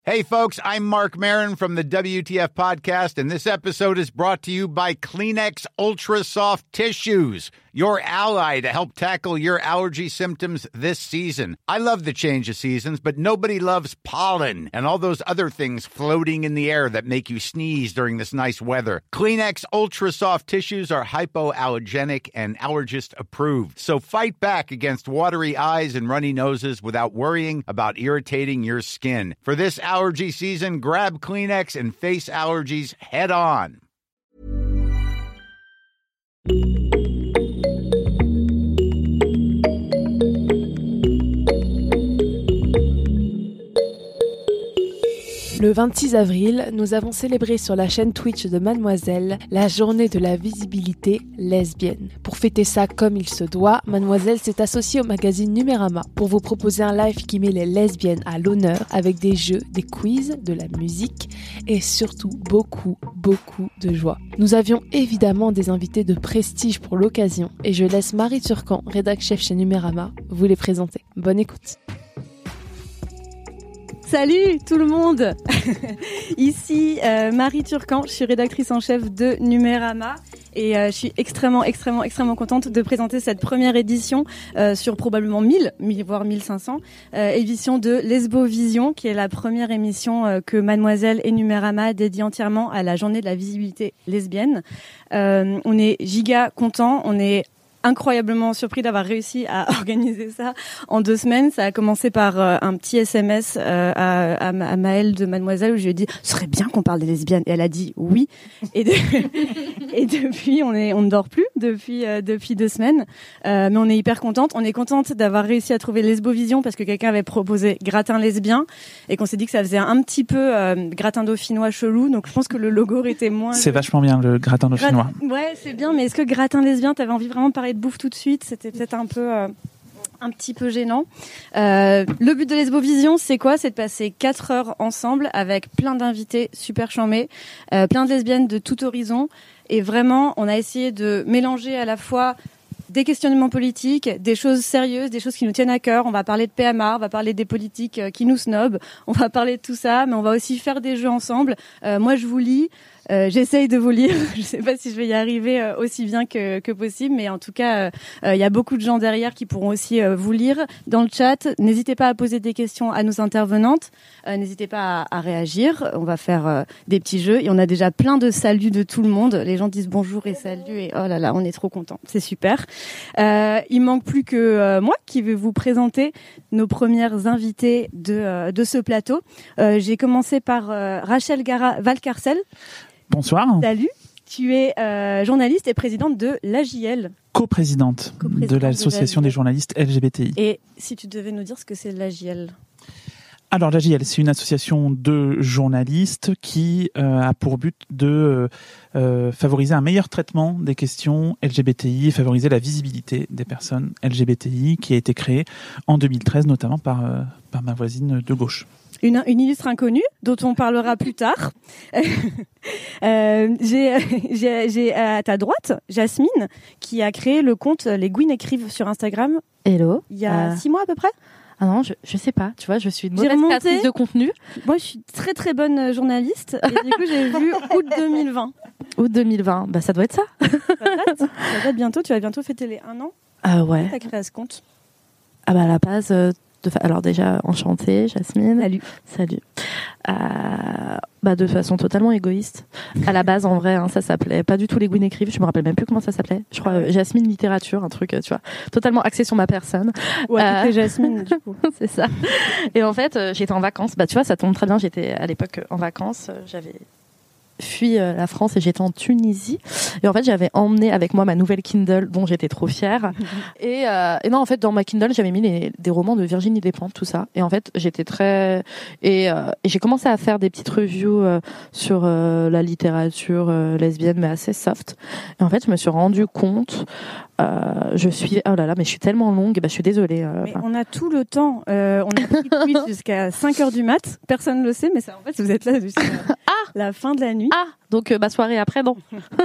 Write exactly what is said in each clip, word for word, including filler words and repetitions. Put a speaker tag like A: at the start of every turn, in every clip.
A: Hey, folks, I'm Mark Maron from the W T F Podcast, and this episode is brought to you by Kleenex Ultra Soft Tissues, your ally to help tackle your allergy symptoms this season. I love the change of seasons, but nobody loves pollen and all those other things floating in the air that make you sneeze during this nice weather. Kleenex Ultra Soft Tissues are hypoallergenic and allergist approved, so fight back against watery eyes and runny noses without worrying about irritating your skin. For this allergy season, grab Kleenex and face allergies head on.
B: Le vingt-six avril, nous avons célébré sur la chaîne Twitch de Mademoiselle la journée de la visibilité lesbienne. Pour fêter ça comme il se doit, Mademoiselle s'est associée au magazine Numérama pour vous proposer un live qui met les lesbiennes à l'honneur avec des jeux, des quiz, de la musique et surtout beaucoup, beaucoup de joie. Nous avions évidemment des invités de prestige pour l'occasion et je laisse Marie Turcan, rédac chef chez Numérama, vous les présenter. Bonne écoute.
C: Salut tout le monde. Ici euh, Marie Turcan, je suis rédactrice en chef de Numérama et euh, je suis extrêmement extrêmement extrêmement contente de présenter cette première édition euh, sur probablement mille, voire mille cinq cents euh, édition de Lesbovision, qui est la première émission euh, que Mademoiselle et Numérama dédie entièrement à la journée de la visibilité lesbienne. Euh, on est giga contents, on est incroyablement surpris d'avoir réussi à organiser ça en deux semaines. Ça a commencé par euh, un petit S M S euh, à, à, à Maëlle de Mademoiselle où je lui ai dit « Ce serait bien qu'on parle des lesbiennes ». Et elle a dit « Oui ». Et, de, et depuis, on est, on ne dort plus depuis, euh, depuis deux semaines. Euh, mais on est hyper contente. On est contente d'avoir réussi à trouver Lesbovision parce que quelqu'un avait proposé gratin lesbien et qu'on s'est dit que ça faisait un petit peu euh, gratin dauphinois chelou. Donc je pense que le logo était moins...
D: C'est vachement bien le gratin dauphinois.
C: Grat... Ouais, c'est bien. Mais est-ce que gratin lesbien, t'avais envie vraiment de parler de bouffe tout de suite? C'était peut-être un peu euh, un petit peu gênant. Euh, le but de Lesbovision, c'est quoi? C'est de passer quatre heures ensemble avec plein d'invités super chambés, euh, plein de lesbiennes de tout horizon. Et vraiment, on a essayé de mélanger à la fois des questionnements politiques, des choses sérieuses, des choses qui nous tiennent à cœur. On va parler de P M A, on va parler des politiques qui nous snobent, on va parler de tout ça, mais on va aussi faire des jeux ensemble. Euh, moi, je vous lis. Euh, j'essaye de vous lire. Je sais pas si je vais y arriver euh, aussi bien que, que possible, mais en tout cas, il euh, y a beaucoup de gens derrière qui pourront aussi euh, vous lire dans le chat. N'hésitez pas à poser des questions à nos intervenantes. Euh, n'hésitez pas à, à réagir. On va faire euh, des petits jeux et on a déjà plein de saluts de tout le monde. Les gens disent bonjour et salut et oh là là, on est trop contents. C'est super. Euh, il manque plus que euh, moi qui vais vous présenter nos premières invitées de euh, de ce plateau. Euh, j'ai commencé par euh, Rachel Gara Valcarcel.
D: Bonsoir.
C: Salut, tu es euh, journaliste et présidente de l'A J L.
D: Co-présidente, Co-présidente de l'Association de des journalistes L G B T I.
C: Et si tu devais nous dire ce que c'est l'A J L?
D: Alors l'A J L, c'est une association de journalistes qui euh, a pour but de euh, favoriser un meilleur traitement des questions L G B T I et favoriser la visibilité des personnes L G B T I, qui a été créée en deux mille treize notamment par, euh, par ma voisine de gauche.
C: Une, une illustre inconnue dont on parlera plus tard. euh, j'ai, j'ai, j'ai à ta droite Jasmine qui a créé le compte Les Gouines écrivent sur Instagram.
E: Hello.
C: Il y a euh... six mois à peu près.
E: Ah non, je, je sais pas. Tu vois, je suis une mauvaise créatrice de contenu.
C: Moi, je suis très très bonne journaliste. Et du coup, j'ai vu août deux mille vingt.
E: Août deux mille vingt. Bah, ça doit être ça.
C: Ça date. Ça date bientôt. Tu vas bientôt fêter les un an.
E: Ah ouais.
C: T'as créé ce compte.
E: Ah bah à la base. Euh... Alors déjà, enchantée, Jasmine.
C: Salut.
E: Salut. Euh, bah de façon totalement égoïste. À la base, en vrai, hein, ça s'appelait pas du tout Les Gouines écrivent. Je me rappelle même plus comment ça s'appelait. Je crois euh, Jasmine littérature, un truc, tu vois, totalement axé sur ma personne.
C: Ouais, euh... c'est Jasmine du coup.
E: C'est ça. Et en fait, euh, j'étais en vacances. Bah tu vois, ça tombe très bien. J'étais à l'époque en vacances. Euh, j'avais fui euh, la France et j'étais en Tunisie et en fait j'avais emmené avec moi ma nouvelle Kindle dont j'étais trop fière et, euh, et non en fait dans ma Kindle j'avais mis les, des romans de Virginie Despentes tout ça et en fait j'étais très et, euh, et j'ai commencé à faire des petites reviews euh, sur euh, la littérature euh, lesbienne mais assez soft et en fait je me suis rendu compte Euh, je suis oh là là mais je suis tellement longue bah je suis désolée euh,
C: mais on a tout le temps euh, on a pris Twitch jusqu'à cinq heures du mat personne ne le sait mais ça en fait vous êtes là jusqu'à
E: ah
C: la fin de la nuit
E: ah donc euh, ma soirée après non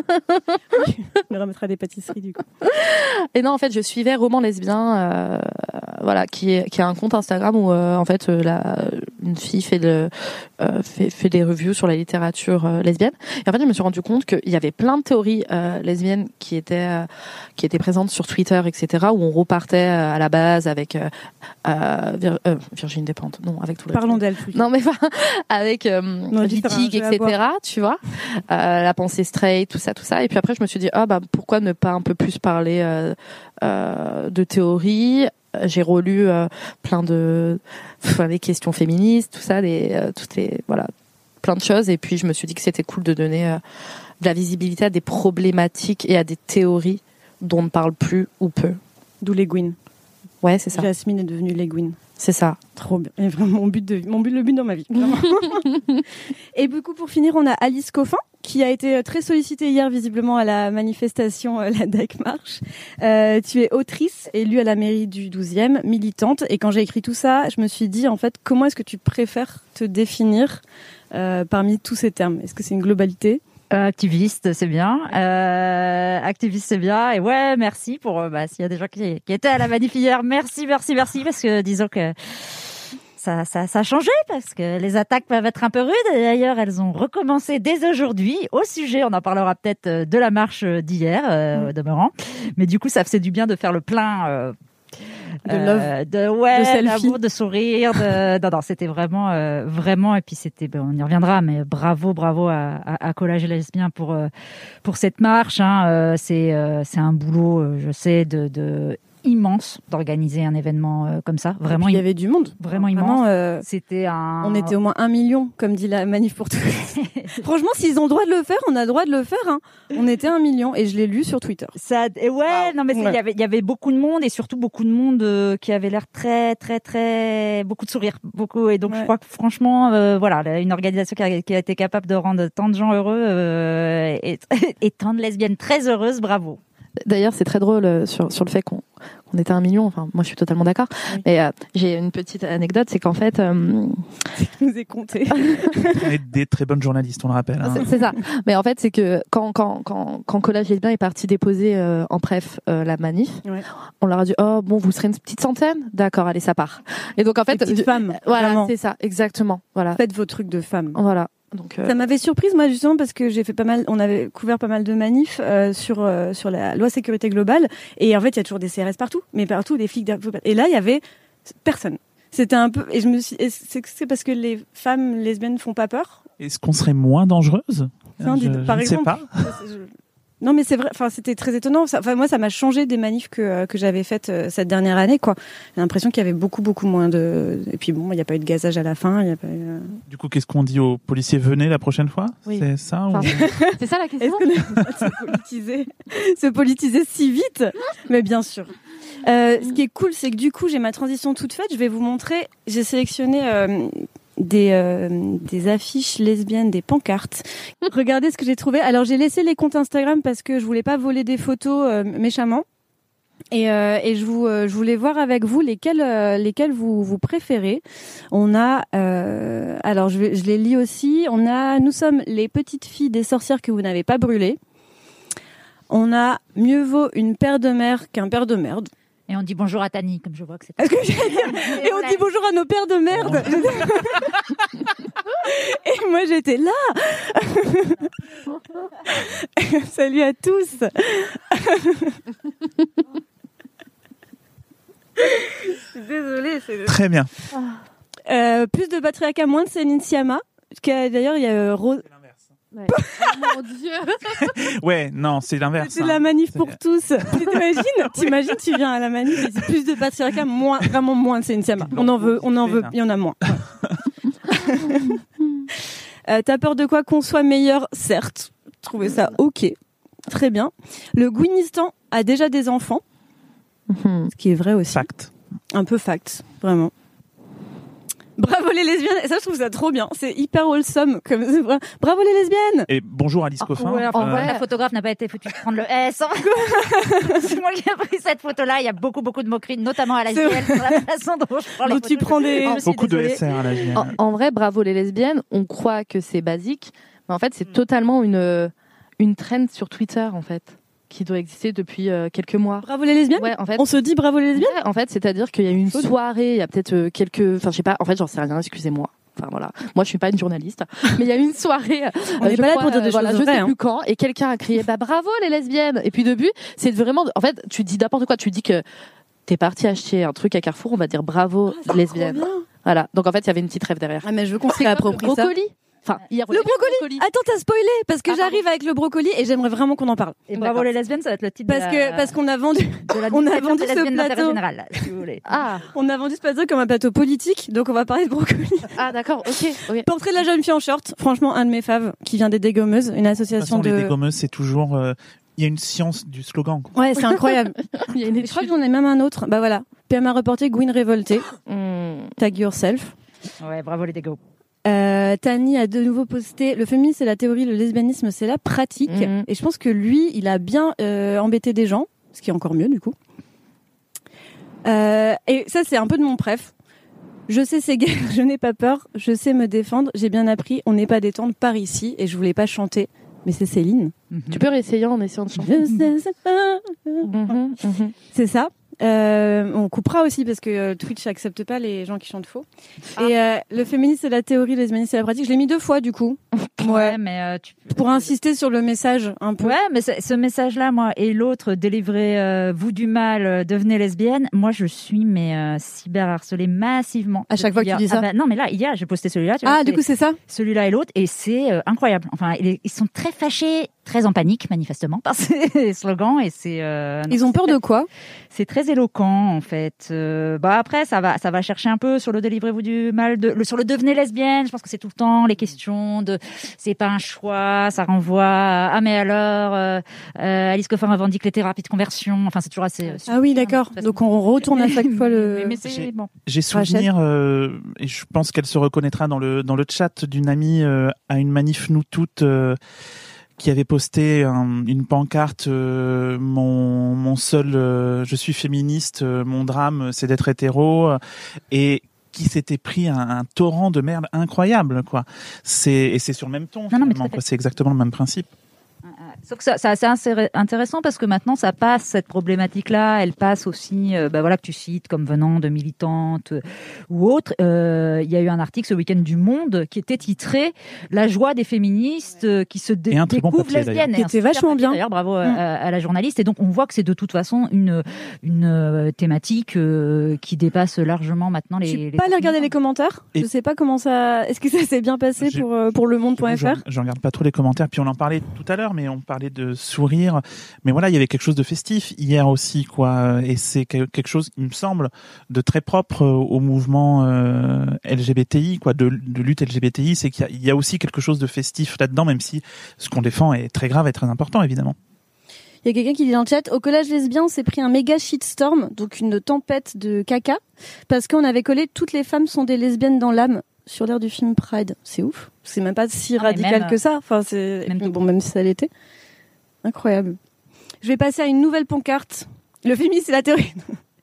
C: on remettra des pâtisseries du coup
E: et non en fait je suivais Roman Lesbien euh, voilà qui est qui a un compte Instagram où euh, en fait euh, la une fille fait le euh, fait fait des reviews sur la littérature euh, lesbienne. Et en fait, je me suis rendu compte qu'il y avait plein de théories euh, lesbiennes qui étaient euh, qui étaient présentes sur Twitter, et cetera, où on repartait euh, à la base avec euh, euh, Vir- euh, Virginie Despentes, non, avec tout le
C: Parlons d'elle.
E: non mais enfin, avec euh, Wittig, et cetera. Tu vois, euh, la pensée straight, tout ça, tout ça. Et puis après, je me suis dit, ah bah pourquoi ne pas un peu plus parler euh, euh, de théorie. J'ai relu euh, plein de, enfin, des questions féministes, tout ça, des, euh, toutes les, voilà, plein de choses. Et puis je me suis dit que c'était cool de donner euh, de la visibilité à des problématiques et à des théories dont on ne parle plus ou peu.
C: D'où les Gwyn.
E: Ouais, c'est ça.
C: Jasmine est devenue les Gwyn.
E: C'est ça.
C: Trop bien. Et vraiment mon but de mon but le but dans ma vie. Et du coup pour finir, on a Alice Coffin qui a été très sollicitée hier visiblement à la manifestation euh, la D A C Marche. Euh, tu es autrice élue à la mairie du douzième, militante, et quand j'ai écrit tout ça, je me suis dit en fait comment est-ce que tu préfères te définir euh, parmi tous ces termes? Est-ce que c'est une globalité?
F: Euh, activiste, c'est bien. Euh, activiste, c'est bien. Et ouais, merci pour euh, bah, s'il y a des gens qui, qui étaient à la manif hier. Merci, merci, merci, parce que disons que ça, ça, ça a changé, parce que les attaques peuvent être un peu rudes. Et d'ailleurs, elles ont recommencé dès aujourd'hui. Au sujet, on en parlera peut-être de la marche d'hier, euh, mmh. demeurant. Mais du coup, ça faisait du bien de faire le plein. Euh,
C: de love,
F: euh, de ouais, d'amour, de sourire, de non non, c'était vraiment euh, vraiment et puis c'était ben, on y reviendra, mais bravo bravo à, à, à Collage Lesbien pour euh, pour cette marche, hein, euh, c'est euh, c'est un boulot, euh, je sais, de de immense d'organiser un événement euh, comme ça, vraiment.
C: Il y avait du monde,
F: vraiment,
C: vraiment
F: immense.
C: Euh,
F: C'était un.
C: On était au moins un million, comme dit la manif pour tous. Franchement, s'ils ont le droit de le faire, on a le droit de le faire. Hein. On était un million et je l'ai lu sur Twitter.
F: Ça, et ouais, wow. non mais il ouais. y avait, il y avait beaucoup de monde et surtout beaucoup de monde euh, qui avait l'air très, très, très, beaucoup de sourires, beaucoup. Et donc ouais. je crois que franchement, euh, voilà, une organisation qui a, qui a été capable de rendre tant de gens heureux euh, et, et tant de lesbiennes très heureuses, bravo.
E: D'ailleurs, c'est très drôle euh, sur sur le fait qu'on on était un million. Enfin, moi, je suis totalement d'accord. Oui. Mais euh, j'ai une petite anecdote, c'est qu'en fait, euh...
C: je nous ai compté.
D: On est des très bonnes journalistes, on le rappelle. Hein.
E: C'est, c'est ça. Mais en fait, c'est que quand quand quand quand Collage Lesbien est parti déposer euh, en préf euh, la manif, ouais. on leur a dit oh bon, vous serez une petite centaine, d'accord, allez, ça part. Et donc en fait,
C: des petites femmes.
E: Voilà,
C: vraiment.
E: C'est ça, exactement. Voilà.
C: Faites vos trucs de femmes.
E: Voilà. Donc, euh...
C: ça m'avait surprise moi justement parce que j'ai fait pas mal, on avait couvert pas mal de manifs euh, sur euh, sur la loi sécurité globale et en fait il y a toujours des C R S partout, mais partout des flics et là il y avait personne. C'était un peu et je me suis c'est c'est parce que les femmes lesbiennes font pas peur.
D: Est-ce qu'on serait moins dangereuses?
C: Enfin, je, par je exemple,
D: ne sais pas.
C: Je, non mais c'est vrai, enfin c'était très étonnant. Ça, enfin moi ça m'a changé des manifs que que j'avais faites euh, cette dernière année quoi. J'ai l'impression qu'il y avait beaucoup beaucoup moins de et puis bon il y a pas eu de gazage à la fin, il y a pas eu, euh...
D: Du coup qu'est-ce qu'on dit aux policiers, venez la prochaine fois?
E: Oui.
D: C'est ça
E: enfin,
D: ou...
E: C'est ça la question.
C: Est-ce qu'on est se politiser se politiser si vite? Mais bien sûr. Euh, ce qui est cool c'est que du coup j'ai ma transition toute faite. Je vais vous montrer. J'ai sélectionné. Euh, Des, euh, des affiches lesbiennes, des pancartes. Regardez ce que j'ai trouvé. Alors j'ai laissé les comptes Instagram parce que je voulais pas voler des photos euh, méchamment. Et, euh, et je, vous, euh, je voulais voir avec vous lesquelles, euh, lesquelles vous, vous préférez. On a, euh, alors je, vais, je les lis aussi. On a, nous sommes les petites filles des sorcières que vous n'avez pas brûlées. On a mieux vaut une paire de mères qu'un père de merde.
F: Et on dit bonjour à Tani, comme je vois que c'est...
C: Est-ce que j'allais dire et on dit bonjour à nos pères de merde. Et moi, j'étais là. Salut à tous. Désolée. C'est...
D: Très bien.
C: Euh, plus de patriarcat, moins de Céline Sciamma. D'ailleurs, il y a euh, Rose...
E: Ouais. Oh mon Dieu.
D: Ouais, non, c'est l'inverse.
C: C'est
D: hein.
C: la manif pour tous. T'imagines, t'imagines, tu viens à la manif et c'est plus de patriarcat, moins, vraiment moins de Céline Sciamma. On en veut, on en veut, il y en a moins. euh, t'as peur de quoi qu'on soit meilleur? Certes. Trouvez ça ok. Très bien. Le Gouinistan a déjà des enfants. Mm-hmm. Ce qui est vrai aussi.
D: Fact.
C: Un peu fact, vraiment. Bravo les lesbiennes, ça je trouve ça trop bien, c'est hyper wholesome comme bravo les lesbiennes.
D: Et bonjour Alice Coffin.
F: Oh, ouais, enfin,
D: euh...
F: ouais. La photographe n'a pas été foutue de prendre le S. C'est moi qui ai pris cette photo-là. Il y a beaucoup beaucoup de moqueries, notamment à la J L sur la façon dont je prends les
C: photos. Tu prends des
D: beaucoup de S R à la J L.
E: En, en vrai, bravo les lesbiennes. On croit que c'est basique, mais en fait c'est mm. totalement une une trend sur Twitter en fait. qui doit exister depuis euh, quelques mois.
C: Bravo les lesbiennes.
E: Ouais, en fait.
C: On se dit bravo les lesbiennes.
E: Ouais, en fait, c'est-à-dire qu'il y a eu une soirée, il y a peut-être euh, quelques, enfin, je sais pas. En fait, j'en sais rien. Excusez-moi. Enfin voilà, moi je suis pas une journaliste, mais il y a eu une soirée.
C: On n'est
E: euh,
C: pas là
E: crois,
C: pour dire des
E: euh, voilà,
C: choses
E: je
C: vraies.
E: sais
C: Hein.
E: plus quand, et quelqu'un a crié bah bravo les lesbiennes. Et puis depuis, c'est vraiment, en fait, tu dis n'importe quoi, tu dis que t'es parti acheter un truc à Carrefour, on va dire bravo
C: Ah,
E: lesbiennes. Voilà, donc en fait il y avait une petite rêve derrière.
C: Ah mais je veux qu'on se réapproprie ça.
E: Brocoli. Enfin, hier,
C: Le brocoli. Attends, t'as spoilé parce que
E: Ah,
C: j'arrive avec le brocoli et j'aimerais vraiment qu'on en parle.
F: Et bravo les lesbiennes, ça va être le titre
C: Parce
F: de
C: que
F: la...
C: parce qu'on a vendu
F: de la
C: on a
F: newsletter
C: vendu
F: des
C: ce
F: lesbiennes d'intérêt
C: plateau.
F: général, là, si vous voulez.
E: Ah,
C: on a vendu ce plateau comme un plateau politique, donc on va parler de brocoli.
E: ah d'accord, ok. ok.
C: Portrait de la jeune fille en short, franchement un de mes faves qui vient des Dégommeuses, une
D: De toute
C: association
D: façon,
C: de.
D: les dégommeuses, c'est toujours. euh, Il y a une science du slogan. quoi.
C: Ouais, c'est incroyable.
E: Il y a une
C: Je crois que j'en ai même un autre. Bah voilà. P M A reporté Gwyn révoltée.
E: Hmm.
C: Tag yourself.
F: Ouais, bravo les dégos.
C: Euh, Tani a de nouveau posté le féminisme c'est la théorie, le lesbianisme c'est la pratique.
E: Mhm.
C: Et je pense que lui, il a bien euh, embêté des gens, ce qui est encore mieux du coup. Euh, et ça, c'est un peu de mon préf. Je sais c'est gay, je n'ai pas peur, je sais me défendre, j'ai bien appris, on n'est pas détendre par ici. Et je voulais pas chanter, mais c'est Céline.
E: Tu peux réessayer en essayant de chanter.
C: Je sais, c'est pas...
E: Mhm, mhm.
C: C'est ça. Euh, on coupera aussi parce que euh, Twitch accepte pas les gens qui chantent faux.
E: Ah.
C: Et euh, le féminisme c'est la théorie, le lesbianisme c'est la pratique. Je l'ai mis deux fois du coup.
F: Ouais, mais euh, tu...
C: Pour insister sur le message un peu.
F: Ouais, mais ce, ce message-là, moi, et l'autre, délivrez euh, vous du mal, euh, devenez lesbienne. Moi, je suis mais euh, cyber harcelée massivement.
C: À chaque fois que tu dis ça.
F: Ah bah, non, mais là, hier, j'ai posté celui-là. Tu vois,
C: Ah, du
F: c'est-
C: coup c'est ça.
F: celui-là et l'autre, et c'est euh, incroyable. Enfin, ils, ils sont très fâchés, très en panique, manifestement, par ces slogans, et c'est. Euh, non,
C: Ils ont
F: c'est
C: peur
F: très-
C: de quoi?
F: C'est très éloquent, en fait. Euh, bah après, ça va, ça va chercher un peu sur le délivrez-vous du mal, de, le, sur le devenez lesbienne. Je pense que c'est tout le temps les questions de, c'est pas un choix, ça renvoie. À, ah mais alors, euh, euh, Alice Coffin revendique les thérapies de conversion. Enfin, c'est toujours assez. euh,
C: Ah oui, d'accord.
F: de toute façon.
C: Donc on retourne à chaque fois le.
F: Mais, mais c'est
D: J'ai-
F: bon.
D: J'ai souvenir, euh, et je pense qu'elle se reconnaîtra dans le dans le chat d'une amie euh, à une manif nous toutes euh, qui avait posté un- une pancarte euh, mon mon seul euh, je suis féministe, euh, mon drame c'est d'être hétéro euh, et qui s'était pris un, un torrent de merde incroyable quoi. C'est et c'est sur le même ton
F: Non, non, mais
D: finalement,
F: tout à fait.
D: quoi. C'est exactement le même principe.
F: Sauf que ça, ça, c'est assez intéressant parce que maintenant ça passe, cette problématique-là, elle passe aussi, euh, bah voilà, que tu cites comme venant de militantes euh, ou autres. Euh, Il y a eu un article ce week-end du Monde qui était titré "La joie des féministes euh, qui se dé-
D: Et un très bon
F: découvrent
D: papier,
F: lesbiennes".
C: d'ailleurs.
F: Et un
C: Qui était
F: super
C: vachement
F: papier,
C: bien.
F: D'ailleurs, bravo à,
C: Mm.
F: à- à la journaliste. Et donc on voit que c'est de toute façon une une euh, thématique euh, qui dépasse largement maintenant les.
C: Je suis
F: les
C: pas allée regarder les
F: sentiments.
C: commentaires.
D: Et-
C: Je sais pas comment ça. Est-ce que ça s'est bien passé
D: J'ai-
C: pour euh, pour le monde point F
D: J'en
C: R?
D: j'en regarde pas trop les commentaires. Puis on en parlait tout à l'heure, mais on parlait de sourire. Mais voilà, il y avait quelque chose de festif hier aussi, quoi. Et c'est que- quelque chose, il me semble, de très propre au mouvement euh, L G B T I, quoi, de, de lutte L G B T I. C'est qu'il y a, il y a aussi quelque chose de festif là-dedans, même si ce qu'on défend est très grave et très important, évidemment.
C: Il y a quelqu'un qui dit dans le chat, au collège lesbien, on s'est pris un méga shitstorm, donc une tempête de caca, parce qu'on avait collé toutes les femmes sont des lesbiennes dans l'âme sur l'air du film Pride. C'est ouf. C'est même pas si
F: Ah, mais
C: radical
F: même,
C: que ça. Enfin, c'est
F: même
C: mais
F: tout.
C: bon, même si ça l'était. Incroyable. Je vais passer à une nouvelle pancarte. Le féminisme, c'est la théorie.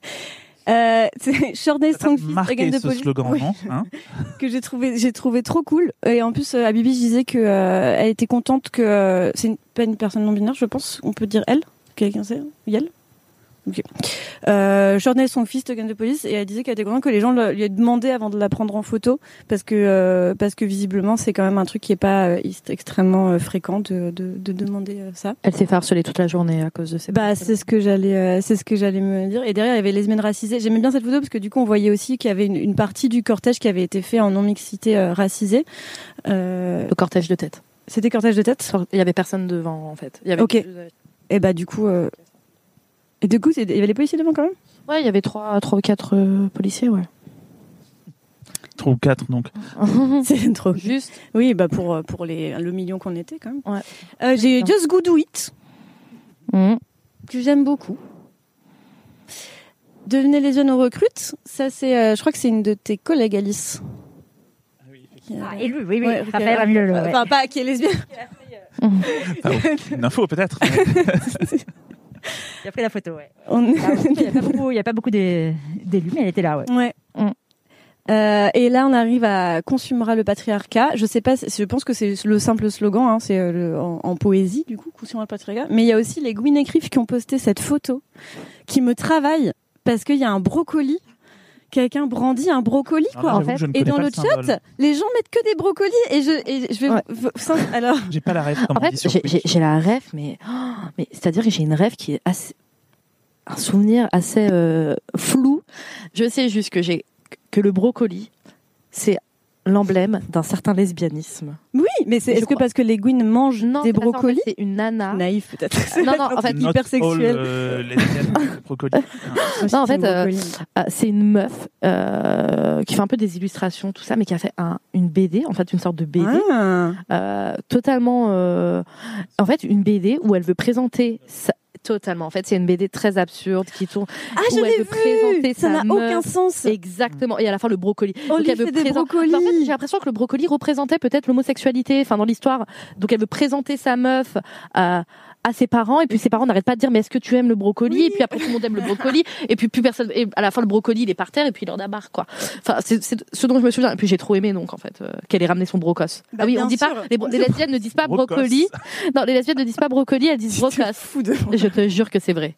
C: Euh, c'est Shortney Strong Fist
D: Marqué
C: Again the
D: ce
C: Police.
D: slogan,
C: Oui.
D: non hein
C: Que j'ai trouvé, j'ai trouvé trop cool. Et en plus, euh, Habibi, je disais que euh, elle était contente que euh, c'est une, pas une personne non binaire, je pense. On peut dire elle. Quelqu'un sait? Yel. Ok. Euh, Shortney son fils Again the Police et elle disait qu'elle était contente que les gens le- lui aient demandé avant de la prendre en photo parce que euh, parce que visiblement c'est quand même un truc qui est pas euh, extrêmement euh, fréquent de, de, de demander euh, ça.
E: Elle s'est fait harceler toute la journée à cause de ces.
C: Bah c'est ce que j'allais euh, c'est ce que j'allais me dire et derrière il y avait les lesbiennes racisées. J'aimais bien cette photo parce que du coup on voyait aussi qu'il y avait une, une partie du cortège qui avait été fait en non mixité euh, racisée. Euh,
E: Le cortège de tête.
C: c'était cortège de tête.
E: Il y avait personne devant en fait. Il y avait
C: Ok. Et bah du coup euh... et du coup c'est- il y avait les policiers devant quand même.
E: Ouais, il y avait trois, trois ou quatre euh, policiers, ouais.
D: Trois ou quatre, donc.
C: C'est trop.
E: Juste.
C: Oui bah pour euh, pour les le million qu'on était quand même.
E: Ouais.
C: Euh, j'ai Just Go Do It
E: Mhm.
C: que j'aime beaucoup. Devenez lesbienne on recrute. Ça c'est euh, je crois que c'est une de tes collègues Alice. Qui a-
F: Ah, élu, oui, oui.
C: Ouais,
F: Raphaël
C: ok.
F: Ramilolo, ouais.
C: Enfin pas qui est lesbienne.
D: Ah, une info, peut-être.
F: J'ai pris la photo, ouais.
C: On...
F: Il n'y a pas beaucoup, il y a pas beaucoup d'é- d'élus, mais elle était là, ouais.
C: Ouais.
E: Mm.
C: Euh, et là, on arrive à consumera le patriarcat. Je sais pas, je pense que c'est le simple slogan, hein, c'est euh, le, en, en poésie du coup, consumera le patriarcat. Mais il y a aussi les Gwyn Écrives qui ont posté cette photo, qui me travaille parce qu'il y a un brocoli. Quelqu'un brandit un brocoli, quoi.
D: Ah,
C: en fait. Et dans le, le chat, les gens mettent que des brocolis et je, et je vais.
E: Ouais.
C: Alors.
D: J'ai pas la ref.
E: En fait, j'ai, j'ai, j'ai la ref, mais, oh, mais c'est-à-dire que j'ai une ref qui est assez, un souvenir assez euh, flou. Je sais juste que j'ai que le brocoli, c'est l'emblème d'un certain lesbianisme.
C: Oui, mais c'est, est-ce crois. que parce que les Gwyn mangent
E: non,
C: des brocolis,
E: en fait, c'est une nana
C: naïf peut-être.
E: Non, non, en fait,
C: hyper sexuelle.
D: Euh, brocoli.
E: Non, en fait, euh, euh, c'est une meuf euh, qui fait un peu des illustrations, tout ça, mais qui a fait un, une B D, en fait, une sorte de B D,
C: ah.
E: euh, totalement, euh, en fait, une B D où elle veut présenter sa, totalement. En fait, c'est une B D très absurde qui tourne.
C: Ah,
E: où
C: je
E: elle
C: l'ai
E: veut
C: vu.
E: présenter
C: ça n'a
E: meuf.
C: aucun sens.
E: Exactement. Et à la fin, le brocoli.
C: On
E: Donc,
C: lui
E: elle veut
C: fait des
E: présenter.
C: brocolis.
E: En fait, j'ai l'impression que le brocoli représentait peut-être l'homosexualité, enfin, dans l'histoire. Donc, elle veut présenter sa meuf à, à ses parents, et puis ses parents n'arrêtent pas de dire, mais est-ce que tu aimes le brocoli?
C: Oui.
E: Et puis après, tout le monde aime le brocoli, et puis plus personne, et à la fin, le brocoli, il est par terre, et puis il en a marre, quoi. Enfin, c'est, c'est ce dont je me souviens. Et puis j'ai trop aimé, donc, en fait, euh, qu'elle ait ramené son brocos.
C: Bah,
E: ah oui, on dit
C: sûr.
E: pas, les, les lesbiennes ne disent pas brocoli. Non, les lesbiennes ne disent pas brocoli, elles disent brocos.
C: Fou de...
E: Je te jure que c'est vrai.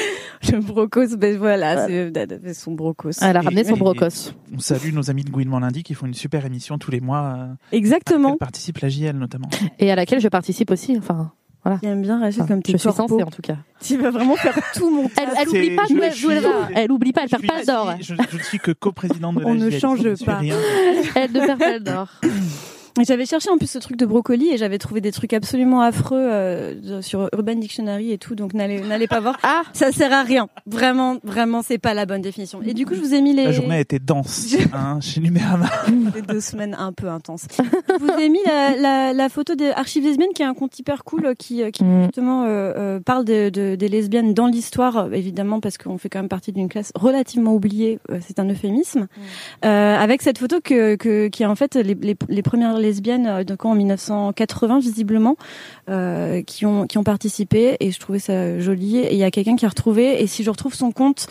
C: Le brocos, ben voilà, c'est, c'est son brocos.
E: Elle a ramené
D: et,
E: son brocos.
D: On salue nos amis de Gouinement Lundi qui font une super émission tous les mois. Euh,
C: Exactement.
D: Elle participe la J L notamment.
E: Et à laquelle je participe aussi, enfin. Voilà.
C: J'aime bien Rachel enfin, comme tu
E: Je suis censée en tout cas.
C: Tu vas vraiment faire tout mon
E: Elle, elle oublie pas d'où elle, d'où elle va. Elle oublie pas, elle perd pas d'or.
D: Je, je ne suis que coprésidente de la
C: On
D: J L.
C: ne change pas.
D: Rien.
E: Elle ne perd pas d'or.
C: J'avais cherché en plus ce truc de brocoli et j'avais trouvé des trucs absolument affreux euh, sur Urban Dictionary et tout, donc n'allez, n'allez pas voir.
E: Ah,
C: ça sert à rien. Vraiment, vraiment, c'est pas la bonne définition. Et du coup, je vous ai mis les.
D: La journée a été dense hein, chez Numérama.
C: Les deux semaines un peu intenses. Je vous ai mis la, la, la photo des Archives lesbiennes, qui est un compte hyper cool qui, qui mm. justement euh, euh, parle de, de, des lesbiennes dans l'histoire, évidemment parce qu'on fait quand même partie d'une classe relativement oubliée. Euh, c'est un euphémisme. Mm. Euh, avec cette photo que, que qui est en fait les, les, les premières lesbiennes donc en dix-neuf cent quatre-vingts visiblement euh, qui ont qui ont participé et je trouvais ça joli. Et il y a quelqu'un qui a retrouvé, et si je retrouve son compte,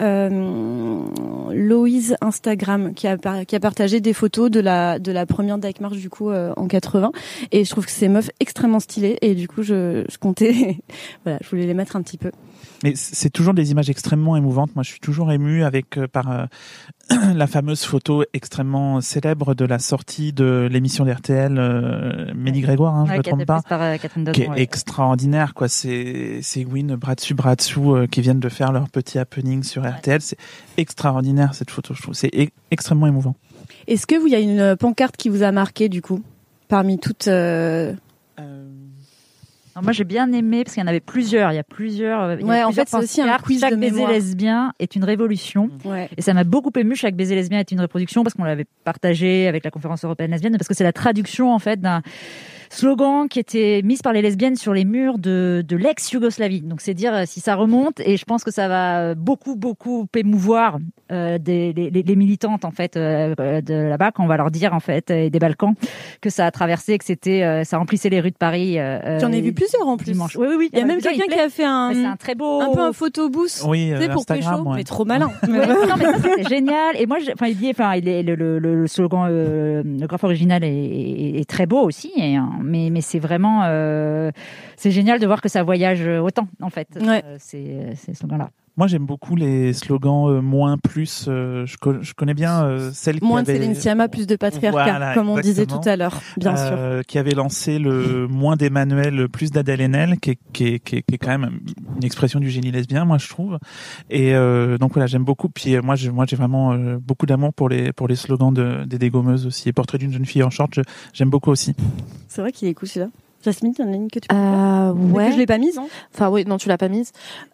C: euh, Loïse Instagram, qui a qui a partagé des photos de la de la première Dyke March du coup euh, en quatre-vingts, et je trouve que c'est meuf extrêmement stylée, et du coup je je comptais voilà, je voulais les mettre un petit peu.
D: Mais c'est toujours des images extrêmement émouvantes. Moi, je suis toujours ému avec euh, par euh, la fameuse photo extrêmement célèbre de la sortie de l'émission d'R T L euh, Mélie Grégoire, hein, je
F: ouais,
D: me trompe pas,
F: par, euh, Catherine
D: qui est
F: ouais.
D: extraordinaire, quoi. C'est c'est Gwyn bras dessus bras dessous euh, qui viennent de faire leur petit happening sur R T L. Ouais. C'est extraordinaire cette photo, je trouve. C'est e- extrêmement émouvant.
C: Est-ce que vous, il y a une pancarte qui vous a marqué du coup parmi toutes euh...
F: Euh... Alors moi j'ai bien aimé parce qu'il y en avait plusieurs, il y a plusieurs. Il y a
C: ouais,
F: plusieurs
C: en fait c'est aussi un quiz
F: chaque
C: de
F: baiser
C: mémoire.
F: lesbien est une révolution.
C: Ouais.
F: Et ça m'a beaucoup ému. Chaque baiser lesbien est une reproduction parce qu'on l'avait partagé avec la conférence européenne lesbienne, parce que c'est la traduction en fait d'un slogan qui était mis par les lesbiennes sur les murs de, de l'ex-Yougoslavie. Donc c'est dire si ça remonte, et je pense que ça va beaucoup beaucoup émouvoir euh, des, les, les militantes en fait euh, de là-bas, quand on va leur dire en fait, et des Balkans, que ça a traversé, que c'était euh, ça remplissait les rues de Paris. Euh,
C: J'en ai vu plusieurs en plus.
F: Dimanche. Oui oui oui.
C: Il y a même quelqu'un qui a fait un,
F: c'est un très beau,
C: un peu un photobooth,
D: oui,
C: tu sais, pour pécho,
D: ouais.
C: mais trop malin.
F: Ouais, non mais ça c'était génial. Et moi, enfin il dit, enfin il est le, le, le slogan, euh, le graphe original est, est, est très beau aussi. Et, hein, mais mais c'est vraiment euh, c'est génial de voir que ça voyage autant en fait.
C: Ouais.
F: Euh, c'est ces slogans-là.
D: Moi, j'aime beaucoup les slogans euh, moins plus. Euh, je, co- je connais bien euh, celle qui
C: moins
D: avait...
C: de Céline Sciamma, plus de patriarcat,
D: voilà,
C: comme on disait
D: exactement.
C: tout à l'heure, bien
D: euh,
C: sûr.
D: Qui avait lancé le moins d'Emmanuel, plus d'Adèle Haenel, qui est, qui, est, qui, est, qui est quand même une expression du génie lesbien, moi je trouve. Et euh, donc voilà, j'aime beaucoup. Puis euh, moi, j'ai, moi, j'ai vraiment euh, beaucoup d'amour pour les pour les slogans de, des dégommeuses aussi. Et Portrait d'une jeune fille en short, je, j'aime beaucoup aussi.
C: C'est vrai qu'il est cool celui-là. Jasmine, t'en as une que tu peux
E: euh, ouais.
C: que je l'ai pas mise, hein.
E: Enfin oui, non, tu l'as pas mise.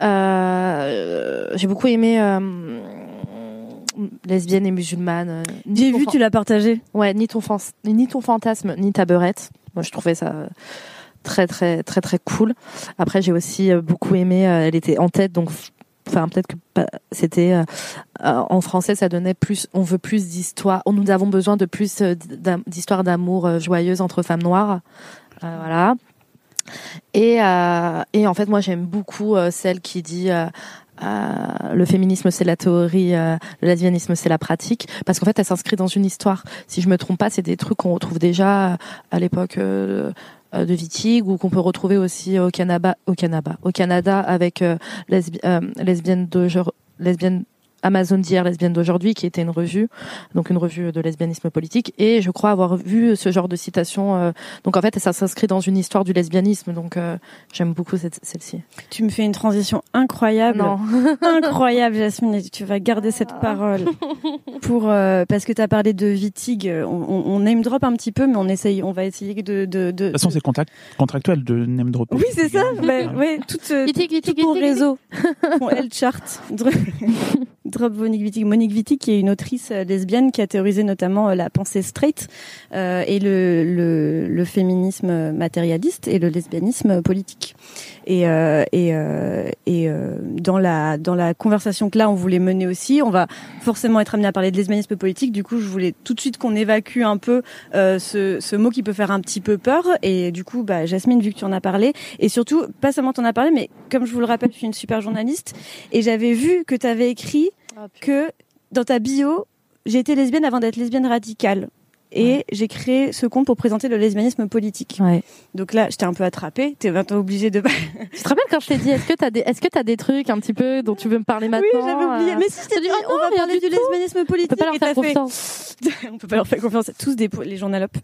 E: Euh, j'ai beaucoup aimé euh, lesbienne et musulmane.
C: J'ai vu, fan... tu l'as partagé.
E: Ouais, ni ton, fan... ni ton fantasme, ni ta beurette. Moi, je trouvais ça très, très, très, très cool. Après, j'ai aussi beaucoup aimé. Euh, elle était en tête, donc. Enfin, peut-être que c'était euh, en français, ça donnait plus. On veut plus d'histoires. Nous avons besoin de plus d'histoires d'amour euh, joyeuses entre femmes noires. Euh, voilà. Et, euh, et en fait, moi, j'aime beaucoup euh, celle qui dit euh, euh, le féminisme c'est la théorie, euh, le lesbianisme c'est la pratique, parce qu'en fait elle s'inscrit dans une histoire. Si je me trompe pas, c'est des trucs qu'on retrouve déjà à l'époque euh, de Wittig, ou qu'on peut retrouver aussi au Canada, au Canada, au Canada avec euh, lesbi- euh, lesbienne d'aujourd'hui, lesbienne Amazon d'hier, lesbienne d'aujourd'hui, qui était une revue, donc une revue de lesbianisme politique, et je crois avoir vu ce genre de citation. Euh, donc en fait, ça s'inscrit dans une histoire du lesbianisme, donc euh, j'aime beaucoup cette, celle-ci.
C: Tu me fais une transition incroyable,
E: Non.
C: incroyable, Jasmine. Et tu vas garder cette parole pour euh, parce que tu as parlé de Wittig. On, on, on name drop un petit peu, mais on essaye, on va essayer de. De, de,
D: de toute façon,
C: de...
D: c'est contact, contractuel de name drop.
C: Oui, c'est ça. Bah, ouais, tout, euh,
E: Wittig,
C: tout,
E: Wittig,
C: tout ton
E: Wittig,
C: réseau, ton L-chart. Drop Monique Wittig. Monique Wittig, qui est une autrice lesbienne qui a théorisé notamment la pensée straight euh, et le, le, le féminisme matérialiste et le lesbianisme politique. Et, euh, et, euh, et euh, dans la dans la conversation que là on voulait mener aussi, on va forcément être amené à parler de lesbianisme politique. Du coup, je voulais tout de suite qu'on évacue un peu euh, ce, ce mot qui peut faire un petit peu peur. Et du coup, bah, Jasmine, vu que tu en as parlé, et surtout, pas seulement tu en as parlé, mais comme je vous le rappelle, je suis une super journaliste et j'avais vu que tu avais écrit que dans ta bio, j'ai été lesbienne avant d'être lesbienne radicale. Et ouais. j'ai créé ce compte pour présenter le lesbianisme politique.
E: Ouais.
C: Donc là, j'étais un peu attrapée. T'es maintenant obligée de.
E: Tu te rappelles quand je t'ai dit, est-ce que t'as des, est-ce que t'as des trucs un petit peu dont tu veux me parler maintenant?
C: Oui, j'avais oublié. Mais si je t'ai dit,
E: dit,
C: on va parler du, du lesbianisme politique.
E: On peut pas leur faire confiance.
C: Fait... on peut pas leur faire confiance. Tous des les journalopes.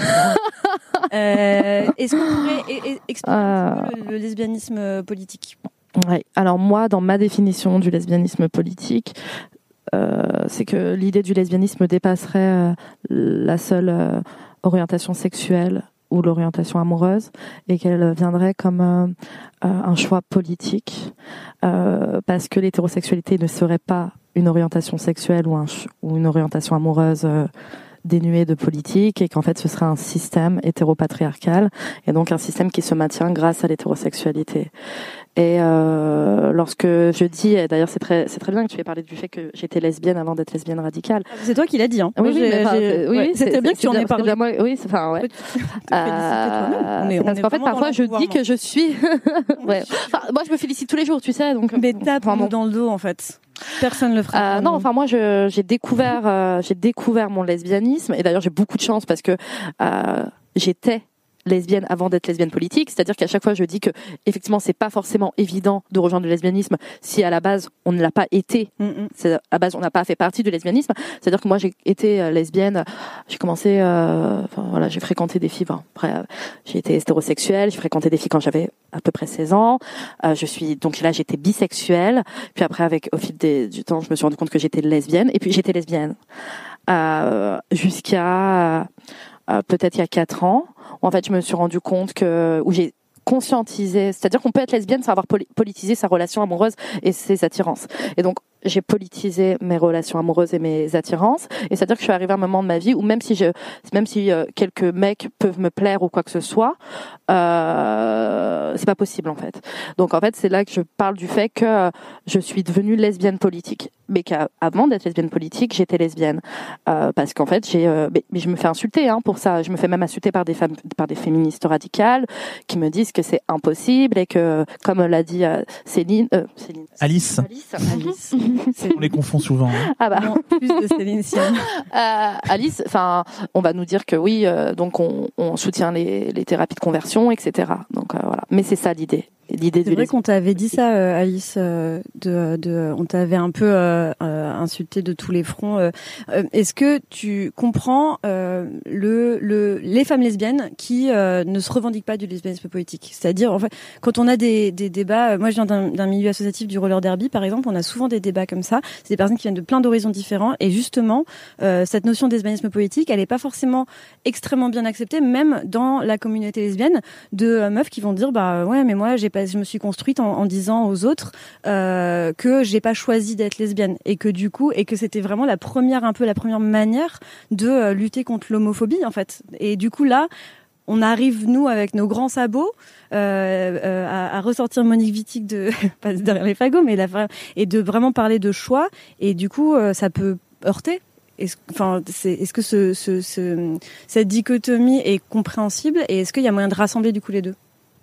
C: euh, est-ce qu'on pourrait expliquer euh... un peu le, le lesbianisme politique?
E: Ouais. Alors moi, dans ma définition du lesbianisme politique, Euh, c'est que l'idée du lesbianisme dépasserait euh, la seule euh, orientation sexuelle ou l'orientation amoureuse, et qu'elle viendrait comme euh, euh, un choix politique, euh, parce que l'hétérosexualité ne serait pas une orientation sexuelle ou, un ch- ou une orientation amoureuse euh, dénuée de politique, et qu'en fait ce serait un système hétéropatriarcal, et donc un système qui se maintient grâce à l'hétérosexualité. Et euh, lorsque je dis, et d'ailleurs c'est très c'est très bien que tu aies parlé du fait que j'étais lesbienne avant d'être lesbienne radicale.
C: C'est toi qui l'as dit, hein.
E: Oui, oui, mais, enfin, c'est, oui,
C: ouais,
E: c'est,
C: c'est très bien que tu en aies parlé.
E: Déjà, moi, oui, c'est enfin ouais.
C: Euh,
E: c'est parce qu'en fait parfois je dis que je suis. ouais. Enfin, moi je me félicite tous les jours, tu sais, donc.
C: Mais tape-nous dans le dos en fait. Personne le fera.
E: Euh, non, enfin moi je j'ai découvert euh, j'ai découvert mon lesbianisme, et d'ailleurs j'ai beaucoup de chance parce que euh, j'étais lesbienne avant d'être lesbienne politique, c'est-à-dire qu'à chaque fois je dis que effectivement c'est pas forcément évident de rejoindre le lesbianisme si à la base on ne l'a pas été. Mm-hmm. C'est, à la base on n'a pas fait partie du lesbianisme, c'est-à-dire que moi j'ai été euh, lesbienne, j'ai commencé euh, enfin voilà, j'ai fréquenté des filles, enfin, après euh, j'ai été hétérosexuelle, j'ai fréquenté des filles quand j'avais à peu près seize ans, euh, je suis donc là j'étais bisexuelle, puis après avec au fil des, du temps je me suis rendu compte que j'étais lesbienne, et puis j'étais lesbienne euh, jusqu'à euh, peut-être il y a quatre ans. En fait, je me suis rendu compte que, où j'ai conscientisé, c'est-à-dire qu'on peut être lesbienne sans avoir poli- politisé sa relation amoureuse et ses attirances. Et donc, j'ai politisé mes relations amoureuses et mes attirances. Et c'est-à-dire que je suis arrivée à un moment de ma vie où même si je, même si euh, quelques mecs peuvent me plaire ou quoi que ce soit, euh, c'est pas possible en fait. Donc en fait, c'est là que je parle du fait que euh, je suis devenue lesbienne politique, mais qu'avant d'être lesbienne politique, j'étais lesbienne euh, parce qu'en fait, j'ai, euh, mais, mais je me fais insulter hein, pour ça. Je me fais même insulter par des femmes, par des féministes radicales qui me disent que c'est impossible et que, comme l'a dit euh, Céline, euh, Céline,
D: Alice.
E: Alice.
C: Alice.
D: On les confond souvent. Hein.
E: Ah bah.
C: Non, plus de Céline Sciamma.
E: Euh, Alice, enfin, on va nous dire que oui, euh, donc on, on soutient les, les thérapies de conversion, et cetera. Donc euh, voilà. Mais c'est ça l'idée. L'idée
C: c'est
E: du
C: vrai qu'on t'avait dit ça, euh, Alice, euh, de, de, on t'avait un peu euh, euh, insulté de tous les fronts. Euh, euh, est-ce que tu comprends euh, le, le, les femmes lesbiennes qui euh, ne se revendiquent pas du lesbianisme politique? C'est-à-dire, en fait, quand on a des, des débats, moi je viens d'un, d'un milieu associatif du roller derby, par exemple, on a souvent des débats comme ça. C'est des personnes qui viennent de plein d'horizons différents, et justement, euh, cette notion de lesbianisme politique, elle n'est pas forcément extrêmement bien acceptée, même dans la communauté lesbienne, de euh, meufs qui vont dire, bah ouais, mais moi j'ai pas je me suis construite en, en disant aux autres euh, que j'ai pas choisi d'être lesbienne, et que du coup et que c'était vraiment la première un peu la première manière de euh, lutter contre l'homophobie en fait. Et du coup là on arrive nous avec nos grands sabots euh, euh, à, à ressortir Monique Wittig de pas derrière les fagots, mais la, et de vraiment parler de choix, et du coup euh, ça peut heurter. Est-ce, enfin, c'est, est-ce que ce, ce, ce, cette dichotomie est compréhensible, et est-ce qu'il y a moyen de rassembler du coup les deux?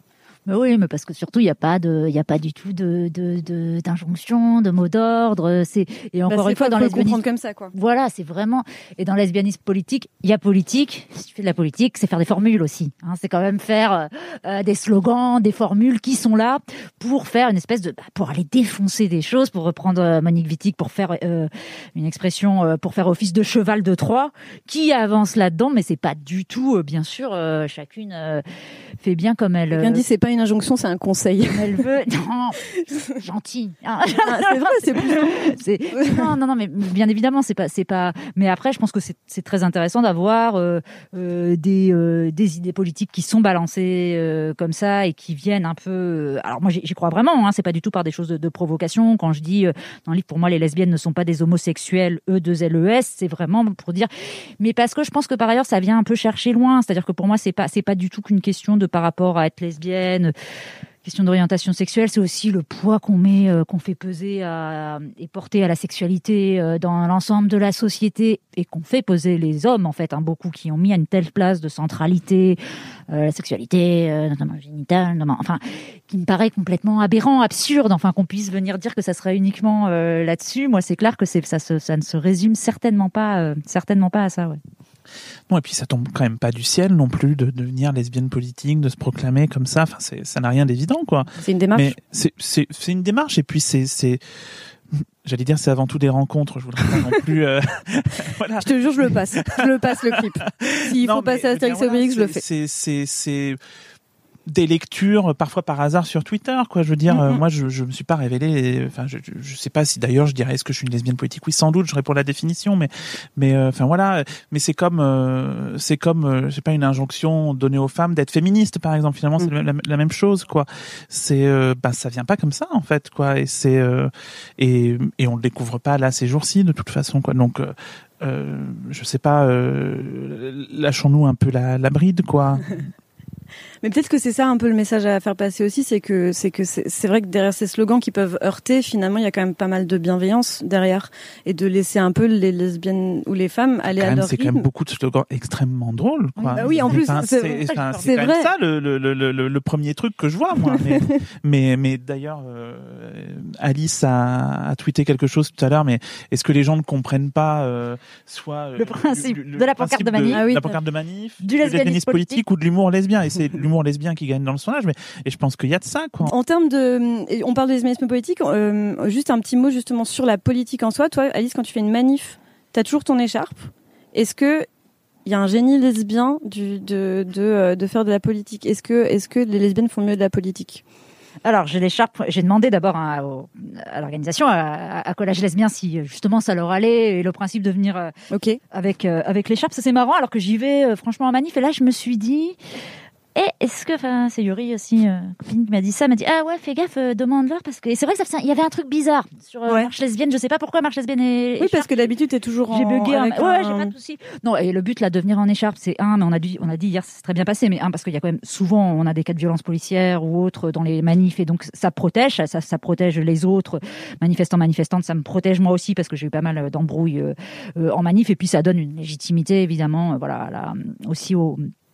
F: Mais oui, mais parce que surtout il y a pas de, il y a pas du tout de, de, de d'injonction, de mots d'ordre. C'est et encore
C: bah,
F: une fois dans
C: les
F: lesbianisme,
C: comprendre comme ça, quoi.
F: Voilà, c'est vraiment et dans le lesbianisme politique, il y a politique. Si tu fais de la politique, c'est faire des formules aussi. Hein, c'est quand même faire euh, des slogans, des formules qui sont là pour faire une espèce de, bah, pour aller défoncer des choses, pour reprendre euh, Monique Wittig, pour faire euh, une expression, euh, pour faire office de cheval de Troie, qui avance là-dedans, mais c'est pas du tout, euh, bien sûr, euh, chacune euh, fait bien comme elle.
C: Quelqu'un
F: euh,
C: dit c'est pas une injonction, c'est un conseil.
F: Elle veut, non, gentil.
C: Ah, c'est vrai, c'est plus.
F: C'est... Non, non, non, mais bien évidemment, c'est pas, c'est pas. Mais après, je pense que c'est, c'est très intéressant d'avoir euh, euh, des euh, des idées politiques qui sont balancées euh, comme ça et qui viennent un peu. Alors moi, j'y, j'y crois vraiment. Hein, c'est pas du tout par des choses de, de provocation. Quand je dis euh, dans le livre, pour moi, les lesbiennes ne sont pas des homosexuels E deux L E S. C'est vraiment pour dire. Mais parce que je pense que par ailleurs, ça vient un peu chercher loin. C'est-à-dire que pour moi, c'est pas, c'est pas du tout qu'une question de par rapport à être lesbienne. Question d'orientation sexuelle, c'est aussi le poids qu'on met, euh, qu'on fait peser à, et porter à la sexualité euh, dans l'ensemble de la société et qu'on fait peser les hommes, en fait, hein, beaucoup qui ont mis à une telle place de centralité, euh, la sexualité, euh, notamment génitale, notamment, enfin, qui me paraît complètement aberrant, absurde, enfin, qu'on puisse venir dire que ça serait uniquement euh, là-dessus. Moi, c'est clair que c'est, ça, se, ça ne se résume certainement pas, euh, certainement pas à ça, ouais.
D: Non, et puis ça tombe quand même pas du ciel non plus de devenir lesbienne politique, de se proclamer comme ça. Enfin, c'est, ça n'a rien d'évident, quoi.
C: C'est une démarche.
D: Mais c'est, c'est, c'est une démarche, et puis c'est, c'est, j'allais dire, c'est avant tout des rencontres. Je voudrais pas non plus. Euh... voilà.
C: Je te jure, je le passe. Je le passe le clip. S'il
D: non,
C: faut
D: mais,
C: passer à Astérix et
D: voilà,
C: Obélix, je le
D: c'est,
C: fais.
D: C'est, c'est, c'est des lectures parfois par hasard sur Twitter, quoi. Je veux dire, mm-hmm. euh, moi, je je me suis pas révélé. Enfin, je je sais pas si d'ailleurs je dirais est-ce que je suis une lesbienne politique. Oui, sans doute. J'aurais pour la définition, mais mais enfin euh, voilà. Mais c'est comme euh, c'est comme euh, je sais pas une injonction donnée aux femmes d'être féministes, par exemple. Finalement, mm-hmm. c'est la, la même chose, quoi. C'est euh, bah ça vient pas comme ça en fait, quoi. Et c'est euh, et et on le découvre pas là ces jours-ci de toute façon, quoi. Donc euh, euh, je sais pas. Euh, lâchons-nous un peu la la bride, quoi.
C: Mais peut-être que c'est ça un peu le message à faire passer aussi, c'est que c'est que c'est, c'est vrai que derrière ces slogans qui peuvent heurter, finalement, il y a quand même pas mal de bienveillance derrière, et de laisser un peu les lesbiennes ou les femmes aller
D: quand
C: à
D: même,
C: leur
D: c'est
C: rythme.
D: quand même beaucoup de slogans extrêmement drôles, quoi.
C: Oui, bah oui en plus,
D: enfin,
C: c'est,
D: c'est, enfin,
C: c'est,
D: c'est quand
C: vrai.
D: même ça le, le, le, le, le premier truc que je vois, moi. Mais, mais, mais d'ailleurs, euh, Alice a, a tweeté quelque chose tout à l'heure, mais est-ce que les gens ne comprennent pas euh, soit
F: le principe
D: le, le,
F: de la pancarte de manif,
D: de,
F: ah oui,
D: la pancarte de manif,
F: du lesbianisme politique,
D: politique ou de l'humour lesbien, et c'est l'humour lesbien qui gagne dans le sondage, mais et je pense qu'il y a de ça, quoi.
C: En termes de, on parle de lesbianisme politique, euh, juste un petit mot justement sur la politique en soi. Toi, Alice, quand tu fais une manif, t'as toujours ton écharpe. Est-ce que il y a un génie lesbien du, de, de, de faire de la politique? Est-ce que, est-ce que les lesbiennes font mieux de la politique?
F: Alors, j'ai l'écharpe. J'ai demandé d'abord à, à l'organisation, à, à Collage Lesbien, si justement ça leur allait et le principe de venir euh,
C: okay.
F: avec euh, avec l'écharpe. Ça c'est marrant. Alors que j'y vais euh, franchement en manif, et là je me suis dit. Et est-ce que, enfin, c'est Yuri aussi, euh, copine qui m'a dit ça, m'a dit ah ouais, fais gaffe, euh, demande-leur parce que et c'est vrai que ça, il y avait un truc bizarre sur euh,
C: ouais.
F: Marche Lesbienne. Je sais pas pourquoi Marche Lesbienne est.
C: Oui, parce que d'habitude t'es toujours.
F: J'ai
C: en...
F: bugué. En...
C: Avec
F: Ouais,
C: un...
F: j'ai pas de souci. Non, et le but là de venir en écharpe, c'est un, mais on a dit, on a dit hier, c'est très bien passé, mais un parce qu'il y a quand même souvent, on a des cas de violence policière ou autres dans les manifs, et donc ça protège, ça, ça protège les autres manifestants, manifestantes, ça me protège moi aussi parce que j'ai eu pas mal d'embrouilles euh, euh, en manif, et puis ça donne une légitimité évidemment, euh, voilà, là, aussi au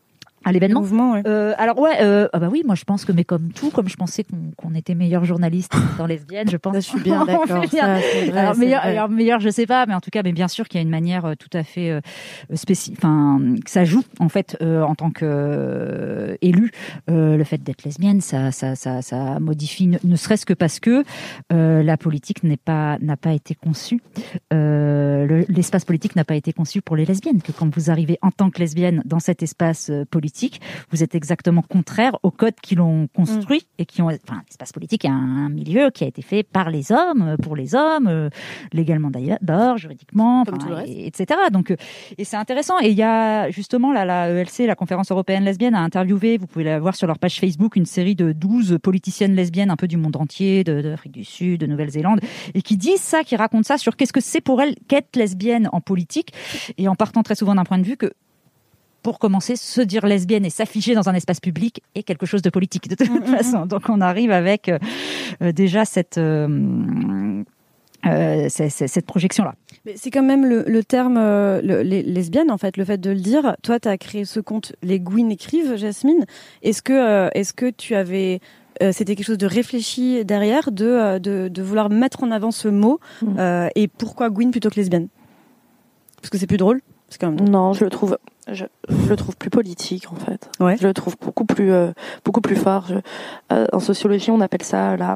F: à l'événement.
C: Mouvement, ouais.
F: Euh, alors ouais, euh, ah bah oui, moi je pense que, mais comme tout, comme je pensais qu'on, qu'on était meilleur journaliste dans lesbienne, je pense.
C: Ça, je suis bien d'accord. Ça, c'est vrai,
F: alors
C: c'est
F: meilleur,
C: vrai.
F: alors meilleur, je sais pas, mais en tout cas, mais bien sûr qu'il y a une manière euh, tout à fait euh, spécifique, enfin que ça joue en fait euh, en tant que euh, élu, euh, le fait d'être lesbienne, ça, ça, ça, ça modifie, ne, ne serait-ce que parce que euh, la politique n'est pas, n'a pas été conçue, euh, le, l'espace politique n'a pas été conçu pour les lesbiennes. Que quand vous arrivez en tant que lesbienne dans cet espace euh, politique, vous êtes exactement contraire aux codes qui l'ont construit mmh. et qui ont, enfin, l'espace politique est un, un milieu qui a été fait par les hommes, pour les hommes, euh, légalement d'ailleurs, juridiquement, et, et cetera. Donc, euh, et c'est intéressant. Et il y a justement là, la E L C, la Conférence européenne lesbienne, a interviewé, vous pouvez la voir sur leur page Facebook, une série de douze politiciennes lesbiennes un peu du monde entier, de, d'Afrique du Sud, de Nouvelle-Zélande, et qui disent ça, qui racontent ça sur qu'est-ce que c'est pour elles qu'être lesbienne en politique, et en partant très souvent d'un point de vue que pour commencer, se dire lesbienne et s'afficher dans un espace public est quelque chose de politique de toute mmh, façon. Donc on arrive avec euh, déjà cette euh, euh, c'est, c'est, cette projection-là.
C: Mais c'est quand même le, le terme euh, le, les lesbiennes, en fait, le fait de le dire. Toi, tu as créé ce compte Les Gouines écrivent, Jasmine. Est-ce que, euh, est-ce que tu avais... Euh, c'était quelque chose de réfléchi derrière, de, euh, de, de vouloir mettre en avant ce mot.
E: Mmh.
C: Euh, et pourquoi Gouine plutôt que lesbienne? Parce que c'est plus drôle, c'est quand même drôle.
E: Non, je le trouve, je, je le trouve plus politique en fait.
C: Ouais.
E: Je le trouve beaucoup plus, euh, beaucoup plus fort. Je, euh, en sociologie, on appelle ça la,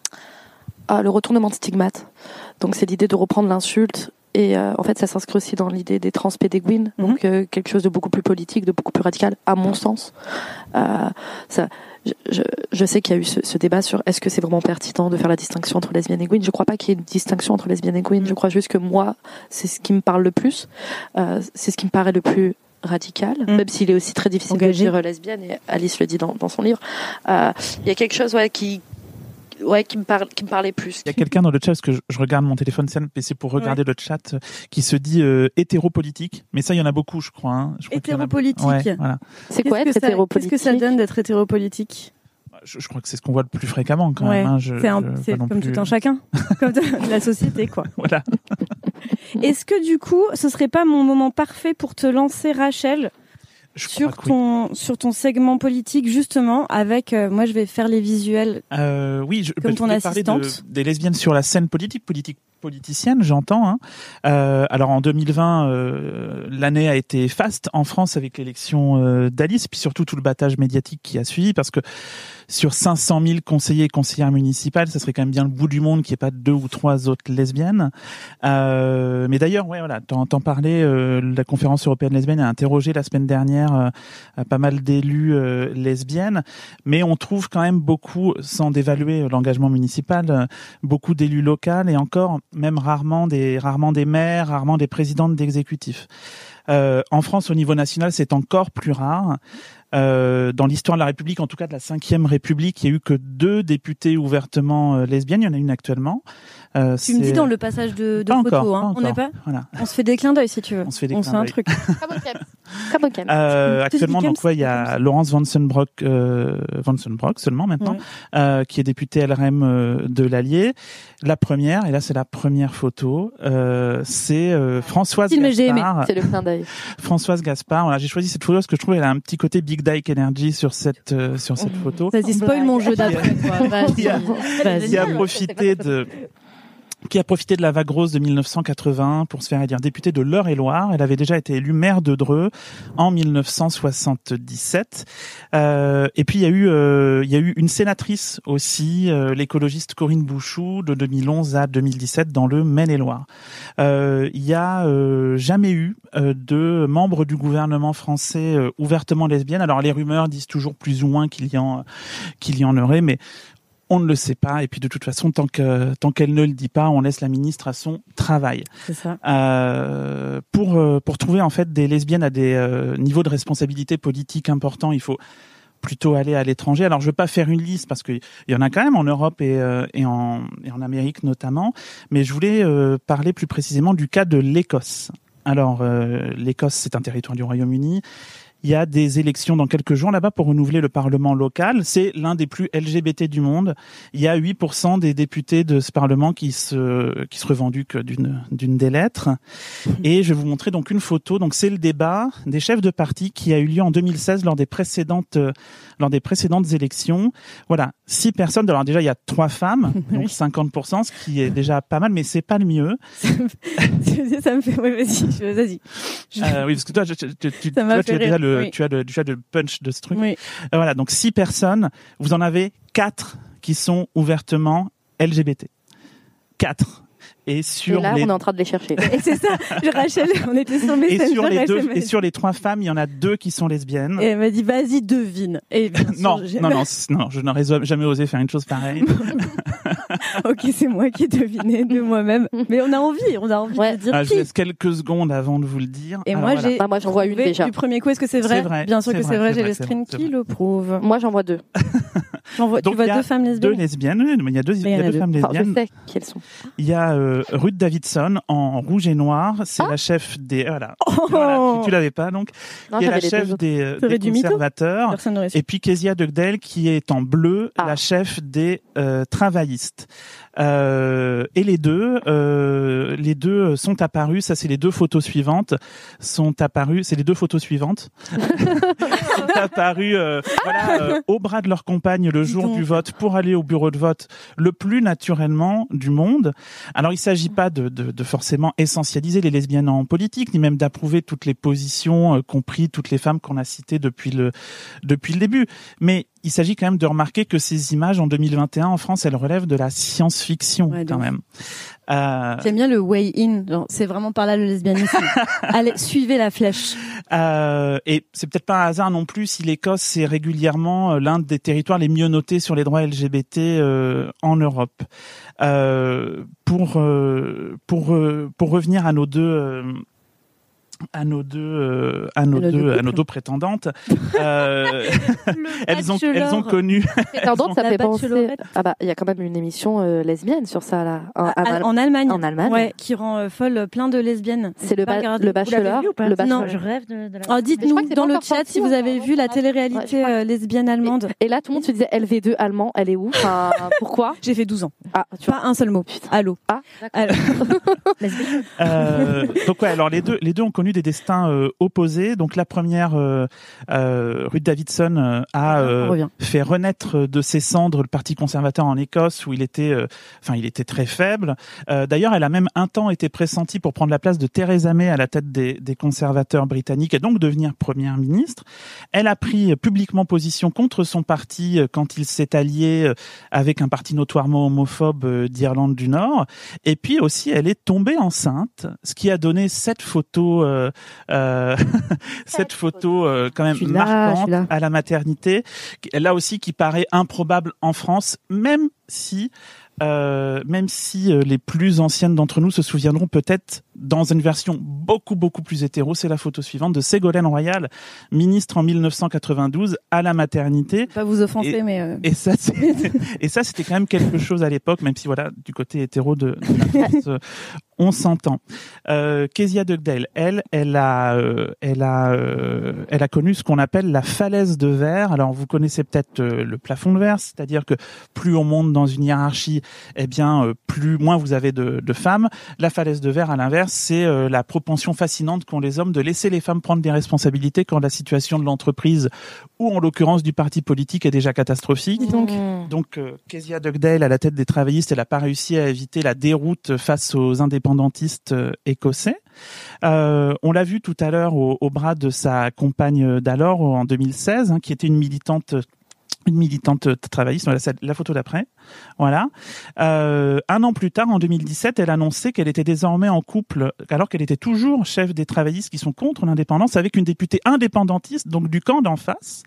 E: ah, le retournement de stigmate. Donc c'est l'idée de reprendre l'insulte. Et euh, en fait, ça s'inscrit aussi dans l'idée des transpédéguines, mm-hmm. donc euh, quelque chose de beaucoup plus politique, de beaucoup plus radical, à mon sens. Euh, ça, je, je, je sais qu'il y a eu ce, ce débat sur est-ce que c'est vraiment pertinent de faire la distinction entre lesbienne et gouine. Je crois pas qu'il y ait une distinction entre lesbienne et gouine. Je crois juste que moi, c'est ce qui me parle le plus, euh, c'est ce qui me paraît le plus radical, mm. même s'il est aussi très difficile Engagé. de dire lesbienne, et Alice le dit dans, dans son livre. Euh, il y a quelque chose ouais, qui... Ouais, qui me parle, qui me parlait plus.
D: Il y a quelqu'un dans le chat, parce que je, je regarde mon téléphone, et c'est pour regarder ouais. le chat, qui se dit euh, hétéropolitique. Mais ça, il y en a beaucoup, je crois. Hein. Je crois
C: hétéropolitique.
D: A... Ouais, voilà.
E: C'est quoi être hétéropolitique?
C: Qu'est-ce que ça donne d'être hétéropolitique?
D: je, je crois que c'est ce qu'on voit le plus fréquemment, quand
C: ouais.
D: même. Hein. Je,
C: c'est un,
D: je,
C: c'est comme
D: plus...
C: tout un chacun, comme la société, quoi.
D: Voilà.
C: Est-ce que du coup, ce serait pas mon moment parfait pour te lancer, Rachel? Je sur ton oui. sur ton segment politique justement avec euh, moi je vais faire les visuels
D: euh, oui je,
C: comme
D: bah,
C: ton
D: je
C: assistante
D: parler de, des lesbiennes sur la scène politique politique politicienne j'entends hein. euh, alors en deux mille vingt euh, l'année a été faste en France avec l'élection euh, d'Alice puis surtout tout le battage médiatique qui a suivi parce que sur cinq cent mille conseillers et conseillères municipales, ça serait quand même bien le bout du monde qu'il n'y ait pas deux ou trois autres lesbiennes. Euh, mais d'ailleurs, ouais, voilà, t'en, t'en parlais, euh, la conférence européenne lesbienne a interrogé la semaine dernière euh, pas mal d'élus euh, lesbiennes, mais on trouve quand même beaucoup, sans dévaluer l'engagement municipal, euh, beaucoup d'élus locaux et encore, même rarement des, rarement des maires, rarement des présidentes d'exécutifs. Euh, en France, au niveau national, c'est encore plus rare. Euh, dans l'histoire de la République, en tout cas de la cinquième République, il y a eu que deux députés ouvertement euh, lesbiennes. Il y en a une actuellement.
C: Euh, tu c'est... me dis dans le passage de, de photos, hein. On n'est pas.
D: Voilà.
C: On se fait des clins d'œil si tu veux.
D: On se fait des
C: on
D: clins d'œil.
C: On se fait un truc.
E: Comme au camp.
D: Euh, actuellement, donc ouais, il y a Laurence Vancenbroek, euh, Vancenbroek seulement maintenant, ouais. euh, qui est députée L R M euh, de l'Allier. La première, et là c'est la première photo, euh, c'est euh, Françoise
C: Il
D: Gaspard.
E: C'est le clin d'œil.
D: Françoise Gaspard. Voilà, j'ai choisi cette photo parce que je trouve qu'elle a un petit côté Big Dyke Energy sur cette euh, sur cette photo.
C: Vas-y, spoil mon jeu d'après.
D: Qui a, qui a profité de qui a profité de la vague rose de mille neuf cent quatre-vingts pour se faire élire députée de l'Eure-et-Loire. Elle avait déjà été élue maire de Dreux en mille neuf cent soixante-dix-sept. Euh, et puis il y a eu euh, il y a eu une sénatrice aussi, euh, l'écologiste Corinne Bouchoux, de deux mille onze à deux mille dix-sept dans le Maine-et-Loire. Euh, il y a euh, jamais eu euh, de membres du gouvernement français euh, ouvertement lesbiennes. Alors les rumeurs disent toujours plus ou moins qu'il y en qu'il y en aurait, mais on ne le sait pas, et puis de toute façon, tant que tant qu'elle ne le dit pas, on laisse la ministre à son travail.
C: C'est ça.
D: Euh, pour euh, pour trouver en fait des lesbiennes à des euh, niveaux de responsabilité politique importants, il faut plutôt aller à l'étranger. Alors, je veux pas faire une liste parce que il y en a quand même en Europe et euh, et en et en Amérique notamment, mais je voulais euh, parler plus précisément du cas de l'Écosse. Alors, euh, l'Écosse, c'est un territoire du Royaume-Uni. Il y a des élections dans quelques jours là-bas pour renouveler le Parlement local. C'est l'un des plus L G B T du monde. Il y a huit pour cent des députés de ce Parlement qui se qui se revendiquent d'une d'une des lettres. Et je vais vous montrer donc une photo. Donc c'est le débat des chefs de parti qui a eu lieu en deux mille seize lors des précédentes lors des précédentes élections. Voilà, six personnes. Alors déjà il y a trois femmes, donc cinquante pour cent, ce qui est déjà pas mal, mais c'est pas le mieux.
C: Ça me fait. Oui, vas-y, vas-y. Je...
D: Euh, oui, parce que toi, tu, tu, tu, toi, tu as déjà le
C: oui.
D: tu as le tu as le punch de ce truc.
C: Oui.
D: Euh, voilà, donc six personnes, vous en avez quatre qui sont ouvertement L G B T. Quatre. Et sur
E: et là,
D: les...
E: on est en train de les chercher.
C: Et c'est ça, Rachel, on était sur Messenger.
D: Et sur les deux,
C: S M S.
D: et sur les trois femmes, il y en a deux qui sont lesbiennes.
C: Et elle m'a dit, vas-y, devine. Et bien
D: non,
C: sûr,
D: non, non, non, je n'aurais jamais osé faire une chose pareille.
C: Ok, c'est moi qui ai deviné de moi-même. Mais on a envie, on a envie ouais. de dire
D: ah,
C: qui.
D: Je laisse quelques secondes avant de vous le dire.
C: Et
D: alors,
C: moi,
D: voilà.
C: j'ai.
E: Ah, moi, j'en vois une déjà.
C: Du premier coup, est-ce que c'est vrai?
D: C'est vrai.
C: Bien sûr
D: c'est
C: que
D: vrai,
C: c'est vrai,
D: c'est
C: j'ai
D: vrai,
C: les screens
D: c'est
C: qui
D: vrai.
C: le prouvent.
E: Moi, j'en vois deux.
C: Vois,
D: Donc,
C: tu vois
D: il y a
C: deux femmes lesbiennes.
D: Deux lesbiennes. Il y a deux, il y a deux, deux femmes
E: Enfin,
D: lesbiennes.
E: je sais qui elles sont.
D: Il y a euh, Ruth Davidson en rouge et noir. C'est
E: Ah.
D: la chef des. Voilà.
C: Oh
D: Voilà. Tu, tu l'avais pas donc.
E: Non,
D: Qui est la
E: j'avais les
D: chef
E: deux autres.
D: des, euh,
C: T'aurais
D: des
C: du mytho.
D: conservateurs.
C: Personne n'aurait su.
D: Et puis Kezia Dugdale qui est en bleu,
E: Ah.
D: la chef des euh, travaillistes. Euh, et les deux, euh, les deux sont apparus. Ça, c'est les deux photos suivantes. Sont apparus. C'est les deux photos suivantes. sont apparus, euh, voilà, euh, au bras de leur compagne le jour
C: donc.
D: du vote pour aller au bureau de vote le plus naturellement du monde. Alors, il s'agit pas de, de, de forcément essentialiser les lesbiennes en politique, ni même d'approuver toutes les positions, euh, compris toutes les femmes qu'on a citées depuis le depuis le début. Mais il s'agit quand même de remarquer que ces images en deux mille vingt et un en France, elles relèvent de la science-fiction
C: Ouais,
D: quand
C: donc.
D: même. Euh,
C: J'aime bien le way in. Genre, c'est vraiment par là le lesbianisme. Allez, suivez la flèche.
D: Euh, et c'est peut-être pas un hasard non plus si l'Écosse c'est régulièrement euh, l'un des territoires les mieux notés sur les droits L G B T euh, en Europe. Euh, pour euh, pour euh, pour revenir à nos deux euh, à nos deux euh, à nos
C: nos
D: deux
C: deux
D: à nos deux prétendantes, euh, elles ont elles ont
C: bachelor.
D: connu
E: Prétendante, ça
C: La
E: fait penser.
C: bachelorette.
E: Ah bah, il y a quand même une émission euh, lesbienne sur ça là. En,
C: À-
E: en-
C: en Allemagne.
E: en Allemagne.
C: Ouais, qui rend euh, folle plein de lesbiennes.
E: C'est le,
C: Pas
E: ba-
C: regarder.
E: le
C: Vous l'avez
E: bachelor.
C: vu ou pas
E: Le bachelor.
C: Non.
F: Je rêve de, de la.
C: Oh,
E: Mais je
C: dites-nous
E: crois que c'est
C: dans
E: pas
C: le
E: encore
C: chat
E: sorti,
C: si vous avez
E: encore.
C: vu la
E: Ouais,
C: télé-réalité
E: je crois.
C: euh, lesbienne allemande.
E: Et là, tout le monde se disait L V deux allemand, elle est où Enfin, pourquoi
C: J'ai fait douze ans.
E: Ah, tu vois.
C: Pas un seul mot.
E: Putain.
C: Allô.
E: Ah, d'accord.
C: Allô.
D: Euh, donc ouais, alors les deux, les deux ont connu des destins euh, opposés. Donc la première, euh, euh, Ruth Davidson euh, a
C: On
D: euh,
C: revient.
D: fait renaître de ses cendres le Parti conservateur en Écosse où il était, euh, enfin il était très faible. Euh, D'ailleurs, elle a même un temps été pressentie pour prendre la place de Theresa May à la tête des, des conservateurs britanniques et donc devenir première ministre. Elle a pris publiquement position contre son parti euh, quand il s'est allié euh, avec un parti notoirement homophobe euh, d'Irlande du Nord. Et puis aussi, elle est tombée enceinte, ce qui a donné cette photo, euh, euh, cette photo euh, quand même
E: Je suis là, je
D: marquante
E: suis là.
D: à la maternité, là aussi qui paraît improbable en France, même si, euh, même si euh, les plus anciennes d'entre nous se souviendront peut-être dans une version beaucoup beaucoup plus hétéro, c'est la photo suivante de Ségolène Royal, ministre en mille neuf cent quatre-vingt-douze à la maternité.
C: Pas vous offenser,
D: Et-
C: mais. euh,
D: Et ça, c'est, et ça, c'était quand même quelque chose à l'époque, même si voilà, du côté hétéro de, de la France, euh, on s'entend. Euh, Kezia Dugdale, elle, elle a, euh, elle a, euh, elle a connu ce qu'on appelle la falaise de verre. Alors, vous connaissez peut-être euh, le plafond de verre, c'est-à-dire que plus on monte dans une hiérarchie, eh bien, euh, plus moins vous avez de, de femmes. La falaise de verre, à l'inverse, c'est euh, la propension fascinante qu'ont les hommes de laisser les femmes prendre des responsabilités quand la situation de l'entreprise ou en l'occurrence du parti politique est déjà catastrophique.
C: donc.
E: Mmh.
D: Donc, euh, Kezia Dugdale, à la tête des travaillistes, elle n'a pas réussi à éviter la déroute face aux indépendantistes euh, écossais. Euh, on l'a vu tout à l'heure au, au bras de sa compagne d'alors en deux mille seize, hein, qui était une militante une militante travailliste, voilà, c'est la photo d'après. Voilà. Euh, un an plus tard, en deux mille dix-sept, elle annonçait qu'elle était désormais en couple, alors qu'elle était toujours chef des travaillistes qui sont contre l'indépendance, avec une députée indépendantiste, donc du camp d'en face.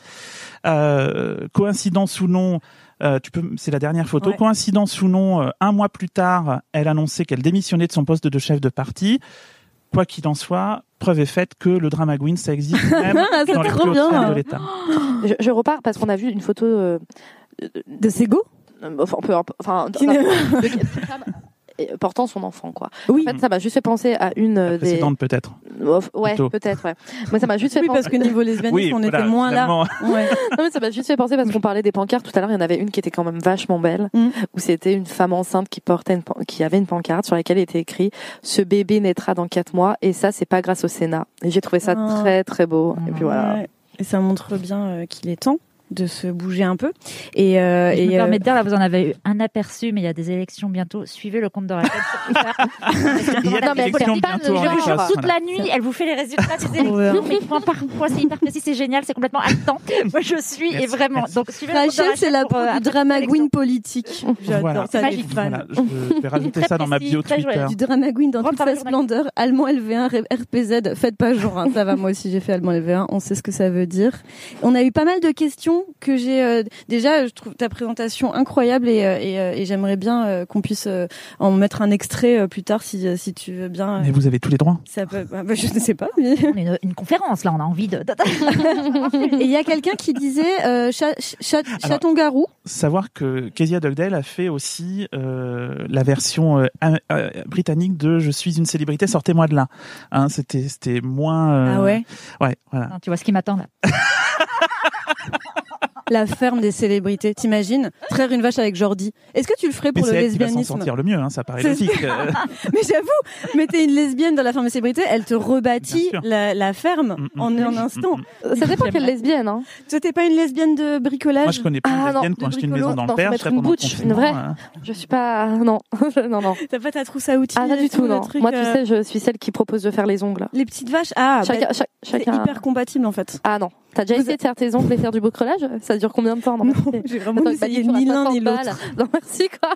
D: Euh, coïncidence ou non, euh, tu peux, c'est la dernière photo.
C: Ouais.
D: Coïncidence ou non, euh, un mois plus tard, elle annonçait qu'elle démissionnait de son poste de chef de parti. Quoi qu'il en soit, preuve est faite que le drama queen, ça existe même
C: Ah, c'est
D: dans les
C: trop
D: plus hautes
C: bien.
D: sphères de l'État.
E: Je, je repars parce qu'on a vu une photo euh,
C: De Sego
E: euh, enfin, on peut, enfin,
C: Qui
E: enfin,
C: ne-
E: de d'une femme euh, portant son enfant, quoi.
C: Oui.
E: En fait, ça m'a juste fait penser à une
D: La
E: euh, des.
D: précédente, peut-être.
E: Oh, ouais,
D: plutôt.
E: peut-être, ouais. Moi, ça m'a juste fait
C: Oui,
E: penser.
C: parce que niveau lesbianisme,
D: Oui,
C: on
D: voilà,
C: était moins là.
D: finalement.
C: Ouais.
E: Non, mais ça m'a juste fait penser parce qu'on parlait des pancartes tout à l'heure. Il y en avait une qui était quand même vachement belle,
C: Mm.
E: où c'était une femme enceinte qui portait une, pan- qui avait une pancarte sur laquelle était écrit "Ce bébé naîtra dans quatre mois", et ça, c'est pas grâce au Sénat. Et j'ai trouvé ça
C: Oh.
E: très très beau. Et puis voilà.
C: Ouais. Et ça montre bien euh, qu'il est temps de se bouger un peu. Et, euh,
F: Je
C: et
F: me
C: euh,
F: permets de dire, là, vous en avez eu un aperçu, mais il y a des élections bientôt. Suivez le compte de Raquel sur Twitter.
D: Il y a
E: Non, mais
D: des élections
E: faut pas
D: bientôt
E: de-
D: en
E: je
F: Je vous jure,
D: face,
F: toute
D: voilà.
F: la nuit, elle vous fait les résultats des
C: Trop
F: élections,
C: bien.
F: mais point par point, c'est hyper précis, c'est génial, c'est complètement haletant. Moi, je suis,
D: Merci,
F: et vraiment.
D: merci.
F: Donc, suivez le compte de
C: Rachel, c'est la
F: pour, euh,
C: pro du
F: après
C: drama
F: cette
C: queen politique. J'adore
D: Voilà.
C: ça, les
F: Magique.
C: fans.
D: Voilà, je vais rajouter
F: Très
D: ça dans ma
F: précis,
D: bio
F: très
D: Twitter.
F: joyeux.
C: Du drama queen dans
F: Grand
C: toute sa
F: travail
C: splendeur. Allemand L V un, R P Z. Faites pas genre, hein, ça va. Moi aussi, j'ai fait allemand L V un. On sait ce que ça veut dire. On a eu pas mal de questions questions que j'ai. Euh, déjà, je trouve ta présentation incroyable et, euh, et, euh, et j'aimerais bien euh, qu'on puisse euh, en mettre un extrait euh, plus tard si, si tu veux bien. Euh,
D: Mais vous avez tous les droits.
C: Ça peut, bah, bah, je ne sais pas. Mais...
F: On est une, une conférence là, on a envie de.
C: Et il y a quelqu'un qui disait euh, chat, chat, chaton-garou.
D: Savoir que Kezia Dugdale a fait aussi euh, la version euh, euh, britannique de Je suis une célébrité, sortez-moi de là. Hein, c'était c'était moins. Euh...
C: Ah ouais.
D: Ouais, voilà.
F: Non, tu vois ce qui m'attend là.
C: La ferme des célébrités, t'imagines traire une vache avec Jordi. Est-ce que tu le ferais pour
D: mais
C: le
D: c'est
C: lesbianisme?
D: Elle qui va s'en sortir le mieux, hein, ça paraît
C: C'est
D: logique.
C: Mais j'avoue, mettez une lesbienne dans la ferme des célébrités, elle te rebâtit la, la ferme
D: Mm, mm.
C: en un instant.
E: Ça dépend quelle lesbienne. Hein.
C: Toi, t'es pas une lesbienne de bricolage?
D: Moi, je connais pas
E: Ah,
D: une
E: non,
D: lesbienne qui ont
E: de
D: acheté une
E: bricolo.
D: maison dans
E: Non,
D: le Perche.
E: faut mettre
D: là,
E: une
D: pendant le
E: butch, une
D: confinement,
E: vraie.
D: hein.
E: Je suis pas. Non, non, non.
C: T'as pas ta trousse à outils?
E: Ah, pas
C: et
E: du tout,
C: le
E: non.
C: truc,
E: Moi, tu
C: euh,
E: sais, je suis celle qui propose de faire les ongles.
C: Les petites vaches, ah,
E: Chacun,
C: bah,
E: cha-
C: c'est
E: chacun.
C: hyper compatible en fait.
E: Ah non. T'as déjà
C: Vous
E: essayé de faire tes ongles et faire du bricolage? Ça dure combien de temps? Non,
C: Non,
E: merci.
C: j'ai vraiment
E: Attends,
C: essayé
E: bah,
C: ni
E: tu auras
C: l'un ni
E: soixante
C: l'autre.
E: balles. Non, merci, quoi.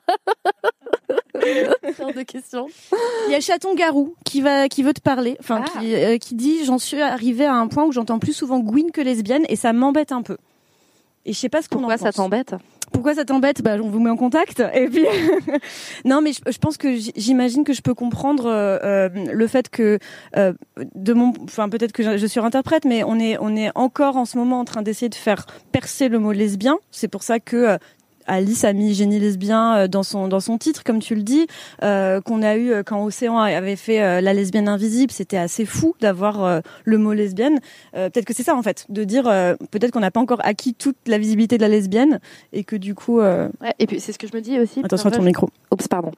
E: Genre de questions.
C: Il y a Chaton-Garou qui va, qui veut te parler, enfin,
F: Ah.
C: qui, euh, qui dit, j'en suis arrivée à un point où j'entends plus souvent Gwyn que lesbienne et ça m'embête un peu. Et je sais pas ce qu'on en
E: Pourquoi ça
C: pense.
E: t'embête?
C: Pourquoi ça t'embête? Bah, on vous met en contact. Et puis, non, mais je, je pense que j- j'imagine que je peux comprendre euh, euh, le fait que euh, de mon, enfin peut-être que je, je surinterprète, mais on est on est encore en ce moment en train d'essayer de faire percer le mot lesbien. C'est pour ça que euh, Alice a mis génie lesbien euh, dans son dans son titre, comme tu le dis, euh, qu'on a eu euh, quand Océan avait fait euh, la lesbienne invisible. C'était assez fou d'avoir euh, le mot lesbienne. Euh, peut-être que c'est ça en fait, de dire euh, peut-être qu'on n'a pas encore acquis toute la visibilité de la lesbienne et que du coup. Euh...
E: Ouais, et puis c'est ce que je me dis aussi.
C: Attention à ton
E: parfois,
C: micro.
E: je- Oups, pardon.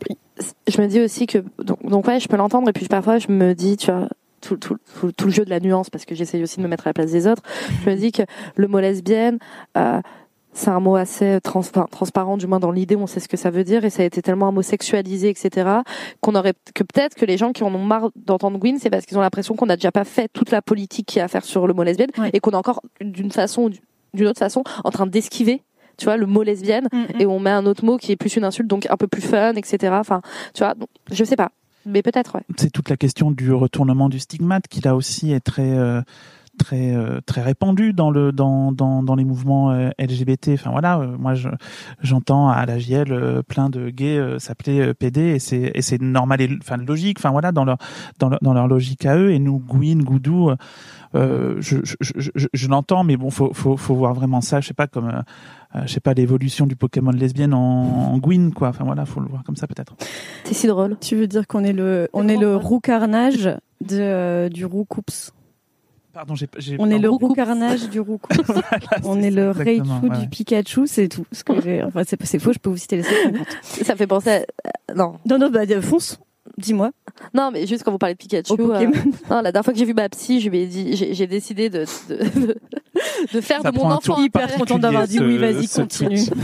E: Je me dis aussi que donc, donc ouais, je peux l'entendre et puis parfois je me dis, tu vois. Tout, tout, tout, tout le jeu de la nuance, parce que j'essaye aussi de me mettre à la place des autres. Je me dis que le mot lesbienne, euh, c'est un mot assez trans- enfin, transparent, du moins dans l'idée, on sait ce que ça veut dire, et ça a été tellement un mot sexualisé, et cetera, qu'on aurait, que peut-être que les gens qui en ont marre d'entendre Gwyn, c'est parce qu'ils ont l'impression qu'on n'a déjà pas fait toute la politique qu'il y a à faire sur le mot lesbienne,
C: Ouais.
E: et qu'on est encore, d'une façon ou d'une autre façon, en train d'esquiver, tu vois, le mot lesbienne,
C: Mm-hmm.
E: et on met un autre mot qui est plus une insulte, donc un peu plus fun, et cetera. Enfin, tu vois, donc, je sais pas. Mais peut-être, ouais.
D: C'est toute la question du retournement du stigmate qui là aussi est très euh, très euh, très répandu dans le dans dans dans les mouvements euh, L G B T. Enfin voilà, euh, moi je j'entends à la J L euh, plein de gays euh, s'appeler euh, P D et c'est et c'est normal et enfin logique. Enfin voilà, dans leur dans leur, dans leur logique à eux. Et nous Gwyn, Goudou, euh, euh, je je je, je, je l'entends, mais bon, faut faut faut voir vraiment ça. Je sais pas comme euh, euh, je sais pas l'évolution du Pokémon lesbienne en, en Gwyn quoi. Enfin voilà, faut le voir comme ça peut-être.
E: C'est si drôle.
C: Tu veux dire qu'on est le on est le roux carnage de euh, du roux coups.
D: Pardon, j'ai j'ai
C: On est le
E: Roux
C: roux carnage du roux coups.
D: Voilà,
C: On
D: c'est
C: est
D: ça,
C: le
D: exactement,
C: Raichu
D: ouais,
C: du
D: ouais.
C: Pikachu, c'est tout. Ce que j'ai. Enfin, c'est c'est faux. Je peux vous citer les cinquante.
E: Ça fait penser à... euh, Non.
C: Non, non, bah fonce. Dis-moi.
E: Non, mais juste quand vous parlez de Pikachu.
C: Au Pokémon.
E: euh, non, la dernière fois que j'ai vu ma psy, je lui ai dit, j'ai, j'ai décidé de, de, de, de faire
D: Ça
E: de mon
D: prend un
E: enfant
D: tour
E: un
C: Hyper
E: père.
C: content d'avoir dit
D: ce-
C: oui, vas-y,
D: ce
C: continue.
D: tweet.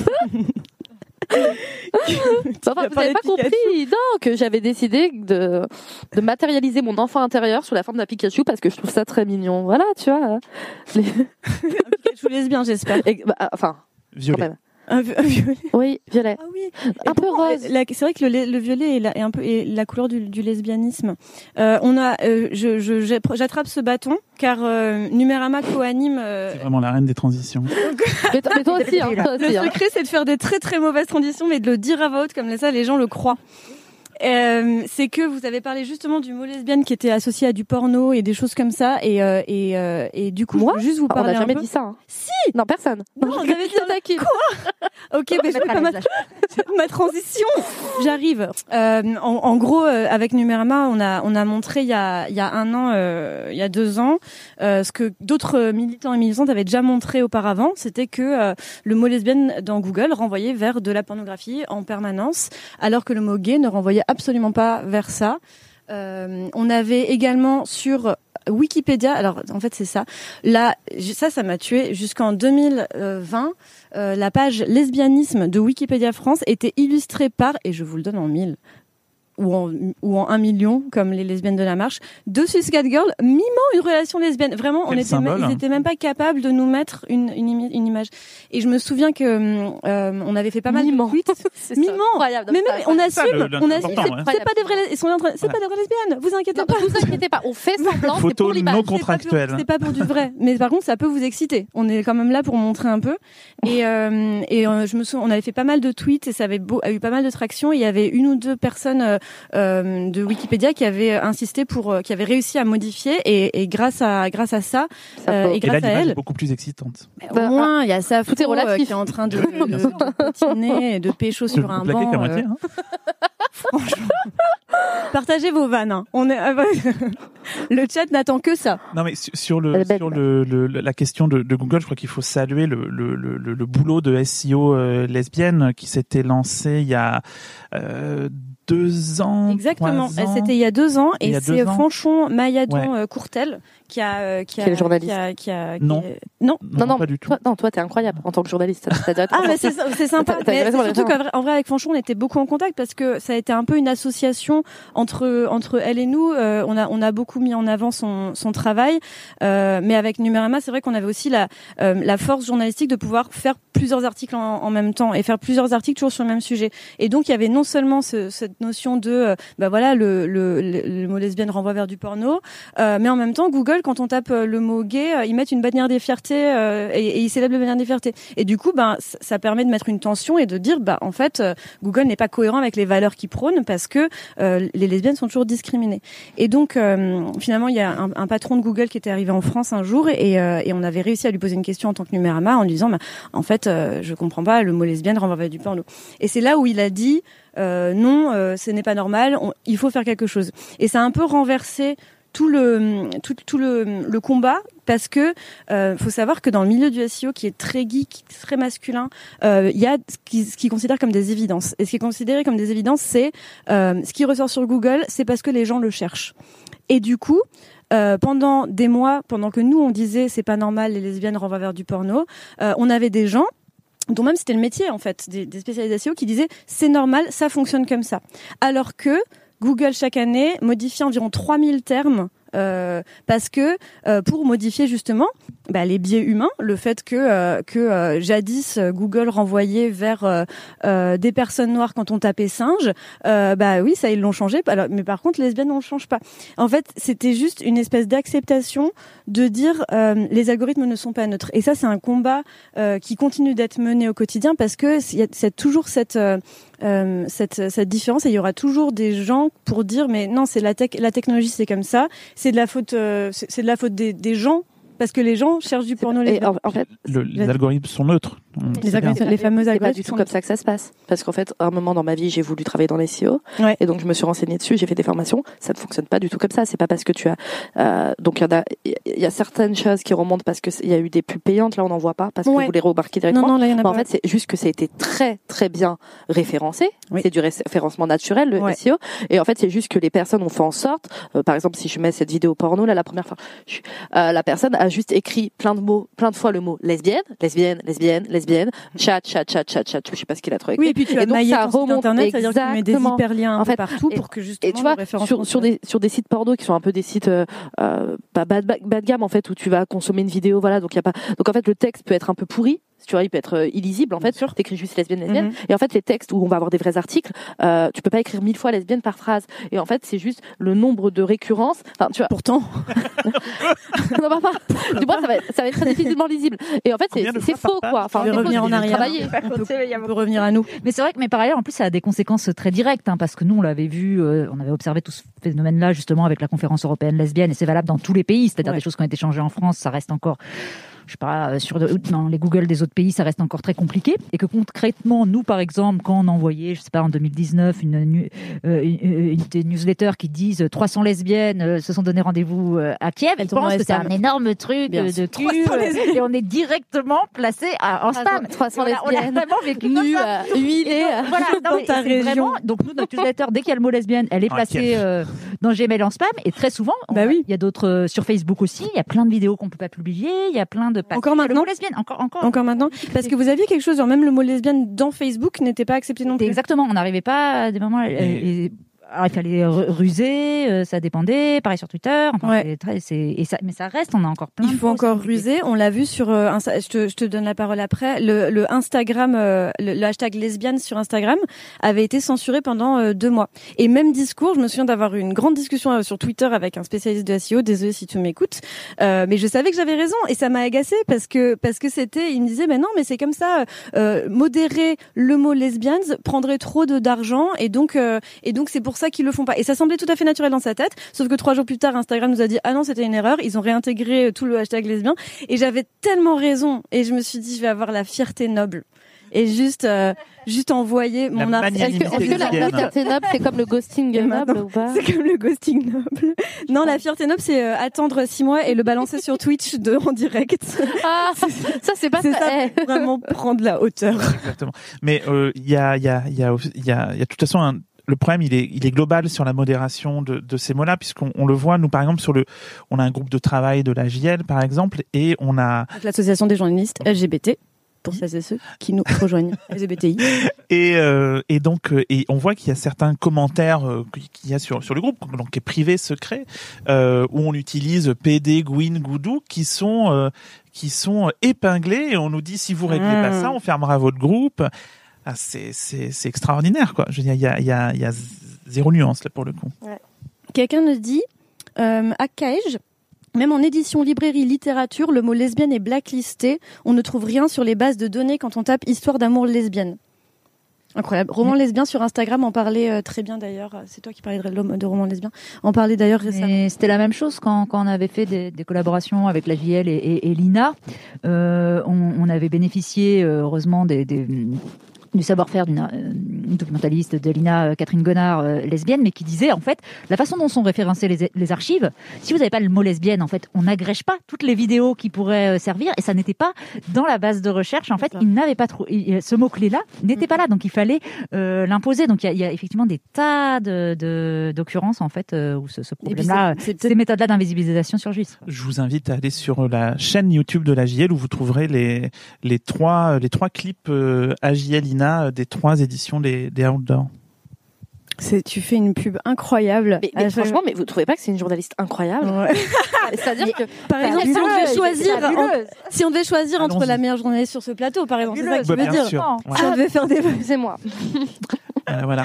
E: Enfin,
C: as
E: vous
C: parlé
E: n'avez pas
C: de Pikachu.
E: compris, non, que j'avais décidé de, de matérialiser mon enfant intérieur sous la forme d'un Pikachu parce que je trouve ça très mignon. Voilà, tu vois. Les...
C: Un Pikachu lesbien, j'espère.
E: Et, bah, enfin, quand
D: Violet.
E: même.
C: Un, vi- un violet.
E: Oui, violet.
C: Ah oui.
E: Un
C: Et
E: peu
C: pourquoi-
E: rose.
C: la- C'est vrai que le, le violet est, la, est un peu est la couleur du, du lesbianisme. Euh, on a, euh, je, je, j'ai- j'attrape ce bâton car euh, Numérama co-anime. euh,
D: C'est vraiment la reine des transitions.
E: Mais, toi- mais toi aussi, hein, toi
C: le
E: aussi. Hein.
C: secret, c'est de faire des très très mauvaises transitions, mais de le dire à voix haute comme ça, les gens le croient. Euh, c'est que vous avez parlé justement du mot lesbienne qui était associé à du porno et des choses comme ça, et euh, et euh, et du coup,
E: Moi
C: je veux juste vous
E: On
C: parler
E: n'a
C: un
E: jamais
C: peu.
E: dit ça. Hein.
C: Si.
E: Non, personne.
C: Non, on avait dit dans la-
E: taquine.
C: Ok, mais je
F: Mettre
C: fais
F: à
C: pas ma,
F: l'aise,
C: ma transition. J'arrive. Euh, en, en gros, euh, avec Numérama, on a on a montré il y a il y a un an, euh, il y a deux ans, euh, ce que d'autres militants et militantes avaient déjà montré auparavant, c'était que euh, le mot lesbienne dans Google renvoyait vers de la pornographie en permanence, alors que le mot gay ne renvoyait absolument pas vers ça. Euh, on avait également sur Wikipédia, alors en fait c'est ça, là ça ça m'a tué, jusqu'en deux mille vingt, euh, la page lesbianisme de Wikipédia France était illustrée par, et je vous le donne en mille, ou en ou en un million comme les lesbiennes de la marche, deux Suicide Girls mimant une relation lesbienne. Vraiment,
D: Quel
C: on était
D: symbole,
C: ils
D: hein.
C: étaient même pas capables de nous mettre une une, imi- une image. Et je me souviens que euh, on avait fait pas mal
E: Mimant.
C: de tweets.
E: C'est
C: Mimant.
E: incroyable.
C: Mais même, on
D: ça,
C: assume,
D: le- le-
C: on assume.
D: l'important,
C: C'est,
D: ouais.
C: c'est pas des vraies, ils sont en train, c'est
D: Ouais.
C: pas des vraies lesbiennes. Vous inquiétez
E: Non,
C: pas.
E: ne vous inquiétez pas, on fait semblant, c'est
D: Photo
E: pour l'image.
D: non
C: C'est pas
D: contractuelle.
C: pour- C'est pas pour du vrai. Mais par contre, ça peut vous exciter. On est quand même là pour montrer un peu. Et, euh, et euh, je me souviens, on avait fait pas mal de tweets et ça avait beau, a eu pas mal de traction. Et il y avait une ou deux personnes euh, euh, de Wikipédia qui avaient insisté pour, euh, qui avaient réussi à modifier. Et, et grâce à, grâce à ça,
E: Ça
C: euh,
E: peut-
C: et
D: Et là,
C: grâce à
D: l'image
C: elle,
D: est beaucoup plus excitante.
C: au
E: Bah,
C: moins, il y a ça.
E: tout est relatif.
C: qui est en train de, de, de, de potiner et de pécho
D: Je
C: sur
D: vous
C: un
D: plaquez
C: banc.
D: qu'à
C: euh,
D: moitié. Hein.
C: Franchement. Partagez vos vannes. Hein. On est, le chat n'attend que ça.
D: Non, mais sur, sur le
E: Elle est belle,
D: sur le, le la question de, de Google, je crois qu'il faut saluer le le le, le boulot de S E O euh, lesbienne qui s'était lancé il y a euh, deux ans.
C: Exactement.
D: trois ans.
C: C'était il y a deux ans
D: Il y
C: et
D: a
C: c'est
D: deux ans.
C: Franchon Mayadon
D: Ouais.
C: euh, Courtel qui a euh, qui a
E: Qui est le journaliste.
C: qui a, qui a- qui
D: Non.
C: est- non.
E: Non, non,
D: pas du tout.
E: Toi, non, toi, t'es incroyable en tant que journaliste. T'as- t'as-
C: Ah mais c'est c'est sympa.
E: T'as- t'as
C: Mais
E: raison,
C: c'est
E: t'as
C: surtout
E: raison.
C: qu'en vrai, en vrai avec Fanchon on était beaucoup en contact parce que ça a été un peu une association entre entre elle et nous. Euh, on a on a beaucoup mis en avant son son travail, euh, mais avec Numérama c'est vrai qu'on avait aussi la euh, la force journalistique de pouvoir faire plusieurs articles en, en même temps et faire plusieurs articles toujours sur le même sujet. Et donc il y avait non seulement ce, cette notion de euh, bah voilà le, le le le mot lesbienne renvoie vers du porno, euh, mais en même temps Google quand on tape euh, le mot gay euh, ils mettent une bannière des fiertés euh, et, et ils célèbrent la bannière des fiertés. Et du coup ben ça, ça permet de mettre une tension et de dire bah en fait euh, Google n'est pas cohérent avec les valeurs qu'il prône parce que euh, les lesbiennes sont toujours discriminées. Et donc euh, finalement il y a un, un patron de Google qui était arrivé en France un jour et, euh, et on avait réussi à lui poser une question en tant que Numérama en lui disant bah, en fait euh, je comprends pas le mot lesbienne renvoie vers du porno. Et c'est là où il a dit euh, non euh, ce n'est pas normal, on, il faut faire quelque chose. Et ça a un peu renversé tout le tout, tout le, le combat parce que euh, faut savoir que dans le milieu du S E O qui est très geek, très masculin, il euh, y a ce qui, ce qui considère comme des évidences. Et ce qui est considéré comme des évidences, c'est euh, ce qui ressort sur Google, c'est parce que les gens le cherchent. Et du coup, euh, pendant des mois, pendant que nous on disait c'est pas normal, les lesbiennes renvoient vers du porno, euh, on avait des gens dont même c'était le métier en fait, des, des spécialistes S E O qui disaient c'est normal, ça fonctionne comme ça. Alors que Google, chaque année, modifie environ trois mille termes euh, parce que euh, pour modifier justement bah, les biais humains, le fait que euh, que euh, jadis Google renvoyait vers euh, euh, des personnes noires quand on tapait singe, euh, bah oui, ça ils l'ont changé. Alors, mais par contre, lesbiennes on le change pas. En fait, c'était juste une espèce d'acceptation de dire euh, les algorithmes ne sont pas neutres. Et ça, c'est un combat euh, qui continue d'être mené au quotidien parce que il y a c'est toujours cette euh, Euh, cette, cette différence et il y aura toujours des gens pour dire mais non c'est la tech, la technologie c'est comme ça, c'est de la faute, euh, c'est, c'est de la faute des, des gens parce que les gens cherchent du porno.
E: Et en, en fait,
D: Le- les algorithmes sont neutres. On
C: les,
D: sait bien.
C: algorithmes, les fameux
E: c'est pas
C: algorithmes
E: du tout
C: sont-
E: comme ça que ça se passe. Parce qu'en fait, à un moment dans ma vie, j'ai voulu travailler dans les S E O.
C: Ouais.
E: Et donc, je me suis renseignée dessus, j'ai fait des formations. Ça ne fonctionne pas du tout comme ça. C'est pas parce que tu as, euh, donc il y en a, il y a certaines choses qui remontent parce que il y a eu des pubs payantes. Là, on n'en voit pas parce que
C: Ouais.
E: vous les remarquez
C: Non
E: directement.
C: non là il y en a
E: Mais en
C: pas.
E: fait, c'est juste que ça a été très très bien référencé.
C: Oui.
E: C'est du référencement naturel, le
C: Ouais.
E: S E O. Et en fait, c'est juste que les personnes ont fait en sorte, euh, par exemple, si je mets cette vidéo porno là, la première fois, je, euh, la personne a juste écrit plein de mots, plein de fois le mot lesbienne, lesbienne, lesbienne, lesbienne, chat, chat, chat, chat, chat. Je sais pas ce qu'il a trouvé.
C: Oui et puis tu as
E: Et donc,
C: maillé
E: ça
C: ton site
E: remonte
C: internet, c'est-à-dire que tu mets des
E: exactement.
C: hyperliens un
E: En
C: peu
E: fait,
C: partout
E: et-
C: pour que justement
E: Et tu vois,
C: le référencement
E: sur, sur
C: soit-
E: des sur des sites porno qui sont un peu des sites euh, euh, pas bas, bas, bas de gamme en fait, où tu vas consommer une vidéo, voilà, donc il y a pas, donc en fait le texte peut être un peu pourri. Tu vois, il peut être euh, illisible en fait.
C: Bien sûr.
E: T'écris juste lesbienne, lesbienne.
C: Mhm.
E: Et en fait, les textes où on va avoir des vrais articles, euh, tu peux pas écrire mille fois lesbienne par phrase. Et en fait, c'est juste le nombre de récurrences. Enfin, tu vois.
C: Pourtant
E: Non, bah, pas. Du moins, ça va, être- ça va être très difficilement lisible. Et en fait, c'est,
D: Combien de
E: c'est
D: fois
E: faux
D: par
E: quoi.
D: page
E: Enfin,
C: je vais
E: des fois,
C: revenir
E: c'est
C: en arrière.
E: travailler.
C: on peut, on peut revenir à nous.
F: Mais c'est vrai que, mais par ailleurs, en plus, ça a des conséquences très directes, hein, parce que nous, on l'avait vu, euh, on avait observé tout ce phénomène-là, justement, avec la conférence européenne lesbienne, et c'est valable dans tous les pays, c'est-à-dire
C: Ouais.
F: des choses qui ont été changées en France, ça reste encore, je sais pas, euh, sur de- dans les Google des autres pays, ça reste encore très compliqué, et que concrètement, nous, par exemple, quand on envoyait, je sais pas, en deux mille dix-neuf, une, nu- euh, une, une, des newsletters qui disent trois cents lesbiennes euh, se sont donné rendez-vous euh, à Kiev,
C: Elles
F: ils
C: tombent dans
F: pensent
C: les
F: que c'est un
C: spams.
F: énorme truc
C: Bien
F: euh,
C: sûr.
F: de cul,
C: trois cents
F: euh,
C: lesbiennes.
F: et on est directement placé à, en spam.
E: trois cents
F: On a- on a
E: lesbiennes,
F: vraiment vécu comme
E: nues,
F: ça.
E: euh, huilées. euh.
F: Voilà, non,
C: Dans
F: mais
C: ta
F: c'est
C: région.
F: vraiment- donc nous, notre newsletter, dès qu'il y a le mot lesbienne, elle est
D: Ah,
F: placée
D: Kiev.
F: euh, dans Gmail en spam. Et très souvent, on-
C: Bah oui.
F: il y a d'autres euh, sur Facebook aussi. Il y a plein de vidéos qu'on peut pas publier. Il y a plein de
C: Encore
F: le
C: maintenant
F: mot lesbienne, encore, encore.
C: Encore maintenant parce que vous aviez quelque chose genre même le mot lesbienne dans Facebook n'était pas accepté non plus.
F: Exactement. On n'arrivait pas à des moments.
D: Mais-
F: et- Alors, il fallait ruser, euh, ça dépendait, pareil sur Twitter. Enfin,
C: Ouais.
F: c'est très, c'est, et ça, mais ça reste, on a encore plein
C: Il
F: de
C: faut
F: choses
C: encore
F: compliquées.
C: ruser. On l'a vu sur euh, Insta- je te, je te donne la parole après. Le, le Instagram, euh, le, le hashtag lesbienne sur Instagram avait été censuré pendant euh, deux mois. Et même discours, je me souviens d'avoir eu une grande discussion euh, sur Twitter avec un spécialiste de S E O. Désolé si tu m'écoutes, euh, mais je savais que j'avais raison et ça m'a agacée parce que parce que c'était, il me disait, mais non, mais c'est comme ça. Euh, modérer le mot lesbiennes prendrait trop de d'argent et donc euh, et donc c'est pour ça qu'ils le font pas. Et ça semblait tout à fait naturel dans sa tête, sauf que trois jours plus tard, Instagram nous a dit ah non, c'était une erreur. Ils ont réintégré tout le hashtag lesbien et j'avais tellement raison et je me suis dit je vais avoir la fierté noble et juste euh, juste envoyer mon
D: La
C: article.
E: Est-ce que, est-ce que la, la fierté noble, c'est comme le ghosting
C: Et
E: noble
C: maintenant,
E: ou pas?
C: C'est comme le ghosting noble. Non, la fierté noble, c'est euh, attendre six mois et le balancer sur Twitch de en direct.
E: Ah, ça c'est pas
C: C'est
E: ça.
C: ça,
E: Eh.
C: vraiment prendre la hauteur.
D: Exactement. Mais euh, il y a, il y a, il y a, il y a, il y a de toute façon un, le problème, il est, il est global sur la modération de, de ces mots-là, puisqu'on on le voit, nous, par exemple, sur le, on a un groupe de travail de la J L, par exemple, et on a,
C: L'association des journalistes L G B T, pour celles et ceux qui nous rejoignent, L G B T I.
D: et, euh, et donc, euh, et on voit qu'il y a certains commentaires euh, qu'il y a sur, sur le groupe, donc qui est privé, secret, euh, où on utilise P D, Gwyn, Goudou, qui sont, euh, qui sont épinglés, et on nous dit, si vous réglez
C: Mmh.
D: pas ça, on fermera votre groupe. Ah, c'est, c'est, c'est extraordinaire, quoi. Je veux dire, il y a, il y a, il y a zéro nuance, là, pour le coup.
C: Quelqu'un nous dit, euh, à Caège, même en édition librairie littérature, le mot lesbienne est blacklisté. On ne trouve rien sur les bases de données quand on tape histoire d'amour lesbienne. Incroyable. Roman lesbien sur Instagram en parlait euh, très bien d'ailleurs. C'est toi qui parlais de, de roman lesbien. En parlait d'ailleurs récemment.
F: Et c'était la même chose quand, quand on avait fait des, des collaborations avec la J L et, et, et l'I N A. Euh, on, on avait bénéficié, euh, heureusement, des, des, du savoir-faire d'une euh, documentaliste de l'I N A, euh, Catherine Gonard, euh, lesbienne, mais qui disait, en fait, la façon dont sont référencées les, les archives, si vous n'avez pas le mot lesbienne, en fait, on n'agrège pas toutes les vidéos qui pourraient euh, servir, et ça n'était pas dans la base de recherche. En fait, ils n'avaient pas trop, il- ce mot-clé-là n'était pas là, donc il fallait euh, l'imposer. Donc il y a, il y a effectivement des tas de, de, d'occurrences, en fait, euh, où ce, ce
C: Et puis
F: problème-là,
C: c'est- c'est
F: ces méthodes-là d'invisibilisation surgissent.
D: Je vous invite à aller sur la chaîne YouTube de l'A J L où vous trouverez les, les trois, les trois clips euh, A J L I N A des trois éditions des, des Outdoors.
C: C'est, tu fais une pub incroyable.
E: Mais, mais
C: À chaque-
E: franchement, mais vous trouvez pas que c'est une journaliste incroyable?
C: Ouais.
E: C'est-à-dire que
C: Par exemple, si on devait choisir, en-
F: Fabuleuse.
C: si on devait choisir entre
D: Allons-y.
C: la meilleure journaliste sur ce plateau, par exemple, c'est ça que tu
D: Bah,
C: veux
D: bien
C: dire.
D: sûr.
F: Oh.
D: Ouais.
C: Si on devait faire des
E: excusez-moi.
D: Voilà, voilà.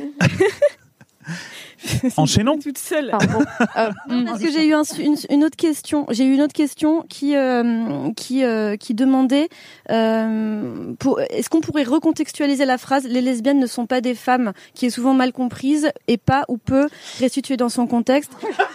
D: Enchaînons.
C: toute seule.
E: Pardon. Euh, hum.
C: Parce que j'ai eu un- une, une autre question. J'ai eu une autre question qui euh, qui euh, qui demandait euh, pour, est-ce qu'on pourrait recontextualiser la phrase "les lesbiennes ne sont pas des femmes", qui est souvent mal comprise et pas ou peu restituée dans son contexte.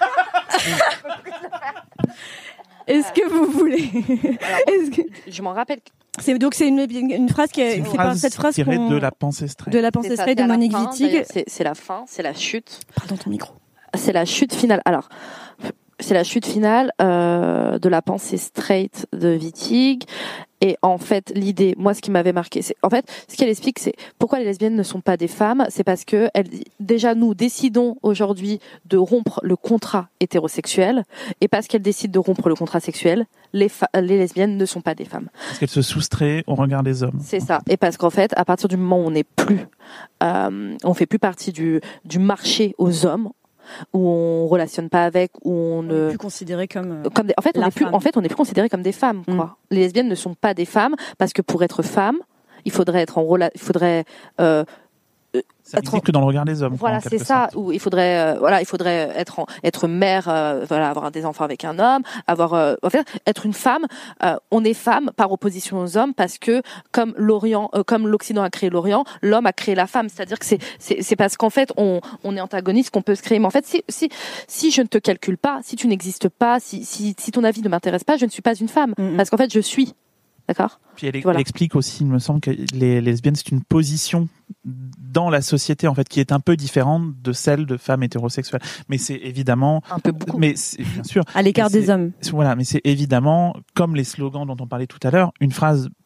C: Est-ce que vous voulez Est-ce que
E: Je m'en rappelle.
C: c'est donc c'est une, une phrase qui
D: C'est
C: est
D: une
C: c'est par
D: phrase
C: cette phrase
D: tirée
C: qu'on-
D: de la pensée straight.
C: de la pensée
E: C'est ça,
C: straight
E: c'est
C: de
E: à la
C: Monique
E: fin,
C: Wittig.
E: d'ailleurs, C'est c'est la fin, c'est la chute.
C: Pardon ton micro.
E: C'est la chute finale. Alors, c'est la chute finale euh, de la pensée straight de Wittig. Et en fait, l'idée, moi, ce qui m'avait marqué, c'est, en fait, ce qu'elle explique, c'est pourquoi les lesbiennes ne sont pas des femmes. C'est parce que elle, déjà, nous décidons aujourd'hui de rompre le contrat hétérosexuel, et parce qu'elles décident de rompre le contrat sexuel, les, fa- les lesbiennes ne sont pas des femmes.
D: Parce qu'elle se soustrait au regard des hommes.
E: C'est ça. Et parce qu'en fait, à partir du moment où on n'est plus, euh, on fait plus partie du, du marché aux hommes, où on relationne pas avec, où on ne
C: Plus considéré comme euh,
E: comme des, en fait on
C: La
E: n'est plus
C: femme.
E: en fait on n'est plus considéré comme des femmes quoi.
C: Mm.
E: Les lesbiennes ne sont pas des femmes parce que pour être femme il faudrait être en rela- il faudrait euh,
D: Ça
E: Être-
D: n'existe que dans le regard des hommes. quoi,
E: voilà
D: en
E: c'est
D: quelque
E: ça
D: sorte.
E: où il faudrait euh, voilà il faudrait être en, être mère euh, voilà avoir des enfants avec un homme avoir euh, en fait être une femme euh, on est femme par opposition aux hommes parce que comme l'Orient euh, comme l'Occident a créé l'Orient l'homme a créé la femme c'est-à-dire que c'est c'est c'est parce qu'en fait on on est antagoniste qu'on peut se créer mais en fait si si si je ne te calcule pas si tu n'existes pas si si si ton avis ne m'intéresse pas je ne suis pas une femme
C: Mhm.
E: parce qu'en fait je suis d'accord.
D: Puis elle,
E: Voilà.
D: elle explique aussi, il me semble, que les lesbiennes, c'est une position dans la société, en fait, qui est un peu différente de celle de femmes hétérosexuelles. Mais c'est évidemment,
E: Un peu beaucoup.
D: mais c'est, bien sûr,
C: à l'écart
D: Mais c'est-
C: des hommes.
D: voilà, mais c'est évidemment, comme les slogans dont on parlait tout à l'heure, une phrase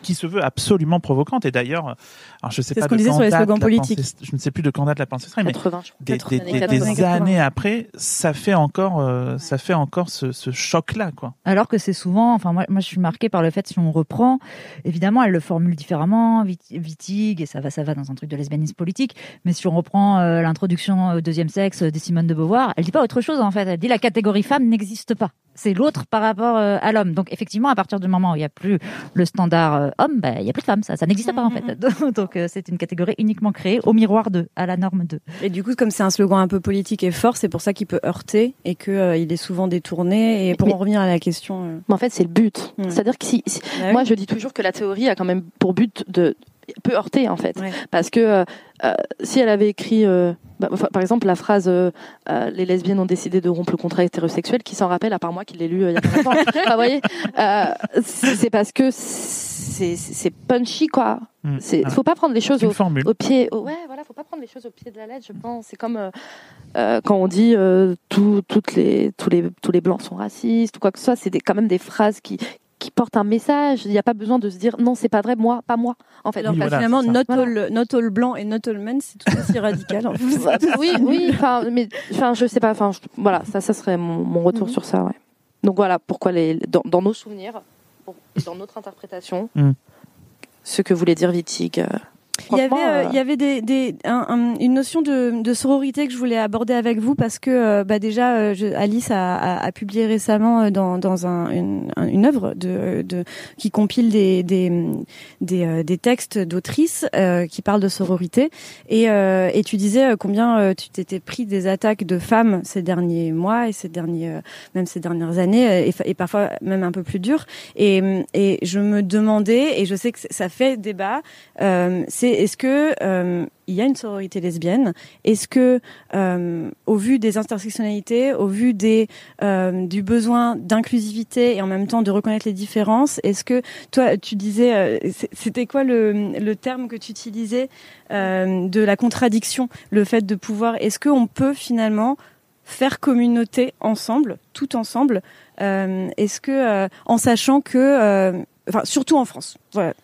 D: qui se veut absolument provocante. Et d'ailleurs, alors je sais
C: C'est
D: pas
C: ce qu'on
D: de
C: disait
D: quand
C: sur les
D: date
C: slogans
D: la
C: politiques.
D: pensée- je ne sais plus de quand date la pensée mais
E: quatre-vingts, je
D: des,
E: crois.
D: des,
E: Années
D: des,
E: quatre-vingts.
D: des années après, ça fait encore, euh, ça fait encore ce, ce choc-là, quoi.
F: Alors que c'est souvent, enfin moi, moi je suis marquée par le fait, si on reprend, évidemment elle le formule différemment, Wit- Wittig, et ça va, ça va dans un truc de lesbianisme politique, mais si on reprend euh, l'introduction au deuxième sexe de Simone de Beauvoir, elle dit pas autre chose en fait, elle dit la catégorie femme n'existe pas. C'est l'autre par rapport euh, à l'homme. Donc effectivement, à partir du moment où il n'y a plus le standard euh, homme, bah, il n'y a plus de femmes, ça, ça n'existe pas en fait. Donc euh, c'est une catégorie uniquement créée au miroir de, à la norme de.
C: Et du coup, comme c'est un slogan un peu politique et fort, c'est pour ça qu'il peut heurter et que euh, il est souvent détourné. Et pour
E: Mais-
C: en revenir à la question, euh,
E: Mais en fait, c'est le but.
C: Mm.
E: C'est-à-dire que si, si-
C: bah oui.
E: moi, je dis toujours que la théorie a quand même pour but de peut heurter en fait,
C: Ouais.
E: parce que euh, euh, si elle avait écrit, euh, bah, enfin, par exemple, la phrase euh, euh, les lesbiennes ont décidé de rompre le contrat hétérosexuel, qui s'en rappelle à part moi qui l'ai lu euh, il y a pas longtemps. Enfin, vous voyez, euh, c'est c'est parce que c'est c'est punchy quoi.
D: Mm.
E: C'est
D: Ouais.
E: faut pas prendre les choses
D: C'est une
E: au,
D: formule.
E: au pied. au- ouais, voilà, faut pas prendre les choses au pied de la lettre. Je pense. C'est comme euh, euh, quand on dit euh, tout, toutes les tous les tous les blancs sont racistes ou quoi que ce soit. C'est des, quand même des phrases qui qui portent un message. Il n'y a pas besoin de se dire non, c'est pas vrai, moi, pas moi. En fait,
C: Alors
D: Oui,
C: que
D: voilà,
C: finalement,
D: c'est ça.
C: not,
E: Voilà.
C: all, not all blanc et not all men, c'est tout aussi radical. En fait.
E: Bah, oui, oui, enfin, mais, enfin, je sais pas, enfin, je- voilà, ça, ça serait mon, mon retour
C: Mhm.
E: sur ça, ouais. Donc voilà, pourquoi les, dans, dans nos souvenirs, pour- dans notre interprétation,
D: Mhm.
E: ce que voulait dire Wittig. euh,
C: Il y avait,
E: franchement,
C: euh,
E: euh,
C: il y avait des, des, un- un- une notion de, de sororité que je voulais aborder avec vous parce que euh, bah déjà euh, je, Alice a, a, a publié récemment euh, dans, dans un, une, un- une œuvre de, de qui compile des des des, euh, des textes d'autrices euh, qui parlent de sororité et euh, et tu disais euh, combien euh, tu t'étais pris des attaques de femmes ces derniers mois et ces derniers euh, même ces dernières années euh, et, fa- et parfois même un peu plus dur et et je me demandais et je sais que ça fait débat euh, c'est est-ce que euh, il y a une sororité lesbienne? Est-ce que, euh, au vu des intersectionnalités, au vu des euh, du besoin d'inclusivité et en même temps de reconnaître les différences, est-ce que toi, tu disais, euh, c'est- c'était quoi le, le terme que tu utilisais euh, de la contradiction, le fait de pouvoir, est-ce qu'on peut finalement faire communauté ensemble, tout ensemble, euh, est-ce que, euh, en sachant que, euh, enfin, surtout en France, voilà.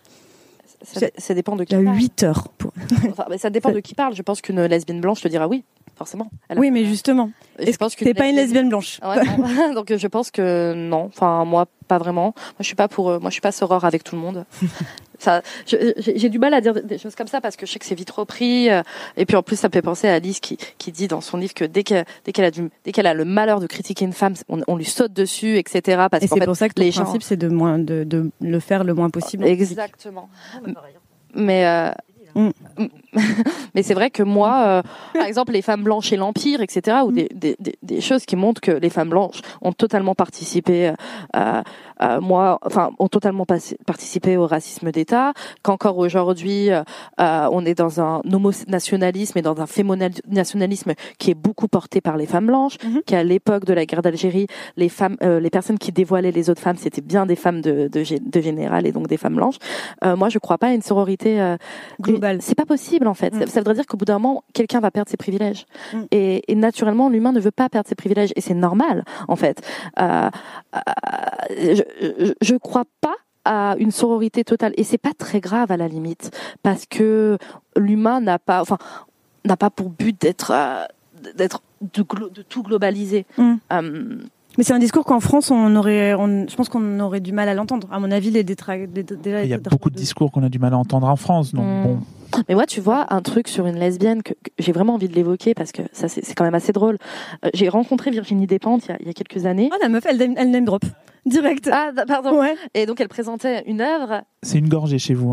E: ça, ça dépend de qui
C: Il y a
E: parle.
C: huit heures. Pour...
E: Enfin, mais ça dépend de qui parle. Je pense qu'une lesbienne blanche te dira oui, forcément. Elle a-
C: Oui, mais justement,
E: je
C: est-ce
E: pense
C: que t'es pas une lesbienne blanche?
E: Ouais, non. Donc je pense que non. Enfin moi pas vraiment. Moi je suis pas pour. euh, Moi je suis pas soror avec tout le monde. Ça, je- j'ai j'ai du mal à dire des choses comme ça parce que je sais que c'est vite repris. euh, Et puis en plus ça me fait penser à Alice qui qui dit dans son livre que dès qu'elle dès qu'elle a du dès qu'elle a le malheur de critiquer une femme, on, on lui saute dessus, et cetera. Parce
C: Et
E: qu'en
C: c'est
E: fait
C: pour ça que ton
E: les gens-
C: principe, c'est de moins de, de le faire le moins possible. en public.
E: Exactement. Mais euh,
C: Mm.
E: mais c'est vrai que moi, euh, par exemple, les femmes blanches et l'Empire, et cetera, ou des, des, des, des choses qui montrent que les femmes blanches ont totalement participé, euh, euh, moi, enfin, ont totalement pas- participé au racisme d'État, qu'encore aujourd'hui, euh, on est dans un homonationalisme et dans un fémonationalisme qui est beaucoup porté par les femmes blanches,
C: Mhm.
E: qu'à l'époque de la guerre d'Algérie, les femmes, euh, les personnes qui dévoilaient les autres femmes, c'était bien des femmes de, de, gé- de général et donc des femmes blanches. Euh, moi, je crois pas à une sororité euh,
C: Globale.
E: C'est pas possible en fait.
C: Mm.
E: Ça, ça voudrait dire qu'au bout d'un moment, quelqu'un va perdre ses privilèges.
C: Mm.
E: Et, et naturellement, l'humain ne veut pas perdre ses privilèges et c'est normal en fait. Euh, euh, je, je, je crois pas à une sororité totale et c'est pas très grave à la limite parce que l'humain n'a pas, enfin, n'a pas pour but d'être euh, d'être de, glo- de tout globaliser.
C: Mm.
E: Euh,
C: Mais c'est un discours qu'en France, on aurait, on, je pense qu'on aurait du mal à l'entendre. À mon avis, les détraqués.
D: Il y a beaucoup de discours qu'on a du mal à entendre en France, donc
E: Mm.
D: bon.
E: Mais moi, tu vois, un truc sur une lesbienne que, que j'ai vraiment envie de l'évoquer parce que ça, c'est c'est quand même assez drôle. Euh, j'ai rencontré Virginie Despentes il y a, il y a quelques années.
C: Ah, la meuf, elle, name- elle name drop. Direct.
E: Ah, d- pardon.
C: Ouais.
E: Et donc, elle présentait une œuvre.
D: C'est une gorgée chez vous. Hein.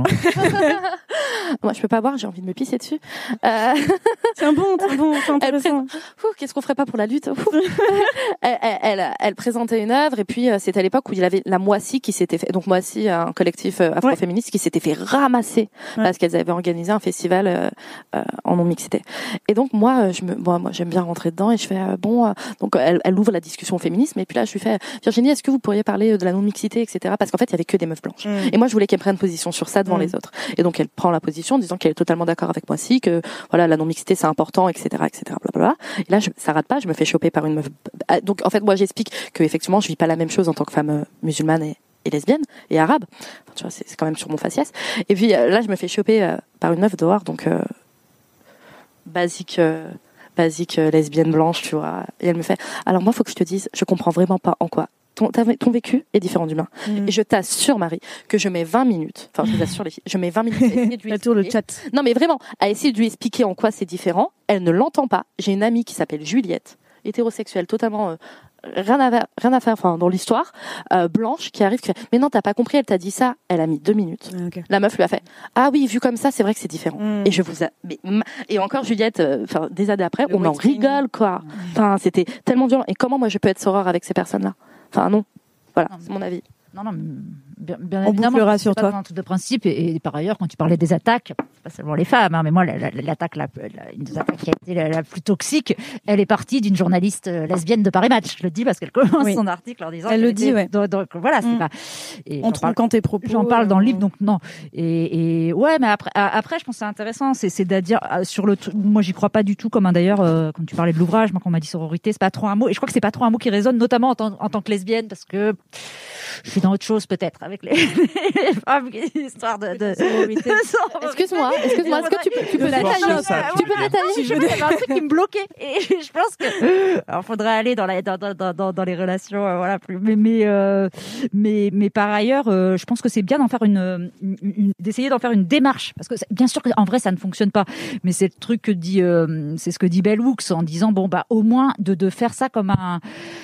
E: Moi, je peux pas boire, j'ai envie de me pisser dessus. Euh,
C: C'est un bon, c'est un bon, c'est
E: elle
C: intéressant.
E: présente- Ouh, qu'est-ce qu'on ferait pas pour la lutte? Ouh. elle, elle, elle, elle présentait une œuvre et puis euh, c'était à l'époque où il y avait la Moissy qui s'était fait, donc Moissy, un collectif euh, afroféministe qui s'était fait ramasser
C: Ouais.
E: parce qu'elles avaient organisé un festival euh, euh, en non-mixité. Et donc moi, euh, je me, moi, moi j'aime bien rentrer dedans et je fais euh, bon, euh, donc elle, elle ouvre la discussion féminisme et puis là je lui fais Virginie, est-ce que vous pourriez parler de la non-mixité, et cetera. Parce qu'en fait il y avait que des meufs blanches.
C: Mm.
E: Et moi je voulais qu'elle prenne position sur ça devant
C: Mm.
E: les autres. Et donc elle prend la position en disant qu'elle est totalement d'accord avec moi aussi, que voilà la non-mixité c'est important, et cetera, et cetera. Blablabla. Et là je, ça rate pas, je me fais choper par une meuf. Donc en fait moi j'explique que effectivement je vis pas la même chose en tant que femme euh, musulmane et, et lesbienne et arabe. Enfin, tu vois, c'est, c'est quand même sur mon faciès. Et puis euh, là, je me fais choper euh, par une meuf dehors, donc euh, basique, euh, basique euh, lesbienne blanche, tu vois. Et elle me fait, alors moi, faut que je te dise, je comprends vraiment pas en quoi. Ton, ton vécu est différent du mien. Mmh. Et je t'assure, Marie, que je mets vingt minutes, enfin, je t'assure les filles, je mets vingt minutes à essayer de lui
C: expliquer. Le chat.
E: Non, mais vraiment, à essayer de lui expliquer en quoi c'est différent. Elle ne l'entend pas. J'ai une amie qui s'appelle Juliette, hétérosexuelle, totalement, euh, rien à faire, rien à faire, enfin, dans l'histoire, euh, blanche, qui arrive, qui fait, mais non, t'as pas compris, elle t'a dit ça. Elle a mis deux minutes. Ah, okay. La meuf lui a fait, ah oui, vu comme ça, c'est vrai que c'est différent. Mmh. Et je vous a, mais, et encore Juliette, enfin, euh, des années après, le on en rigole, quoi. Enfin, mmh. C'était tellement violent. Et comment moi je peux être soror avec ces personnes-là? Enfin, non. Voilà, c'est mon avis.
F: Non, non, bien, bien
C: on
F: évidemment,
C: bouclera sur toi.
F: Pas un truc de principe. Et, et par ailleurs, quand tu parlais des attaques, pas seulement les femmes, hein, mais moi, la, la, l'attaque, la, la, une des attaques qui a été la, la plus toxique, elle est partie d'une journaliste lesbienne de Paris Match. Je le dis parce qu'elle commence oui. son article en disant.
C: Elle le dit, ouais.
F: Donc, donc voilà, c'est mmh. pas.
C: Et en tronquant tes propos.
F: J'en parle dans le livre, donc non. Et, et ouais, mais après, après, je pense que c'est intéressant. C'est, c'est de dire sur le. Moi, j'y crois pas du tout. Comme un d'ailleurs, euh, quand tu parlais de l'ouvrage, moi, quand on m'a dit sororité, c'est pas trop un mot. Et je crois que c'est pas trop un mot qui résonne, notamment en tant, en tant que lesbienne, parce que je suis dans autre chose peut-être avec les, les femmes, histoire de, de,
E: de excuse-moi, excuse-moi, est-ce que tu peux, tu peux détailler, tu peux détailler,
F: je veux un truc qui me bloquait et je pense que, alors faudrait aller dans la, dans, dans, dans, dans les relations, euh, voilà, plus, mais, mais, euh, mais, mais par ailleurs, euh, je pense que c'est bien d'en faire une, une, une d'essayer d'en faire une démarche, parce que bien sûr qu'en vrai ça ne fonctionne pas, mais c'est le truc que dit, euh, c'est ce que dit Bell Hooks en disant bon bah au moins de, de faire ça comme un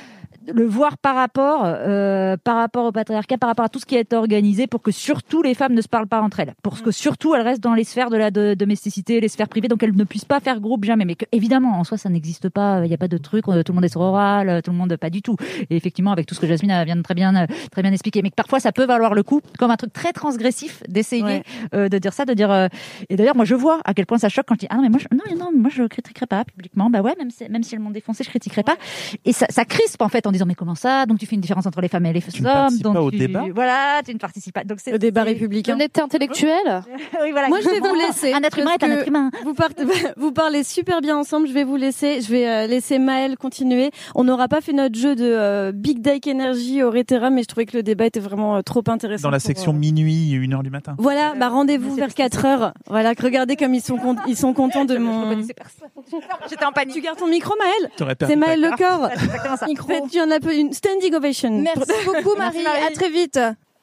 F: le voir par rapport, euh, par rapport au patriarcat, par rapport à tout ce qui est organisé pour que surtout les femmes ne se parlent pas entre elles, pour que surtout elles restent dans les sphères de la de, domesticité, les sphères privées, donc elles ne puissent pas faire groupe jamais, mais que, évidemment en soi ça n'existe pas, il n'y a pas de truc, tout le monde est sororal, tout le monde pas du tout, et effectivement avec tout ce que Jasmine vient de très bien, très bien expliquer, mais que parfois ça peut valoir le coup, comme un truc très transgressif d'essayer ouais. euh, de dire ça, de dire, euh, et d'ailleurs moi je vois à quel point ça choque quand il dit ah non mais moi je, non non moi je critiquerai pas publiquement, bah ouais même si, même si elles m'ont défoncé je critiquerai pas, et ça, ça crispe en fait en disant mais comment ça, donc tu fais une différence entre les femmes et les
D: tu
F: hommes, donc
D: pas au
F: tu,
D: débat.
F: Voilà, tu ne participes pas. Donc c'est
C: le débat républicain.
E: Honnêteté intellectuelle.
F: Oui, voilà.
C: Moi je vais vous laisser.
F: Un être humain est un être humain.
C: Vous, partez, vous parlez super bien ensemble. Je vais vous laisser. Je vais euh, laisser Maëlle continuer. On n'aura pas fait notre jeu de euh, Big Dyke Energy au Rétera, mais je trouvais que le débat était vraiment euh, trop intéressant.
D: Dans la
C: pour,
D: section
C: euh...
D: minuit, une heure du matin.
C: Voilà, bah rendez-vous vers quatre heures. Voilà, regardez comme ils sont con- ils sont contents de mon.
F: J'étais en panique.
C: Tu gardes ton micro, Maëlle.
D: C'est
C: Maëlle Le Corps.
F: Exactement ça.
C: Micro. Tu en as une standing ovation.
G: Merci beaucoup Marie.
C: Merci, Marie.
G: À très vite.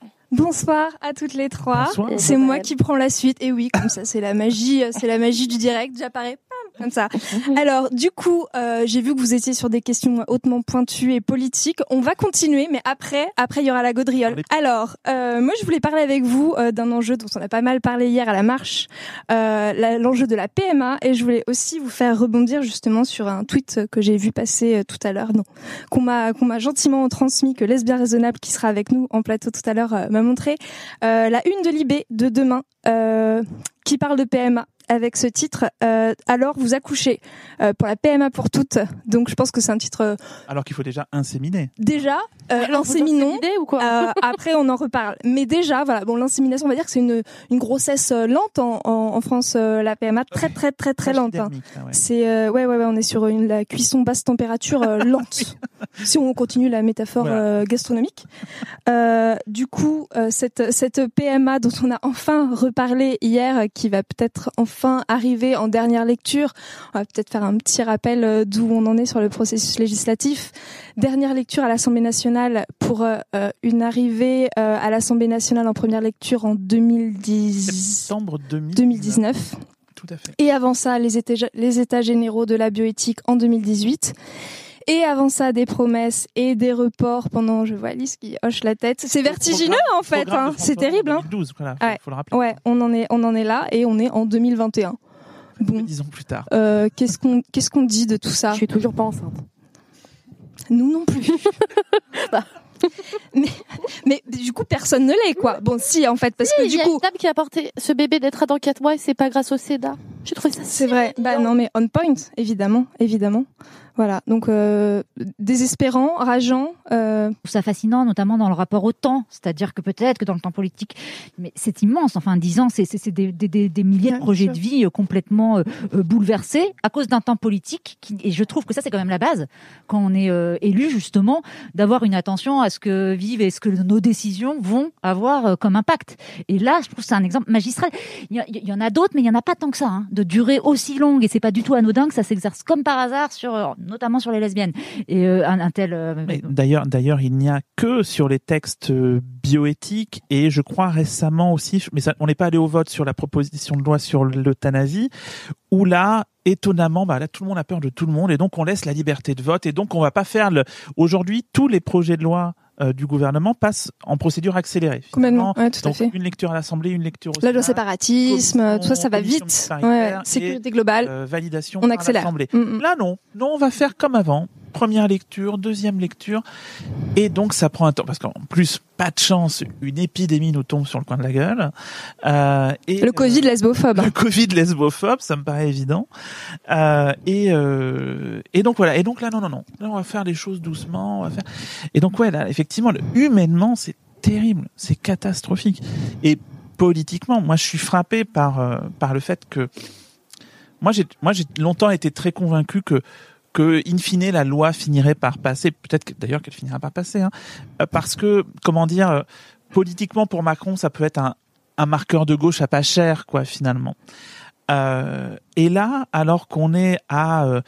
G: Bonsoir à toutes les trois.
D: Bonsoir.
G: C'est moi qui prends la suite. Et oui, comme ça, c'est la magie, c'est la magie du direct. J'apparais comme ça. Alors, du coup, euh, j'ai vu que vous étiez sur des questions hautement pointues et politiques. On va continuer, mais après, après, il y aura la gaudriole. Alors, euh, moi, je voulais parler avec vous euh, d'un enjeu dont on a pas mal parlé hier à la marche, euh, la, l'enjeu de la P M A. Et je voulais aussi vous faire rebondir justement sur un tweet que j'ai vu passer euh, tout à l'heure, non, qu'on m'a, qu'on m'a gentiment transmis, que Lesbien Raisonnable, qui sera avec nous en plateau tout à l'heure, euh, m'a montré. Euh, la une de Libé de demain, euh, qui parle de P M A. Avec ce titre, euh, alors vous accouchez euh, pour la P M A pour toutes. Donc je pense que c'est un titre. Euh,
D: alors qu'il faut déjà inséminer.
G: Déjà, euh, inséminons.
E: Ou quoi
G: euh, après, on en reparle. Mais déjà, voilà. Bon, l'insémination, on va dire que c'est une une grossesse lente en en, en France. Euh, la P M A très très très très lente. Hein.
D: Ah ouais.
G: C'est euh, ouais ouais ouais. On est sur une la cuisson basse température euh, lente. Si on continue la métaphore voilà. euh, gastronomique. Euh, du coup, euh, cette cette P M A dont on a enfin reparlé hier, qui va peut-être enfin Enfin arrivé en dernière lecture. On va peut-être faire un petit rappel d'où on en est sur le processus législatif. Dernière lecture à l'Assemblée nationale pour euh, une arrivée euh, à l'Assemblée nationale en première lecture en deux mille dix...
D: septembre deux mille dix-neuf.
G: deux mille dix-neuf.
D: Tout à fait.
G: Et avant ça, les états, les états généraux de la bioéthique en deux mille dix-huit. Et avant ça, des promesses et des reports pendant, je vois Alice qui hoche la tête. C'est vertigineux, en fait, hein. C'est terrible, hein.
D: deux mille douze, voilà. Faut,
G: ouais.
D: faut le rappeler.
G: Ouais, on en est, on en est là et on est en deux mille vingt et un. Bon.
D: Dix ans plus tard.
G: Euh, qu'est-ce qu'on, qu'est-ce qu'on dit de tout ça?
E: Je suis toujours pas enceinte.
G: Nous non plus. bah. mais, mais du coup, personne ne l'est, quoi. Bon, si, en fait, parce
E: si,
G: que du
E: y a
G: coup.
E: une dame qui a porté ce bébé d'être dans quatre mois et c'est pas grâce au SIDA. J'ai trouvé ça.
G: C'est vrai. Bah non, mais on point, évidemment, évidemment. Voilà, donc euh, désespérant, rageant. Euh...
F: Je trouve ça fascinant, notamment dans le rapport au temps. C'est-à-dire que peut-être que dans le temps politique, mais c'est immense. Enfin, dix ans, c'est, c'est, c'est des, des, des milliers de projets de vie complètement euh, bouleversés à cause d'un temps politique. Qui, et je trouve que ça, c'est quand même la base, quand on est euh, élu, justement, d'avoir une attention à ce que vivent et ce que nos décisions vont avoir euh, comme impact. Et là, je trouve que c'est un exemple magistral. Il y, il y en a d'autres, mais il n'y en a pas tant que ça, hein, de durée aussi longue. Et c'est pas du tout anodin que ça s'exerce comme par hasard sur... Euh, notamment sur les lesbiennes. Et euh, un, un tel. Euh...
D: D'ailleurs, d'ailleurs, il n'y a que sur les textes bioéthiques et je crois récemment aussi, mais ça, on n'est pas allé au vote sur la proposition de loi sur l'euthanasie, où là, étonnamment, bah là, tout le monde a peur de tout le monde et donc on laisse la liberté de vote et donc on va pas faire le. Aujourd'hui, tous les projets de loi euh, du gouvernement passent en procédure accélérée.
G: Complètement, ouais, tout à
D: donc,
G: fait.
D: Une lecture à l'Assemblée, une lecture au
G: Là, le
D: Sénat,
G: séparatisme, tout ça, ça va vite. Ouais, sécurité globale.
D: Euh, validation
G: on accélère.
D: par l'Assemblée.
G: Mm-hmm.
D: Là, non. Non, on va faire comme avant. Première lecture, deuxième lecture. Et donc, ça prend un temps. Parce qu'en plus, pas de chance, une épidémie nous tombe sur le coin de la gueule. Euh, et,
G: le Covid euh, lesbophobe.
D: Le Covid lesbophobe, ça me paraît évident. Euh, et, euh, et donc, voilà. Et donc là, non, non, non. Là, on va faire les choses doucement. On va faire... Et donc, ouais, là, effectivement, le, humainement, c'est terrible. C'est catastrophique. Et politiquement, moi, je suis frappé par, euh, par le fait que moi, j'ai, moi, j'ai longtemps été très convaincu que que, in fine, la loi finirait par passer, peut-être que, d'ailleurs qu'elle finira par passer, hein, parce que, comment dire, politiquement, pour Macron, ça peut être un, un marqueur de gauche à pas cher, quoi, finalement. Euh, et là, alors qu'on est à... Euh,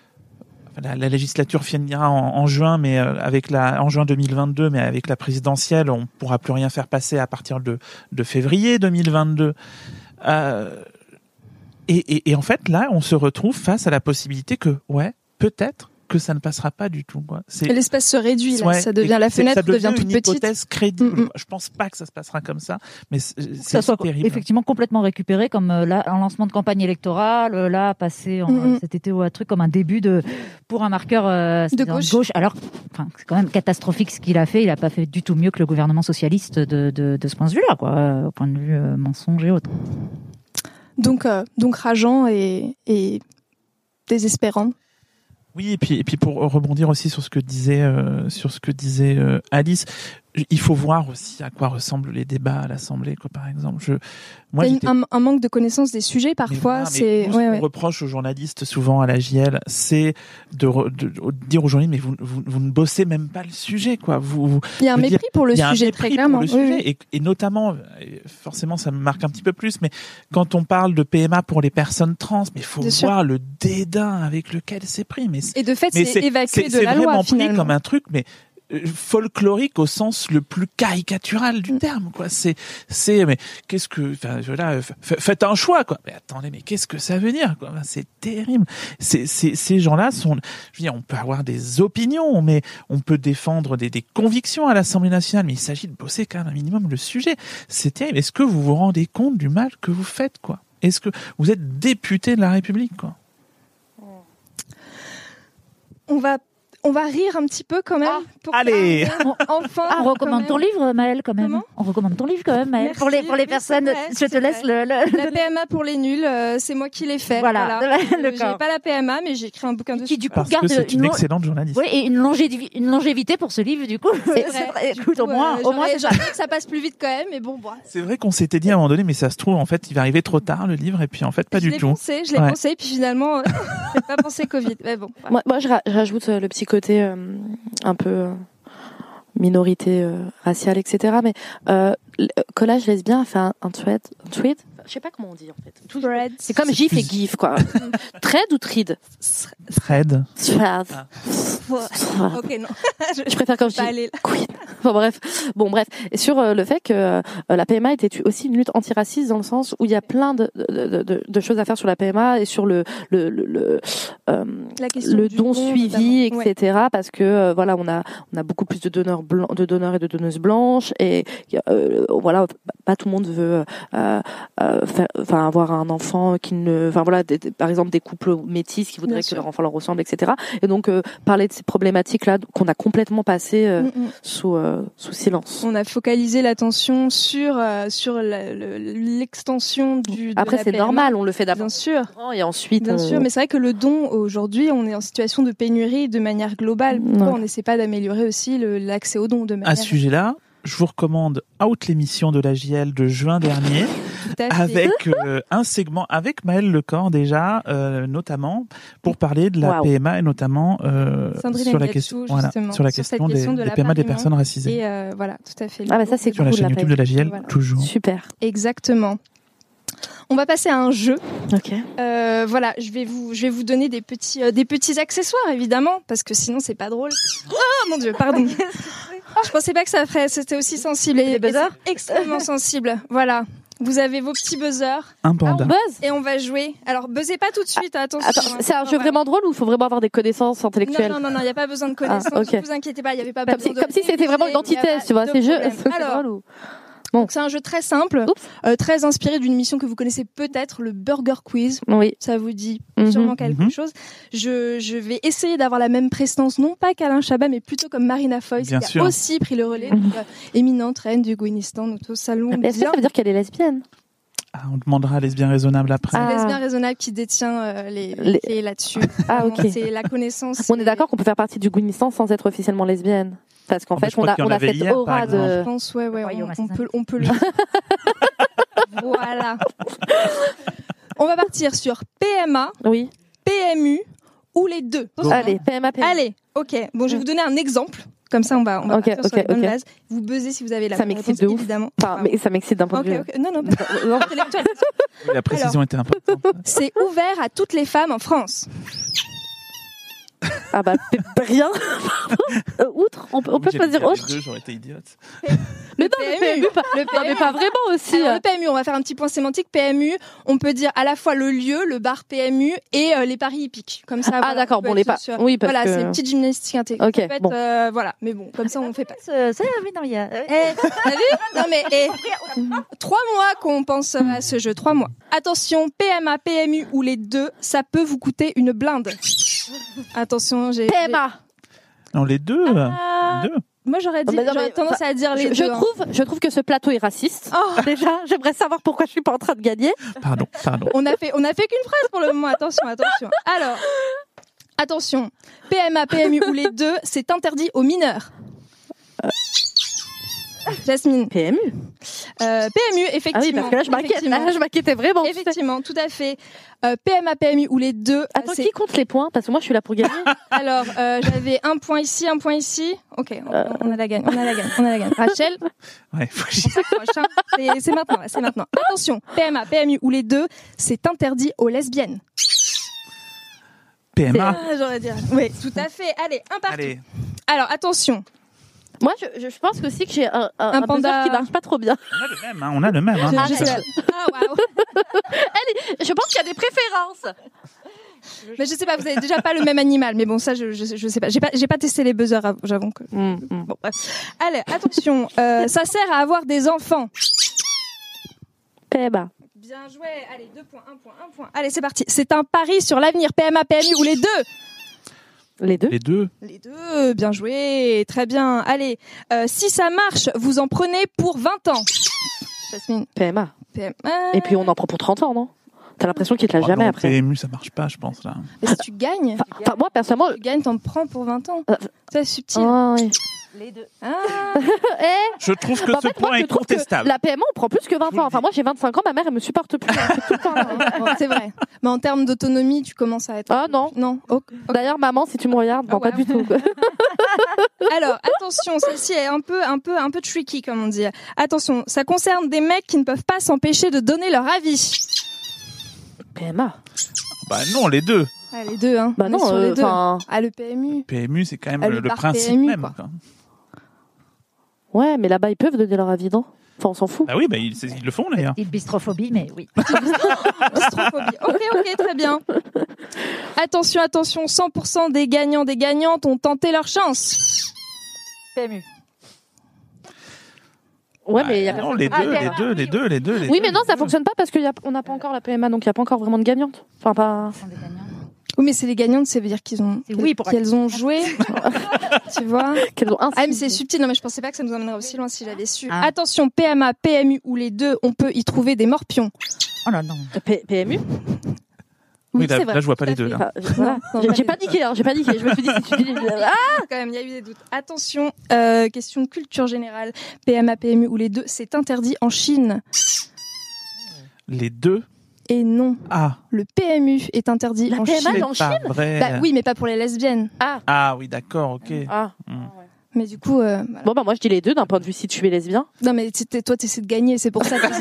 D: la, la législature finira en, en juin, mais euh, avec la en juin deux mille vingt-deux, mais avec la présidentielle, on pourra plus rien faire passer à partir de, de février deux mille vingt-deux. Euh, et, et, et en fait, là, on se retrouve face à la possibilité que, ouais, peut-être que ça ne passera pas du tout. Quoi. C'est...
G: L'espace se réduit, là.
D: Ouais,
G: Ça devient la fenêtre,
D: ça devient,
G: devient toute
D: une
G: petite.
D: Hypothèse crédible.
G: Mm-hmm.
D: Je pense pas que ça se passera comme ça, mais c'est, c'est
F: ça soit
D: terrible.
F: Effectivement, complètement récupéré comme euh, là un lancement de campagne électorale, euh, là passé en,
G: mm-hmm.
F: cet été ou un truc comme un début de pour un marqueur euh,
G: de gauche.
F: gauche. Alors, enfin, c'est quand même catastrophique ce qu'il a fait. Il a pas fait du tout mieux que le gouvernement socialiste de de, de ce point de vue-là, quoi, euh, au point de vue euh, mensonge et autres.
G: Donc, euh, donc rageant et, et désespérant.
D: Oui, et puis et puis pour rebondir aussi sur ce que disait euh, sur ce que disait euh, Alice, il faut voir aussi à quoi ressemblent les débats à l'Assemblée, quoi, par exemple. Je, moi,
G: il y a un, un manque de connaissance des sujets parfois.
D: Mais,
G: c'est
D: mais ce
G: ouais,
D: qu'on
G: ouais.
D: reproche aux journalistes souvent à la J L, c'est de, re, de, de dire aux journalistes mais vous, vous vous ne bossez même pas le sujet, quoi. Vous, vous
G: il y a un mépris
D: dire,
G: pour le
D: sujet,
G: sujet très clairement.
D: Le
G: oui,
D: sujet,
G: oui.
D: et, et notamment, forcément, ça me marque un petit peu plus, mais quand on parle de P M A pour les personnes trans, mais il faut
G: Bien
D: voir
G: sûr.
D: le dédain avec lequel c'est pris. Mais
G: et de fait,
D: mais
G: c'est,
D: c'est
G: évacué
D: c'est,
G: de la
D: c'est
G: loi
D: vraiment
G: finalement.
D: pris comme un truc, mais folklorique au sens le plus caricatural du
G: mm.
D: terme, quoi. C'est, c'est, mais qu'est-ce que, enfin, voilà, f- faites un choix, quoi. Mais attendez, mais qu'est-ce que ça veut dire, quoi? C'est terrible. C'est, c'est, ces gens-là sont, je veux dire, on peut avoir des opinions, mais on peut défendre des, des convictions à l'Assemblée nationale, mais il s'agit de bosser quand même un minimum le sujet. C'est terrible. Est-ce que vous vous rendez compte du mal que vous faites, quoi? Est-ce que vous êtes député de la République, quoi?
G: On va On va rire un petit peu quand même.
F: Ah,
G: pour
D: allez.
G: Enfin,
F: Ah, on recommande ton livre, Maëlle, quand même.
G: Comment
F: On recommande ton livre, quand même, Maëlle.
G: Merci,
F: Pour les, pour les
G: oui,
F: personnes,
G: c'est vrai,
F: je te
G: c'est
F: laisse
G: vrai.
F: le, le,
G: La P M A pour les nuls, euh, c'est moi qui l'ai fait.
F: Voilà,
G: Voilà.
F: le
G: J'ai
F: cas.
G: pas la P M A, mais j'ai écrit un bouquin dessus.
F: Qui, du coup,
D: Parce
F: garde
D: que c'est une
F: une-
D: excellente journaliste.
F: Oui, et une longévité, une longévité pour ce livre, du coup.
G: C'est vrai. Du
F: Écoute,
G: coup,
F: au moins,
G: euh,
F: au moins,
G: j'aurais-
F: c'est ça.
G: j'aurais que ça passe plus vite quand même, mais bon, bon.
D: C'est vrai qu'on s'était dit à un moment donné, mais ça se trouve, en fait, il va arriver trop tard, le livre, et puis en fait, pas
G: je
D: du
G: l'ai
D: tout.
G: pensé, je l'ai
D: Ouais.
G: pensé, puis finalement, euh, j'ai pas pensé Covid. Mais bon. voilà.
E: Moi, moi je, ra- je rajoute euh, le petit côté euh, un peu euh, minorité euh, raciale, et cetera. Mais euh, le Collage Lesbien a fait un, un tweet, un tweet. Je sais pas comment on dit en fait. Tout-
G: Threads.
E: C'est comme GIF et GIF quoi. Thread ou Thread?
D: Thread.
E: Thread.
D: Ah.
G: Ok, non.
E: Je préfère quand je
G: Pas
E: dis
G: aller là.
E: queen. Enfin bref, bon bref, et sur euh, le fait que euh, la P M A était aussi une lutte antiraciste dans le sens où il y a plein de, de, de, de choses à faire sur la P M A et sur le le le, le, euh,
G: La question
E: le
G: du
E: don
G: don,
E: suivi,
G: notamment.
E: et cetera. Parce que euh, voilà, on a on a beaucoup plus de donneurs blancs, de donneurs et de donneuses blanches, et euh, voilà, pas tout le monde veut euh, euh, faire, enfin avoir un enfant qui ne, enfin voilà, des, des, par exemple des couples métis qui voudraient
G: Bien
E: que
G: sûr.
E: leur enfant leur ressemble, et cetera. Et donc euh, parler de ces problématiques là qu'on a complètement passées euh,
G: Mm, mm.
E: sous sous euh, sous silence.
G: On a focalisé l'attention sur euh, sur la, le, l'extension du. De
E: Après
G: la
E: c'est
G: P M A.
E: normal, on le fait d'abord.
G: Bien sûr.
E: Et ensuite.
G: Bien
E: on...
G: sûr, mais c'est vrai que le don aujourd'hui, on est en situation de pénurie de manière globale. Pourquoi
E: Ouais.
G: on n'essaie pas d'améliorer aussi le, l'accès au don de manière.
D: À ce sujet-là, je vous recommande Out, l'émission de l'A J L de juin dernier,
G: Tout à fait.
D: avec euh, un segment avec Maëlle Lecor déjà, euh, notamment pour parler de la
E: Wow.
D: P M A et notamment euh,
G: Sandrine
D: sur la
G: Ngatsou,
D: question, voilà,
G: justement,
D: sur la
G: sur cette
D: question des,
G: question de
D: des P M A des
G: l'appariement.
D: personnes racisées.
G: Et euh, voilà, tout à fait.
E: Ah bah ça c'est
D: Sur la
E: cool.
D: chaîne
E: la
D: YouTube de l'A J L,
G: Voilà.
D: toujours.
E: Super.
G: Exactement. On va passer à un jeu.
E: Ok.
G: Euh, voilà, je vais vous, je vais vous donner des petits, euh, des petits accessoires évidemment, parce que sinon c'est pas drôle. Oh mon dieu, pardon. Je pensais pas que ça ferait, c'était aussi sensible. Et,
E: Les buzzers
G: et c'est extrêmement sensible. Voilà. Vous avez vos petits buzzers
D: Un panda.
E: Buzz.
G: et on va jouer. Alors buzzez pas tout de suite, attention.
E: Attends,
G: hein.
E: c'est un jeu
G: Voilà.
E: vraiment drôle ou il faut vraiment avoir des connaissances intellectuelles?
G: Non, non, non, il n'y a pas besoin de connaissances.
E: Ah, ok.
G: Ne vous inquiétez pas, il n'y avait pas
E: Comme
G: besoin
E: si,
G: de
E: comme si c'était vraiment une
G: réviser, il y a
E: antithèse,
G: pas
E: tu vois.
G: de
E: C'est jeu.
G: problème.
E: C'est
G: Alors,
E: drôle ou...
G: donc c'est un jeu très simple,
E: Oups.
G: euh, très inspiré d'une émission que vous connaissez peut-être, le Burger Quiz.
E: Oui.
G: Ça vous dit
E: Mhm.
G: sûrement quelque
D: Mhm.
G: chose. Je, je vais essayer d'avoir la même prestance, non pas qu'Alain Chabat, mais plutôt comme Marina Foïs,
D: Bien
G: qui
D: sûr.
G: a aussi pris le relais, donc, euh, éminente reine du Gouinistan, nous tous saluons
E: Mais est-ce que
G: bien.
E: ça veut dire qu'elle est lesbienne?
D: Ah, on demandera à Lesbien Raisonnable après.
G: C'est
E: Ah.
G: Lesbien Raisonnable qui détient euh, les,
E: Les-
G: clés là-dessus.
E: Ah
G: Vraiment,
E: ok.
G: C'est la connaissance.
E: On est d'accord qu'on peut faire partie du Gouinistan sans être officiellement lesbienne. Parce qu'en
D: Oh, bah,
E: fait,
D: je
E: on
D: crois
E: a,
D: qu'il y en
E: on a
D: avait
E: cette
D: hier, par
E: aura
G: Je
E: de.
G: pense, ouais, ouais,
F: Voyons,
G: on, on
F: assassin.
G: peut, on peut le. Voilà. On va partir sur P M A,
E: Oui.
G: P M U ou les deux.
E: Allez, P M A, P M A.
G: Allez, ok. Bon, je vais vous donner un exemple. Comme ça, on va, on va
E: Ok,
G: partir sur
E: ok,
G: les bonnes
E: ok.
G: bases. Vous buzzez si vous avez la
E: Ça
G: bonne
E: m'excite
G: réponse,
E: de ouf.
G: évidemment.
E: Enfin, mais ça m'excite d'un point
G: Ok,
E: de vue.
G: ok. Non, non, pas
E: Non.
G: intellectuel.
D: La précision était importante.
G: C'est ouvert à toutes les femmes en France.
E: Ah bah, p- rien. Euh, Outre, on peut, on peut
D: J'allais
E: choisir
D: dire les
E: autre.
D: deux, j'aurais été idiote.
E: Mais non, le P M U, pas,
G: Le
E: non, mais pas vraiment aussi.
G: Alors,
E: euh.
G: le P M U, on va faire un petit point sémantique. P M U, on peut dire à la fois le lieu, le bar P M U et euh, les paris hippiques. Comme ça.
E: Ah,
G: voilà,
E: d'accord,
G: on peut
E: bon,
G: être
E: les pa-
G: sûr.
E: oui, parce
G: voilà,
E: que-
G: c'est une petite gymnastique intégrée.
E: Ok,
G: Ça peut être,
E: bon.
G: euh, voilà, mais bon, comme ça, on fait pas.
F: Ça, ça, oui, non, il y a. euh,
G: Eh, t'as vu? Non mais, eh, trois mois qu'on pense à ce jeu, trois mois. Attention, P M A, P M U ou les deux, ça peut vous coûter une blinde. Attention, j'ai.
E: P M A.
D: Non, les deux.
G: Ah.
D: les deux.
G: Moi, j'aurais dit,
E: Mais non,
G: j'aurais
E: mais,
G: tendance à dire les
E: Je,
G: deux.
E: je
G: hein.
E: trouve, je trouve que ce plateau est raciste.
G: Oh.
E: Déjà, j'aimerais savoir pourquoi je suis pas en train de gagner.
D: Pardon, pardon.
G: On a fait, on a fait qu'une phrase pour le moment. Attention, attention. Alors, attention. P M A, P M U ou les deux, c'est interdit aux mineurs. Jasmine.
E: P M U.
G: Euh, P M U, effectivement.
E: Ah oui, parce que là, je m'inquiète.
G: Effectivement.
E: Là, je m'inquiétais vraiment. tu sais.
G: Effectivement, tout à fait. Euh, P M A, P M U ou les deux. euh,
E: Attends,
G: c'est-
E: qui compte les points? Parce que moi, je suis là pour gagner.
G: Alors, euh, j'avais un point ici, un point ici. Ok, on,
E: Euh.
G: on a la gagne, on a la gagne, on a la gagne. Rachel,
D: Ouais, faut que
G: on
D: j'y-
G: s'accroche. Hein. C'est, c'est maintenant, là, c'est maintenant. Attention, P M A, P M U ou les deux, c'est interdit aux lesbiennes.
D: P M A.
G: Ah, j'aurais dit. Oui, tout à fait. Allez, un partout.
D: Allez.
G: Alors, attention.
E: Moi, je, je je pense aussi que j'ai un, un,
G: Un
E: un
G: panda.
E: buzzer qui marche pas trop bien.
D: On a le même, hein, on a le même. Hein.
G: Je,
E: Ah,
G: je sais-
E: d'accord.
G: Ah, waouh.
E: Je pense qu'il y a des préférences.
G: Mais je sais pas, vous avez déjà pas le même animal. Mais bon, ça, je, je, je sais pas. J'ai pas, j'ai pas testé les buzzers, av- j'avoue que.
E: Mm, mm.
G: Bon, bref. Allez, attention. Euh, ça sert à avoir des enfants.
E: P M A.
G: Bien joué. Allez, deux points, un point, un point. Allez, c'est parti. C'est un pari sur l'avenir. P M A, P M U ou les deux.
E: Les deux.
D: Les deux.
G: Les deux, bien joué, très bien. Allez, euh, si ça marche, vous en prenez pour vingt ans. Jasmine,
E: P M A.
G: P M A.
E: Et puis on en prend pour trente ans, non? T'as l'impression qu'il te l'a
D: Oh
E: jamais
D: non,
E: après.
D: P M U, ça marche pas, je pense, là.
G: Mais si tu gagnes,
E: Enfin, enfin, moi, personnellement.
G: tu gagnes, t'en prends pour vingt ans.
E: Euh,
G: C'est subtil.
E: Ah, oui.
F: Les deux.
G: Ah.
E: Eh,
D: Je trouve que
E: bah, en
D: ce
E: fait, moi,
D: point
E: je
D: est
E: trouve que
D: contestable.
E: la P M A, on prend plus que vingt ans. Enfin, moi, j'ai vingt-cinq ans, ma mère, elle me supporte plus. Elle fait tout le temps, là.
G: Bon, c'est vrai. Mais en termes d'autonomie, tu commences à être.
E: Ah non.
G: Non. Oh, ok.
E: D'ailleurs, maman, si tu me regardes, bon,
G: Ah ouais.
E: pas du tout.
G: Alors, attention, celle-ci est un peu, un peu, un peu tricky, comme on dit. Attention, ça concerne des mecs qui ne peuvent pas s'empêcher de donner leur avis.
E: P M A.
D: Bah non, les deux.
G: Ah, les deux, hein.
E: Bah
G: On
E: non,
G: est sur les
E: euh,
G: deux.
E: enfin.
G: Ah, le P M U.
D: P M U, c'est quand même
G: Ah,
D: le,
G: le
D: le
G: bar
D: principe
G: P M U,
D: même.
G: quoi.
D: quoi.
E: Ouais, mais là-bas, ils peuvent donner leur avis, non? Enfin, on s'en fout.
D: Bah oui, bah, ils, c'est- ils le font d'ailleurs.
F: Petite bistrophobie, mais oui.
G: Bistrophobie. Ok, ok, très bien. Attention, attention, cent pour cent des gagnants, des gagnantes ont tenté leur chance.
F: P M U.
E: Ouais,
D: Bah,
E: mais il y a
D: non,
E: personne-
D: les
E: Ah,
D: deux,
E: P M A.
D: les deux, les deux, les deux, les
E: Oui,
D: deux,
E: mais non,
D: les
E: ça
D: deux.
E: fonctionne pas parce qu'on n'a pas encore la P M A, donc il n'y a pas encore vraiment de gagnante. Enfin, pas.
F: Ce sont des gagnants.
G: Oui, mais c'est les gagnantes, ça veut dire qu'ils ont,
F: C'est oui pour
G: qu'elles ont joué. Tu vois?
E: Qu'elles ont
G: Ah, mais
E: insulté.
G: c'est subtil. Non, mais je pensais pas que ça nous emmènerait aussi loin si j'avais su.
F: Ah.
G: Attention, P M A, P M U ou les deux, on peut y trouver des morpions.
F: Oh là non.
E: P- PMU
D: Oui, là,
G: c'est vrai.
D: là, je vois pas
G: Tout à
D: les deux.
G: fait.
D: Là.
E: Enfin, je- voilà.
G: Non,
E: J'ai
G: pas
E: j'ai
G: les
E: pas niqué, hein, j'ai pas niqué. Je me suis dit, si tu dis. Ah
G: Quand même, il y a eu des doutes. Attention, euh, question de culture générale. P M A, P M U ou les deux, c'est interdit en Chine.
D: Les deux.
G: Et non,
D: Ah,
G: le P M U est interdit
E: La
G: en
E: P M A,
G: Chine.
E: en
D: c'est pas vrai.
G: Bah oui, mais pas pour les lesbiennes.
D: Ah oui, d'accord, ok.
E: Ah.
G: Mais du coup, euh, voilà.
E: Bon, bah, moi, je dis les deux d'un point de vue si tu es lesbien.
G: Non, mais c'était- toi, t'essaies de gagner, c'est pour ça que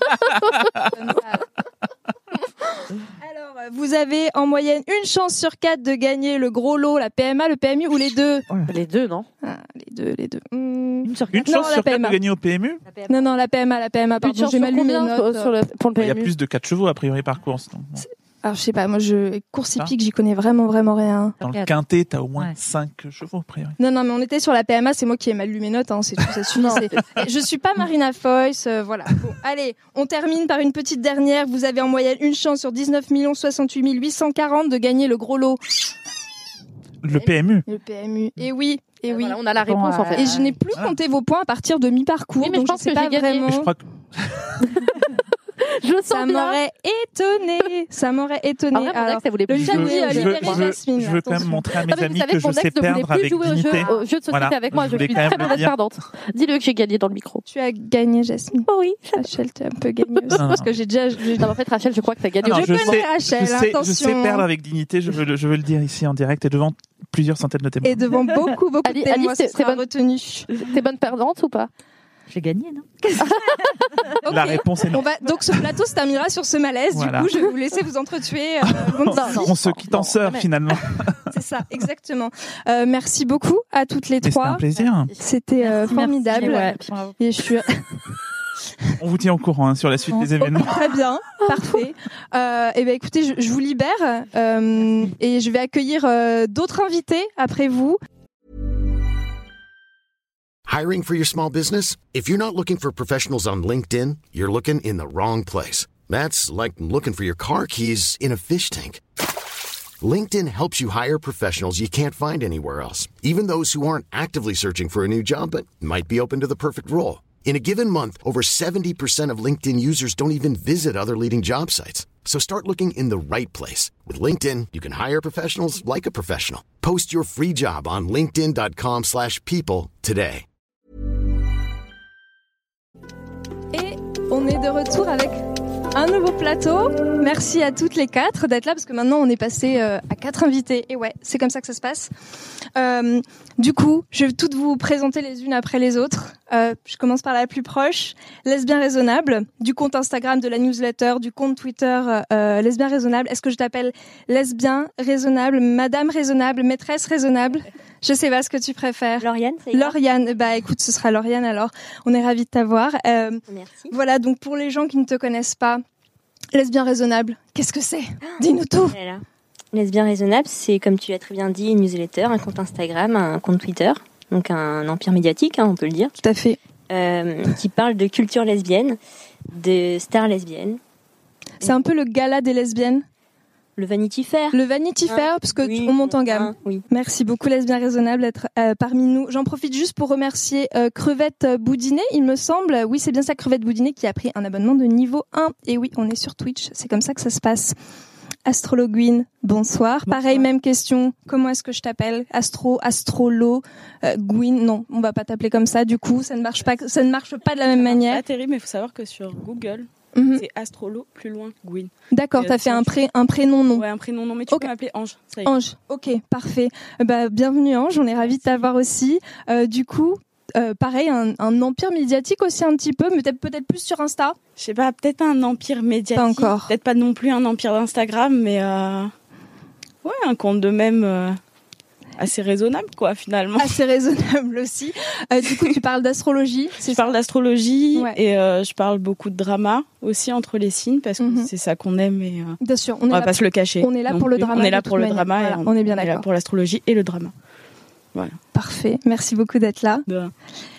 G: Alors, euh, vous avez en moyenne une chance sur quatre de gagner le gros lot, la P M A, le P M U ou les deux.
E: Les deux, non?
G: Ah, les deux, les deux. Hmm.
F: Une sur
D: Une
G: Non,
D: chance
G: la
D: sur quatre
G: P M A.
D: de gagner au P M U.
G: Non, non, la P M A, la P M A,
E: Une
G: pardon,
E: chance
G: j'ai
E: sur
G: mal lu mes
E: combien
G: notes.
E: sur, sur le, pour le
D: Il y a
E: P M U?
D: plus de quatre chevaux a priori par course. Donc, bon.
G: Alors, je sais pas, moi, je, course hippique, j'y connais vraiment, vraiment rien.
D: Dans le
F: Quatre.
D: quintet, t'as au moins
F: Ouais.
D: cinq chevaux a priori.
G: Non, non, mais on était sur la P M A, c'est moi qui ai mal lu mes notes, hein, c'est tout, ça suffit. c'est- Eh, Je suis pas Marina Foïs, euh, voilà. Bon, allez, on termine par une petite dernière. Vous avez en moyenne une chance sur dix-neuf millions soixante-huit mille huit cent quarante de gagner le gros lot.
D: Le P M U.
G: Le P M U. Et oui, et oui.
E: Voilà, on a la
F: Bon,
E: réponse, en
F: euh,
E: fait.
G: Et je n'ai plus
D: Ah.
G: compté vos points à partir de mi-parcours,
E: Oui, mais
G: donc
E: je pense
G: sais
E: que
G: pas
E: j'ai gagné.
G: vraiment.
D: Mais je crois que
E: Je le
G: Ça
E: sens bien.
G: m'aurait étonné. Ça m'aurait étonné.
E: En vrai, mon
G: Alors,
E: ex, elle voulait
G: le
E: plus
G: chat
E: jouer
G: dit,
E: au
G: euh,
D: je
E: jeu.
D: veux,
G: libérez
D: je veux-
G: Jasmine,
D: je veux quand même
G: attention.
D: montrer à mes
E: Non, mais
D: amis
E: vous savez
D: que
E: que
D: je
E: mon
D: sais
E: ex ne voulait
D: perdre
E: plus
D: avec
E: jouer au jeu,
D: dignité.
E: au jeu de société
D: Voilà.
E: avec moi.
D: Je
E: Je
D: voulais
E: suis
D: quand
E: une
D: même
E: très
D: le
E: mauvaise
D: dire.
E: perdante. Dis-le que j'ai gagné dans le micro.
G: Tu as gagné, Jasmine.
E: Oh oui.
G: Rachel, tu as un peu gagné aussi.
D: Non, non.
G: Parce que j'ai déjà. j'ai-
E: Non, mais en fait, Rachel, je crois que t'as gagné
D: Ah
E: au
D: non,
E: jeu.
D: je
G: connais
D: sais,
G: Rachel,
D: je sais, je
G: attention.
D: sais perdre avec dignité. Je veux, le, je veux le dire ici en direct et devant plusieurs centaines de témoins.
G: Et devant beaucoup, beaucoup
E: Ali-
G: de témoins,
E: Alice, t'es-
G: ce sera
E: t'es bonne-
G: retenu.
E: T'es bonne perdante ou pas?
F: J'ai gagné, non?
G: Ok.
D: La réponse est non.
G: On va, donc ce plateau se terminera sur ce malaise.
D: Voilà.
G: Du coup, je vais vous laisser vous entretuer. euh, bon,
E: Non, non.
D: On se quitte en
E: Non,
D: sœur
E: jamais.
D: finalement.
G: c'est ça, exactement. Euh, merci beaucoup à toutes les
D: Mais c'était un
G: trois.
D: plaisir.
G: C'était euh,
F: Merci,
G: formidable.
F: merci. Ouais.
G: Et je suis
D: On vous tient au courant hein, sur la suite des événements.
G: très bien, parfait. Euh, et ben écoutez, je, je vous libère euh, et je vais accueillir euh, d'autres invités après vous.
H: Hiring for your small business? If you're not looking for professionals on LinkedIn, you're looking in the wrong place. That's like looking for your car keys in a fish tank. LinkedIn helps you hire professionals you can't find anywhere else, even those who aren't actively searching for a new job but might be open to the perfect role. In a given month, over seventy percent of LinkedIn users don't even visit other leading job sites. So start looking in the right place. With LinkedIn, you can hire professionals like a professional. Post your free job on linkedin.com slash people today.
G: Et on est de retour avec un nouveau plateau. Merci à toutes les quatre d'être là parce que maintenant on est passé euh, à quatre invités. Et ouais, c'est comme ça que ça se passe. Euh, du coup, je vais toutes vous présenter les unes après les autres. Euh, je commence par la plus proche, Lesbien Raisonnable, du compte Instagram, de la newsletter, du compte Twitter euh, Lesbien Raisonnable. Est-ce que je t'appelle Lesbien Raisonnable, Madame Raisonnable, Maîtresse Raisonnable? Je sais pas ce que tu préfères.
I: Lauriane, ça ira.
G: Lauriane, bah écoute, ce sera Lauriane alors. On est ravis de t'avoir. Euh,
I: Merci.
G: voilà, donc pour les gens qui ne te connaissent pas, Lesbien Raisonnable, qu'est-ce que c'est? Dis-nous tout.
I: Voilà. Lesbien Raisonnable, c'est comme tu l'as très bien dit, une newsletter, un compte Instagram, un compte Twitter, donc un empire médiatique, hein, on peut le dire,
G: Tout à fait.
I: euh, qui parle de culture lesbienne, de stars lesbiennes,
G: C'est un peu le gala des lesbiennes,
I: le Vanity Fair.
G: le Vanity
I: Hein,
G: Fair, parce que
I: oui,
G: on monte en gamme.
I: hein, oui.
G: Merci beaucoup Lesbien Raisonnable d'être euh, parmi nous. J'en profite juste pour remercier euh, Crevette Boudinet, il me semble. Oui, c'est bien ça, Crevette Boudinet qui a pris un abonnement de niveau un. Et oui, on est sur Twitch, c'est comme ça que ça se passe. Astrologuine, bonsoir.
D: Bonsoir.
G: Pareil, même question. Comment est-ce que je t'appelle? Astro, Astrolo, euh, Gwyn. Non, on va pas t'appeler comme ça. Du coup, ça ne marche pas. Ça ne marche pas de la même manière.
J: Pas terrible, mais il faut savoir que sur Google,
G: Mhm.
J: c'est Astrolo plus loin Gwyn.
G: D'accord,
J: Et
G: t'as fait
J: Ange.
G: un, pré, un prénom nom.
J: Ouais, un prénom non, mais tu
G: Ok.
J: peux m'appeler Ange. Ça y est.
G: Ange, ok, parfait. Euh, Bah, bienvenue Ange, on est ravis de t'avoir aussi. Euh, du coup, euh, pareil, un, un empire médiatique aussi un petit peu, mais peut-être peut-être plus sur Insta.
J: Je sais pas, peut-être pas un empire médiatique.
G: Pas encore.
J: Peut-être pas non plus un empire d'Instagram, mais euh... ouais, un compte de même euh, assez raisonnable, quoi, finalement.
G: Assez raisonnable aussi. Euh, du coup, tu parles d'astrologie.
J: Je
G: C'est
J: parle d'astrologie
G: Ouais.
J: et euh, je parle beaucoup de drama aussi entre les signes parce que
G: Mhm.
J: c'est ça qu'on aime et euh,
G: bien sûr. On
J: on,
G: est
J: va
G: là
J: pas se le cacher.
G: on est là
J: non
G: pour le
J: plus.
G: drama
J: On est
G: de
J: là
G: toute
J: pour le
G: manière.
J: drama
G: Voilà,
J: et
G: on est bien
J: on est là
G: d'accord.
J: pour l'astrologie et le drama.
G: Parfait. Merci beaucoup d'être là.
J: De...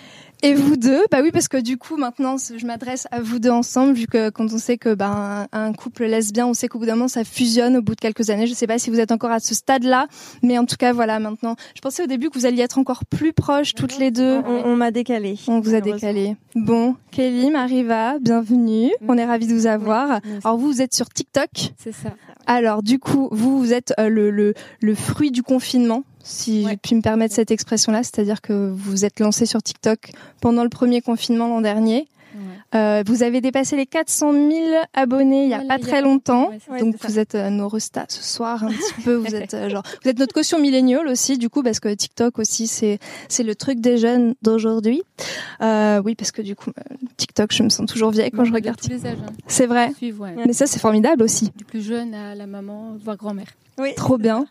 G: Et vous deux, bah oui, parce que du coup, maintenant, je m'adresse à vous deux ensemble, vu que quand on sait que bah, un, un couple lesbien, on sait qu'au bout d'un moment, ça fusionne au bout de quelques années. Je sais pas si vous êtes encore à ce stade-là, mais en tout cas, voilà, maintenant. Je pensais au début que vous alliez être encore plus proches, toutes les deux.
K: On, on m'a décalé.
G: On vous a décalé. Bon, Kelly, Mariva, bienvenue. On est ravis de vous avoir. Oui, alors vous, vous êtes sur TikTok.
C: C'est ça.
G: Alors du coup, vous, vous êtes euh, le, le, le fruit du confinement, si ouais. je puis me permettre cette expression-là, c'est-à-dire que vous vous êtes lancé sur TikTok pendant le premier confinement l'an dernier. Ouais. Euh, vous avez dépassé les quatre cent mille abonnés il y a voilà, pas très longtemps, ouais, donc vous êtes euh, nos restas ce soir un petit peu. Vous êtes euh, genre, vous êtes notre caution milléniale aussi, du coup, parce que TikTok aussi c'est c'est le truc des jeunes d'aujourd'hui. Euh, oui, parce que du coup euh, TikTok, je me sens toujours vieille quand
C: bon,
G: je regarde.
C: Tous les âges. Hein.
G: C'est vrai.
C: Suivre, ouais.
G: Mais ça c'est formidable aussi.
C: Du plus jeune à la maman, voire grand-mère.
G: Oui. Trop bien.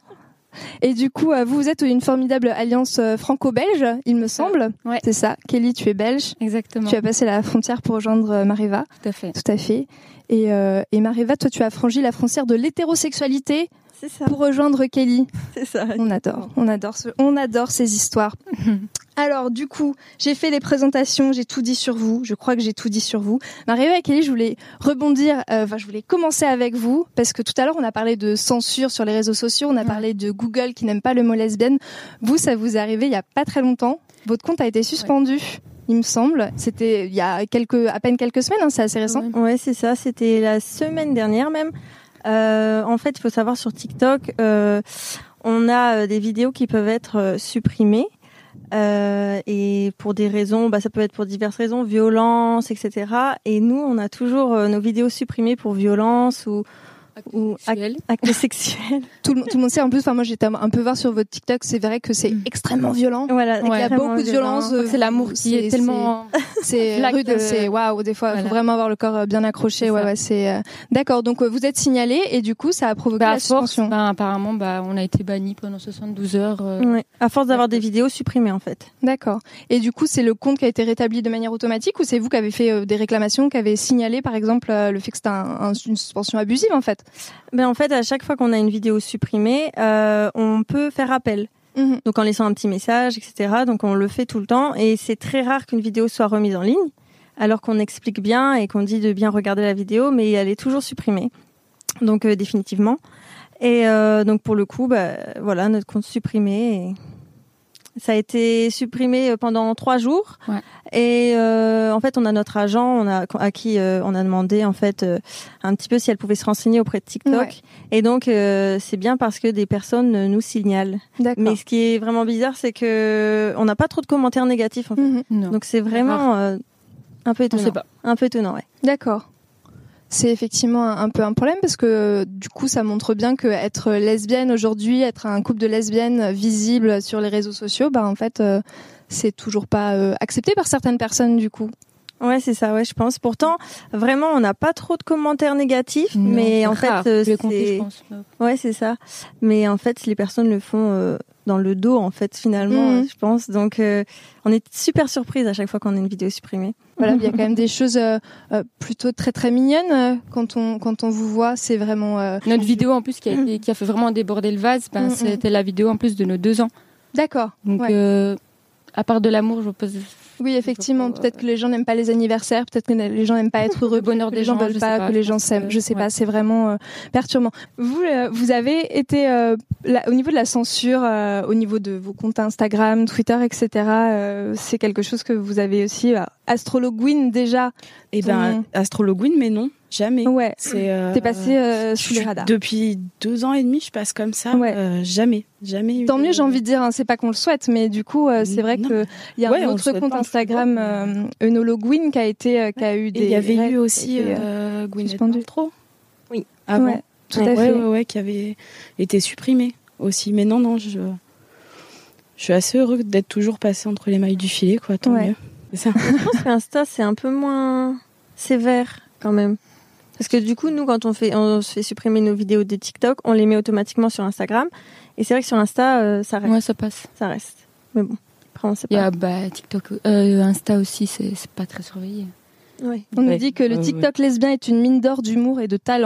G: Et du coup, vous, vous êtes une formidable alliance franco-belge, il me semble.
C: Ouais.
G: C'est ça. Kelly, tu es belge.
C: Exactement.
G: Tu as passé la frontière pour rejoindre Mariva.
C: Tout à fait.
G: Tout à fait. Et, euh, et Mariva, toi, tu as franchi la frontière de l'hétérosexualité
K: C'est ça.
G: pour rejoindre Kelly.
K: C'est ça.
G: On adore. On adore ce, on adore ces histoires. Alors, du coup, j'ai fait les présentations, j'ai tout dit sur vous. Je crois que j'ai tout dit sur vous. Mariva et Kelly, je voulais rebondir, euh, enfin, je voulais commencer avec vous, parce que tout à l'heure, on a parlé de censure sur les réseaux sociaux, on a parlé de Google qui n'aime pas le mot lesbienne. Vous, ça vous est arrivé il y a pas très longtemps. Votre compte a été suspendu. Ouais. Il me semble, c'était il y a quelques, à peine quelques semaines, hein, c'est assez récent.
K: Ouais, c'est ça, c'était la semaine dernière même. Euh, en fait, il faut savoir sur TikTok, euh, on a des vidéos qui peuvent être supprimées. Euh, et pour des raisons, bah ça peut être pour diverses raisons, violence, et cetera. Et nous, on a toujours euh, nos vidéos supprimées pour violence ou
C: actes
K: ou
C: sexuels.
K: Actes sexuels.
G: Tout le, tout le monde sait en plus. Enfin, moi, j'étais un peu voir sur votre TikTok. C'est vrai que c'est extrêmement violent.
K: Voilà,
G: il y a beaucoup de violence.
C: Euh, c'est l'amour qui est, est tellement.
G: C'est rude. Euh... C'est waouh. Des fois, il voilà. faut vraiment avoir le corps bien accroché. C'est ouais, ça. ouais. C'est euh... d'accord. Donc, euh, vous êtes signalé et du coup, ça a provoqué
C: bah,
G: la suspension.
C: Bah, apparemment, bah, on a été bannis pendant soixante-douze heures. Euh...
K: Ouais. À force d'avoir des vidéos supprimées, en fait.
G: D'accord. Et du coup, c'est le compte qui a été rétabli de manière automatique ou c'est vous qui avez fait euh, des réclamations, qui avez signalé, par exemple, euh, le fait que c'était un, un, une suspension abusive, en fait?
K: Ben en fait, à chaque fois qu'on a une vidéo supprimée, euh, on peut faire appel. Mmh. Donc en laissant un petit message, et cetera. Donc on le fait tout le temps et c'est très rare qu'une vidéo soit remise en ligne, alors qu'on explique bien et qu'on dit de bien regarder la vidéo, mais elle est toujours supprimée. Donc euh, définitivement. Et euh, donc pour le coup, bah, voilà, notre compte supprimé. Et... Ça a été supprimé pendant trois jours.
C: Ouais.
K: Et euh, en fait, on a notre agent, on a à qui euh, on a demandé en fait euh, un petit peu si elle pouvait se renseigner auprès de TikTok. Ouais. Et donc euh, c'est bien parce que des personnes nous signalent.
G: D'accord.
K: Mais ce qui est vraiment bizarre, c'est que on n'a pas trop de commentaires négatifs. En fait.
G: Mmh.
K: Donc c'est vraiment euh, un peu étonnant.
C: On sait pas.
K: Un peu étonnant, ouais.
G: D'accord. C'est effectivement un peu un problème parce que du coup ça montre bien que être lesbienne aujourd'hui, être un couple de lesbiennes visible sur les réseaux sociaux, bah en fait euh, c'est toujours pas euh, accepté par certaines personnes du coup.
K: Ouais, c'est ça, ouais, je pense. Pourtant, vraiment, on n'a pas trop de commentaires négatifs,
C: non,
K: mais en
C: rare,
K: fait, euh,
C: c'est compter, je pense.
K: Ouais, c'est ça. Mais en fait, les personnes le font euh, dans le dos, en fait, finalement, mmh. euh, je pense. Donc, euh, on est super surprise à chaque fois qu'on a une vidéo supprimée.
G: Voilà, il y a quand même des choses euh, euh, plutôt très très mignonnes euh, quand on quand on vous voit. C'est vraiment euh...
C: notre vidéo en plus qui a été, qui a fait vraiment déborder le vase. Ben, mmh. c'était la vidéo en plus de nos deux ans.
G: D'accord.
C: Donc,
G: ouais.
C: euh, à part de l'amour, je pose.
G: Oui, effectivement. Peut-être que les gens n'aiment pas les anniversaires. Peut-être que les gens n'aiment pas être heureux.
C: Le bonheur des
G: les gens
C: gens
G: veulent pas, pas que les gens s'aiment. Je sais ouais. pas. C'est vraiment euh, perturbant. Vous, euh, vous avez été euh, là, au niveau de la censure, euh, au niveau de vos comptes Instagram, Twitter, et cetera. Euh, c'est quelque chose que vous avez aussi. Euh, Astrologuine déjà.
J: Eh ben, ton... Astrologuine, mais non. Jamais.
G: Ouais.
J: C'est. Euh,
G: T'es passé euh, sous les radars.
J: Depuis deux ans et demi, je passe comme ça. Ouais. Euh, jamais, jamais. Eu
G: Tant
J: de...
G: mieux, j'ai envie de dire. Hein, c'est pas qu'on le souhaite, mais du coup, euh, c'est vrai que il y a
J: ouais,
G: un autre compte pas, Instagram, euh, Enologuine, qui a été, euh, qui a eu des.
J: Il y avait eu aussi euh, Gwyneth Paltrow.
G: Oui.
J: Avant.
G: Ouais, tout
J: ouais,
G: à fait.
J: Ouais, ouais, ouais, qui avait été supprimé aussi. Mais non, non, je. Je suis assez heureux d'être toujours passé entre les mailles du filet, quoi. Tant
G: ouais.
J: mieux. C'est ça.
K: Je pense qu'Insta, c'est un peu moins sévère quand même. Parce que du coup, nous, quand on fait, on se fait supprimer nos vidéos de TikTok, on les met automatiquement sur Instagram. Et c'est vrai que sur Insta, euh, ça reste.
C: Ouais, ça passe.
K: Ça reste. Mais bon, après, on sait pas.
C: Il y a bah, TikTok, euh, Insta aussi, c'est, c'est pas très surveillé.
G: Ouais. On ouais. nous dit que le TikTok ouais. lesbien est une mine d'or d'humour et de talent.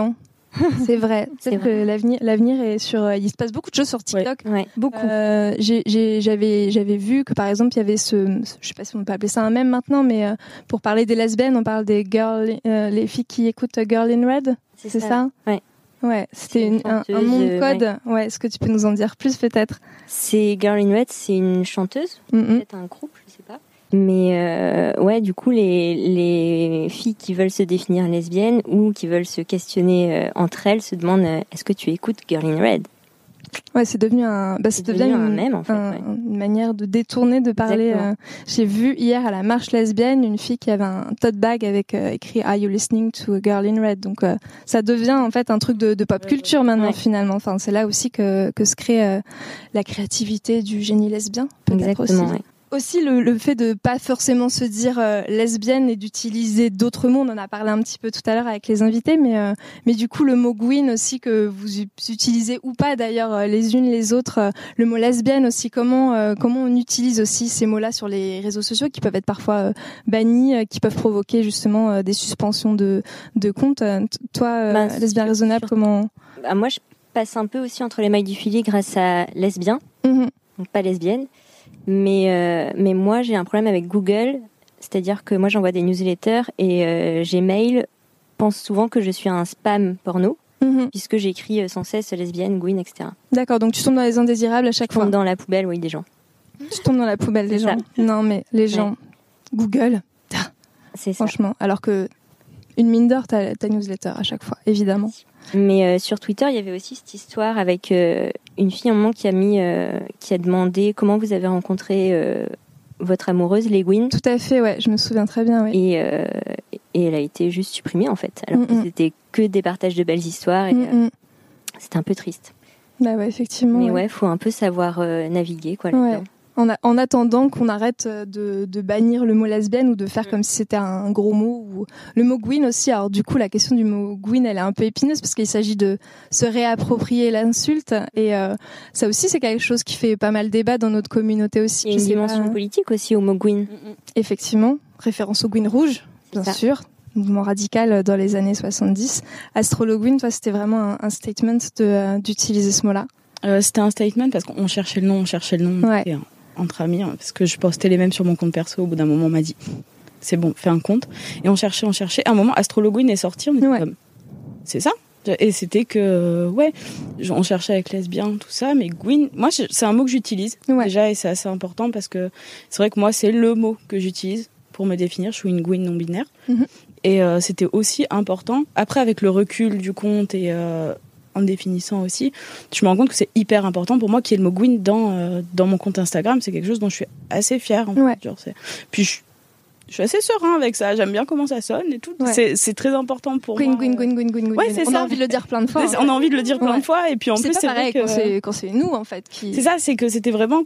G: C'est vrai.
I: C'est
G: C'est
I: vrai.
G: que l'avenir, l'avenir est sur. euh, Il se passe beaucoup de choses sur TikTok.
I: Ouais.
G: Beaucoup. Euh, j'ai, j'ai, j'avais, j'avais vu que par exemple il y avait ce, ce- je sais pas si on peut appeler ça un mème maintenant, mais euh, pour parler des lesbiennes, on parle des girls, euh, les filles qui écoutent Girl in Red.
I: C'est
G: C'est
I: ça.
G: ça.
I: Ouais.
G: Ouais. C'était
I: C'est une
G: une- un, un
I: chanteuse,
G: monde
I: euh,
G: code. Ouais. Est-ce que tu peux nous en dire plus peut-être?
I: C'est Girl in Red, c'est une chanteuse,
G: Mhm.
I: peut-être un groupe, je sais pas. Mais euh, ouais, du coup, les, les filles qui veulent se définir lesbiennes ou qui veulent se questionner euh, entre elles se demandent euh, est-ce que tu écoutes Girl in Red?
G: Ouais, c'est devenu un, bah, c'est
I: C'est
G: devenu
I: devenu un
G: une,
I: mème, en fait,
G: un-
I: ouais.
G: une manière de détourner, de parler.
I: Exactement.
G: euh, J'ai vu hier à la marche lesbienne une fille qui avait un tote bag avec euh, écrit Are you listening to a girl in red? Donc euh, ça devient en fait un truc de, de pop culture maintenant
I: Ouais.
G: finalement. Enfin, c'est là aussi que que se crée euh, la créativité du génie lesbien. Peut-être
I: Exactement,
G: aussi.
I: ouais.
G: Aussi le, le fait de pas forcément se dire euh, lesbienne et d'utiliser d'autres mots. On en a parlé un petit peu tout à l'heure avec les invités, mais euh, mais du coup le mot gwyn aussi que vous u- utilisez ou pas d'ailleurs euh, les unes les autres. euh, le mot lesbienne aussi. Comment euh, comment on utilise aussi ces mots-là sur les réseaux sociaux qui peuvent être parfois euh, bannis, euh, qui peuvent provoquer justement euh, des suspensions de de comptes. Euh, t- toi, euh,
I: Bah,
G: lesbien
I: sur-
G: raisonnable,
I: sur-
G: comment?
I: Bah, moi, je passe un peu aussi entre les mailles du filet grâce à lesbien,
G: Mhm.
I: donc pas lesbienne. Mais, euh, mais moi, j'ai un problème avec Google, c'est-à-dire que moi, j'envoie des newsletters et euh, Gmail pense souvent que je suis un spam porno,
G: Mhm.
I: puisque j'écris euh, sans cesse lesbienne, gwyn, et cetera.
G: D'accord. Donc tu tombes dans les indésirables à chaque
I: Je
G: fois.
I: tombe dans la poubelle, oui, des gens.
G: Tu tombes dans la poubelle des
I: C'est ça.
G: gens. Non, mais les gens, Google,
I: C'est ça.
G: franchement. Alors que une mine d'or, ta, ta newsletter à chaque fois, évidemment.
I: Mais euh, sur Twitter, il y avait aussi cette histoire avec euh, une fille, un moment, qui a mis, euh, qui a demandé comment vous avez rencontré euh, votre amoureuse, les Gwyn.
G: Tout à fait, ouais, je me souviens très bien, oui.
I: Et, euh, et elle a été juste supprimée, en fait. Alors
G: Mm,
I: que
G: mm.
I: c'était que des partages de belles histoires et
G: Mm,
I: euh,
G: mm.
I: c'était un peu triste.
G: Bah ouais, effectivement.
I: Mais
G: ouais.
I: ouais, faut un peu savoir euh, naviguer, quoi,
G: Ouais.
I: là-dedans.
G: En, a- en attendant qu'on arrête de, de bannir le mot lesbienne ou de faire comme si c'était un gros mot. Ou le mot gwyn aussi. Alors du coup, la question du mot gwyn, elle est un peu épineuse parce qu'il s'agit de se réapproprier l'insulte. Et euh, ça aussi, c'est quelque chose qui fait pas mal débat dans notre communauté aussi.
I: Il y a
G: Je
I: une
G: sais
I: dimension
G: pas.
I: politique aussi au mot Gwyn.
G: Effectivement, référence au Gwyn rouge, bien
I: ça.
G: sûr. Mouvement radical dans les années soixante-dix. Astrologwyn, toi, c'était vraiment un, un statement de, euh, d'utiliser ce mot-là.
J: Euh, c'était un statement parce qu'on cherchait le nom, on cherchait le nom
G: Ouais.
J: c'était, euh, entre amis, hein, parce que je postais les mêmes sur mon compte perso. Au bout d'un moment, on m'a dit c'est bon, fais un compte. Et on cherchait, on cherchait. À un moment, Astrologwyn est sorti, on était
G: Ouais.
J: comme c'est ça. Et c'était que euh, ouais, on cherchait avec lesbien, tout ça, mais Gwyn, moi je- c'est un mot que j'utilise
G: Ouais.
J: déjà et c'est assez important parce que c'est vrai que moi c'est le mot que j'utilise pour me définir. Je suis une Gwyn non binaire.
G: Mhm.
J: Et euh, c'était aussi important. Après, avec le recul du compte et euh, en définissant aussi, je me rends compte que c'est hyper important pour moi qu'il y ait le mot Gwyn dans, euh, dans mon compte Instagram. C'est quelque chose dont je suis assez fière. En fait.
G: Ouais.
J: Genre, c'est... Puis je, je suis assez serein avec ça. J'aime bien comment ça sonne et tout.
G: Ouais.
J: C'est, c'est très important pour
G: Gwyn,
J: moi.
G: Gwyn, Gwyn, Gwyn, Gwyn,
J: Ouais,
G: Gwyn.
J: c'est
G: On
J: ça.
G: a envie de le dire plein de fois.
J: Mais
G: hein.
J: on a envie de le dire plein
G: Ouais.
J: de fois. Et puis en
G: c'est
J: plus,
G: pas
J: c'est
G: pareil
J: vrai que...
G: quand, c'est, quand c'est nous, en fait, qui...
J: C'est ça, c'est que c'était vraiment...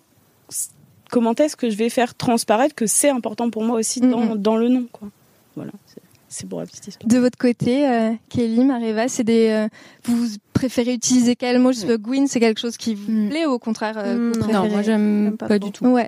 J: Comment est-ce que je vais faire transparaître que c'est important pour moi aussi dans,
G: Mhm.
J: dans le nom, quoi. Voilà, c'est, c'est pour la petite histoire.
G: De votre côté, euh, Kelly, Mariva, c'est des, euh, vous préférez utiliser quel mot? Le Gwyn, c'est quelque chose qui vous
L: Mm.
G: plaît ou au contraire euh, que vous
K: Mm,
G: préférez?
L: Non, moi j'aime
K: J'aime pas
L: pas,
K: trop.
L: du tout.
G: Ouais.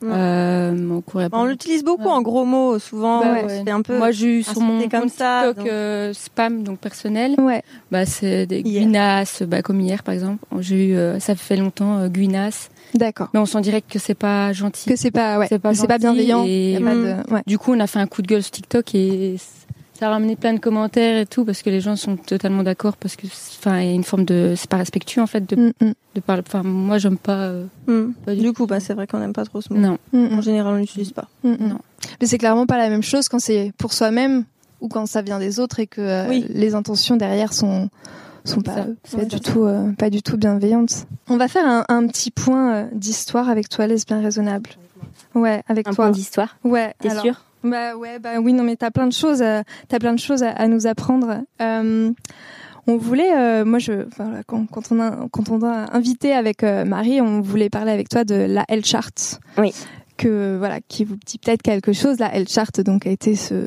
L: Euh, on courait pas.
K: On l'utilise beaucoup
L: Ouais.
K: en gros mots, souvent.
L: Bah
K: ouais.
L: ouais.
K: C'est un peu.
L: Moi, j'ai eu sur mon
K: insulté comme
L: compte
K: ça,
L: TikTok
K: donc-
L: euh, spam, donc personnel.
G: Ouais.
L: Bah, c'est des
K: Hier.
L: guinasses, bah, comme hier par exemple. J'ai eu, euh, ça fait longtemps, euh, guinasses.
G: D'accord.
L: Mais on sent direct que c'est pas gentil.
G: Que c'est pas, ouais.
L: C'est pas
G: que c'est pas
L: gentil
G: bienveillant.
L: et-
G: Y a pas de, ouais.
L: Du coup, on a fait un coup de gueule sur TikTok et ça a ramené plein de commentaires et tout parce que les gens sont totalement d'accord parce que, enfin, il y a une forme de, c'est pas respectueux en fait de,
G: Mm, mm,
L: de parler. Enfin, moi, j'aime pas. euh,
K: Mm.
L: pas du
K: Du coup, bah, c'est vrai qu'on n'aime pas trop ce mot.
L: Non.
G: mm,
K: En
G: mm,
K: général, on l'utilise pas.
G: mm, mm.
L: Non.
G: Mais c'est clairement pas la même chose quand c'est pour soi-même ou quand ça vient des autres et que euh,
K: Oui.
G: les intentions derrière sont sont pas,
L: Ça,
G: pas
L: ouais,
G: du
L: ça.
G: tout euh, pas du tout bienveillantes. On va faire un, un petit point euh, d'histoire avec toi, lesbien raisonnable. Ouais, avec
I: Un
G: toi.
I: point d'histoire.
G: Ouais.
I: T'es
G: alors-
I: sûre?
G: Bah ouais, bah oui, non mais t'as plein de choses, à, t'as plein de choses à, à nous apprendre. Euh, on voulait, euh, moi je, enfin, voilà, quand, quand on a, quand on a invité avec euh, Marie, on voulait parler avec toi de la L-Chart.
I: Oui.
G: Que voilà, qui vous dit peut-être quelque chose. La L-Chart donc a été ce,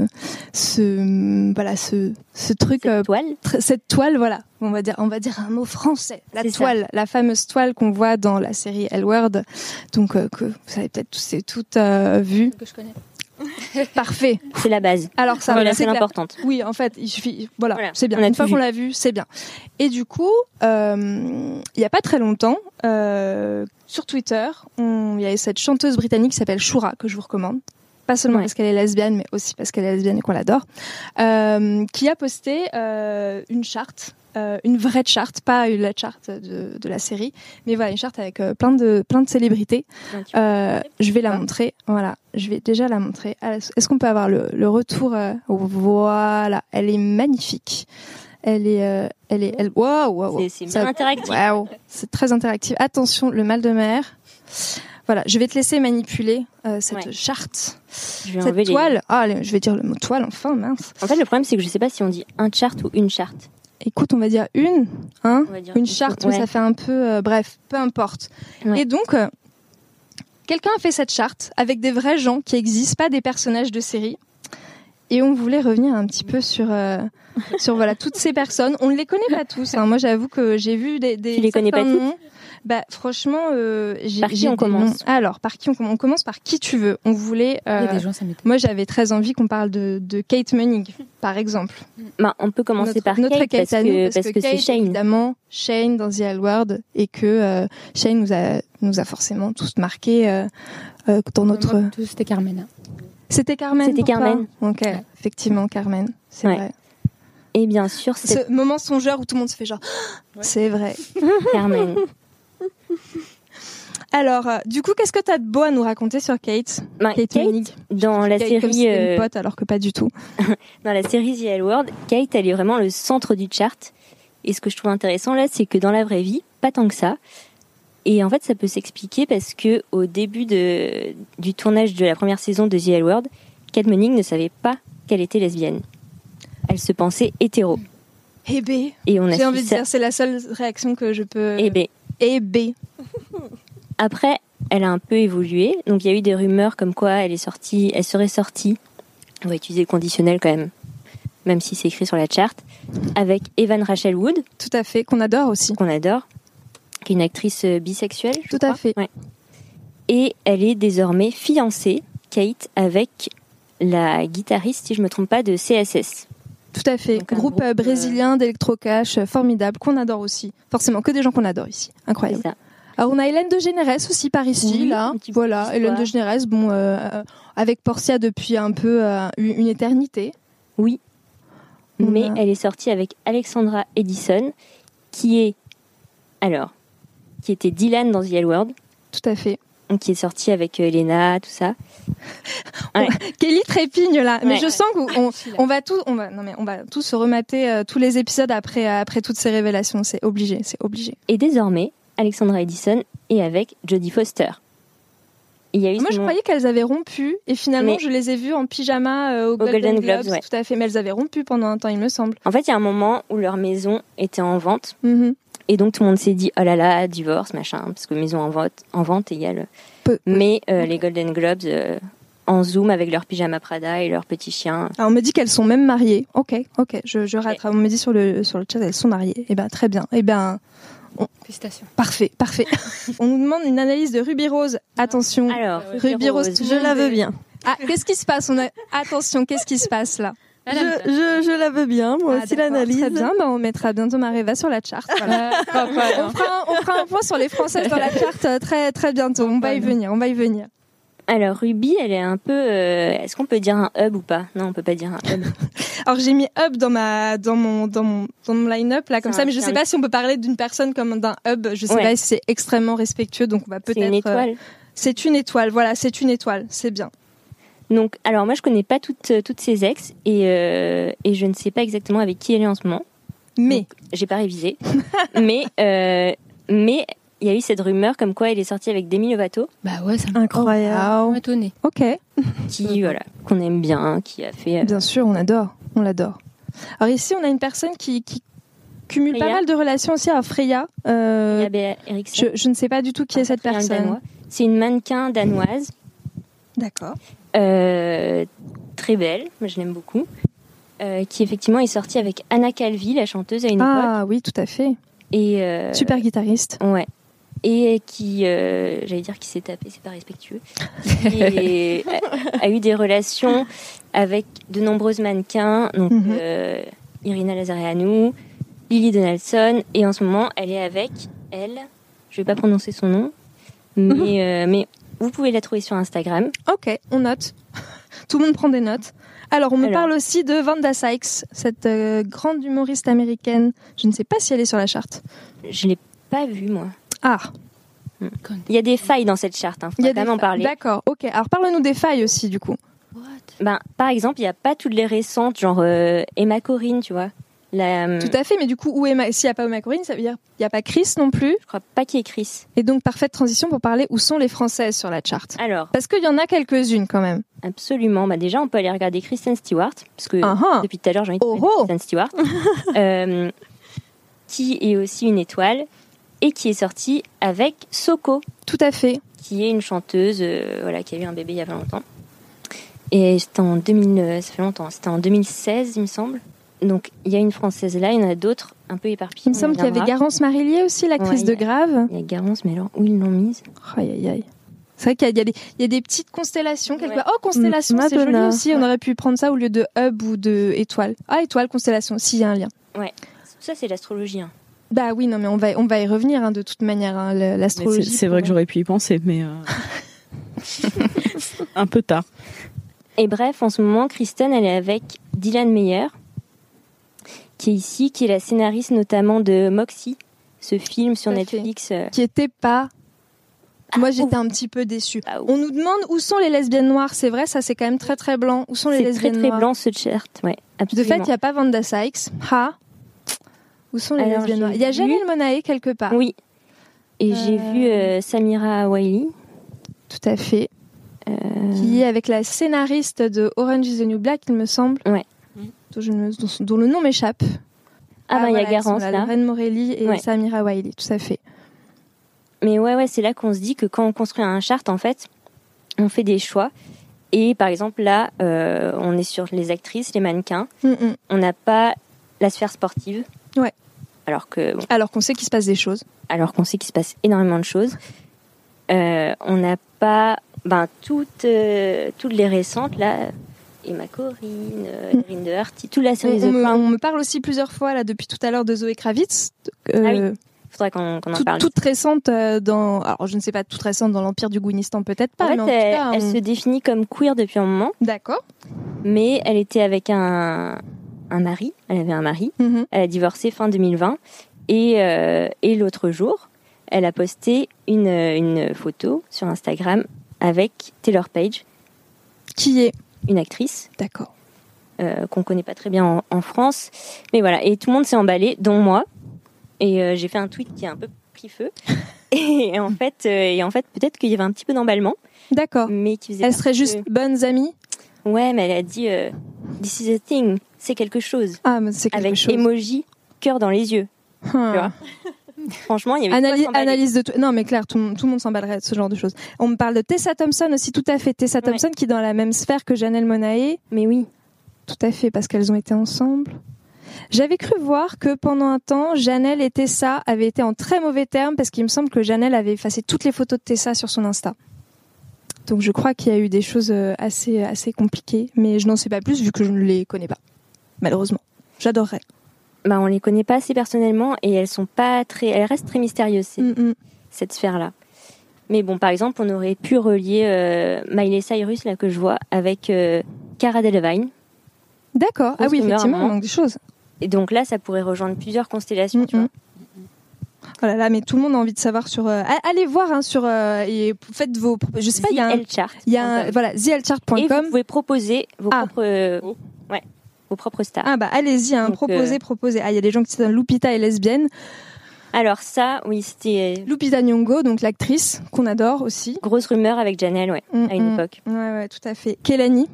G: ce, voilà, ce, ce truc,
I: Cette
G: euh,
I: toile.
G: tr- cette toile, voilà, on va dire, on va dire un mot français. La
I: C'est ça.
G: toile, la fameuse toile qu'on voit dans la série L-Word, donc euh, que vous avez peut-être tous et toutes euh, vu.
L: Que je connais.
G: Parfait.
I: C'est la base.
G: Alors ça,
I: voilà,
G: c'est
I: c'est l'importante.
G: Oui, en fait, il suffit. Voilà,
I: Voilà,
G: c'est bien.
I: on a
G: Une fois
I: tout
G: qu'on
I: vu.
G: l'a vu, c'est bien. Et du coup, euh, il y a pas très longtemps, euh, sur Twitter, on- il y a cette chanteuse britannique qui s'appelle Shura que je vous recommande. Pas seulement
I: Ouais.
G: parce qu'elle est lesbienne, mais aussi parce qu'elle est lesbienne et qu'on l'adore, euh, qui a posté euh, une charte. Euh, une vraie charte, pas la charte de, de la série, mais voilà une charte avec euh, plein de plein de célébrités.
I: Ouais, tu peux
G: Euh,
I: montrer
G: je vais la montrer. Voilà, je vais déjà la montrer. Ah, est-ce qu'on peut avoir le, le retour euh, Voilà, elle est magnifique. Elle est, euh, elle est, elle. Waouh, waouh.
I: C'est- c'est
G: Ça-
I: bien interactif.
G: Waouh, c'est très interactif. Attention, le mal de mer. Voilà, je vais te laisser manipuler euh, cette
I: Ouais.
G: charte,
I: Je vais
G: cette
I: enlever les-
G: toile. Ah, les- je vais dire le mot toile. Enfin, mince.
I: En fait, le problème, c'est que je sais pas si on dit un chart ou une charte.
G: Écoute, on va dire une, hein,
I: On va dire
G: une
I: une,
G: charte,
I: ouais.
G: oui, ça fait un peu, euh, bref, peu importe.
I: Ouais.
G: Et donc, euh, quelqu'un a fait cette charte avec des vrais gens qui existent, pas des personnages de série. Et on voulait revenir un petit peu sur, euh, sur voilà toutes ces personnes. On ne les connaît pas tous. Hein. Moi, j'avoue que j'ai vu des, des
I: Tu les connais pas
G: certains
I: toutes
G: noms. Bah, franchement, euh, j'ai.
I: Par qui
G: j'ai
I: on
G: des
I: commence
G: noms. Alors, par qui on commence On commence par qui tu veux. On voulait.
L: Il y a
G: euh,
L: des gens, ça m'étonne.
G: moi, j'avais très envie qu'on parle de, de Kate Moennig, par exemple.
I: Bah, on peut commencer
G: notre,
I: par
G: notre
I: Kate, parce
G: à nous,
I: que,
G: parce,
I: parce
G: que,
I: que c'est
G: Kate,
I: Shane.
G: évidemment, Shane dans The L Word, et que euh, Shane nous a nous a forcément tous marqué euh, euh, dans notre.
L: Moi, tout, c'était Carmen. hein.
G: C'était Carmen.
I: C'était
G: pour toi
I: Carmen.
G: Ok, effectivement Carmen, c'est
I: Ouais.
G: vrai.
I: Et bien sûr, c'est
G: Ce moment songeur où tout le monde se fait genre, c'est vrai.
I: Carmen.
G: Alors, euh, du coup, qu'est-ce que t'as de beau à nous raconter sur Kate
I: Bah,
G: Kate,
I: Kate,
G: Moennig.
I: dans la
G: Kate comme
I: série,
G: si c'était
I: euh,
G: une pote, alors que pas du tout.
I: dans la série The L Word, Kate, elle est vraiment le centre du chart. Et ce que je trouve intéressant là, c'est que dans la vraie vie, pas tant que ça. Et en fait, ça peut s'expliquer parce que au début de, du tournage de la première saison de The L Word, Kate Moennig ne savait pas qu'elle était lesbienne. Elle se pensait hétéro.
G: Eh ben,
I: Et on a
G: j'ai
I: su
G: envie de
I: ça.
G: dire, c'est la seule réaction que je peux.
I: Eh ben,
G: Eh ben.
I: après, elle a un peu évolué. Donc, il y a eu des rumeurs comme quoi elle est sortie, elle serait sortie. On va utiliser le conditionnel quand même, même si c'est écrit sur la charte, avec Evan Rachel Wood,
G: Tout à fait, qu'on adore aussi.
I: qu'on adore, qui est une actrice euh, bisexuelle. je
G: Tout à
I: crois.
G: fait.
I: Ouais. Et elle est désormais fiancée, Kate, avec la guitariste, si je me trompe pas, de C S S.
G: Tout à fait.
I: Donc, un
G: Groupe,
I: groupe,
G: euh, brésilien d'électrocash, euh, formidable, qu'on adore aussi. Forcément, que des gens qu'on adore ici.
I: C'est
G: Incroyable.
I: ça.
G: Alors, on a Hélène de Généresse aussi par ici,
I: Oui,
G: là.
I: un petit peu
G: Voilà,
I: d'histoire.
G: Hélène de Généresse, bon, euh, euh, avec Portia depuis un peu euh, une une éternité.
I: Oui.
G: On
I: Mais
G: a-
I: elle est sortie avec Alexandra Edison, qui est, alors, qui était Dylan dans The L Word,
G: Tout à fait.
I: donc qui est sortie avec euh, Elena, tout ça. Ouais.
G: Kelly trépigne là, mais
I: Ouais.
G: je sens qu'on on, on va tous, on va, non mais on va tous se remater euh, tous les épisodes après euh, après toutes ces révélations. C'est obligé, c'est obligé.
I: Et désormais, Alexandra Edison est avec Jodie Foster. Il y a eu
G: Moi,
I: ce
G: je
I: moment-
G: croyais qu'elles avaient rompu, et finalement,
I: Mais-
G: je les ai vues en pyjama euh, au, Golden,
I: Golden
G: Globes,
I: Globes, ouais.
G: tout à fait. Mais elles avaient rompu pendant un temps, il me semble.
I: En fait, il y a un moment où leur maison était en vente.
G: Mhm.
I: Et donc tout le monde s'est dit oh là là, divorce, machin, parce que maison en vente, en vente égale.
G: Peu-
I: Mais euh, les Golden Globes euh, en zoom avec leur pyjama Prada et leur petit chien.
G: Alors, on me dit qu'elles sont même mariées. Ok, ok, je, je rattrape. On me dit sur le sur le chat elles sont mariées. Eh ben très bien. Eh ben
L: Félicitations.
G: parfait, parfait. On nous demande une analyse de Ruby Rose. Attention.
I: Alors,
G: Ruby Rose, tout le
K: Je
G: monde
K: la veux
G: est-
K: bien.
G: Ah, qu'est-ce qui se passe On a attention, qu'est-ce qui se passe là
K: Je, je, je la veux bien, moi
G: Ah,
K: aussi
G: d'accord,
K: l'analyse.
G: Très bien, bah, on mettra bientôt Mareva sur la charte. Voilà. on, fera un, on fera un point sur les Françaises dans la charte euh, très très bientôt. On va y venir, on va y venir.
I: Alors Ruby, elle est un peu. euh, Est-ce qu'on peut dire un hub ou pas? Non, on peut pas dire un hub.
G: Alors j'ai mis hub dans ma dans mon dans mon dans mon line-up là comme
I: C'est
G: ça,
I: un-
G: mais je
I: c'est
G: sais
I: un-
G: pas si on peut parler d'une personne comme d'un hub. Je sais
I: Ouais.
G: pas si c'est extrêmement respectueux, donc on va peut-être.
I: C'est une étoile.
G: euh, c'est une étoile. Voilà, c'est une étoile. C'est bien.
I: Donc, alors moi, je connais pas toutes euh, toutes ses ex et euh, et je ne sais pas exactement avec qui elle est en ce moment.
G: Mais
I: Donc, j'ai pas révisé. mais euh, mais il y a eu cette rumeur comme quoi elle est sortie avec Demi Lovato,
L: Bah ouais, ça m'a
K: Incroyable.
G: Wow.
L: étonné.
G: Ok.
I: qui voilà qu'on aime bien, qui a fait. euh,
G: Bien sûr, on adore, on l'adore. Alors ici, on a une personne qui, qui cumule pas
I: Freya.
G: mal de relations aussi à Freya. Euh,
I: Gabrielle Eriksson.
G: je, je ne sais pas du tout qui est cette
I: Freya, un
G: personne.
I: Danois. C'est une mannequin danoise,
G: D'accord.
I: euh, très belle, moi je l'aime beaucoup, euh, qui effectivement est sortie avec Anna Calvi, la chanteuse à une époque.
G: Ah oui, tout à fait.
I: Et euh,
G: Super guitariste.
I: ouais. et qui, euh, j'allais dire qui s'est tapé, c'est pas respectueux, et a, a eu des relations avec de nombreuses mannequins, donc mm-hmm. euh, Irina Lazareanu, Lily Donaldson, et en ce moment, elle est avec elle, je vais pas prononcer son nom, mais, mm-hmm. euh, mais vous pouvez la trouver sur Instagram.
G: Ok, on note. Tout le monde prend des notes. Alors, on me Alors. parle aussi de Wanda Sykes, cette euh, grande humoriste américaine. Je ne sais pas si elle est sur la charte.
I: Je l'ai pas vue, moi.
G: Ah.
I: Il y a des failles dans cette charte, il hein, faut quand même en parler.
G: D'accord, ok. Alors, parle-nous des failles aussi, du coup.
I: What ben, par exemple, il n'y a pas toutes les récentes, genre euh, Emma Corrin, tu vois. La, euh...
G: Tout à fait, mais du coup, où Emma... s'il n'y a pas Emma Corrin, ça veut dire qu'il n'y a pas Chris non plus.
I: Je crois pas qu'il y ait Chris.
G: Et donc, parfaite transition pour parler où sont les Françaises sur la charte.
I: Alors.
G: Parce qu'il y en a quelques-unes quand même.
I: Absolument. Bah, déjà, on peut aller regarder Kristen Stewart, parce que
G: uh-huh.
I: depuis tout à l'heure, j'ai envie de parler
G: oh
I: de Kristen Stewart, euh, qui est aussi une étoile et qui est sortie avec Soko.
G: Tout à fait.
I: Qui est une chanteuse, euh, voilà, qui a eu un bébé il y a pas longtemps. Et c'était en deux mille, ça fait longtemps, c'était en deux mille seize, il me semble. Donc, il y a une Française là, il y en a d'autres un peu éparpillées.
G: Il me semble qu'il y avait Garance Marillier aussi, l'actrice
I: ouais,
G: de Grave.
I: Il y a Garance, mais alors, où ils l'ont mise ?
G: Aïe, aïe, aïe. C'est vrai qu'il y a, il y a, des, il y a des petites constellations quelque part. Ouais. Oh, constellation, mmh, c'est joli aussi. Ouais. On aurait pu prendre ça au lieu de hub ou de étoile. Ah, étoile, constellation, s'il y a un lien.
I: Ouais, ça c'est l'astrologie. Hein.
G: Bah oui, non, mais on va, on va y revenir hein, de toute manière, hein, l'astrologie.
J: C'est, c'est vrai que j'aurais pu y penser, mais... Euh... un peu tard.
I: Et bref, en ce moment, Kristen, elle est avec Dylan Meyer, qui est ici, qui est la scénariste notamment de Moxie, ce film sur Netflix. Euh...
G: Qui était pas... Ah, Moi, j'étais ouf. un petit peu déçue. Ah, on nous demande où sont les lesbiennes noires. C'est vrai, ça, c'est quand même très, très blanc. Où sont les
I: c'est
G: lesbiennes
I: très, très
G: noires
I: blanc, ce charte. Ouais, absolument.
G: De fait, il n'y a pas Wanda Sykes. Ha. Où sont les Alors, lesbiennes noires ? Il y a Janelle Monáe quelque part.
I: Oui. Et euh... j'ai vu euh, Samira Wiley.
G: Tout à fait. Euh... Qui est avec la scénariste de Orange is the New Black, il me semble.
I: Ouais.
G: Dont, je me... dont, dont le nom m'échappe.
I: Ah, ah bah, il voilà, y a Garance, là.
G: Lorraine Morelli et ouais. Samira Wiley, tout à fait.
I: Mais ouais, ouais, c'est là qu'on se dit que quand on construit un chart, en fait, on fait des choix. Et par exemple, là, euh, on est sur les actrices, les mannequins. Mm-mm. On n'a pas la sphère sportive.
G: Ouais.
I: Alors que... Bon,
G: alors qu'on sait qu'il se passe des choses.
I: Alors qu'on sait qu'il se passe énormément de choses. Euh, on n'a pas... Ben, toutes, euh, toutes les récentes, là... Emma Corrin, euh, Erin de Harty, toute la série
G: on,
I: The
G: on,
I: Crown.
G: On me parle aussi plusieurs fois, là, depuis tout à l'heure, de Zoé Kravitz.
I: Euh, ah oui. Faudrait qu'on, qu'on en
G: toute,
I: parle.
G: Toute récente euh, dans, alors je ne sais pas, toute récente dans l'Empire du Gouinistan, peut-être pas.
I: En fait,
G: mais en
I: elle,
G: tout cas,
I: elle
G: on...
I: se définit comme queer depuis un moment.
G: D'accord.
I: Mais elle était avec un, un mari. Elle avait un mari. Mm-hmm. Elle a divorcé fin deux mille vingt. Et, euh, et l'autre jour, elle a posté une, une photo sur Instagram avec Taylor Page.
G: Qui est
I: une actrice.
G: D'accord.
I: Euh, qu'on connaît pas très bien en, en France. Mais voilà. Et tout le monde s'est emballé, dont moi. Et euh, j'ai fait un tweet qui a un peu pris feu. et en fait, euh, et en fait, peut-être qu'il y avait un petit peu d'emballement.
G: D'accord.
I: Mais qui faisait
G: elle serait juste que... bonnes amies.
I: Ouais, mais elle a dit euh, "This is a thing", c'est quelque chose.
G: Ah, mais c'est quelque
I: avec
G: chose.
I: Avec emoji, cœur dans les yeux.
G: Hum.
I: Tu vois. Franchement, il y avait
G: Analyse, analyse de tout. Non, mais clair, tout, tout le monde s'emballerait de ce genre de choses. On me parle de Tessa Thompson aussi, tout à fait. Tessa Thompson ouais. qui est dans la même sphère que Janelle Monáe.
I: Mais oui.
G: Tout à fait, parce qu'elles ont été ensemble. J'avais cru voir que pendant un temps, Janelle et Tessa avaient été en très mauvais termes parce qu'il me semble que Janelle avait effacé toutes les photos de Tessa sur son Insta. Donc je crois qu'il y a eu des choses assez, assez compliquées, mais je n'en sais pas plus vu que je ne les connais pas. Malheureusement. J'adorerais.
I: Bah, on les connaît pas assez personnellement et elles sont pas très, elles restent très mystérieuses, c'est, mm-hmm. cette sphère-là. Mais bon, par exemple, on aurait pu relier euh, Miley Cyrus, là, que je vois, avec euh, Cara Delevingne.
G: D'accord. Ah oui, effectivement, il manque des choses.
I: Et donc là, ça pourrait rejoindre plusieurs constellations, mm-hmm. tu vois.
G: Oh là là, mais tout le monde a envie de savoir sur. Euh, allez voir hein, sur euh, et faites vos. Je sais pas, il y a un.
I: The-L-Chart.
G: Il y a un, voilà, the l chart point com.
I: Et vous pouvez proposer vos ah. propres. Euh, oh. Ouais. Vos propres stars.
G: Ah bah allez-y, hein, donc, proposez, euh... proposez. Ah, il y a des gens qui disent Lupita est lesbienne.
I: Alors ça, oui, c'était...
G: Lupita Nyong'o, donc l'actrice qu'on adore aussi.
I: Grosse rumeur avec Janelle, ouais, mm-hmm. à une époque.
G: Ouais, ouais, tout à fait. Kelani,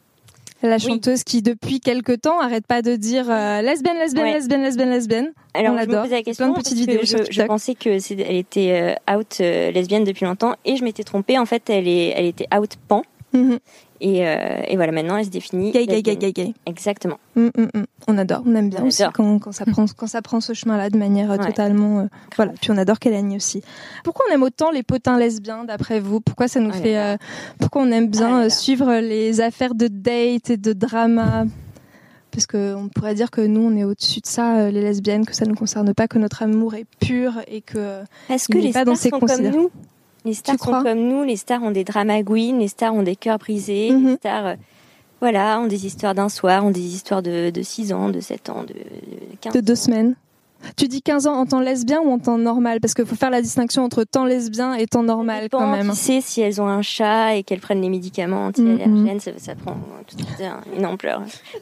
G: la chanteuse oui. qui depuis quelques temps arrête pas de dire euh, lesbienne, lesbienne, ouais. lesbienne, lesbienne, lesbienne.
I: Alors
G: on
I: je
G: l'adore.
I: me posais la question,
G: plein de petites vidéos
I: je,
G: sur TikTok.
I: Je pensais que c'est, elle était euh, out euh, lesbienne depuis longtemps et je m'étais trompée. En fait, elle est, elle était out pan. Mm-hmm. Et, euh, et voilà, maintenant, elle se définit.
G: Gay, gay, gay, gay, gay.
I: Exactement.
G: Mm, mm, mm. On adore, on aime bien
I: on
G: aussi quand, quand, ça prend, quand ça prend ce chemin-là de manière ouais. totalement. Euh, voilà, puis on adore Kalani aussi. Pourquoi on aime autant les potins lesbiens, d'après vous? Pourquoi ça nous oh fait. Euh, pourquoi on aime bien oh suivre les affaires de date et de drama? Parce qu'on pourrait dire que nous, on est au-dessus de ça, les lesbiennes, que ça ne nous concerne pas, que notre amour est pur et que.
I: Est-ce que les
G: pas
I: stars
G: dans ces
I: sont comme nous? Les stars
G: tu
I: sont
G: crois
I: comme nous, les stars ont des drama queens, les stars ont des cœurs brisés, mm-hmm. les stars euh, voilà, ont des histoires d'un soir, ont des histoires de, de six ans, de sept ans, de, de quinze ans.
G: De deux semaines. Tu dis quinze ans en temps lesbien ou en temps normal? Parce qu'il faut faire la distinction entre temps lesbien et temps normal
I: dépend,
G: quand même.
I: Tu sais, si elles ont un chat et qu'elles prennent les médicaments anti-allergènes, mm-hmm. ça, ça prend tout de suite une ampleur.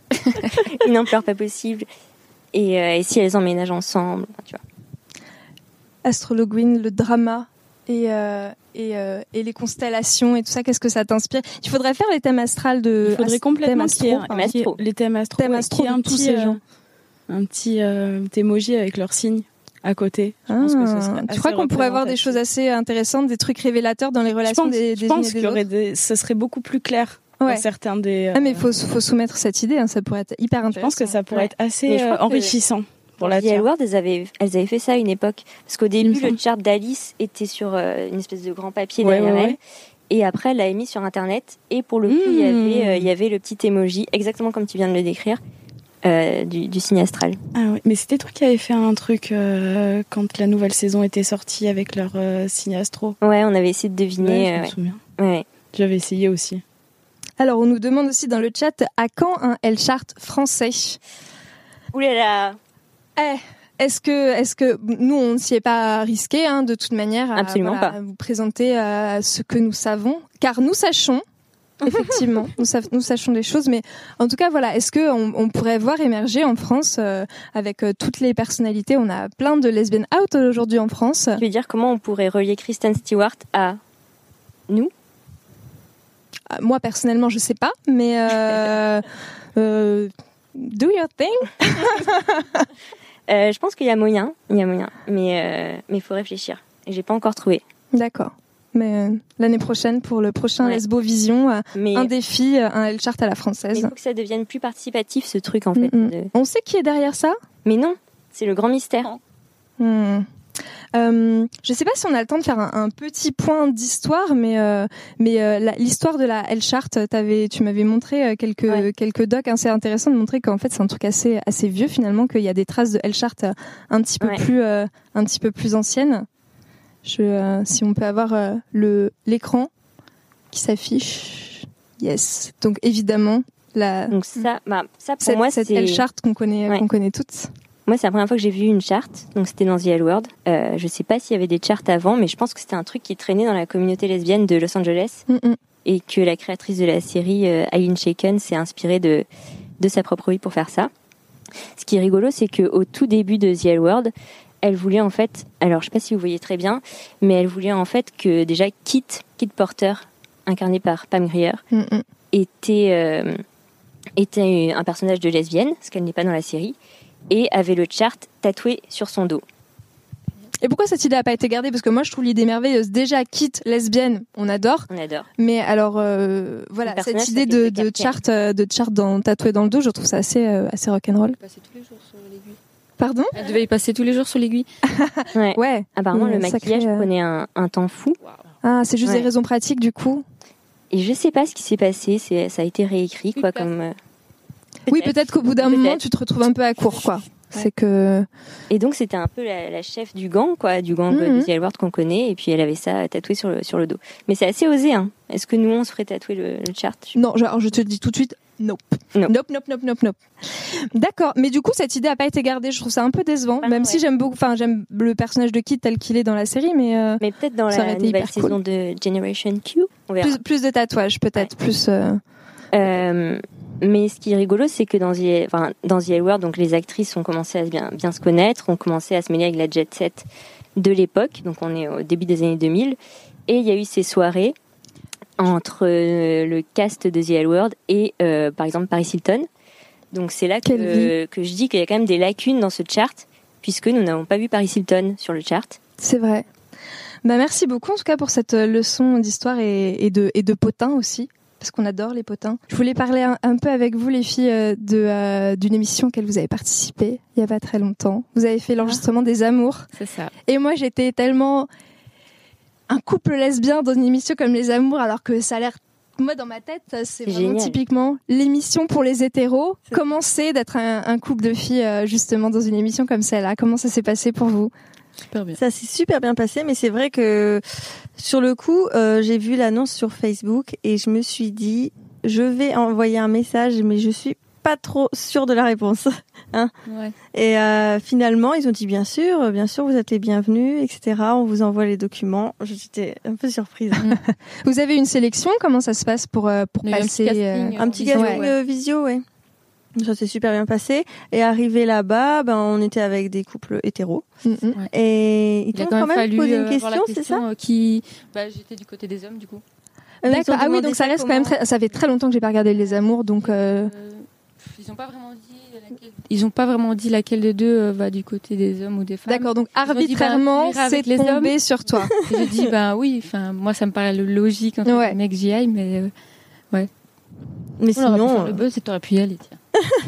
I: une ampleur pas possible. Et, euh, et si elles emménagent ensemble, tu vois.
G: Astrologuine, le drama. Et, euh, et, euh, et les constellations et tout ça, qu'est-ce que ça t'inspire? Il faudrait faire les thèmes astrales de.
J: Il faudrait complètement qu'il y ait
G: thème astro.
J: les thèmes astro,
G: thème astro
J: qui un
G: tous
J: petit,
G: ces gens.
J: Euh, un petit euh, emoji avec leur signe à côté. Je
G: ah,
J: pense que ce serait
G: tu crois qu'on pourrait avoir des choses assez intéressantes, des trucs révélateurs dans les relations
J: je pense,
G: des, des
J: Je pense
G: unes et des
J: qu'il y aurait
G: autres.
J: des, ça serait beaucoup plus clair. Ouais. Dans certains des. Euh...
G: Ah mais faut faut soumettre cette idée, hein, ça pourrait être hyper intéressant.
J: Je pense que ça pourrait ouais. être assez euh, enrichissant. Pour la
I: The L Word, elles avaient, elles avaient fait ça à une époque. Parce qu'au début, le chart d'Alice était sur euh, une espèce de grand papier
J: ouais,
I: derrière
J: ouais,
I: elle.
J: Ouais.
I: Et après, elle l'a mis sur Internet. Et pour le coup, il mmh. y avait, euh, il y avait le petit emoji, exactement comme tu viens de le décrire, euh, du, du signe astral.
J: Ah oui, mais c'était toi qui avais fait un truc euh, quand la nouvelle saison était sortie avec leur euh, signe astro.
I: Ouais, on avait essayé de deviner.
J: Ouais, je me
I: euh,
J: souviens.
I: Ouais.
J: J'avais essayé aussi.
G: Alors, on nous demande aussi dans le chat, à quand un L-chart français?
I: Ouh là là.
G: Eh Est-ce que, est-ce que nous, on ne s'y est pas risqué, hein, de toute manière, à,
I: Absolument
G: voilà,
I: pas.
G: à vous présenter euh, ce que nous savons, car nous sachons, effectivement, nous, sa- nous sachons des choses, mais en tout cas, voilà, est-ce que on, on pourrait voir émerger en France, euh, avec euh, toutes les personnalités, on a plein de lesbiennes out aujourd'hui en France.
I: Tu veux dire comment on pourrait relier Kristen Stewart à nous?
G: euh, Moi, personnellement, je sais pas, mais euh, euh, do your thing.
I: Euh, je pense qu'il y a moyen, il y a moyen, mais euh, mais il faut réfléchir. Et j'ai pas encore trouvé.
G: D'accord. Mais euh, l'année prochaine, pour le prochain ouais. Lesbo-Vision, euh, mais, un défi, euh, un L-chart à la française.
I: Il faut que ça devienne plus participatif, ce truc, en fait.
G: Mm-hmm.
I: De...
G: On sait qui est derrière ça?
I: Mais non, c'est le grand mystère.
G: Mm. Euh, je sais pas si on a le temps de faire un, un petit point d'histoire, mais euh, mais euh, la, l'histoire de la L-chart, t'avais, tu m'avais montré quelques ouais. quelques docs. Hein, c'est intéressant de montrer qu'en fait c'est un truc assez assez vieux finalement, qu'il y a des traces de L-chart un petit peu ouais. plus euh, un petit peu plus anciennes. Je, euh, si on peut avoir euh, le l'écran qui s'affiche, yes. Donc évidemment la.
I: Donc ça, bah, ça pour
G: cette,
I: moi
G: cette
I: c'est
G: L-chart qu'on connaît
I: ouais.
G: qu'on connaît toutes.
I: Moi, c'est la première fois que j'ai vu une charte, donc c'était dans The L Word. Euh, je sais pas s'il y avait des charts avant, mais je pense que c'était un truc qui traînait dans la communauté lesbienne de Los Angeles
G: Mm-mm.
I: et que la créatrice de la série, euh, Aileen Shaken, s'est inspirée de de sa propre vie pour faire ça. Ce qui est rigolo, c'est que au tout début de The L Word, elle voulait en fait, alors je sais pas si vous voyez très bien, mais elle voulait en fait que déjà Kit, Kit Porter, incarné par Pam Grier,
G: Mm-mm.
I: était euh, était un personnage de lesbienne, ce qu'elle n'est pas dans la série. Et avait le chart tatoué sur son dos.
G: Et pourquoi cette idée n'a pas été gardée? Parce que moi, je trouve l'idée merveilleuse. Déjà, quitte lesbienne, on adore.
I: On adore.
G: Mais alors, euh, voilà, cette idée de, de chart, de chart dans, tatoué dans le dos, je trouve ça assez, euh, assez rock'n'roll.
L: Elle passait tous les jours sur l'aiguille.
G: Pardon?
L: Elle devait y passer tous les jours sur l'aiguille.
I: ouais.
G: ouais.
I: Apparemment,
G: mmh,
I: le maquillage
G: sacré, euh...
I: prenait un, un temps fou.
L: Wow.
G: Ah, c'est juste
I: ouais.
G: des raisons pratiques, du coup.
I: Et je sais pas ce qui s'est passé. C'est, ça a été réécrit, quoi, comme. Euh...
G: Peut-être. Oui, peut-être qu'au bout d'un peut-être. moment, tu te retrouves un peu à court, quoi. Ouais. C'est que.
I: Et donc c'était un peu la, la chef du gang, quoi, du gang mm-hmm. de The L Word qu'on connaît, et puis elle avait ça tatoué sur le sur le dos. Mais c'est assez osé, hein. Est-ce que nous on se ferait tatouer le, le chart?
G: Non, alors je te dis tout de suite, nope.
I: Nope,
G: nope, nope, nope, nope, nope. D'accord, mais du coup cette idée a pas été gardée. Je trouve ça un peu décevant, ah, même ouais. si j'aime beaucoup. Enfin, j'aime le personnage de Kit tel qu'il est dans la série, mais. Euh,
I: mais peut-être dans la nouvelle saison cool. de Generation Q, on verra.
G: Plus, plus de tatouages, peut-être, ouais. plus. Euh...
I: Euh, Mais ce qui est rigolo, c'est que dans The, enfin, dans The L Word, donc les actrices ont commencé à bien, bien se connaître, ont commencé à se mêler avec la jet set de l'époque, donc on est au début des années deux mille, et il y a eu ces soirées entre euh, le cast de The L Word et, euh, par exemple, Paris Hilton. Donc c'est là que, euh, que je dis qu'il y a quand même des lacunes dans ce chart, puisque nous n'avons pas vu Paris Hilton sur le chart.
G: C'est vrai. Bah merci beaucoup en tout cas pour cette leçon d'histoire et, et de et de potin aussi. parce qu'on adore les potins. Je voulais parler un, un peu avec vous, les filles, euh, de euh, d'une émission auquel vous avez participé il y a pas très longtemps. Vous avez fait l'enregistrement des Amours.
L: C'est ça.
G: Et moi, j'étais tellement un couple lesbien dans une émission comme Les Amours, alors que ça a l'air... Moi, dans ma tête, c'est vraiment
I: Génial.
G: typiquement l'émission pour les hétéros. Comment c'est d'être un, un couple de filles, euh, justement, dans une émission comme celle-là? Comment ça s'est passé pour vous?
L: Super bien.
K: Ça s'est super bien passé, mais c'est vrai que sur le coup, euh, j'ai vu l'annonce sur Facebook et je me suis dit, je vais envoyer un message, mais je suis pas trop sûre de la réponse. Hein
L: Ouais.
K: et euh, finalement, ils ont dit bien sûr, bien sûr, vous êtes les bienvenus, et cetera. On vous envoie les documents. J'étais un peu surprise.
G: Vous avez une sélection? Comment ça se passe pour, euh, pour
L: Il y a eu un
G: passer
L: petit casting,
G: euh,
K: Un petit
L: visio,
K: casting
G: ouais.
K: euh, visio, ouais. Ça s'est super bien passé. Et arrivé là-bas, ben on était avec des couples hétéros.
G: Mm, mm.
K: Et ils
L: Il a
K: t'ont
L: quand
K: quand
L: même
K: même
L: fallu
K: posé une
L: euh, avoir la
K: question, c'est ça
L: question, euh, qui... bah, j'étais du côté des hommes, du coup.
K: Euh, ils ont
G: D'accord. Ah oui,
K: demandé
G: donc ça reste quand même
K: comment
G: très... Ça fait très longtemps que j'ai pas regardé Les Amours, donc... Euh...
L: Euh, ils ont pas vraiment dit laquelle... Ils ont pas vraiment dit laquelle des deux euh, va du côté des hommes ou des femmes.
G: D'accord, donc
L: Ils ont dit, bah,
G: arbitrairement,
L: tu iras
G: c'est
L: avec les
G: tombé
L: hommes.
G: sur toi.
L: Et j'ai dit, ben oui, enfin, moi ça me paraît le logique, en fait,
G: Ouais.
L: le mec j'y aille, mais euh, ouais.
K: Mais
L: On aurait pu
K: sinon,
L: faire le
K: euh,
L: buzz et t'aurais pu y aller, tiens.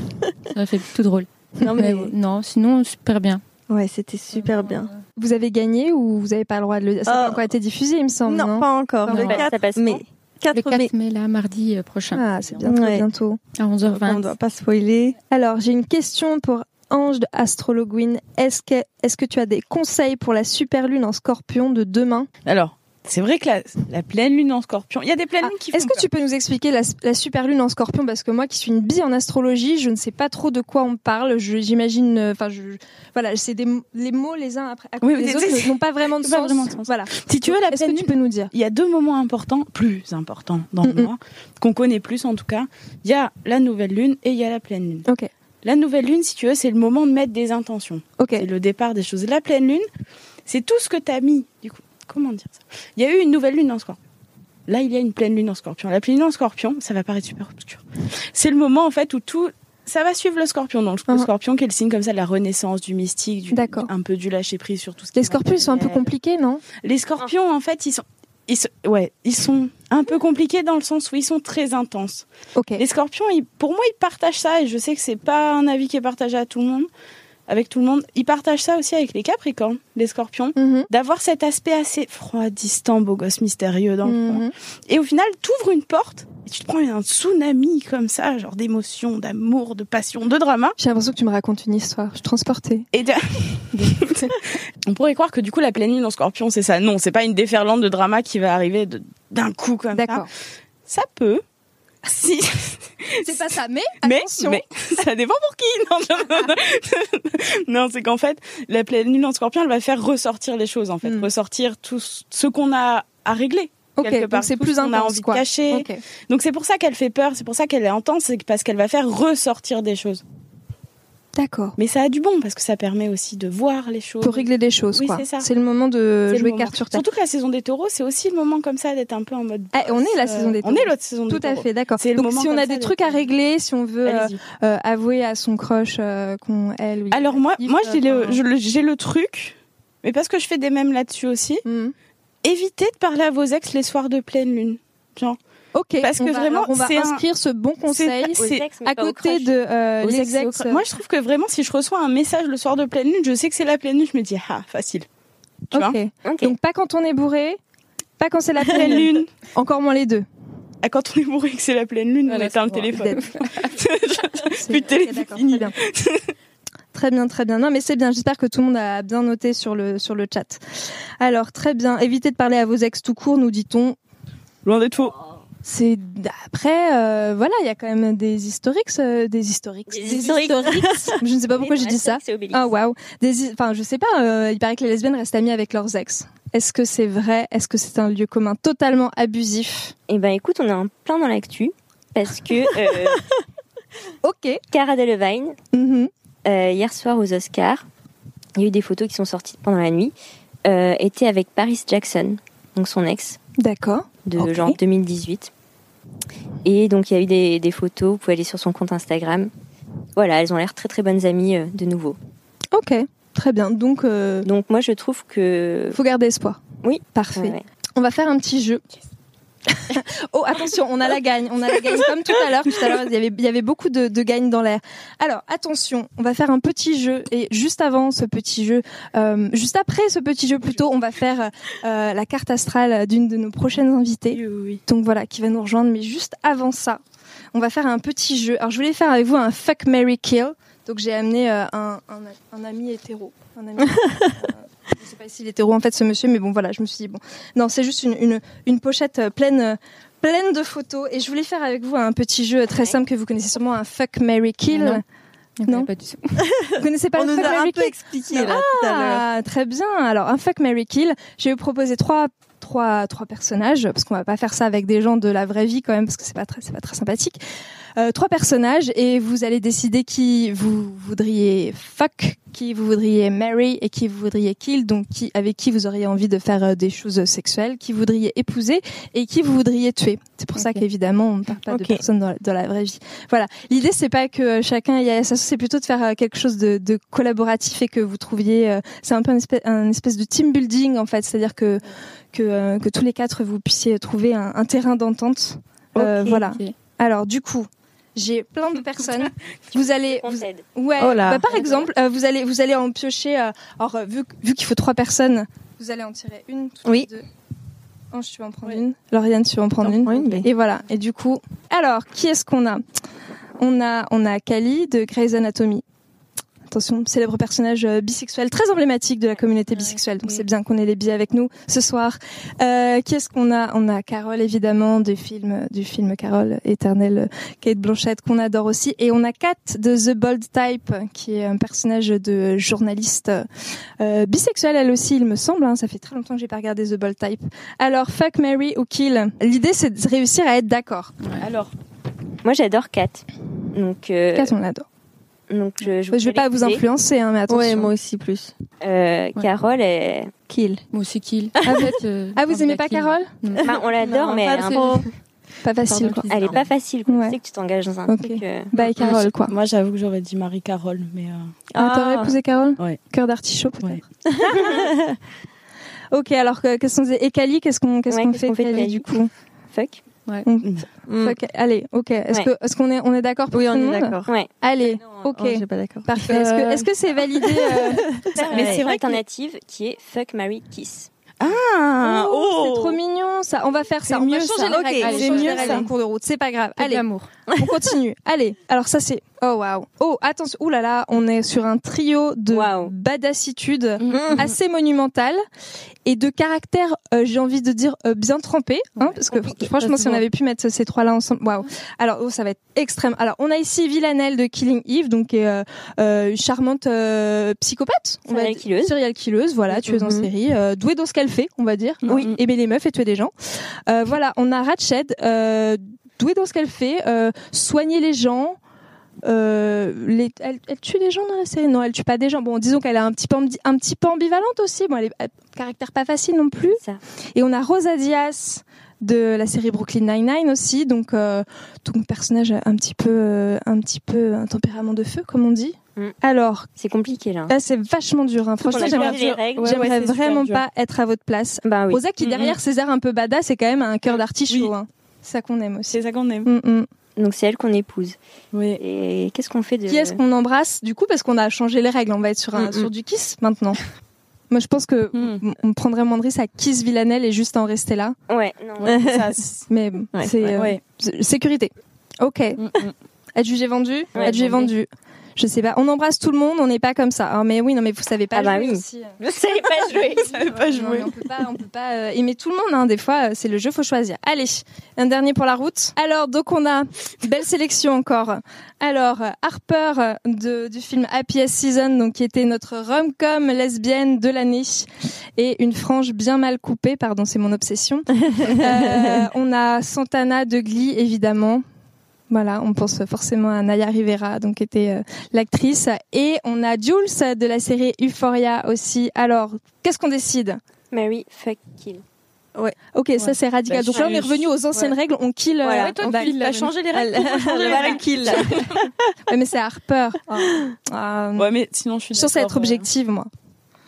L: Ça aurait fait tout drôle.
K: non, mais...
L: Mais, ouais, non, sinon, super bien.
K: ouais, c'était super bien.
G: Vous avez gagné ou vous avez pas le droit de le... Ça n'a
K: Euh,
G: pas encore été diffusé, il me semble, non,
K: Non, pas encore.
L: Non.
K: Le
L: Ça
K: quatre
I: passe
K: mai.
I: quand
L: Le
K: quatre mai.
L: quatre mai, là, mardi euh, prochain.
G: Ah, c'est bientôt,
K: Ouais.
G: bientôt.
L: À onze heures vingt.
K: On doit pas spoiler.
G: Alors, j'ai une question pour Ange de Astrologuine. Est-ce que, est-ce que tu as des conseils pour la super lune en scorpion de demain?
J: Alors, c'est vrai que la, la pleine lune en scorpion, il y a des pleines
G: Ah,
J: lunes qui font
G: est-ce que
J: peur.
G: tu peux nous expliquer la, la super lune en scorpion? Parce que moi, qui suis une bille en astrologie, je ne sais pas trop de quoi on parle. Je, j'imagine, enfin, je, voilà, c'est des, les mots les uns après à côté
J: Oui,
G: des
J: mais
G: autres
J: c'est-
G: qui n'ont pas vraiment de
J: c'est pas
G: sens.
J: vraiment de sens.
G: Voilà.
J: Si tu veux, la
G: Est-ce
J: pleine
G: que tu
J: lune,
G: peux nous dire?
J: il y a deux moments importants, plus importants dans le
G: Mm-mm.
J: mois, qu'on connaît plus en tout cas. Il y a la nouvelle lune et il y a la pleine lune.
G: Ok.
J: La nouvelle lune, si tu veux, c'est le moment de mettre des intentions.
G: Ok.
J: C'est le départ des choses. La pleine lune, c'est tout ce que tu as mis. Du coup, comment dire ça? Il y a eu une nouvelle lune en scorpion. Là, il y a une pleine lune en scorpion. La pleine lune en scorpion, ça va paraître super obscur. C'est le moment, en fait, où tout... Ça va suivre le scorpion. Donc, le
G: Uh-huh.
J: scorpion, qui est le signe comme ça de la renaissance, du mystique, du,
G: D'accord.
J: un peu du lâcher-prise sur tout ce qui
G: Les
J: est
G: scorpions, ils sont un peu
J: matériel.
G: compliqués, non?
J: Les scorpions, en fait, ils sont... Ils sont, ouais, ils sont un peu compliqués dans le sens où ils sont très intenses.
G: Ok.
J: Les scorpions, ils, pour moi, ils partagent ça, et je sais que c'est pas un avis qui est partagé à tout le monde, avec tout le monde. Ils partagent ça aussi avec les capricornes, les scorpions,
G: Mhm.
J: d'avoir cet aspect assez froid, distant, beau gosse mystérieux dans le fond.
G: Mhm.
J: Et au final, t'ouvres une porte, et tu te prends un tsunami comme ça, genre d'émotions, d'amour, de passion, de drama.
G: J'ai l'impression que tu me racontes une histoire. Je suis transportée.
J: Et de- on pourrait croire que du coup, la pleine lune en scorpion, c'est ça. Non, c'est pas une déferlante de drama qui va arriver de- d'un coup comme ça.
G: D'accord.
J: Ça peut. Si.
G: C'est pas ça, mais
J: Mais,
G: attention.
J: mais ça dépend pour qui. Non, non, non, non. Non, c'est qu'en fait, la pleine lune en scorpion, elle va faire ressortir les choses, en fait.
G: Mm.
J: Ressortir tout ce qu'on a à régler.
G: Ok,
J: quelque part,
G: donc c'est
J: tout
G: plus
J: ce qu'on a
G: intense,
J: envie
G: quoi.
J: de cacher.
G: Ok.
J: Donc c'est pour ça qu'elle fait peur, c'est pour ça qu'elle est intense, c'est parce qu'elle va faire ressortir des choses.
G: D'accord.
J: Mais ça a du bon, parce que ça permet aussi de voir les choses.
G: Pour régler des choses,
J: Oui,
G: quoi.
J: c'est ça.
G: C'est le moment de
J: C'est le
G: jouer
J: moment.
G: carte sur table.
J: Surtout que la saison des taureaux, c'est aussi le moment comme ça d'être un peu en mode.
G: Eh, on est la
J: euh,
G: saison des
J: On
G: taureaux.
J: est l'autre saison des
G: Tout à
J: taureaux.
G: fait, d'accord.
J: C'est le
G: Donc
J: moment
G: si on
J: comme
G: a
J: ça
G: des
J: d'être-
G: trucs à régler, si on veut euh,
J: Allez-y.
G: euh, avouer à son crush euh, qu'on elle. lui,
J: Alors moi,
G: kiffe,
J: moi j'ai
G: euh,
J: le, je le- j'ai le truc, mais parce que je fais des mèmes là-dessus aussi.
G: Mhm.
J: Évitez de parler à vos ex les soirs de pleine lune. Genre,
G: Ok.
J: Parce
G: on
J: que
G: va-
J: vraiment,
G: alors, on va
J: c'est un-
G: inscrire ce bon conseil
J: c'est- c'est-
I: ex, mais
G: à
I: pas au
G: côté
I: crush.
G: de euh,
J: aux
G: les
J: ex et aux
G: ex.
J: crush. Moi, je trouve que vraiment, si je reçois un message le soir de pleine lune, je sais que c'est la pleine lune, je me dis ah facile. Tu vois.
G: Ok.
I: Ok.
G: Donc pas quand on est bourré, pas quand c'est la
J: Pleine
G: pleine lune.
J: lune.
G: Encore moins les deux.
J: Ah, quand on est bourré et que c'est la pleine lune, on
L: Voilà,
J: éteint le
L: c'est bon.
J: téléphone.
G: C'est-
J: Plus de télé,
G: ok, d'accord,
J: fini.
G: Très bien. Très bien, très bien. Non, mais c'est bien. J'espère que tout le monde a bien noté sur le sur le chat. Alors, très bien. Évitez de parler à vos ex tout court, nous dit-on.
J: Loin d'être faux.
G: C'est après, euh, voilà, il y a quand même des historiques, euh, des historiques,
I: Des historiques.
G: Je ne sais pas pourquoi
I: Oui,
G: j'ai
I: dans
G: dit ça.
I: Astérix et Obélix.
G: Ah waouh. Des, enfin, je sais pas. euh, il paraît que les lesbiennes restent amies avec leurs ex. Est-ce que c'est vrai? Est-ce que c'est un lieu commun totalement abusif?
I: Eh ben, écoute, on est en plein dans l'actu parce que euh,
G: Ok.
I: Cara Delevingne,
G: Mhm.
I: euh, hier soir aux Oscars, il y a eu des photos qui sont sorties pendant la nuit, euh, était avec Paris Jackson, donc son ex,
G: D'accord.
I: de
G: Ok.
I: genre deux mille dix-huit. Et donc il y a eu des, des photos, vous pouvez aller sur son compte Instagram. Voilà, elles ont l'air très très bonnes amies euh, de nouveau.
G: Ok. Très bien. Donc, euh,
I: Donc moi je trouve que...
G: faut garder espoir.
I: Oui.
G: Parfait.
I: Ouais, ouais.
G: On va faire un petit jeu. Oh, attention, on a la gagne. On a la gagne comme tout à l'heure. Tout à l'heure, il y avait, il y avait beaucoup de, de gagne dans l'air. Alors, attention, on va faire un petit jeu. Et juste avant ce petit jeu, euh, juste après ce petit jeu plutôt, on va faire euh, la carte astrale d'une de nos prochaines invitées.
J: Oui, oui.
G: Donc voilà, qui va nous rejoindre. Mais juste avant ça, on va faire un petit jeu. Alors, je voulais faire avec vous un fuck, marry, kill. Donc, j'ai amené euh, un, un, un ami hétéro. Un ami hétéro. Je sais pas s'il est hétéro en fait ce monsieur, mais bon voilà, je me suis dit bon, non c'est juste une une, une pochette pleine pleine de photos et je voulais faire avec vous un petit jeu très simple que vous connaissez sûrement, un fuck, marry, kill.
L: Non,
G: non
L: pas du tout.
G: Vous connaissez pas
K: On
G: le
K: nous
G: fuck,
K: a
G: marry,
K: un peu
G: kill
K: expliqué là tout à l'heure.
G: Ah très bien. Alors un fuck, marry, kill. Je vais vous proposer trois trois trois personnages parce qu'on va pas faire ça avec des gens de la vraie vie quand même parce que c'est pas très c'est pas très sympathique. Euh, trois personnages et vous allez décider qui vous voudriez fuck, qui vous voudriez marry et qui vous voudriez kill, donc qui, avec qui vous auriez envie de faire euh, des choses sexuelles, qui vous voudriez épouser et qui vous voudriez tuer. C'est pour okay. ça qu'évidemment on ne parle pas okay. de personnes dans la, dans la vraie vie. Voilà. L'idée c'est pas que euh, chacun y aille à sa sauce, c'est plutôt de faire euh, quelque chose de, de collaboratif et que vous trouviez. Euh, c'est un peu un espèce, un espèce de team building en fait, c'est-à-dire que que, euh, que tous les quatre vous puissiez trouver un, un terrain d'entente. Euh, okay, voilà. Okay. Alors du coup. J'ai plein de personnes. Vous allez, vous, ouais. Oh là. Bah, par exemple, euh, vous allez, vous allez en piocher. Euh, alors euh, vu, vu qu'il faut trois personnes, vous allez en tirer une. Toutes
K: oui.
G: Deux. Ange, tu vas en prendre oui. une. Lauriane, tu vas en prendre une.
K: une.
G: Et voilà. Et du coup, alors qui est-ce qu'on a On a, on a Kali de Grey's Anatomy. Attention, célèbre personnage euh, bisexuel, très emblématique de la communauté bisexuelle. Donc oui. c'est bien qu'on ait les bi avec nous ce soir. Euh, qui est-ce qu'on a On a Carole évidemment du film du film Carole, éternelle Kate Blanchett qu'on adore aussi, et on a Kat de The Bold Type qui est un personnage de journaliste euh, bisexuelle elle aussi, il me semble. Hein, ça fait très longtemps que j'ai pas regardé The Bold Type. Alors fuck, marry ou kill. L'idée c'est de réussir à être d'accord.
J: Ouais. Alors,
I: moi j'adore Kat. Donc euh...
G: Kat on l'adore.
I: Donc je, je,
G: je vais pas vous influencer, hein, mais attention.
K: Ouais, moi aussi plus.
I: Euh, ouais. Carole est
K: kill.
L: Moi aussi kill.
G: Ah, euh, ah vous aimez pas kill. Carole?
I: Enfin, on l'adore, non, mais
G: pas,
I: elle est un peu...
G: pas facile. Quoi.
I: Elle est pas facile. Quoi.
G: Ouais.
I: Tu sais que tu t'engages dans un
G: okay.
I: truc. Euh...
G: Bah et Carole quoi.
J: Moi j'avoue que j'aurais dit Marie-Carole, mais. Euh...
G: Ah, ah t'aurais épousé Carole?
J: Ouais.
G: Cœur d'artichaut peut-être.
J: Ouais.
G: Ok, alors qu'est-ce qu'on faisait? Et Kali, qu'est-ce qu'on qu'est-ce
I: ouais,
G: qu'on
I: qu'est-ce
G: fait,
I: qu'on fait
G: Kali du coup?
I: Fuck.
L: Ouais.
G: Mm. Fuck. Allez, ok. Est-ce
I: ouais.
G: que est-ce qu'on est on est d'accord pour
K: oui,
G: tout
K: on
G: le
K: est
G: monde?
K: d'accord.
I: Ouais.
G: Allez,
K: non,
G: ok.
K: Oh, j'ai pas d'accord.
G: Parfait. Est-ce que est-ce que c'est validé euh...
I: Mais ouais. c'est vrai alternative qui est fuck, marry, kiss.
J: Ah,
G: oh,
J: oh,
G: c'est trop mignon ça. On va faire ça.
J: C'est
G: on
J: mieux
G: va changer
J: ça.
G: les
J: Okay,
G: règles. Allez,
J: c'est
G: mieux
J: mieux
G: les règles
J: ça.
G: en cours de route. C'est pas grave.
L: C'est
G: Allez,
L: l'amour.
G: On continue. Allez. Alors ça c'est. Oh waouh. Oh attention. Ouh là là. On est sur un trio de
I: wow.
G: badassitude mmh. assez monumental et de caractère. Euh, j'ai envie de dire euh, bien trempé. Hein, ouais, parce que compliqué. Franchement, si on avait pu mettre ces trois là ensemble. Waouh. Alors oh, ça va être extrême. Alors on a ici Villanelle de Killing Eve, donc euh, euh, charmante euh, psychopathe. On
I: serial
G: va
I: killeuse.
G: Serial killeuse. Voilà, tueuse en série, euh, douée dans ce qu'elle fait, on va dire.
I: Mm-hmm.
G: Oui. Aimer les meufs et tuer des gens. Euh, voilà, on a Ratched, euh, douée dans ce qu'elle fait, euh, soigner les gens. Euh, les, elle, elle tue des gens dans la série? Non, elle tue pas des gens. Bon, disons qu'elle est un petit peu, un petit peu ambivalente aussi. Bon, elle est elle, caractère pas facile non plus.
I: Ça.
G: Et on a Rosa Diaz de la série Brooklyn Nine-Nine aussi, donc euh, donc personnage un petit peu, euh, un petit peu un tempérament de feu, comme on dit.
I: Mm.
G: Alors,
I: c'est compliqué là.
G: Là, c'est vachement dur. Hein. Franchement, j'aimerais,
I: les règles.
G: j'aimerais
J: ouais, ouais,
G: vraiment pas être à votre place.
I: Bah oui.
G: Rosa qui derrière mm-hmm. ses airs un peu badass, c'est quand même un cœur d'artichaut.
J: Oui.
G: Hein. C'est ça qu'on aime aussi.
J: C'est ça qu'on aime.
G: Mm-hmm.
I: Donc c'est elle qu'on épouse.
J: Oui.
I: Et qu'est-ce qu'on fait de...
G: Qui est-ce qu'on embrasse du coup, parce qu'on a changé les règles. On va être sur un, mm-hmm. sur du kiss maintenant. Moi, je pense que mm. on prendrait moins de risques à kiss Villanelle et juste en rester là.
I: Ouais. Non.
G: Ça, mais ouais, c'est ouais, euh, ouais. sécurité. Ok. Mm-hmm. Être jugé vendu. Ouais, être jugé vendu. Je sais pas. On embrasse tout le monde. On n'est pas comme ça. Oh, mais oui, non, mais vous savez pas
I: ah bah
G: jouer
I: oui.
G: aussi.
I: Vous savez pas jouer.
J: Vous savez pas jouer.
G: Non, on peut pas, on peut pas euh, aimer tout le monde. Hein. Des fois, euh, c'est le jeu, faut choisir. Allez, un dernier pour la route. Alors, donc on a belle sélection encore. Alors, Harper de, du film Happiest Season, donc qui était notre rom-com lesbienne de l'année, et une frange bien mal coupée. Pardon, c'est mon obsession. euh, on a Santana de Glee, évidemment. Voilà, on pense forcément à Naya Rivera, donc qui était euh, l'actrice. Et on a Jules de la série Euphoria aussi. Alors, qu'est-ce qu'on décide?
I: Marry, fuck, kill.
G: Ouais. Ok, ouais. Ça c'est radical. Bah, donc là, on est revenu aux anciennes ouais. règles. On kill.
I: Voilà.
G: Ouais,
I: toi,
G: on
I: tu as changé les règles.
G: Voilà, kill. Ouais, mais c'est Harper. Oh.
J: Euh, ouais, mais sinon, je suis
G: sur être objective, moi.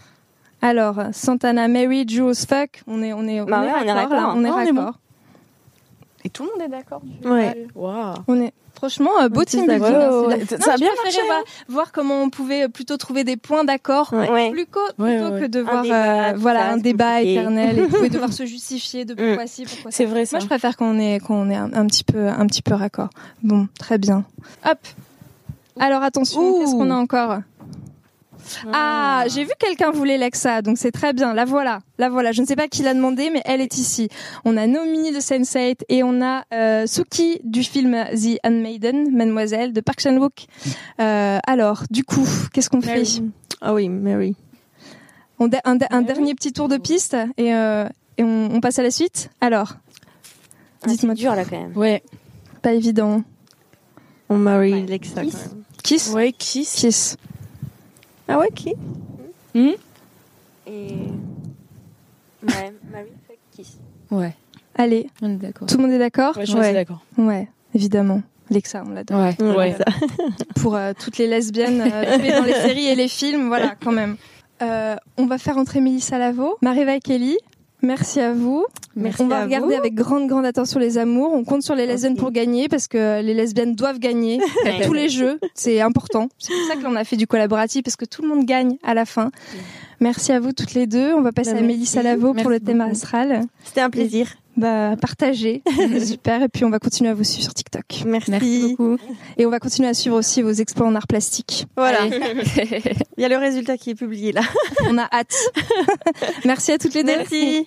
G: Alors, Santana, Mary, Jules, fuck. On est, on est,
I: bah
G: on
I: ouais,
G: est raccord. On est raccord.
J: Et tout le monde est d'accord.
G: Ouais.
J: Waouh.
G: On est franchement euh, beau team building.
J: Ouais,
G: Merci.
J: ouais,
G: Non,
J: ça a
G: je
J: bien
G: préférais
J: marché.
G: voir, voir comment on pouvait plutôt trouver des points d'accord
I: Ouais.
G: plus co-
J: Ouais,
G: plutôt
J: ouais,
G: que de
I: Un
G: voir
I: débat,
G: euh,
I: tout
G: voilà
I: ça,
G: un
I: c'est
G: débat
I: compliqué.
G: éternel et pouvez devoir se justifier de pourquoi ci pourquoi ça.
J: C'est vrai ça.
G: Moi je préfère qu'on est qu'on est un, un petit peu un petit peu raccord. Bon, très bien. Hop. Alors attention,
J: Ouh.
G: qu'est-ce qu'on a encore? Ah, j'ai vu quelqu'un voulait Lexa, donc c'est très bien. La voilà, la voilà. Je ne sais pas qui l'a demandé, mais elle est ici. On a Naomi de sense eight et on a euh, Suki du film The Handmaiden, Mademoiselle de Park Chan-wook. Euh, alors, du coup, qu'est-ce qu'on fait?
K: Ah oui, Mary.
G: On de- un, de- un dernier petit tour de piste et, euh, et on, on passe à la suite. Alors,
I: Ah,
G: dites-moi.
I: c'est dur là quand même.
J: Ouais.
G: Pas évident.
K: On marie
I: Ouais.
K: Lexa
I: Kiss.
K: quand même.
G: Kiss.
J: Ouais, Kiss.
G: Kiss.
K: Ah ouais, qui?
J: Hmm
I: Et. Ouais, Marie fuck Kiss.
L: Ouais,
G: Allez,
L: on est d'accord.
G: tout le monde est d'accord?
J: Ouais, je suis assez d'accord.
G: Ouais, évidemment. Lexa, on l'adore.
L: Ouais.
J: Ouais.
G: Pour euh, toutes les lesbiennes euh, tuées dans les séries et les films, voilà, quand même. Euh, on va faire entrer Mélissa Lavo, Mariva et Kelly. Merci à vous.
K: Merci
G: on va
K: à
G: regarder
K: vous.
G: avec grande, grande attention les amours. On compte sur les lesbiennes
I: Ok.
G: pour gagner parce que les lesbiennes doivent gagner tous les jeux. C'est important. C'est pour ça que l'on a fait du collaboratif parce que tout le monde gagne à la fin. Merci à vous toutes les deux. On va passer
K: Bah,
G: à
K: merci.
G: Mélissa Lavo pour
K: Merci
G: le thème
K: beaucoup.
G: astral.
K: C'était un plaisir.
G: Bah, partagez. Super. Et puis, on va continuer à vous suivre sur TikTok.
K: Merci.
L: Merci beaucoup.
G: Et on va continuer à suivre aussi vos exploits en art plastique.
K: Voilà. Il y a le résultat qui est publié là.
G: On a hâte. Merci à toutes les deux.
K: Merci.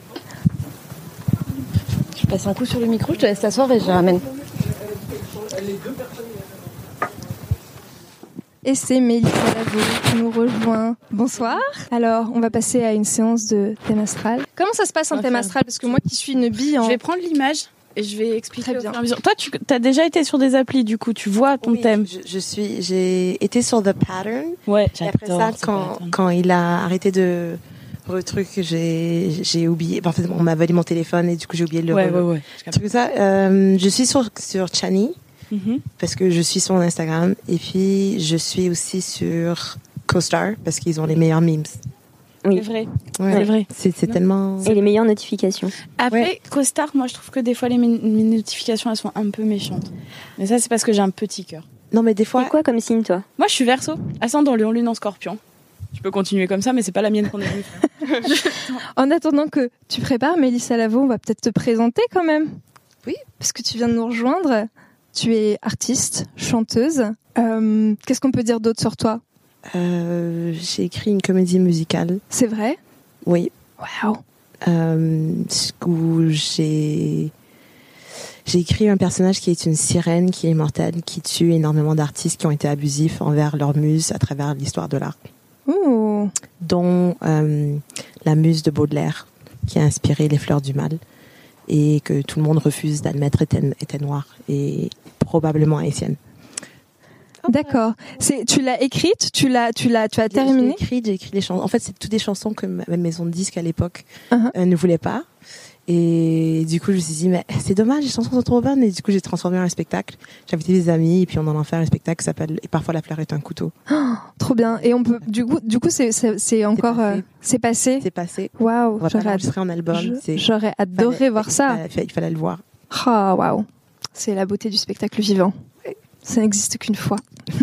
E: Je passe un coup sur le micro, je te laisse t'asseoir et je ramène.
G: Et c'est Mélissa Lavo qui nous rejoint. Bonsoir. Alors, on va passer à une séance de thème astral. Comment ça se passe un
J: On va
G: thème
J: faire-
G: astral? Parce que moi qui suis une bille en...
J: Je vais prendre l'image et je vais expliquer
G: Très
J: au
G: bien.
J: fur et à mesure. Toi, tu as déjà été sur des applis, du coup, tu vois ton
M: Oui,
J: thème.
M: Je, je suis, j'ai été sur The Pattern.
J: Ouais,
M: Et après ça, quand, quand il a arrêté de retruc, j'ai, j'ai oublié. En fait, on m'a volé mon téléphone et du coup, j'ai oublié de le.
J: Ouais,
M: re-
J: ouais, ouais.
M: Un truc comme ça. Euh, je suis sur sur Chani
J: Mhm.
M: parce que je suis sur Instagram et puis je suis aussi sur CoStar parce qu'ils ont les meilleurs memes.
I: Oui.
J: C'est vrai.
M: Ouais.
J: C'est vrai.
M: C'est, c'est tellement.
I: Et les meilleures notifications.
J: Après,
M: Ouais.
J: CoStar, moi, je trouve que des fois, les mes mes notifications, elles sont un peu méchantes. Mais ça, c'est parce que j'ai un petit cœur.
M: Non, mais des fois.
I: C'est quoi comme signe, toi?
J: Moi, je suis Verseau, ascendant Lion, Lune en Scorpion. Je peux continuer comme ça, mais c'est pas la mienne qu'on a vue.
G: En attendant que tu prépares, Mélissa Lavo, on va peut-être te présenter quand même.
M: Oui.
G: Parce que tu viens de nous rejoindre. Tu es artiste, chanteuse. Euh, qu'est-ce qu'on peut dire d'autre sur toi?
M: Euh, j'ai écrit une comédie musicale.
G: C'est vrai?
M: Oui.
G: Waouh.
M: Euh, où j'ai j'ai écrit un personnage qui est une sirène qui est immortelle, qui tue énormément d'artistes qui ont été abusifs envers leur muse à travers l'histoire de l'art,
G: Ouh.
M: dont euh, la muse de Baudelaire qui a inspiré Les Fleurs du Mal et que tout le monde refuse d'admettre était, était noire et probablement haïtienne.
G: D'accord. C'est, tu l'as écrite, tu l'as, tu l'as, tu as
M: J'ai
G: terminé.
M: écrit, j'ai écrit les chansons. En fait, c'est toutes des chansons que ma ma maison de disques à l'époque
G: Uh-huh.
M: euh, ne voulait pas. Et du coup, je me suis dit, mais c'est dommage, les chansons sont trop bonnes. Et du coup, j'ai transformé en un spectacle. J'ai invité des amis et puis on en a fait un spectacle qui s'appelle Et parfois la fleur est un couteau.
G: Trop bien. Et on peut, du coup, du coup, c'est, c'est, c'est encore,
M: passé.
G: euh, c'est passé.
M: C'est passé.
G: Waouh.
M: On va pas
G: J'aurais, ad-
M: l'enregistrer en album.
G: je-
M: c'est-
G: j'aurais adoré
M: fallait-
G: voir ça.
M: Il fallait, il fallait le voir.
G: Ah, waouh. C'est la beauté du spectacle vivant. Ça n'existe qu'une fois.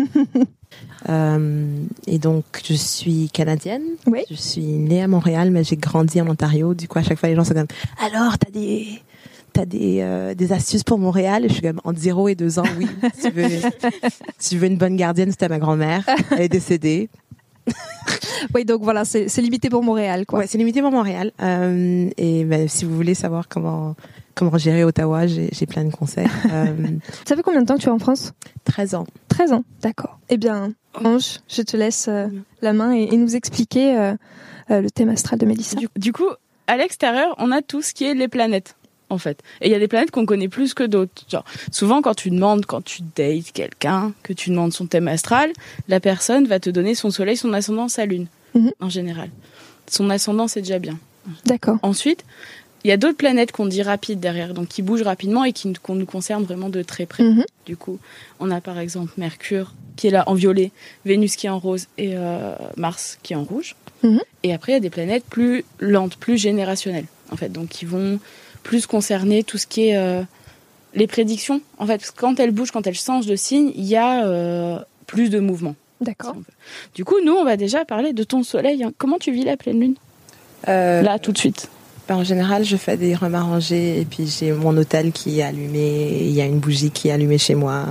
M: Euh, et donc, je suis canadienne.
G: Oui.
M: Je suis née à Montréal, mais j'ai grandi en Ontario. Du coup, à chaque fois, les gens sont comme, alors, t'as des, t'as des, euh, des astuces pour Montréal? Et je suis comme, entre zéro et deux ans, oui. Si tu veux, si tu veux une bonne gardienne, c'était ma grand-mère. Elle est décédée.
G: Oui, donc voilà, c'est, c'est limité pour Montréal, quoi.
M: Ouais, c'est limité pour Montréal. Euh, et ben, si vous voulez savoir comment, comment gérer Ottawa, j'ai, j'ai plein de conseils. Euh,
G: Ça fait combien de temps que tu es en France?
M: treize ans.
G: treize ans, d'accord. Eh bien, Ange, je te laisse euh, la main et, et nous expliquer euh, euh, le thème astral de Mélissa.
J: Du, du coup, à l'extérieur, on a tout ce qui est les planètes, en fait. Et il y a des planètes qu'on connaît plus que d'autres. Genre, souvent, quand tu demandes, quand tu dates quelqu'un, que tu demandes son thème astral, la personne va te donner son soleil, son ascendant, sa lune,
G: Mhm.
J: en général. Son ascendant, c'est déjà bien.
G: D'accord.
J: Ensuite, il y a d'autres planètes qu'on dit rapides derrière, donc qui bougent rapidement et qui qu'on nous concerne vraiment de très près.
G: Mhm.
J: Du coup, on a par exemple Mercure qui est là en violet, Vénus qui est en rose et euh, Mars qui est en rouge.
G: Mhm.
J: Et après, il y a des planètes plus lentes, plus générationnelles, en fait, donc qui vont plus concerner tout ce qui est euh, les prédictions, en fait, parce que quand elle bouge, quand elle change de signe, il y a euh, plus de mouvement.
G: D'accord.
J: Si du coup, nous, on va déjà parler de ton soleil. Hein. Comment tu vis la pleine lune euh, Là, tout de suite.
M: Ben, en général, je fais des repas rangés et puis j'ai mon hôtel qui est allumé. Il y a une bougie qui est allumée chez moi.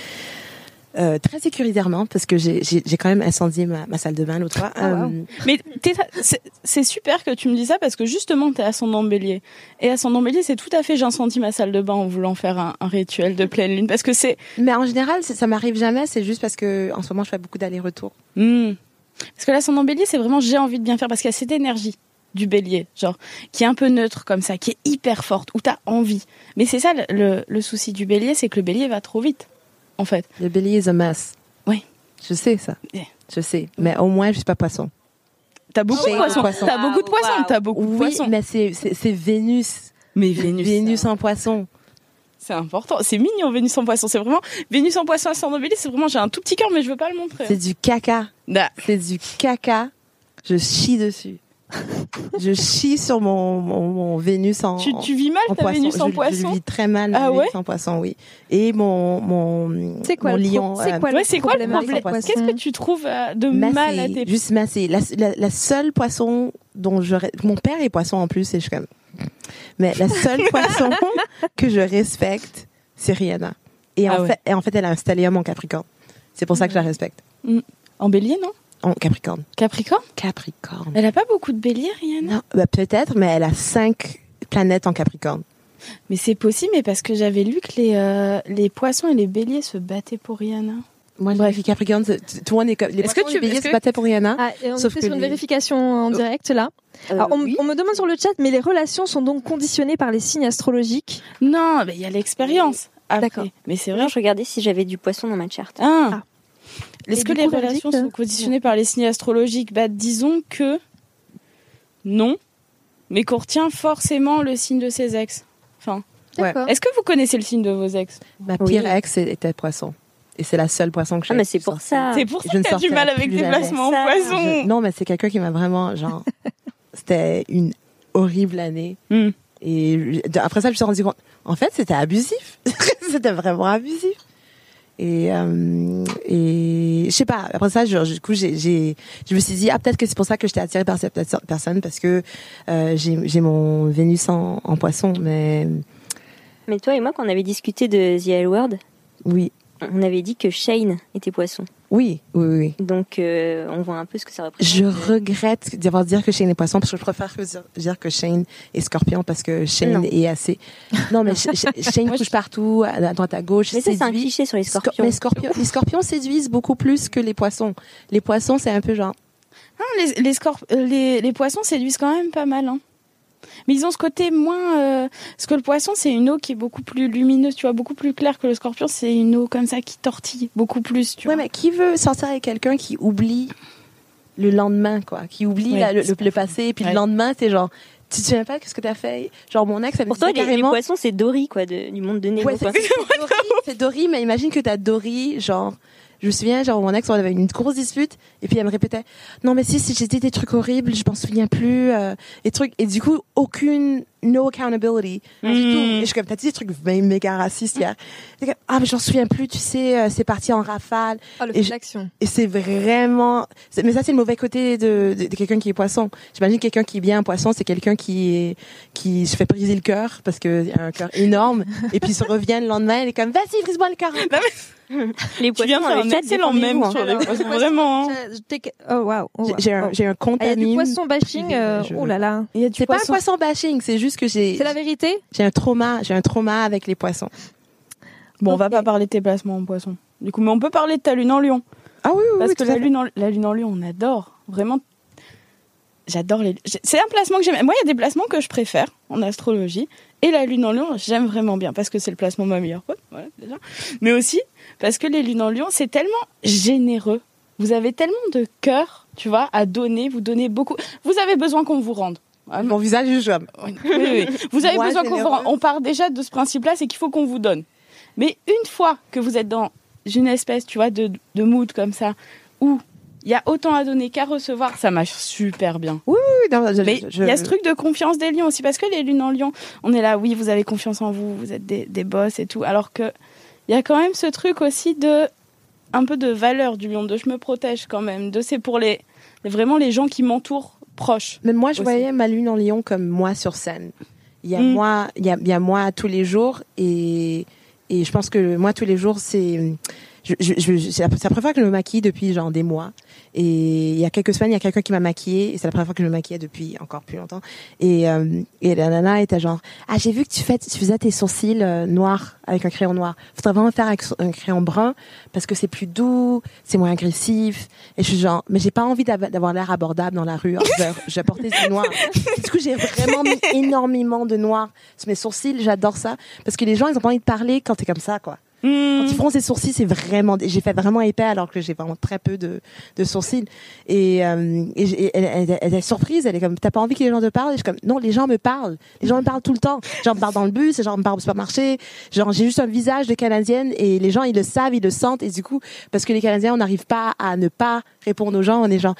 M: Euh, très sécuritairement parce que j'ai, j'ai, j'ai quand même incendié ma, ma salle de bain l'autre fois.
J: Oh, wow. euh... Mais t'es, c'est, c'est super que tu me dises ça parce que justement t'es ascendant Bélier et ascendant Bélier c'est tout à fait j'incendie ma salle de bain en voulant faire un, un rituel de pleine lune parce que c'est.
M: Mais en général ça m'arrive jamais, c'est juste parce que en ce moment je fais beaucoup d'allers-retours.
J: Mmh. Parce que l'ascendant Bélier c'est vraiment j'ai envie de bien faire parce qu'il y a cette énergie du Bélier genre qui est un peu neutre comme ça, qui est hyper forte où t'as envie. Mais c'est ça le, le, le souci du Bélier, c'est que le Bélier va trop vite. En fait.
M: Le Bélier is a mess.
J: Oui.
M: Je sais ça. Yeah. Je sais. Mais au moins, je suis pas poisson.
J: T'as beaucoup de poissons. poissons. T'as beaucoup de poissons. Wow. T'as beaucoup
M: oui,
J: de poissons.
M: Mais c'est, c'est, c'est Vénus.
J: Mais Vénus.
M: Vénus en poisson.
J: C'est important. C'est mignon, Vénus en poisson. C'est vraiment, Vénus en poisson, ascendant Bélier, c'est vraiment, j'ai un tout petit cœur, mais je veux pas le montrer.
M: C'est du caca.
J: Nah.
M: C'est du caca. Je chie dessus. Je chie sur mon, mon, mon Vénus en
J: Tu, tu vis mal
M: en
J: ta
M: poisson.
J: Vénus en
M: je,
J: poisson
M: Je vis très mal ma
J: ah
M: Vénus
J: ouais
M: en poisson, oui. Et mon, mon,
G: c'est quoi
M: mon
G: le
M: lion.
G: Pro- c'est quoi, euh,
J: ouais, c'est quoi le problème
G: Qu'est-ce
J: que tu trouves de
M: massé,
J: mal à tes...
M: Juste massé. La, la, la seule poisson dont je... Mon père est poisson en plus et je suis comme... Mais la seule poisson que je respecte, c'est Rihanna. Et,
J: ah
M: en
J: ouais.
M: fait, et en fait, elle a un stellium en Capricorne. C'est pour ça que je la respecte.
J: En Bélier, non?
M: En Capricorne.
J: Capricorne?
M: Capricorne.
J: Elle a pas beaucoup de Bélier, Rihanna?
M: Non, bah peut-être, mais elle a cinq planètes en Capricorne.
J: Mais c'est possible, mais parce que j'avais lu que les, euh, les poissons et les béliers se battaient pour Rihanna.
M: Moi, bref, les Capricornes, tout le monde est comme... Les
J: est-ce que tu,
M: les béliers
J: est-ce
M: se
J: que...
M: battaient pour Rihanna.
G: Ah, et on
M: sauf
G: fait
M: que
G: sur une
M: les...
G: vérification en direct, là. Euh, Alors, on, oui. on me demande sur le chat, mais les relations sont donc conditionnées par les signes astrologiques?
J: Non, mais il y a l'expérience. Après.
G: D'accord.
J: Mais c'est vrai.
I: Je regardais si j'avais du poisson dans ma charte.
J: Ah. ah. Est-ce
G: Et
J: que les
G: coup,
J: relations
G: dit,
J: sont conditionnées par les signes astrologiques? Bah, disons que non, mais qu'on retient forcément le signe de ses ex. Enfin,
G: ouais.
J: Est-ce que vous connaissez le signe de vos ex?
M: Ma pire oui. ex était poisson. Et c'est la seule poisson que j'ai.
I: Ah, mais c'est pour ça.
J: C'est pour ça que t'as du mal avec tes placements en poisson.
M: Je... Non, mais c'est quelqu'un qui m'a vraiment, genre, c'était une horrible année. Mm. Et après ça, je me suis rendu compte, en fait, c'était abusif. C'était vraiment abusif. Et, euh, et je sais pas, après ça, je, du coup, j'ai, j'ai, je me suis dit, ah, peut-être que c'est pour ça que j'étais attirée par cette personne, parce que euh, j'ai, j'ai mon Vénus en, en poisson, mais...
I: Mais toi et moi, quand on avait discuté de The L Word,
M: oui.
I: On avait dit que Shane était poisson.
M: Oui, oui, oui.
I: Donc, euh, on voit un peu ce que ça représente.
M: Je regrette d'avoir dit que Shane est poisson, parce que je préfère dire que Shane est scorpion, parce que Shane non. est assez... Non, mais Shane couche partout, à droite, à gauche.
I: Mais ça, c'est un cliché sur les scorpions.
M: Scor- mais scorpions, les scorpions séduisent beaucoup plus que les poissons. Les poissons, c'est un peu genre...
J: Non, les, les, scorp- les, les poissons séduisent quand même pas mal, hein. Mais ils ont ce côté moins... Euh, parce que le poisson, c'est une eau qui est beaucoup plus lumineuse, tu vois, beaucoup plus claire que le scorpion. C'est une eau comme ça qui tortille beaucoup plus, tu
M: ouais,
J: vois.
M: Mais qui veut sortir avec quelqu'un qui oublie le lendemain, quoi? Qui oublie ouais, la, le, le, le passé, et puis ouais. le lendemain, c'est genre... Tu te souviens pas qu'est-ce que t'as fait? Genre, mon ex,
I: pour toi, les, carrément... les poissons, c'est Dory, quoi, de, du monde de Nemo.
M: Ouais, c'est, c'est, Dory, c'est Dory, mais imagine que t'as Dory, genre... Je me souviens, genre, mon ex, on avait une grosse dispute, et puis elle me répétait, non, mais si, si j'ai dit des trucs horribles, je m'en souviens plus, euh, et trucs, et du coup, aucune, no accountability, mm. du tout. Et je suis comme, t'as dit des trucs méga racistes hier. Comme, ah, mais j'en souviens plus, tu sais, euh, c'est parti en rafale.
G: Oh, le
M: et,
G: l'action.
M: Et c'est vraiment, c'est, mais ça, c'est le mauvais côté de, de, de quelqu'un qui est poisson. J'imagine quelqu'un qui est bien un poisson, c'est quelqu'un qui est, qui se fait briser le cœur, parce qu'il a un cœur énorme, et puis il se revient le lendemain, il est comme, vas-y, brise-moi le cœur.
I: Les poissons,
J: c'est un excellent même sur les poissons, vraiment.
G: Oh wow. Oh,
M: j'ai un, j'ai un compte
G: Il y a
M: anime.
G: du poisson bashing. Euh, oh là là.
M: Il y a du c'est poisson... pas un poisson bashing, c'est juste que j'ai.
G: C'est la vérité.
M: J'ai un trauma, j'ai un trauma avec les poissons.
J: Bon, okay. On va pas parler de tes placements en poisson. Du coup, mais on peut parler de ta lune en lion.
M: Ah oui, oui.
J: Parce
M: oui,
J: que la lune, en, la lune en lion, on adore. Vraiment. J'adore les. C'est un placement que j'aime. Moi, il y a des placements que je préfère en astrologie. Et la lune en lion, j'aime vraiment bien parce que c'est le placement de ma meilleure pote, voilà, déjà. Mais aussi parce que les lunes en lion, c'est tellement généreux. Vous avez tellement de cœur, tu vois, à donner. Vous donnez beaucoup. Vous avez besoin qu'on vous rende.
M: Mon visage est jaune.
J: Oui, oui, oui. Vous avez
M: Moi,
J: besoin
M: généreux.
J: qu'on vous rende. On part déjà de ce principe-là, c'est qu'il faut qu'on vous donne. Mais une fois que vous êtes dans une espèce, tu vois, de, de mood comme ça, où il y a autant à donner qu'à recevoir, ça marche super bien.
M: Oui, oui, non, je,
J: mais
M: je...
J: il y a ce truc de confiance des lions aussi, parce que les lunes en lion, on est là, oui, vous avez confiance en vous, vous êtes des, des boss et tout, alors que il y a quand même ce truc aussi de un peu de valeur du lion, de je me protège quand même, de c'est pour les vraiment les gens qui m'entourent proches.
M: Mais moi, je
J: aussi.
M: voyais ma lune en lion comme moi sur scène. Il y a
J: Mm.
M: moi, il y a, il y a moi tous les jours et et je pense que moi tous les jours c'est je, je, je, c'est la c'est la première fois que je me maquille depuis genre des mois. Et il y a quelques semaines, il y a quelqu'un qui m'a maquillée et c'est la première fois que je me maquillais depuis encore plus longtemps. Et euh, et la nana était genre ah j'ai vu que tu fais tu faisais tes sourcils euh, noirs avec un crayon noir. Faudrait vraiment faire avec un crayon brun parce que c'est plus doux, c'est moins agressif. Et je suis genre mais j'ai pas envie d'av- d'avoir l'air abordable dans la rue. Alors, je, vais, je vais porter du noir. Du coup j'ai vraiment mis énormément de noir sur mes sourcils. J'adore ça parce que les gens ils ont pas envie de parler quand t'es comme ça quoi.
J: Mmh.
M: Quand ils font ses sourcils, c'est vraiment, j'ai fait vraiment épais alors que j'ai vraiment très peu de, de sourcils. Et, euh, et, et elle, elle, elle est surprise, elle est comme, t'as pas envie que les gens te parlent? Et je suis comme, non, les gens me parlent. Les gens me parlent tout le temps. Les gens me parlent dans le bus, les gens me parlent au supermarché. Genre, j'ai juste un visage de Canadienne et les gens, ils le savent, ils le sentent. Et du coup, parce que les Canadiens, on n'arrive pas à ne pas répondre aux gens, on est genre,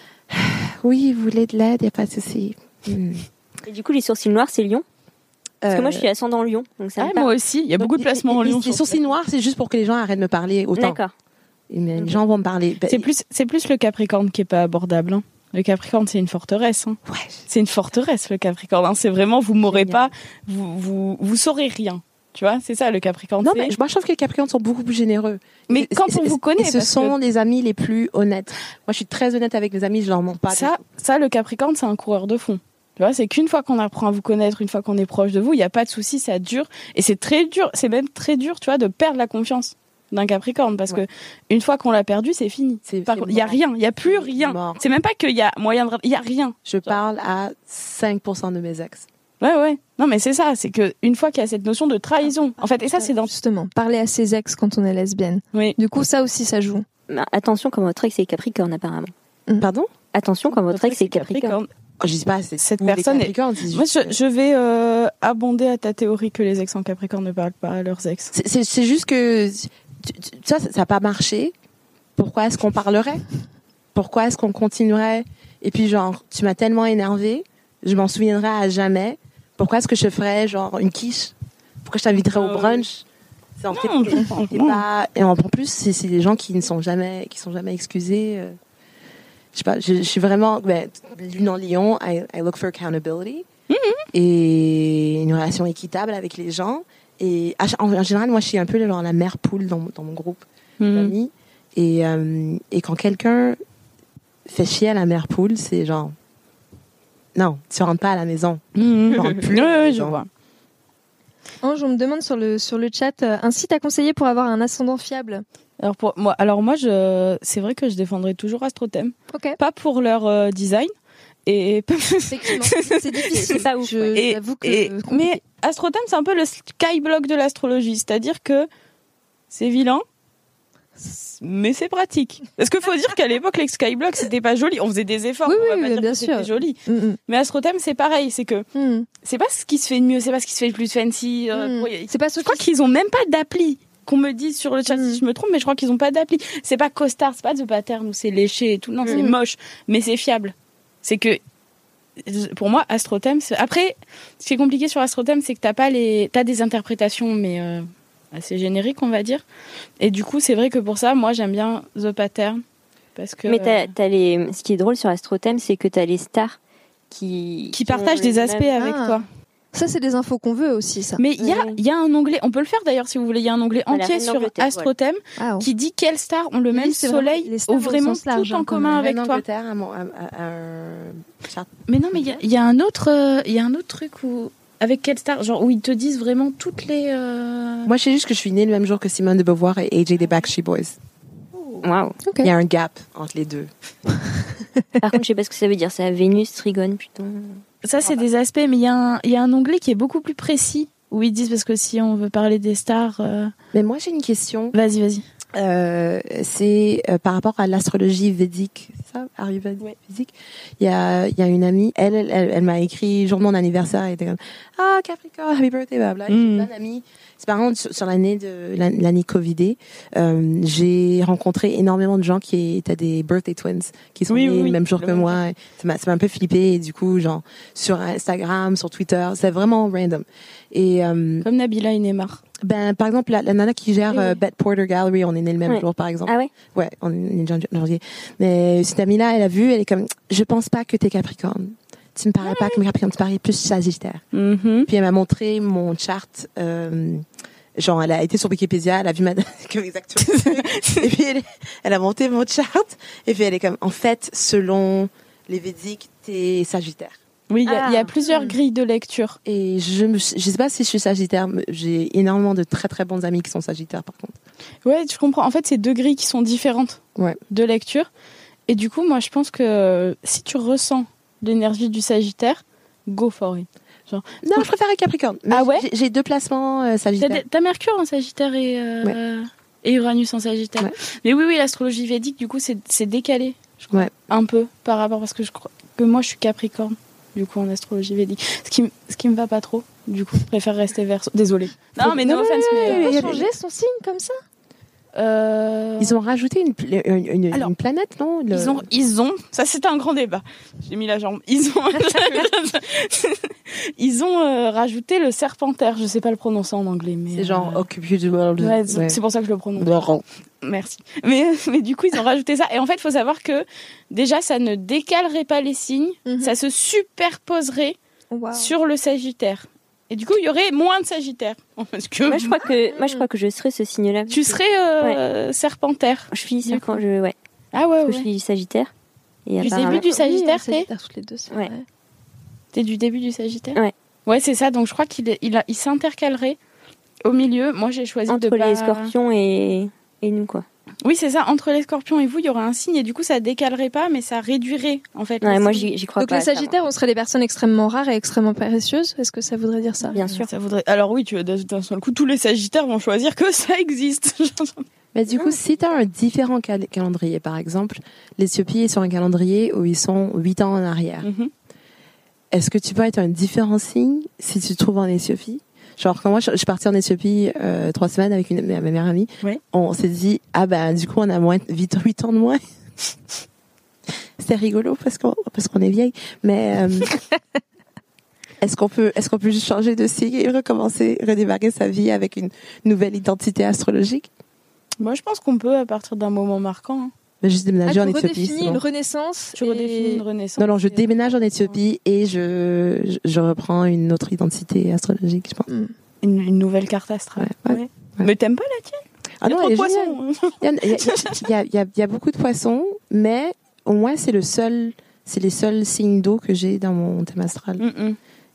M: oui, vous voulez de l'aide, y a pas de souci. Hmm.
I: Et du coup, les sourcils noirs, c'est lion? Parce que moi, je suis ascendant lion. Donc ça
J: Ah,
I: me parle.
J: moi aussi, il y a beaucoup de placements en lion.
M: Les sourcils noirs, c'est juste pour que les gens arrêtent de me parler autant.
I: D'accord.
M: Mais les gens vont me parler.
J: C'est plus, c'est plus le Capricorne qui est pas abordable. Hein. Le Capricorne, c'est une forteresse. Hein.
M: Ouais.
J: C'est une forteresse, le Capricorne. Hein. C'est vraiment, vous m'aurez pas, vous, vous, vous saurez rien. Tu vois, c'est ça le Capricorne.
M: Non,
J: c'est...
M: mais moi je trouve que les Capricornes sont beaucoup plus généreux.
J: Mais
M: Et-
J: quand
M: et-
J: on
M: et-
J: vous connaît,
M: et ce
J: parce
M: sont
J: que-
M: les amis les plus honnêtes. Moi, je suis très honnête avec mes amis, je leur mens pas.
J: Ça, ça, le Capricorne, c'est un coureur de fond. Tu vois, c'est qu'une fois qu'on apprend à vous connaître, une fois qu'on est proche de vous, il n'y a pas de souci, ça dure. Et c'est très dur, c'est même très dur, tu vois, de perdre la confiance d'un Capricorne. Parce
M: Ouais.
J: que une fois qu'on l'a perdu, c'est fini.
M: C'est-
J: Par
M: c'est
J: contre, il n'y a
M: mort.
J: rien, il n'y a plus rien.
M: Mort.
J: C'est même pas qu'il y a moyen de. Il n'y a rien.
M: Je parle à cinq pour cent de mes ex.
J: Ouais, ouais. Non, mais c'est ça, c'est que une fois qu'il y a cette notion de trahison, en fait, et ça, c'est dans.
G: Justement, parler à ses ex quand on est lesbienne.
J: Oui.
G: Du coup, ça aussi, ça joue.
I: Bah, attention, quand votre ex est Capricorne, apparemment.
M: Pardon?
I: Attention, quand votre ex est Capricorne.
M: Oh, je dis pas, c'est
J: Cette
M: tous les
J: personne est-
M: Capricornes, c'est
J: Moi,
M: juste
J: je, je vais euh, abonder à ta théorie que les ex en Capricorne ne parlent pas à leurs ex.
M: C'est- C'est c'est juste que tu- tu- ça, ça n'a pas marché. Pourquoi est-ce qu'on parlerait? Pourquoi est-ce qu'on continuerait? Et puis, genre, tu m'as tellement énervé, je m'en souviendrai à jamais. Pourquoi est-ce que je ferais, genre, une quiche? Pourquoi je t'inviterais au brunch? C'est en fait,
J: Non, je comprends.
M: c'est pas... Et en plus, c'est c'est des gens qui ne sont jamais, qui sont jamais excusés. euh. Je sais pas, je, je suis vraiment, ben, lune en lion, I, I look for accountability. Et une relation équitable avec les gens. Et à cha- en, en général, moi, je suis un peu genre la mère poule dans, dans mon groupe
J: Mhm.
M: d'amis. Et, euh, et quand quelqu'un fait chier à la mère poule, c'est genre, non, tu rentres pas à la maison.
J: Mhm.
M: Tu rentres plus
J: Ouais,
M: à la
J: ouais, je
M: maison.
J: vois.
G: Ange, on me demande sur le, sur le chat euh, un site à conseiller pour avoir un ascendant fiable.
J: Alors pour moi, alors moi, je, c'est vrai que je défendrai toujours Astrothème.
G: Ok.
J: Pas pour leur euh, design et
G: Effectivement, c'est difficile.
I: C'est pas ouf.
G: Je-
J: et,
G: j'avoue que
J: et-
G: compliqué.
J: mais Astrothème, c'est un peu le skyblock de l'astrologie, c'est-à-dire que c'est vilain, mais c'est pratique. Parce qu'il faut dire qu'à l'époque, les skyblocks, c'était pas joli. On faisait des efforts.
G: Oui,
J: on va
G: oui,
J: pas dire
G: bien
J: que c'était
G: sûr.
J: joli.
G: Mm, mm.
J: Mais Astrothème, c'est pareil, c'est que
G: Mm.
J: c'est pas ce qui se fait de mieux, c'est pas ce qui se fait le plus fancy. euh,
G: Mm.
J: pour-
G: C'est pas ce
J: Je crois
G: qui-
J: qu'ils ont même pas d'appli. Qu'on me dise sur le chat
G: Mm.
J: si je me trompe, mais je crois qu'ils ont pas d'appli. C'est pas costard, c'est pas The Pattern où c'est léché et tout. Non, c'est
G: Mm.
J: moche, mais c'est fiable. C'est que pour moi, Astrothème. c'est- Après, ce qui est compliqué sur Astrothème, c'est que t'as pas les, t'as des interprétations, mais euh, assez génériques, on va dire. Et du coup, c'est vrai que pour ça, moi, j'aime bien The Pattern parce que
I: Mais t'as, t'as les... ce qui est drôle sur Astrothème, c'est que t'as les stars qui...
J: qui partagent
I: ont
J: des
I: le
J: aspects
I: même-
J: avec
G: Ah.
J: toi.
G: Ça, c'est des infos qu'on veut aussi, ça.
J: Mais il y a,
I: Oui.
J: il y a un onglet, on peut le faire d'ailleurs si vous voulez, il y a un onglet
I: Voilà,
J: entier
I: Reine
J: sur
I: d'Angleterre,
J: Astrothème
G: Ah,
J: qui dit quelles stars ont le
G: Oui,
J: même
G: c'est vraiment
J: soleil
G: les stars
J: ou
G: au
J: vraiment
G: sens large,
J: tout en
G: hein, quand
J: commun
G: même.
J: avec
M: En
J: toi.
M: Angleterre, à mon- à- à- à un chart-
J: Mais non, mais il y a, il y a un autre, euh, il y a un autre truc où avec quelle star, genre où ils te disent vraiment toutes les. euh,
M: Moi, je sais juste que je suis née le même jour que Simone de Beauvoir et A J des Backstreet Boys.
I: Waouh.
G: Ok.
M: Il y a un gap entre les deux.
I: Par contre, je sais pas ce que ça veut dire. C'est à Vénus, Trigone, putain.
J: Ça, c'est des aspects, mais il y a un, il y a un onglet qui est beaucoup plus précis où ils disent parce que si on veut parler des stars, euh,
M: Mais moi, j'ai une question.
J: vas-y, vas-y.
M: Euh, c'est euh, par rapport à l'astrologie védique, c'est ça, Ayurvedique.
J: Ouais.
M: Il y a, il y a une amie, elle, elle, elle, elle m'a écrit jour de mon anniversaire, elle était comme ah Capricorne, happy birthday, bla bla.
J: Mm.
M: J'ai plein d'amis. C'est par contre sur, sur l'année de l'année Covidée, euh, j'ai rencontré énormément de gens qui étaient des birthday twins, qui sont
J: Oui,
M: nés
J: oui,
M: le
J: oui.
M: même jour
J: Le
M: que
J: même
M: moi. Et ça m'a, ça m'a un peu flippé. Et du coup, genre sur Instagram, sur Twitter, c'est vraiment random. Et euh,
J: Comme Nabila et Neymar.
M: ben, par exemple, la, la nana qui gère
I: Oui, oui.
M: euh, Bet Porter Gallery, on est né le même
I: Ouais.
M: jour, par exemple.
I: Ah ouais?
M: Ouais, on est né en janvier. Mais cette amie-là, elle a vu, elle est comme, je pense pas que t'es Capricorne. Tu me parais pas comme Capricorne, tu parais plus Sagittaire.
J: Mm-hmm.
M: Puis elle m'a montré mon chart. Euh, genre, elle a été sur Wikipédia, elle a vu ma comme exactement. Et puis elle, elle a monté mon chart. Et puis elle est comme, en fait, selon les Védiques, t'es Sagittaire.
J: Oui, il y, a-
I: Ah.
J: il y a plusieurs grilles de lecture.
M: Et je me, je sais pas si je suis Sagittaire. mais j'ai énormément de très très bons amis qui sont Sagittaires, par contre.
J: Ouais, tu comprends. En fait, c'est deux grilles qui sont différentes
M: Ouais.
J: de lecture. Et du coup, moi, je pense que euh, si tu ressens l'énergie du Sagittaire, go for it. Genre,
M: Non, je préfère un Capricorne. Mais
J: Ah ouais?
M: j'ai, j'ai deux placements euh,
J: T'as,
M: Sagittaires.
J: des- t'as Mercure en Sagittaire et, euh, et Uranus en Sagittaire.
M: Ouais.
J: Mais oui, oui, l'astrologie védique, du coup, c'est, c'est décalé, je crois,
M: Ouais.
J: un peu par rapport parce que je crois que moi, je suis Capricorne, du coup, en astrologie védique. Ce qui, m- ce qui me va pas trop, du coup, je préfère rester Verseau. Désolée. Non, mais no
M: Non,
J: offense, mais.
M: il y
J: euh,
M: a-
K: changer son signe comme ça?
J: euh,
M: Ils ont rajouté une, pl- une, une,
J: Alors,
M: une planète, non? Le-
J: Ils ont, ils ont, ça c'était un grand débat. J'ai mis la jambe. Ils ont, ils ont euh, rajouté le serpentaire. Je sais pas le prononcer en anglais, mais
M: C'est genre
J: euh,
M: Occupy the World.
J: ouais, c'est
M: Ouais.
J: c'est pour ça que je le prononce.
M: Laurent.
J: Merci. Mais, mais du coup, ils ont rajouté ça. Et en fait, il faut savoir que déjà, ça ne décalerait pas les signes,
K: Mhm.
J: ça se superposerait
K: Wow.
J: sur le Sagittaire. Et du coup, il y aurait moins de Sagittaire. Parce que
I: Moi, je crois que, moi, je crois que je serais ce signe-là.
J: tu serais euh, serpentaire.
I: Je suis
J: Du
I: quand je, ouais.
J: Ah ouais,
I: Parce que
J: ouais.
I: je suis Sagittaire. Et
J: Du
I: apparemment-
J: début du Sagittaire,
K: Oui,
J: t'es
K: Sagittaire toutes les deux, c'est
I: Ouais.
K: vrai.
J: T'es du début du Sagittaire.
I: Ouais.
J: Ouais, c'est ça. Donc je crois qu'il est- il a, il s'intercalerait au milieu. Moi, j'ai choisi
I: Entre
J: de pas...
I: les scorpions et, et nous, quoi.
J: Oui, c'est ça. Entre les Scorpions et vous, il y aurait un signe et du coup, ça décalerait pas, mais ça réduirait en fait.
I: Ouais,
J: le
I: moi,
J: signe.
I: j'y, j'y crois
K: Donc
I: pas.
K: les Sagittaires, on serait des personnes extrêmement rares et extrêmement précieuses. Est-ce que ça voudrait dire ça?
I: Bien sûr.
J: Ça voudrait. Alors oui, tu d'un seul coup, tous les Sagittaires vont choisir que ça existe.
M: Mais du coup, si tu as un différent cal- calendrier, par exemple, l'Éthiopie est sur un calendrier où ils sont huit ans en arrière.
J: Mhm.
M: Est-ce que tu peux être un différent signe si tu te trouves en Éthiopie? Genre, quand moi, je je suis partie en Éthiopie euh, trois semaines avec une, ma meilleure amie,
J: Ouais.
M: on s'est dit, ah ben, du coup, on a moins huit, huit ans de moins. C'était rigolo parce qu'on, parce qu'on est vieille. Mais euh, est-ce qu'on peut, est-ce qu'on peut juste changer de signe et recommencer, redémarrer sa vie avec une nouvelle identité astrologique?
J: Moi, je pense qu'on peut à partir d'un moment marquant. hein.
M: Mais juste
K: Ah,
M: déménager
K: tu
M: en Éthiopie.
K: redéfinis
M: c'est
K: une
M: bon.
K: renaissance.
J: Tu
K: et-
J: redéfinis une renaissance.
M: Non, non, je
J: et-
M: déménage en Éthiopie et je, je, je reprends une autre identité astrologique, je pense.
J: Une, une nouvelle carte astrale.
M: Ouais, ouais,
J: Ouais. Mais t'aimes pas la tienne?
M: Ah
J: Il y a
M: non,
J: trop
M: elle
J: de
M: est géniale.
J: poissons.
M: Il y, a, il y, a, il y, a, il y, a, il y a beaucoup de poissons, mais au moins c'est le seul, c'est les seuls signes d'eau que j'ai dans mon thème astral.
J: Mm-mm.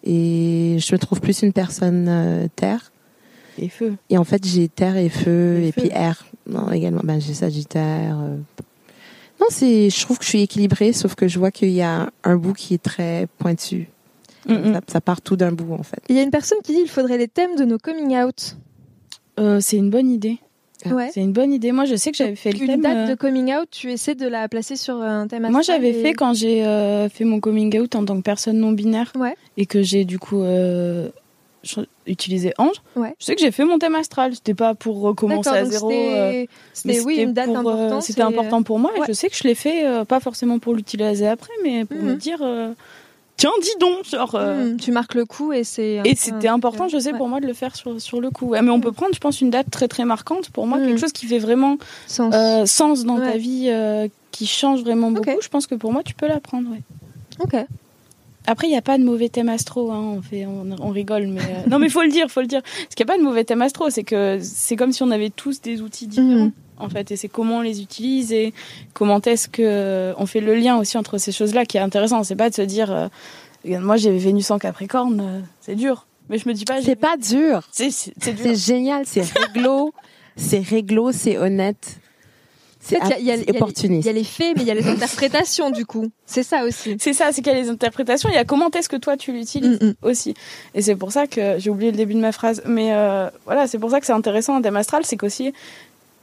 M: Et je me trouve plus une personne euh, terre.
J: Et feu.
M: Et en fait, j'ai terre et feu
J: Et
M: et,
J: feu.
M: puis air. Non, également, ben, j'ai Sagittaire. euh. Non, c'est, je trouve que je suis équilibrée, sauf que je vois qu'il y a un bout qui est très pointu.
J: Mm-mm.
M: Ça, ça part tout d'un bout, en fait.
K: Il y a une personne qui dit qu'il faudrait les thèmes de nos coming out.
J: Euh, c'est une bonne idée.
K: Ouais.
J: C'est une bonne idée. Moi, je sais que j'avais fait le
K: Une
J: thème.
K: date
J: euh,
K: de coming out, tu essaies de la placer sur un thème astral.
J: Moi, j'avais
K: et-
J: fait quand j'ai euh, fait mon coming out en tant que personne non binaire
K: Ouais.
J: et que j'ai du coup euh, je- utilisé Ange.
K: Ouais.
J: Je sais que j'ai fait mon thème astral. C'était pas pour recommencer
K: D'accord,
J: à
K: donc
J: zéro.
K: c'était-
J: euh,
K: c'était,
J: mais
K: oui,
J: c'était
K: une date
J: pour, euh,
K: importante
J: C'était
K: et-
J: important pour moi. Et
K: Ouais.
J: je sais que je l'ai fait euh, pas forcément pour l'utiliser après, mais pour
K: Mhm.
J: me dire euh, tiens, dis donc, genre. euh,
K: Hmm, tu marques le coup et c'est.
J: Et c'était important, je sais,
K: Ouais.
J: pour moi de le faire sur, sur le coup. Ouais, mais on peut prendre, je pense, une date très très marquante pour moi,
K: Mm.
J: quelque chose qui fait vraiment
K: Sens.
J: euh, sens dans
K: Ouais.
J: ta vie, euh, qui change vraiment beaucoup.
K: Ok.
J: Je pense que pour moi, tu peux la prendre. Ouais.
K: Ok.
J: Après, il n'y a pas de mauvais thème astro, hein, on, fait, on, on rigole, mais. euh, Non, mais il faut le dire, faut le dire. Parce qu'il n'y a pas de mauvais thème astro, c'est que c'est comme si on avait tous des outils différents.
K: Mhm.
J: En fait, et c'est comment on les utilise et comment est-ce que on fait le lien aussi entre ces choses-là qui est intéressant. C'est pas de se dire, euh, regarde, moi j'ai Vénus en Capricorne, euh, c'est dur. Mais je me dis pas. j'ai-
M: C'est pas dur.
J: C'est c'est- c'est dur.
M: C'est génial, c'est réglo, c'est réglo, c'est honnête, c'est
K: En fait, il y a- il y a-
M: c'est
K: il y a les-
M: opportuniste.
K: Il y a les faits, mais il y a les interprétations du coup. C'est ça aussi.
J: C'est ça, c'est qu'il y a les interprétations. Il y a comment est-ce que toi tu l'utilises
K: Mm, mm.
J: aussi. Et c'est pour ça que j'ai oublié le début de ma phrase. Mais euh, voilà, c'est pour ça que c'est intéressant un thème astral, c'est qu'aussi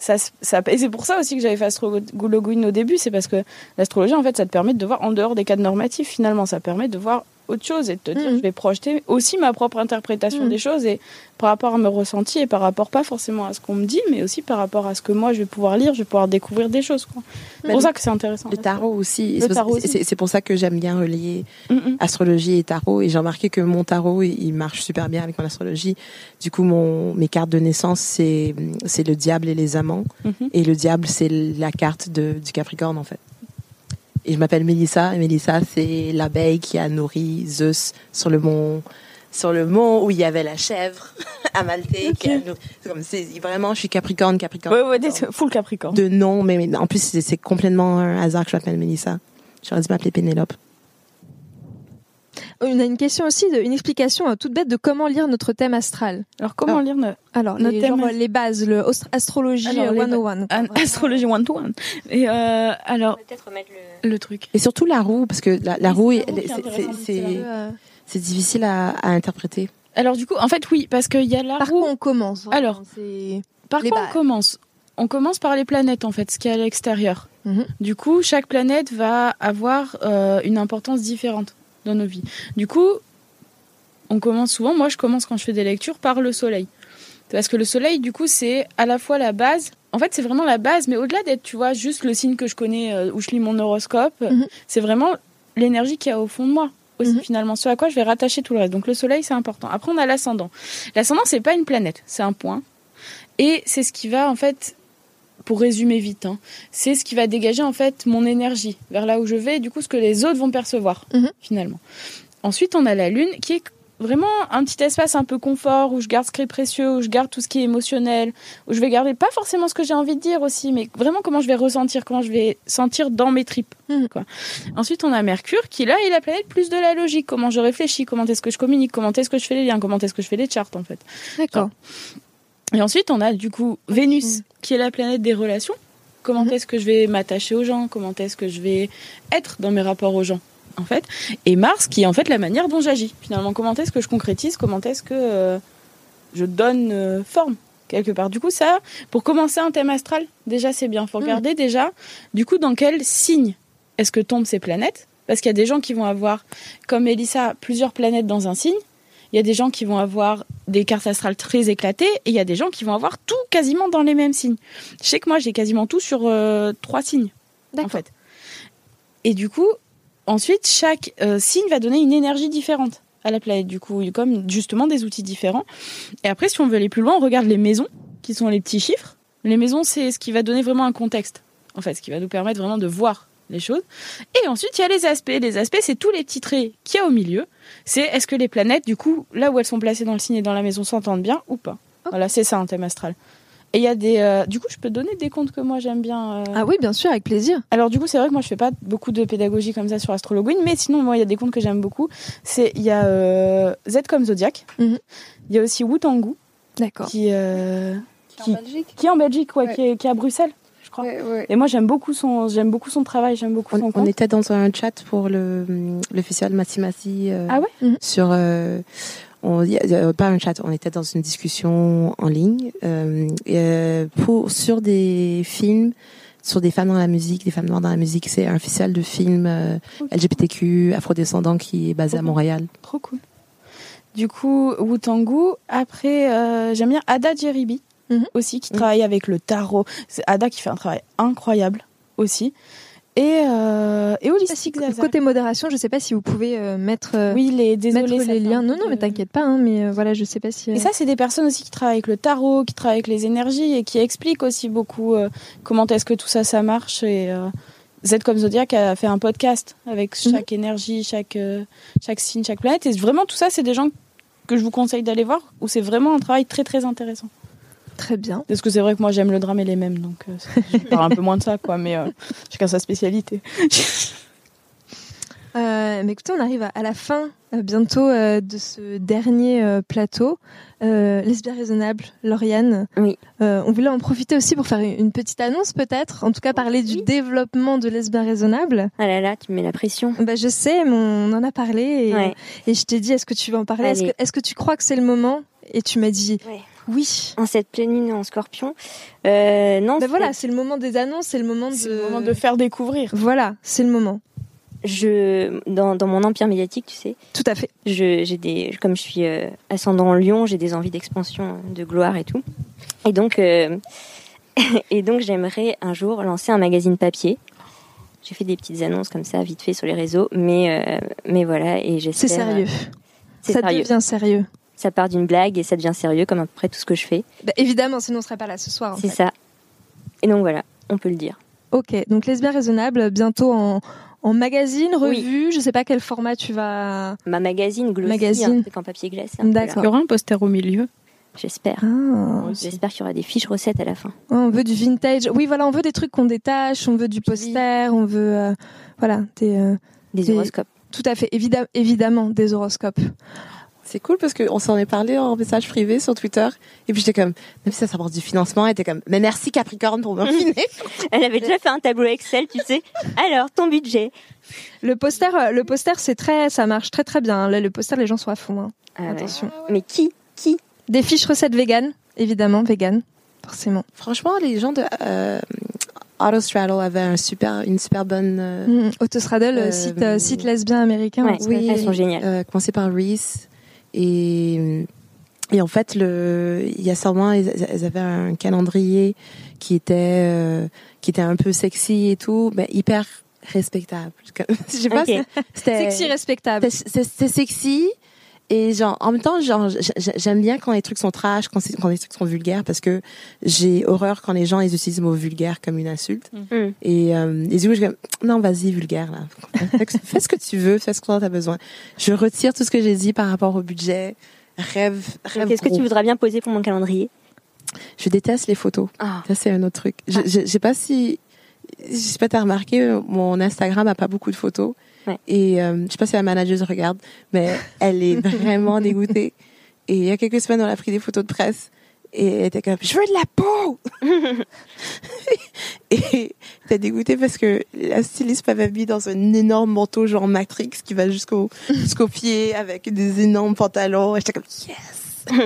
J: Ça, ça, et c'est pour ça aussi que j'avais fait Astrologuine au début, c'est parce que l'astrologie, en fait, ça te permet de voir en dehors des cadres normatifs, finalement. Ça permet de voir autre chose et de te dire, mmh. je vais projeter aussi ma propre interprétation mmh. des choses et par rapport à mes ressentis et par rapport pas forcément à ce qu'on me dit, mais aussi par rapport à ce que moi, je vais pouvoir lire, je vais pouvoir découvrir des choses, quoi. C'est pour ça que c'est intéressant.
M: Le tarot aussi.
J: Le
M: c'est,
J: tarot
M: pour,
J: aussi.
M: C'est, c'est pour ça que j'aime bien relier mmh. astrologie et tarot. Et j'ai remarqué que mon tarot, il marche super bien avec mon astrologie. Du coup, mon, mes cartes de naissance, c'est, c'est le diable et les amants. Mmh. Et le diable, c'est la carte de, du Capricorne, en fait. Et je m'appelle Mélissa. Et Mélissa, c'est l'abeille qui a nourri Zeus sur le mont, sur le mont où il y avait la chèvre Amalthée. Okay. Qui a nourri, c'est comme, c'est vraiment, je suis Capricorne, Capricorne.
J: Ouais, ouais, des, full Capricorne.
M: De nom, mais, mais en plus, c'est, c'est complètement un hasard que je m'appelle Mélissa. J'aurais dû m'appeler Pénélope.
B: On a une question aussi, de, une explication euh, toute bête de comment lire notre thème astral.
J: Alors, comment
B: alors,
J: lire no-
B: alors,
J: notre
B: les,
J: thème
B: genre, les bases, le astrologie alors, cent un.
J: Ba- astrologie cent un. Et euh, alors,
I: peut-être remettre le...
J: le truc.
M: Et surtout la roue, parce que la, la
J: oui,
M: roue,
J: c'est,
M: c'est, c'est, c'est, c'est,
B: euh...
M: c'est difficile à, à interpréter.
J: Alors, du coup, en fait, oui, parce qu'il y a la
B: par
J: roue.
B: Par quoi on commence vraiment,
J: Alors,
B: c'est...
J: par
B: les
J: quoi
B: bases.
J: on commence On commence par les planètes, en fait, ce qui est à l'extérieur.
B: Mm-hmm.
J: Du coup, chaque planète va avoir euh, une importance différente dans nos vies. Du coup, on commence souvent, moi je commence quand je fais des lectures par le soleil. Parce que le soleil, du coup, c'est à la fois la base, en fait c'est vraiment la base, mais au-delà d'être, tu vois, juste le signe que je connais, euh, où je lis mon horoscope, mm-hmm. c'est vraiment l'énergie qu'il y a au fond de moi, aussi mm-hmm. finalement, ce à quoi je vais rattacher tout le reste. Donc le soleil, c'est important. Après, on a l'ascendant. L'ascendant, c'est pas une planète, c'est un point. Et c'est ce qui va, en fait, pour résumer vite, hein, c'est ce qui va dégager, en fait, mon énergie vers là où je vais, et du coup, ce que les autres vont percevoir, mm-hmm. finalement. Ensuite, on a la lune, qui est vraiment un petit espace un peu confort où je garde ce qui est précieux, où je garde tout ce qui est émotionnel, où je vais garder pas forcément ce que j'ai envie de dire aussi, mais vraiment comment je vais ressentir, comment je vais sentir dans mes tripes. Mmh. Quoi. Ensuite, on a Mercure qui là est la planète plus de la logique, comment je réfléchis, comment est-ce que je communique, comment est-ce que je fais les liens, comment est-ce que je fais les charts en fait.
B: D'accord.
J: Et ensuite, on a du coup Vénus mmh. qui est la planète des relations. Comment mmh. est-ce que je vais m'attacher aux gens, comment est-ce que je vais être dans mes rapports aux gens. En fait, et Mars qui est en fait la manière dont j'agis. Finalement, comment est-ce que je concrétise, comment est-ce que euh, je donne euh, forme quelque part. Du coup, ça, pour commencer un thème astral, déjà c'est bien. Faut regarder mmh. déjà, du coup, dans quel signe est-ce que tombent ces planètes. Parce qu'il y a des gens qui vont avoir, comme Mélissa, plusieurs planètes dans un signe. Il y a des gens qui vont avoir des cartes astrales très éclatées et il y a des gens qui vont avoir tout quasiment dans les mêmes signes. Je sais que moi, j'ai quasiment tout sur euh, trois signes.
B: D'accord.
J: En fait. Et du coup, ensuite, chaque euh, signe va donner une énergie différente à la planète, du coup, comme justement des outils différents. Et après, si on veut aller plus loin, on regarde les maisons, qui sont les petits chiffres. Les maisons, c'est ce qui va donner vraiment un contexte, en fait, ce qui va nous permettre vraiment de voir les choses. Et ensuite, il y a les aspects. Les aspects, c'est tous les petits traits qu'il y a au milieu. C'est est-ce que les planètes, du coup, là où elles sont placées dans le signe et dans la maison, s'entendent bien ou pas. Okay. Voilà, c'est ça un thème astral. Et il y a des... Euh, du coup, je peux donner des comptes que moi, j'aime bien. Euh...
B: Ah oui, bien sûr, avec plaisir.
J: Alors, du coup, c'est vrai que moi, je fais pas beaucoup de pédagogie comme ça sur Astrologuine, mais sinon, moi, il y a des comptes que j'aime beaucoup. C'est, il y a euh, Z comme Zodiac. Mm-hmm. Il y a aussi Wu Tangu.
B: D'accord.
J: Qui, euh,
G: qui, qui est en Belgique.
J: Qui est en Belgique, ouais, ouais. Qui, est, qui est à Bruxelles, je crois. Ouais, ouais. Et moi, j'aime beaucoup son, j'aime beaucoup son travail, j'aime beaucoup
M: on,
J: son
M: on
J: compte.
M: On était dans un chat pour le, le festival Massi euh,
J: ah ouais
M: mm-hmm. Sur... Euh, On, pas un chat, on était dans une discussion en ligne euh, euh, pour sur des films, sur des femmes dans la musique, des femmes noires dans la musique. C'est un festival de films euh, okay. L G B T Q, afrodescendants qui est basé
J: Trop
M: à Montréal.
J: Cool. Trop cool. Du coup, Wu Tangu. Après, euh, j'aime bien Ada Jeribi mm-hmm. aussi, qui mm-hmm. travaille avec le tarot. C'est Ada qui fait un travail incroyable aussi. Et, euh, et Holistic Zaza.
B: Côté modération, je sais pas si vous pouvez euh, mettre, euh,
J: oui, les, désolé,
B: mettre les liens. Non, non, mais t'inquiète pas, hein, mais euh, voilà, je sais pas si... Euh...
J: Et ça, c'est des personnes aussi qui travaillent avec le tarot, qui travaillent avec les énergies et qui expliquent aussi beaucoup euh, comment est-ce que tout ça, ça marche. Et euh, Z comme Zodiac a fait un podcast avec chaque mm-hmm. énergie, chaque, euh, chaque signe, chaque planète. Et vraiment, tout ça, c'est des gens que je vous conseille d'aller voir, où c'est vraiment un travail très, très intéressant.
B: Très bien.
J: Parce que c'est vrai que moi j'aime le drame et les mèmes, donc euh, je parle un peu moins de ça, quoi, mais euh, chacun sa spécialité.
B: euh, mais écoutez, on arrive à, à la fin euh, bientôt euh, de ce dernier euh, plateau. Euh, Lesbien raisonnable, Lauriane.
I: Oui.
B: Euh, on voulait en profiter aussi pour faire une petite annonce peut-être, en tout cas parler oui. du développement de Lesbien raisonnable.
I: Ah là là, tu me mets la pression.
B: Bah je sais, mais on en a parlé et,
I: ouais.
B: et je t'ai dit, est-ce que tu veux en parler ? Est-ce que, est-ce que tu crois que c'est le moment ? Et tu m'as dit,
I: ouais.
G: Oui.
I: En cette pleine lune en Scorpion. Euh, non.
G: Ben voilà, c'est le moment des annonces, c'est le moment de.
J: C'est le moment de faire découvrir.
G: Voilà, c'est le moment.
I: Je dans dans mon empire médiatique, tu sais.
G: Tout à fait.
I: Je j'ai des comme je suis euh, ascendant en Lion, j'ai des envies d'expansion, de gloire et tout. Et donc euh, et donc j'aimerais un jour lancer un magazine papier. J'ai fait des petites annonces comme ça vite fait sur les réseaux, mais euh, mais voilà et j'espère.
G: C'est sérieux.
I: C'est
G: ça
I: sérieux.
G: devient sérieux.
I: Ça part d'une blague et ça devient sérieux comme à peu près tout ce que je fais.
G: Bah, évidemment, sinon on serait pas là ce soir. En
I: C'est
G: fait.
I: ça. Et donc voilà, on peut le dire.
G: Ok, donc Lesbien Raisonnable, bientôt en, en magazine, revue,
I: Oui.
G: je sais pas quel format tu vas...
I: Ma magazine glossy,
G: Magazine.
I: un truc en papier glacé. un peu,
G: D'accord.
I: là.
J: Il y aura un poster au milieu.
I: J'espère.
G: Ah.
I: J'espère qu'il y aura des fiches recettes à la fin.
G: On veut du vintage. Oui, voilà, on veut des trucs qu'on détache, on veut du poster, on veut... euh, voilà, des... euh,
I: Des horoscopes.
G: Tout à fait, évidemment, évidemment, des horoscopes.
M: C'est cool parce qu'on s'en est parlé en message privé sur Twitter. Et puis j'étais comme, même si ça s'apporte du financement, elle était comme, mais merci Capricorne pour m'infiner.
I: Elle avait déjà fait un tableau Excel, tu sais. Alors, ton budget.
G: Le poster, euh, le poster, c'est très, ça marche très très bien. Là, le poster, les gens sont à fond. Hein.
I: Ah ouais.
G: Attention.
I: Mais qui Qui
G: Des fiches recettes véganes, évidemment, véganes, forcément.
M: Franchement, les gens de euh, Autostraddle avaient un super, une super bonne... Euh,
G: Mmh, Autostraddle,
M: euh,
G: site, euh, site lesbien américain.
I: Ouais,
G: oui,
I: elles sont géniales.
M: Euh, commencé par Reese. Et, et en fait, le, il y a sûrement, ils, ils avaient un calendrier qui était, euh, qui était un peu sexy et tout, mais hyper respectable. Je sais pas,
I: Ok.
M: c'était
G: Sexy, respectable.
M: C'était c'était sexy. Et genre, en même temps, genre, j'aime bien quand les trucs sont trash, quand, quand les trucs sont vulgaires, parce que j'ai horreur quand les gens ils utilisent le mot vulgaire comme une insulte.
I: Mm.
M: Et, euh, et du coup, je dis, non, vas-y, vulgaire, là. Fais, fais ce que tu veux, fais ce que tu as besoin. Je retire tout ce que j'ai dit par rapport au budget. Rêve, rêve.
I: Qu'est-ce que
M: gros.
I: tu voudrais bien poser pour mon calendrier?
M: Je déteste les photos.
I: Ah.
M: Ça, c'est un autre truc. Je, je, je sais pas si, je sais pas, t'as remarqué, mon Instagram a pas beaucoup de photos.
I: Ouais.
M: Et euh, je sais pas si la manageuse regarde, mais elle est vraiment dégoûtée. Et il y a quelques semaines, on a pris des photos de presse et elle était comme, je veux de la peau. Et t'es dégoûtée parce que la styliste m'avait mis dans un énorme manteau genre Matrix qui va jusqu'au jusqu'aux pieds avec des énormes pantalons. Et j'étais comme, yes.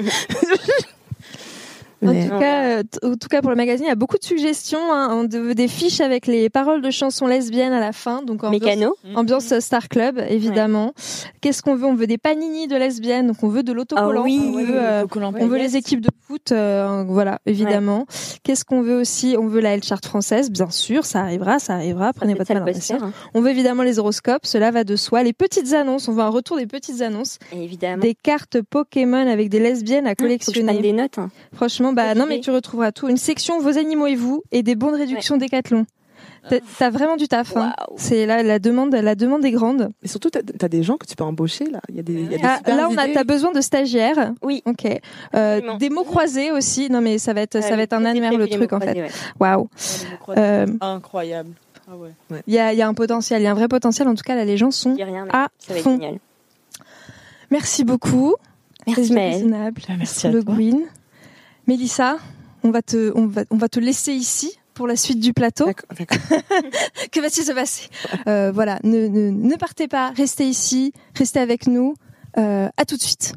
G: En
M: Mais-
G: tout, cas, euh, t- en tout cas, pour le magazine, il y a beaucoup de suggestions. Hein. On veut des fiches avec les paroles de chansons lesbiennes à la fin. Donc ambiance,
I: Mécano.
G: ambiance euh, Star Club, évidemment. Qu'est-ce qu'on veut? On veut des panini de lesbiennes. Donc on veut de l'autocollant.
I: Ah oui.
G: on veut, euh, on veut les équipes de foot. euh, voilà, évidemment. Qu'est-ce qu'on veut aussi? On veut la L-chart française, bien sûr. Ça arrivera, ça arrivera. Prenez votre
I: Ça, le
G: mal en
I: poster,
G: patience.
I: hein.
G: On veut évidemment les horoscopes. Cela va de soi. Les petites annonces. On veut un retour des petites annonces.
I: Et évidemment.
G: Des cartes Pokémon avec des lesbiennes à
I: Faut que je
G: collectionner.
I: prenne des notes. Hein.
G: Franchement, bah
I: Bonne
G: non, mais
I: idée.
G: tu retrouveras tout. Une section vos animaux et vous et des bons de réduction Décathlon. T'as- T'as vraiment du taf. Hein.
I: Waouh.
G: C'est là la demande, la demande est grande.
M: Mais surtout, t'as as des gens que tu peux embaucher, là. Il y a des, il y a des
G: Ah,
M: super
G: là, on a
M: idées.
G: t'as besoin de stagiaires.
I: Oui.
G: Ok. Euh,
I: Absolument.
G: des mots croisés aussi. Non, mais ça va être,
I: Euh,
G: ça va être un
I: très
G: annuaire
I: prévu,
G: le
I: les
G: truc
I: mots
G: en fait.
I: croisés, ouais.
G: Waouh. Euh,
J: Incroyable. Ah ouais.
G: Il y a, il y a un potentiel, il y a un vrai potentiel. En tout cas, là, les gens sont
I: Je dis rien, mais
G: à
I: ça va être
G: fond.
I: génial.
G: Merci beaucoup.
I: Merci,
G: C'est
I: Maëlle.
G: raisonnable.
D: Ah, merci à
G: Le
D: toi.
G: Green. Mélissa, on va te, on va, on va te laisser ici pour la suite du plateau.
M: D'accord, d'accord.
G: Que va-t-il se passer? euh, Voilà, ne, ne, ne partez pas, restez ici, restez avec nous. Euh, à tout de suite.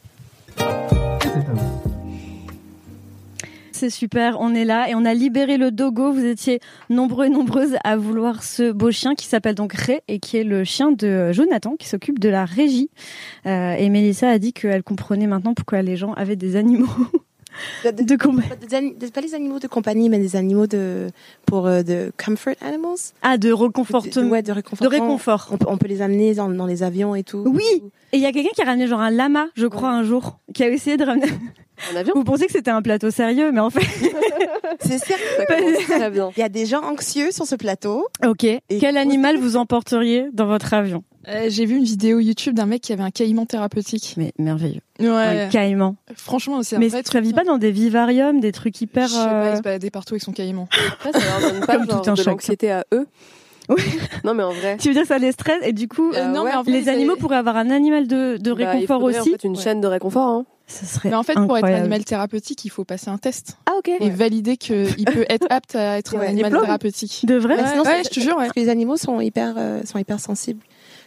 C: C'est super, on est là et on a libéré le dogo. Vous étiez nombreux et nombreuses à vouloir ce beau chien qui s'appelle donc Ray et qui est le chien de Jonathan qui s'occupe de la régie. Euh, et Mélissa a dit qu'elle comprenait maintenant pourquoi les gens avaient des animaux de compagnie.
M: Des ani- des- pas les animaux de compagnie, mais des animaux de, pour, euh, de comfort animals.
C: Ah, de réconfortement.
M: Ouais, de réconfort.
C: De réconfort.
M: On peut, on peut les amener dans, dans les avions et tout.
C: Oui. Et il y a quelqu'un qui a ramené genre un lama, je crois, un jour, qui a essayé de ramener.
N: Un avion?
C: Vous pensez que c'était un plateau sérieux, mais en fait.
M: C'est sérieux.
N: Ça commence très bien.
M: Il y a des gens anxieux sur ce plateau.
C: Ok. Quel animal vous emporteriez dans votre avion?
O: Euh, j'ai vu une vidéo YouTube d'un mec qui avait un caïman thérapeutique.
C: Mais merveilleux.
O: Ouais.
C: Un caïman.
O: Franchement, c'est un
C: Mais
O: vrai
C: ça
O: truc.
C: vit pas dans des vivariums, des trucs hyper.
O: Je sais pas,
C: euh,
O: il se baladait partout avec son caïman.
N: Après, ça leur donne pas
C: Comme
N: genre
C: tout un
N: de
C: chacun.
N: l'anxiété à eux.
C: Oui.
N: Non, mais en vrai.
C: Tu veux dire que ça les stresse et du coup,
O: Euh, non,
N: ouais.
O: mais en fait,
C: les
O: c'est-
C: animaux pourraient avoir un animal de, de
N: Bah, il
C: réconfort
N: faudrait,
C: aussi.
N: En fait, une chaîne de réconfort. Hein.
C: Ce serait
O: Mais en fait, pour être
C: incroyable.
O: animal thérapeutique, il faut passer un test
N: Ah, ok.
O: et valider qu'il peut être apte à être un
N: Ouais,
O: animal
N: diplôme.
O: thérapeutique.
C: De vrai?
M: Bah, sinon,
O: Ouais,
M: c'est-
O: je te jure, ouais.
M: Parce que les animaux sont hyper, euh, sont hyper sensibles.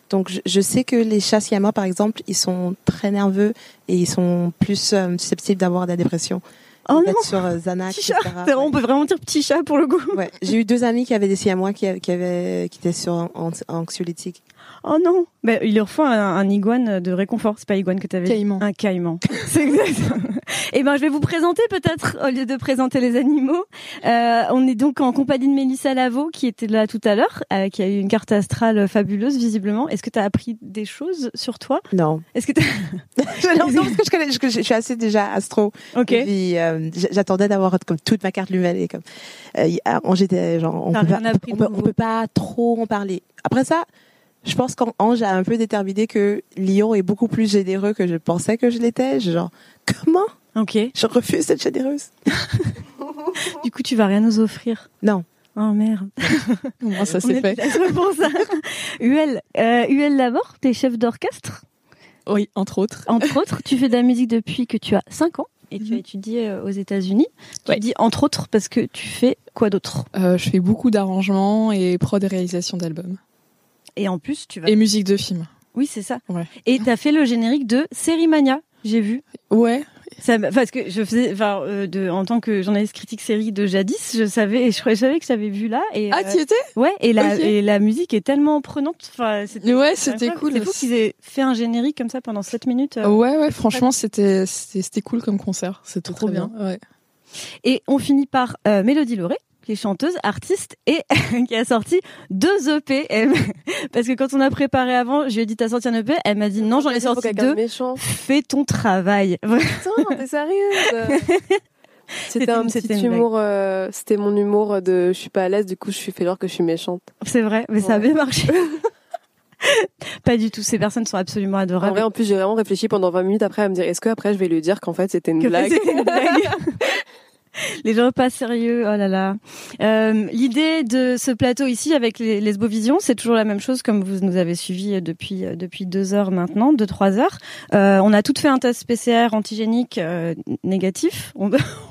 M: Donc, je, je sais que les chats siamois, par exemple, ils sont très nerveux et ils sont plus euh, susceptibles d'avoir de la dépression.
C: Oh
M: Ils
C: non,
M: sur euh, Xanax,
C: petit
M: et
C: chat.
M: cetera.
C: On peut vraiment dire petit chat pour le coup.
M: Ouais. J'ai eu deux amis qui avaient des siamois qui, qui avaient, qui étaient sur an- anxiolytiques.
C: Oh non, ben, il leur faut un, un iguane de réconfort. C'est pas iguane que t'avais.
O: Caïman.
C: Un caïman. C'est exact. Eh ben, je vais vous présenter peut-être au lieu de présenter les animaux. Euh, on est donc en compagnie de Mélissa Lavo qui était là tout à l'heure, euh, qui a eu une carte astrale fabuleuse visiblement. Est-ce que t'as appris des choses sur toi?
M: Non.
C: Est-ce que t'as...
M: non, non, parce que je, connais, je, je suis assez déjà astro.
C: Ok.
M: Et puis, euh, j'attendais d'avoir comme toute ma carte nouvelle et comme euh, Ange était genre on
C: T'as
M: peut,
C: rien
M: pas,
C: appris
M: on,
C: de
M: peut, on
C: nouveau.
M: peut pas trop en parler. Après ça, je pense qu'Ange a un peu déterminé que Lyon est beaucoup plus généreux que je pensais que je l'étais. Je genre comment?
C: Ok.
M: Je refuse d'être généreuse.
C: Du coup, tu vas rien nous offrir?
M: Non.
C: Oh merde.
O: Moi, ça
C: On
O: c'est
C: est
O: fait.
C: peut-être pour ça. Uel, euh, Uel Lavore, t'es chef d'orchestre,
O: Oui, entre autres.
C: entre autres. Tu fais de la musique depuis que tu as cinq ans et tu as étudié euh, aux États-Unis. Tu
O: Ouais.
C: dis entre autres parce que tu fais quoi d'autre?
O: Euh, je fais beaucoup d'arrangements et prod et réalisation d'albums.
C: Et en plus, tu vas.
O: Et musique de film.
C: Oui, c'est ça.
O: Ouais.
C: Et t'as fait le générique de Série Mania, j'ai vu.
O: Ouais.
C: Ça, m'a- parce que je faisais, enfin, euh, de, en tant que journaliste critique série de jadis, je savais, et je, je savais que j'avais vu là. Et,
O: Ah,
C: euh,
O: t'y étais?
C: Ouais, et la,
O: Ok.
C: et la musique est tellement prenante. Enfin, c'était,
O: Ouais, c'était
C: incroyable.
O: cool.
C: C'est fou qu'ils aient fait un générique comme ça pendant sept minutes. euh.
O: Ouais, ouais, franchement, c'était, c'était, c'était cool comme concert. C'était trop
C: très
O: bien. Ouais.
C: Et on finit par euh, Mélodie Lauré, qui est chanteuse, artiste et qui a sorti deux E P. Elle- Parce que quand on a préparé avant, je lui ai dit t'as sorti un E P, elle m'a dit non, j'en ai
N: Faut
C: sorti
N: quelqu'un de
C: deux.
N: méchant.
C: Fais ton travail.
N: Putain, t'es sérieuse? C'était
C: C'était
N: un
C: une-
N: petit
C: c'était une
N: humour, euh, c'était mon humour de je suis pas à l'aise, du coup je suis fait genre que je suis méchante.
C: C'est vrai, mais ça avait marché. Pas du tout, ces personnes sont absolument
N: En
C: adorables.
N: vrai, en plus, j'ai vraiment réfléchi pendant vingt minutes après à me dire est-ce que après je vais lui dire qu'en fait c'était une
C: Que
N: blague.
C: c'était une blague. Les gens pas sérieux, oh là là. Euh, l'idée de ce plateau ici avec les Lesbovision, c'est toujours la même chose comme vous nous avez suivi depuis depuis deux heures maintenant, deux trois heures. Euh, on a toutes fait un test P C R antigénique euh, négatif. On,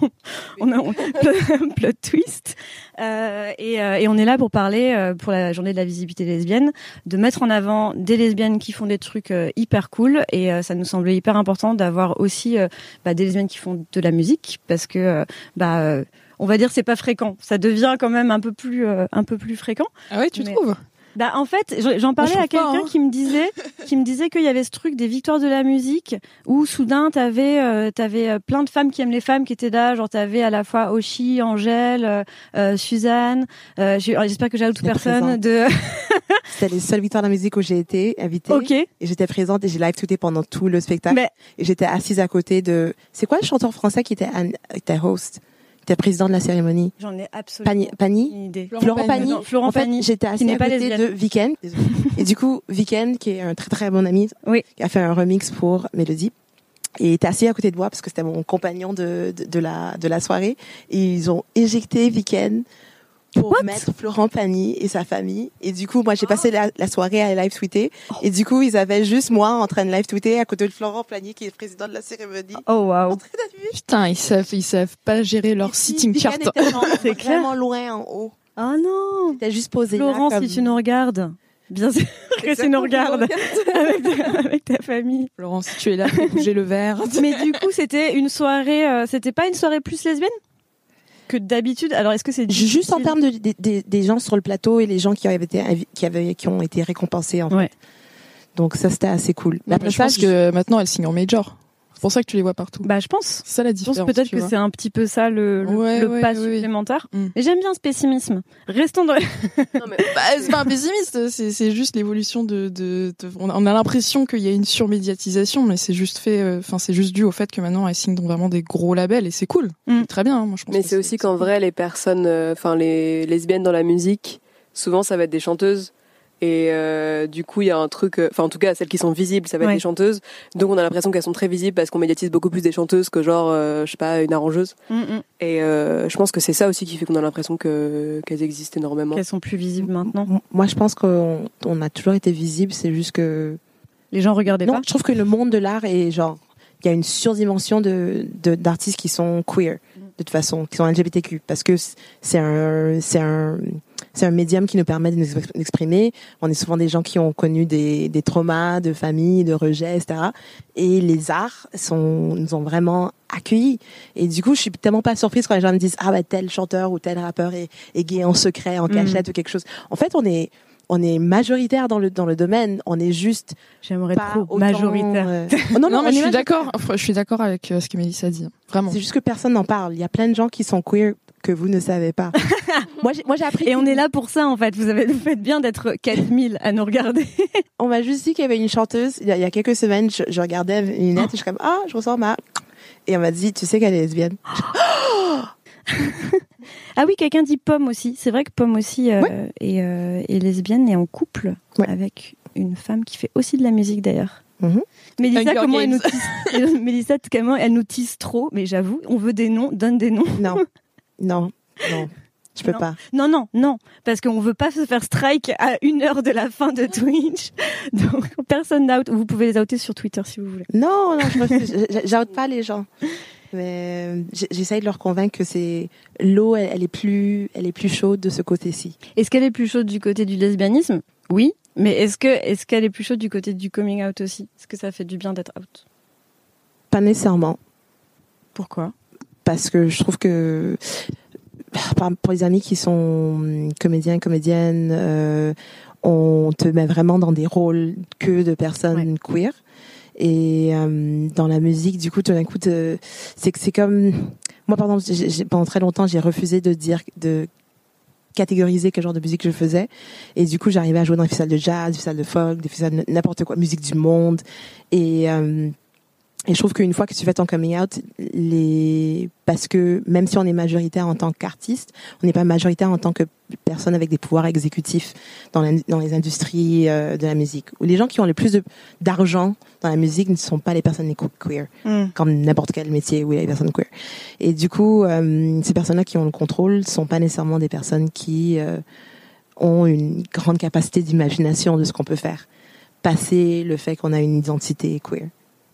C: on a on, plot twist. Euh, et, euh, et on est là pour parler euh, pour la journée de la visibilité lesbienne, de mettre en avant des lesbiennes qui font des trucs euh, hyper cool. Et euh, ça nous semblait hyper important d'avoir aussi euh, bah, des lesbiennes qui font de la musique parce que euh, bah euh, on va dire c'est pas fréquent, ça devient quand même un peu plus euh, un peu plus fréquent.
O: Ah ouais, tu
C: Mais-
O: trouves?
C: Bah en fait, j'en j'en parlais
O: Moi,
C: à
O: je trouve
C: quelqu'un
O: pas, hein.
C: qui me disait qui me disait qu'il y avait ce truc des victoires de la musique où soudain t'avais euh, t'avais euh, plein de femmes qui aiment les femmes qui étaient là, genre t'avais à la fois Oshi, Angèle, euh, euh, Suzanne, euh, j'ai- alors, j'espère que j'ajoute
M: J'étais
C: personne
M: présente.
C: de
M: C'était les seules victoires de la musique où j'ai été invitée.
C: OK.
M: Et j'étais présente et j'ai live tweeté pendant tout le spectacle.
C: Mais
M: Et j'étais assise à côté de. C'est quoi le chanteur français qui était, an- était host, qui était président de la cérémonie?
C: j'en ai absolument
M: Pani, Pani
C: aucune idée.
M: Florent Pagny.
C: Non, Florent
M: En fait,
C: Pagny,
M: j'étais
C: qui
M: assise
C: n'est
M: à
C: pas
M: côté
C: lesbienne.
M: de Weeknd. Et du coup, Weeknd, qui est un très très bon ami,
C: Oui.
M: qui a fait un remix pour Mélodie. Et il était assis à côté de moi parce que c'était mon compagnon de, de, de la, de la soirée. Et ils ont éjecté Weeknd pour
C: What?
M: mettre Florent Pagny et sa famille. Et du coup, moi, j'ai passé la, la soirée à live tweeter. Et du coup, ils avaient juste moi en train de live tweeter à côté de Florent Pagny, qui est président de la cérémonie.
C: Oh waouh.
O: Putain, ils savent, ils savent pas gérer leur sitting
M: Weeknd
O: chart.
M: était genre
C: C'est clair.
M: vraiment loin en haut.
C: Oh non.
M: T'as juste posé là,
C: Florence,
M: comme-
C: si tu nous regardes, bien sûr que tu nous regardes avec ta, avec ta famille.
O: Laurent, si tu es là, fais bouger le verre.
C: Mais du coup, c'était une soirée, euh, c'était pas une soirée plus lesbienne que d'habitude. Alors, est-ce que c'est
M: Juste en
C: difficile
M: termes de, des- des- des gens sur le plateau et les gens qui avaient été, invi- qui avaient, qui ont été récompensés, en fait.
C: Ouais.
M: Donc ça, c'était assez cool.
O: Mais
M: Après
O: je
M: ça,
O: pense que maintenant, elles signent en major. C'est pour ça que tu les vois partout.
C: Bah, je pense.
O: C'est ça la
C: Je pense
O: différence.
C: peut-être
O: tu
C: que
O: vois.
C: c'est un petit peu ça le, le,
O: Ouais,
C: le
O: ouais,
C: pas
O: ouais, ouais.
C: supplémentaire.
O: Mm.
C: Mais j'aime bien ce pessimisme. Restons dans.
N: Non, mais-
O: Bah, c'est pas un pessimiste, c'est, c'est juste l'évolution de, de, de- on a, on a l'impression qu'il y a une surmédiatisation, mais c'est juste fait, enfin, c'est juste dû au fait que maintenant elles signent dans vraiment des gros labels et c'est cool.
C: Mm.
O: C'est très bien, hein, moi je pense.
N: Mais
O: que
N: c'est aussi qu'en vrai, les personnes, enfin les lesbiennes dans la musique, souvent ça va être des chanteuses. Et euh, du coup, il y a un truc, enfin en tout cas, celles qui sont visibles, ça va être
C: Ouais.
N: des chanteuses. Donc on a l'impression qu'elles sont très visibles parce qu'on médiatise beaucoup plus des chanteuses que genre, euh, je sais pas, une arrangeuse.
C: Mm, mm.
N: Et euh, je pense que c'est ça aussi qui fait qu'on a l'impression que qu'elles existent énormément.
C: Qu'elles sont plus visibles maintenant.
M: m- moi, je pense qu'on on a toujours été visible. C'est juste que
C: Les gens regardaient
M: non,
C: pas.
M: je trouve que le monde de l'art est genre, il y a une surdimension de, de d'artistes qui sont queer, de toute façon, qui sont L G B T Q, parce que c'est un, c'est un, c'est un médium qui nous permet de nous exprimer. On est souvent des gens qui ont connu des, des traumas de famille, de rejet, et cetera. Et les arts sont, nous ont vraiment accueillis. Et du coup, je suis tellement pas surprise quand les gens me disent, ah, bah, tel chanteur ou tel rappeur est, est gay en secret, en cachette mmh. ou quelque chose. En fait, on est, on est majoritaire dans le dans le domaine. On est juste.
C: J'aimerais trop autant, majoritaire.
O: Euh... Oh non, non, non mais je suis d'accord. Je suis d'accord avec euh, ce que Mélissa dit. Vraiment.
M: C'est juste que personne n'en parle. Il y a plein de gens qui sont queer que vous ne savez pas.
C: moi, j'ai, moi, j'ai appris. Et on est là pour ça, en fait. Vous avez, vous faites bien d'être quatre mille à nous regarder.
M: On m'a juste dit qu'il y avait une chanteuse. Il y a, il y a quelques semaines, je, je regardais une lunette et je suis comme ah, je ressens ma. Et on m'a dit, tu sais qu'elle est lesbienne.
C: Ah oui, quelqu'un dit Pomme aussi. C'est vrai que Pomme aussi euh, ouais. est, euh, est lesbienne et en couple ouais. avec une femme qui fait aussi de la musique d'ailleurs. Mm-hmm. Mélissa, comment elle nous tisse Mélissa, comment elle nous tisse trop. Mais j'avoue, on veut des noms, donne des noms.
M: Non, non, non, je peux
C: non.
M: pas.
C: Non, non, non, parce qu'on veut pas se faire strike à une heure de la fin de Twitch. Donc personne n'out. Vous pouvez les outer sur Twitter si vous voulez.
M: Non, non, je refuse. J'oute pas les gens. Mais j'essaye de leur convaincre que c'est l'eau, elle, elle est plus, elle est plus chaude de ce côté-ci.
C: Est-ce qu'elle est plus chaude du côté du lesbianisme ? Oui, mais est-ce que, est-ce qu'elle est plus chaude du côté du coming out aussi ? Est-ce que ça fait du bien d'être out ?
M: Pas nécessairement.
C: Pourquoi ?
M: Parce que je trouve que pour les amis qui sont comédiens, comédiennes, euh, on te met vraiment dans des rôles que de personnes ouais. queer. Et euh, dans la musique, du coup, tout d'un coup, te, c'est que c'est comme moi, par exemple, j'ai, j'ai, pendant très longtemps, j'ai refusé de dire, de catégoriser quel genre de musique je faisais. Et du coup, j'arrivais à jouer dans des festivals de jazz, des festivals de folk, des festivals de n'importe quoi, musique du monde. Et euh, et je trouve qu'une fois que tu fais ton coming out, les parce que même si on est majoritaire en tant qu'artiste, on n'est pas majoritaire en tant que personne avec des pouvoirs exécutifs dans, la, dans les industries euh, de la musique. Ou les gens qui ont le plus de, d'argent dans la musique ne sont pas les personnes les queer, mm. comme n'importe quel métier où il y a des personnes queer. Et du coup, euh, ces personnes-là qui ont le contrôle ne sont pas nécessairement des personnes qui euh, ont une grande capacité d'imagination de ce qu'on peut faire, passer le fait qu'on a une identité queer.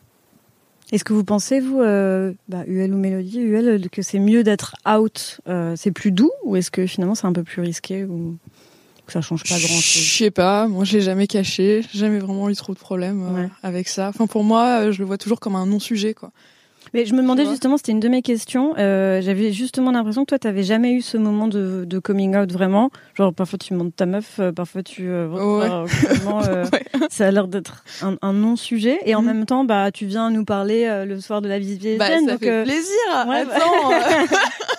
C: Est-ce que vous pensez, vous, euh, bah, U L ou Mélodie, U L, que c'est mieux d'être out, euh, c'est plus doux, ou est-ce que finalement c'est un peu plus risqué, ou que ça change pas grand-chose ?
O: Je sais pas, moi je l'ai jamais caché, j'ai jamais vraiment eu trop de problèmes euh, ouais. avec ça. Enfin pour moi, je le vois toujours comme un non-sujet, quoi.
C: Mais je me demandais justement, c'était une de mes questions. Euh, j'avais justement l'impression que toi, t'avais jamais eu ce moment de, de coming out vraiment. Genre parfois tu montes ta meuf, euh, parfois tu euh,
O: ouais.
C: euh, vraiment, euh, ouais. ça a l'air d'être un, un non-sujet. Et en mmh. même temps, bah tu viens nous parler euh, le soir de la visibilité.
O: Bah ça
C: donc,
O: fait
C: euh,
O: plaisir.
C: Ouais,
O: Attends.
C: bah...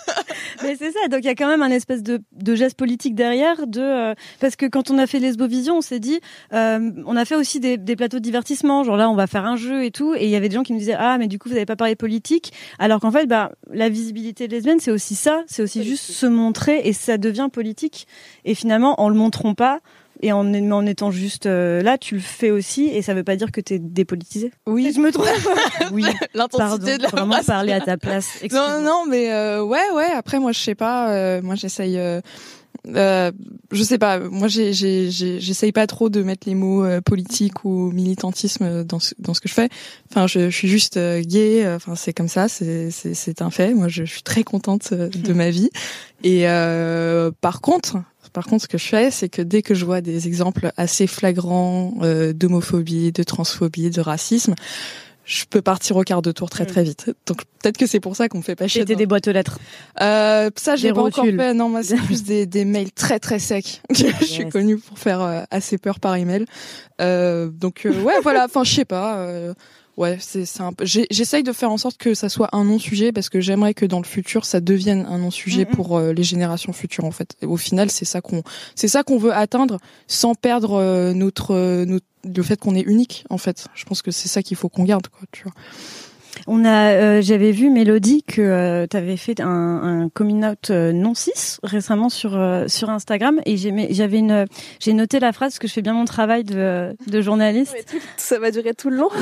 C: Mais c'est ça, donc il y a quand même un espèce de, de geste politique derrière, de euh, parce que quand on a fait Lesbovision, on s'est dit, euh, on a fait aussi des, des plateaux de divertissement, genre là on va faire un jeu et tout, et il y avait des gens qui nous disaient ah mais du coup vous n'avez pas parlé politique, alors qu'en fait bah la visibilité lesbienne c'est aussi ça, c'est aussi juste se montrer et ça devient politique, et finalement en le montrant pas et en, en étant juste euh, là, tu le fais aussi, et ça veut pas dire que t'es dépolitisé.
O: Oui,
C: je me trompe.
O: Oui, l'intensité
C: Pardon,
O: de la
C: vraiment
O: phrase.
C: Parler à ta place.
O: Non, non, mais euh, ouais, ouais. Après, moi, je sais pas. Euh, moi, j'essaye. Euh, euh, je sais pas. Moi, j'ai, j'ai, j'ai, j'essaye pas trop de mettre les mots euh, politique ou militantisme dans ce, dans ce que je fais. Enfin, je, je suis juste euh, gay. Enfin, c'est comme ça. C'est, c'est, c'est un fait. Moi, je, je suis très contente euh, de ma vie. Et euh, par contre. Par contre, ce que je fais, c'est que dès que je vois des exemples assez flagrants euh, d'homophobie, de transphobie, de racisme, je peux partir au quart de tour très très vite. Donc peut-être que c'est pour ça qu'on me fait pas chier.
C: C'était des boîtes aux lettres.
O: Euh, ça, j'ai
C: des
O: pas
C: rotules.
O: encore fait. Non, moi, c'est plus des, des mails très très secs. Je yes. suis connue pour faire euh, assez peur par email. Euh, donc euh, ouais, voilà. Enfin, je sais pas. Euh, Ouais, c'est, c'est un peu. J'ai, j'essaye de faire en sorte que ça soit un non-sujet, parce que j'aimerais que dans le futur ça devienne un non-sujet mm-hmm. pour euh, les générations futures en fait. Et au final, c'est ça qu'on, c'est ça qu'on veut atteindre, sans perdre euh, notre, euh, notre, le fait qu'on est unique en fait. Je pense que c'est ça qu'il faut qu'on garde, quoi. Tu vois.
C: On a, euh, j'avais vu Mélodie que euh, tu avais fait un, un coming out euh, non cis récemment sur euh, sur Instagram, et j'ai, j'avais une, j'ai noté la phrase parce que je fais bien mon travail de de journaliste.
N: Ouais, tout, ça va durer tout le long.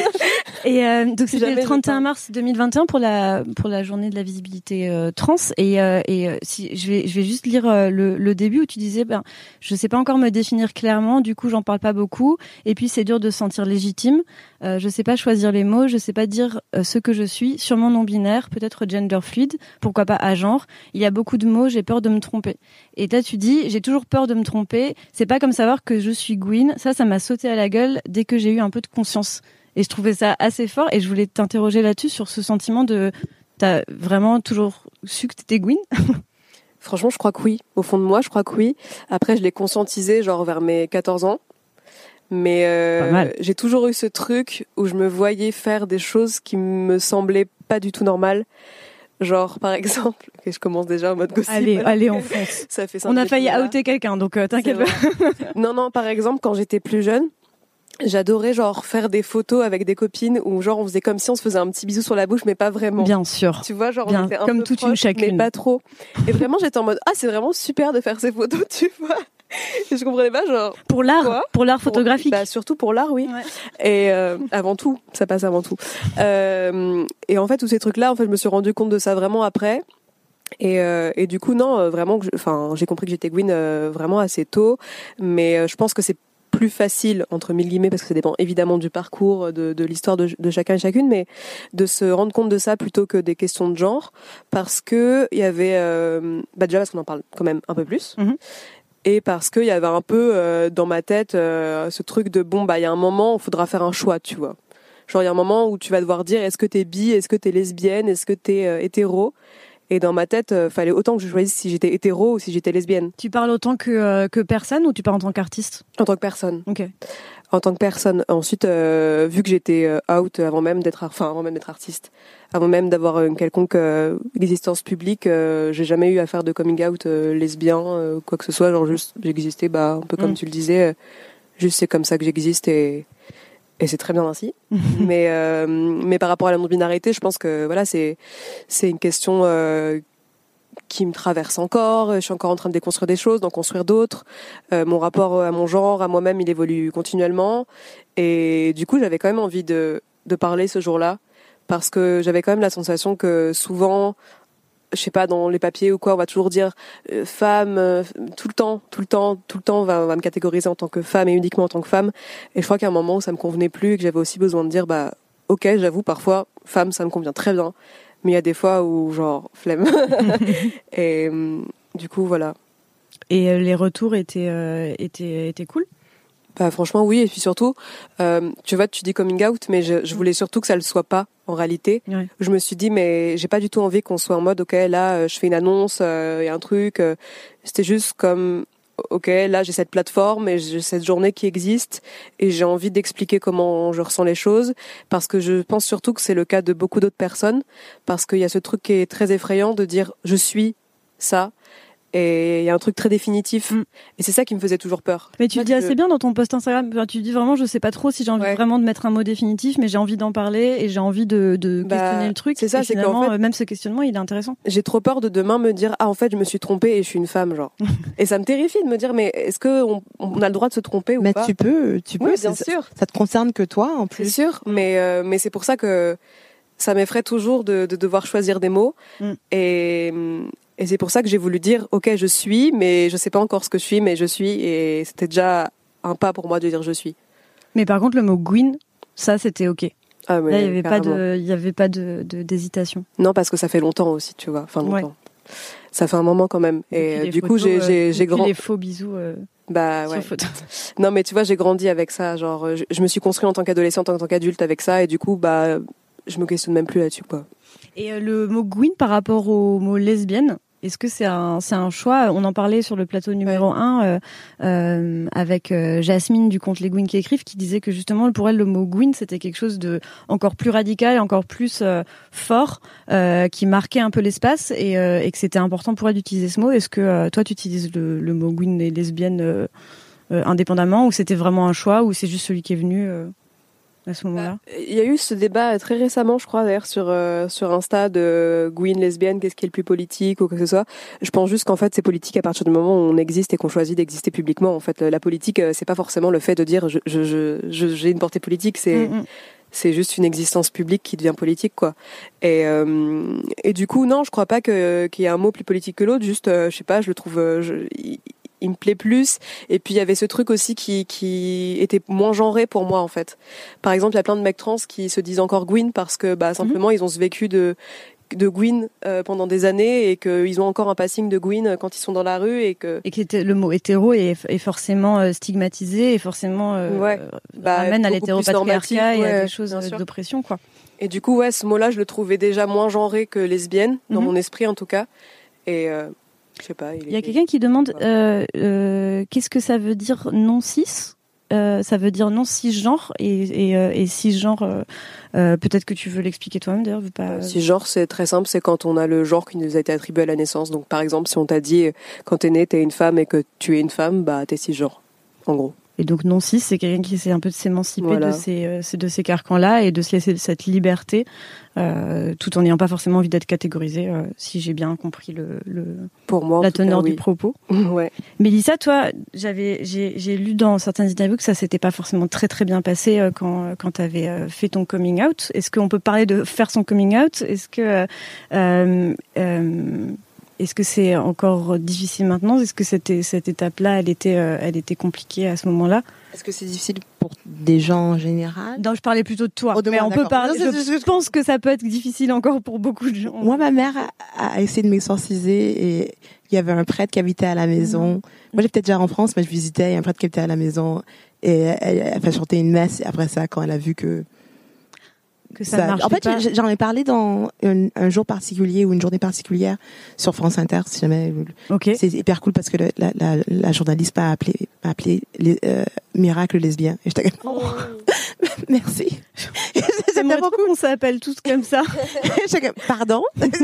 C: Et euh, donc c'était Jamais le trente et un mars deux mille vingt et un pour la pour la journée de la visibilité euh, trans, et euh, et euh, si je vais je vais juste lire euh, le le début où tu disais ben je sais pas encore me définir clairement, du coup j'en parle pas beaucoup, et puis c'est dur de se sentir légitime, euh, je sais pas choisir les mots, je sais pas dire euh, ce que je suis, sûrement non-binaire, peut-être gender fluide, pourquoi pas à genre. Il y a beaucoup de mots, j'ai peur de me tromper. Et là, tu dis, j'ai toujours peur de me tromper. C'est pas comme savoir que je suis Gwyn. Ça, ça m'a sauté à la gueule dès que j'ai eu un peu de conscience. Et je trouvais ça assez fort. Et je voulais t'interroger là-dessus sur ce sentiment de, t'as vraiment toujours su que t'étais Gwyn?
N: Franchement, je crois que oui. Au fond de moi, je crois que oui. Après, je l'ai conscientisé genre vers mes quatorze ans. Mais euh, j'ai toujours eu ce truc où je me voyais faire des choses qui me semblaient pas du tout normales. Genre, par exemple, que je commence déjà en mode gossip.
C: Allez, allez, on fonce.
N: Ça fait
C: on a failli outer quelqu'un, donc euh, t'inquiète pas.
N: Non, non, par exemple, quand j'étais plus jeune, j'adorais genre faire des photos avec des copines où genre on faisait comme si on se faisait un petit bisou sur la bouche, mais pas vraiment.
C: Bien sûr.
N: Tu vois, genre
C: Bien,
N: on était un
C: comme
N: peu
C: toute
N: proche,
C: une chacune.
N: mais pas trop. Et vraiment, j'étais en mode ah, c'est vraiment super de faire ces photos, tu vois. Et je comprenais pas, genre
C: pour l'art, quoi pour l'art photographique.
N: Pour, bah surtout pour l'art, oui. Ouais. Et euh, avant tout, ça passe avant tout. Euh, et en fait, tous ces trucs-là, en fait, je me suis rendu compte de ça vraiment après. Et, euh, et du coup, non, vraiment, enfin, j'ai compris que j'étais Gwyn euh, vraiment assez tôt, mais euh, je pense que c'est plus facile entre mille guillemets parce que ça dépend évidemment du parcours, de, de l'histoire de, de chacun et chacune, mais de se rendre compte de ça plutôt que des questions de genre, parce que il y avait, euh, bah déjà parce qu'on en parle quand même un peu plus. Mm-hmm. Et parce qu'il y avait un peu euh, dans ma tête euh, ce truc de bon bah il y a un moment où il faudra faire un choix, tu vois. Genre il y a un moment où tu vas devoir dire est-ce que t'es bi, est-ce que t'es lesbienne, est-ce que t'es euh, hétéro. Et dans ma tête, euh, fallait autant que je choisisse si j'étais hétéro ou si j'étais lesbienne.
C: Tu parles autant que euh, que personne ou tu parles en tant qu'artiste?
N: En tant que personne.
C: Ok.
N: En tant que personne. Ensuite, euh, vu que j'étais euh, out avant même d'être, enfin avant même d'être artiste, avant même d'avoir une quelconque euh, existence publique, euh, j'ai jamais eu à faire de coming out euh, lesbien, euh, quoi que ce soit. Genre juste, j'existais, bah un peu comme mm. tu le disais, euh, juste c'est comme ça que j'existe et et c'est très bien ainsi. mais euh, mais par rapport à la non-binarité, je pense que voilà, c'est c'est une question euh, qui me traverse encore. Je suis encore en train de déconstruire des choses, d'en construire d'autres. Euh, mon rapport à mon genre, à moi-même, il évolue continuellement. Et du coup, j'avais quand même envie de de parler ce jour-là parce que j'avais quand même la sensation que souvent, je sais pas, dans les papiers ou quoi, on va toujours dire euh, femme, euh, tout le temps, tout le temps, tout le temps, on va, on va me catégoriser en tant que femme et uniquement en tant que femme. Et je crois qu'à un moment où ça me convenait plus et que j'avais aussi besoin de dire, bah, ok, j'avoue, parfois, femme, ça me convient très bien. Mais il y a des fois où, genre, flemme. Et euh, du coup, voilà.
C: Et euh, les retours étaient, euh, étaient, étaient cool?
N: Bah franchement oui, et puis surtout euh, tu vois, tu dis coming out, mais je, je voulais surtout que ça le soit pas en réalité. Ouais. Je me suis dit mais j'ai pas du tout envie qu'on soit en mode ok là je fais une annonce et euh, un truc, euh, c'était juste comme ok là j'ai cette plateforme et j'ai cette journée qui existe et j'ai envie d'expliquer comment je ressens les choses parce que je pense surtout que c'est le cas de beaucoup d'autres personnes parce qu'il y a ce truc qui est très effrayant de dire je suis ça. Et il y a un truc très définitif. Mm. Et c'est ça qui me faisait toujours peur.
C: Mais tu le dis assez bien dans ton post Instagram. Enfin, tu dis vraiment, je sais pas trop si j'ai envie ouais. vraiment de mettre un mot définitif, mais j'ai envie d'en parler et j'ai envie de, de bah, questionner le truc.
N: C'est ça,
C: et
N: c'est qu'en fait,
C: même ce questionnement, il est intéressant.
N: J'ai trop peur de demain me dire, ah, en fait, je me suis trompée et je suis une femme, genre. Et ça me terrifie de me dire, mais est-ce que on, on a le droit de se tromper ou
M: mais
N: pas?
M: Mais tu peux, tu peux.
N: Oui, bien
M: ça,
N: sûr.
M: Ça te concerne que toi, en plus.
N: C'est sûr. Mais, euh, mais c'est pour ça que ça m'effraie toujours de, de devoir choisir des mots. Mm. Et, Et c'est pour ça que j'ai voulu dire, ok, je suis, mais je sais pas encore ce que je suis, mais je suis, et c'était déjà un pas pour moi de dire je suis.
C: Mais par contre, le mot Gwyn, ça, c'était ok.
N: Ah, mais
C: là, il y avait pas de, il y avait pas de, de, d'hésitation.
N: Non, parce que ça fait longtemps aussi, tu vois, enfin longtemps. Ouais. Ça fait un moment quand même. Et du coup, j'ai, j'ai, j'ai grandi.
C: Les faux bisous. Euh...
N: Bah ouais. Non, mais tu vois, j'ai grandi avec ça. Genre, je, je me suis construit en tant qu'adolescente, en tant qu'adulte avec ça, et du coup, bah, je me questionne même plus là-dessus, quoi.
C: Et euh, le mot Gwyn par rapport au mot lesbienne, est-ce que c'est un, c'est un choix? On en parlait sur le plateau numéro ouais. un euh, euh, avec euh, Jasmine du compte Les Gwyn qui écrivent, qui disait que justement pour elle le mot Gwyn c'était quelque chose de encore plus radical, encore plus euh, fort, euh, qui marquait un peu l'espace et, euh, et que c'était important pour elle d'utiliser ce mot. Est-ce que euh, toi tu utilises le, le mot Gwyn et lesbienne euh, euh, indépendamment, ou c'était vraiment un choix, ou c'est juste celui qui est venu euh à ce moment-là?
N: Il y a eu ce débat très récemment, je crois, d'ailleurs, sur euh, sur Insta de Gwyn lesbienne, qu'est-ce qui est le plus politique ou quoi que ce soit. Je pense juste qu'en fait, c'est politique à partir du moment où on existe et qu'on choisit d'exister publiquement. En fait, la politique, c'est pas forcément le fait de dire je je je, je j'ai une portée politique, c'est mm-hmm. c'est juste une existence publique qui devient politique, quoi. Et euh, et du coup, non, je crois pas que qu'il y ait un mot plus politique que l'autre. Juste, euh, je sais pas, je le trouve, euh, je, il, il me plaît plus. Et puis il y avait ce truc aussi qui qui était moins genré pour moi en fait. Par exemple, il y a plein de mecs trans qui se disent encore Gwyn parce que bah simplement mm-hmm. ils ont ce vécu de de Gwyn euh, pendant des années et qu'ils ont encore un passing de Gwyn quand ils sont dans la rue et que
C: et que le mot hétéro est, est forcément euh, stigmatisé et forcément euh,
N: ouais. bah,
C: ramène à l'hétéropatriarcat et
N: ouais,
C: à des choses d'oppression quoi.
N: Et du coup ouais ce mot-là je le trouvais déjà moins genré que lesbienne dans mm-hmm. mon esprit en tout cas et euh, je sais pas. Il,
C: il y a quelqu'un qui demande euh, euh, qu'est-ce que ça veut dire non cis. Euh, ça veut dire non cisgenre et, et, euh, et cisgenre. Euh, euh, peut-être que tu veux l'expliquer toi-même d'ailleurs. Veux pas.
N: Euh, cisgenre, c'est très simple, c'est quand on a le genre qui nous a été attribué à la naissance. Donc par exemple, si on t'a dit quand t'es né, t'es une femme et que tu es une femme, bah t'es cisgenre, en gros.
C: Et donc non cis, c'est quelqu'un qui essaie un peu de s'émanciper voilà. de ces euh, de ces carcans-là et de se laisser cette liberté, euh, tout en n'ayant pas forcément envie d'être catégorisé. Euh, si j'ai bien compris le, le
N: pour moi
C: la teneur
N: cas, oui.
C: du propos.
N: Ouais.
C: Mélissa, toi, j'avais j'ai j'ai lu dans certaines interviews que ça s'était pas forcément très très bien passé euh, quand quand t'avais euh, fait ton coming out. Est-ce qu'on peut parler de faire son coming out? Est-ce que euh, euh, Est-ce que c'est encore difficile maintenant? Est-ce que cette, cette étape-là, elle était, euh, elle était compliquée à ce moment-là?
M: Est-ce que c'est difficile pour des gens en général?
C: Non, je parlais plutôt de toi.
M: Oh, de
C: mais
M: moi,
C: on
M: d'accord.
C: peut parler.
M: Non,
C: je, je pense que ça peut être difficile encore pour beaucoup de gens.
M: Moi, ma mère a, a essayé de m'exorciser et il y avait un prêtre qui habitait à la maison. Mmh. Moi, j'étais déjà en France, mais je visitais. Il y a un prêtre qui habitait à la maison et elle, elle a fait chanter une messe. Et après ça, quand elle a vu que
C: que ça, ça marche
M: en fait,
C: pas.
M: j'en ai parlé dans un, un jour particulier ou une journée particulière sur France Inter, si jamais.
C: Okay.
M: C'est hyper cool parce que le, la, la, la journaliste m'a appelé, m'a appelé les, euh, miracle lesbien. Et j'étais comme, oh. Merci.
C: J'aimerais trop qu'on s'appelle tous comme ça.
M: J'étais comme, pardon.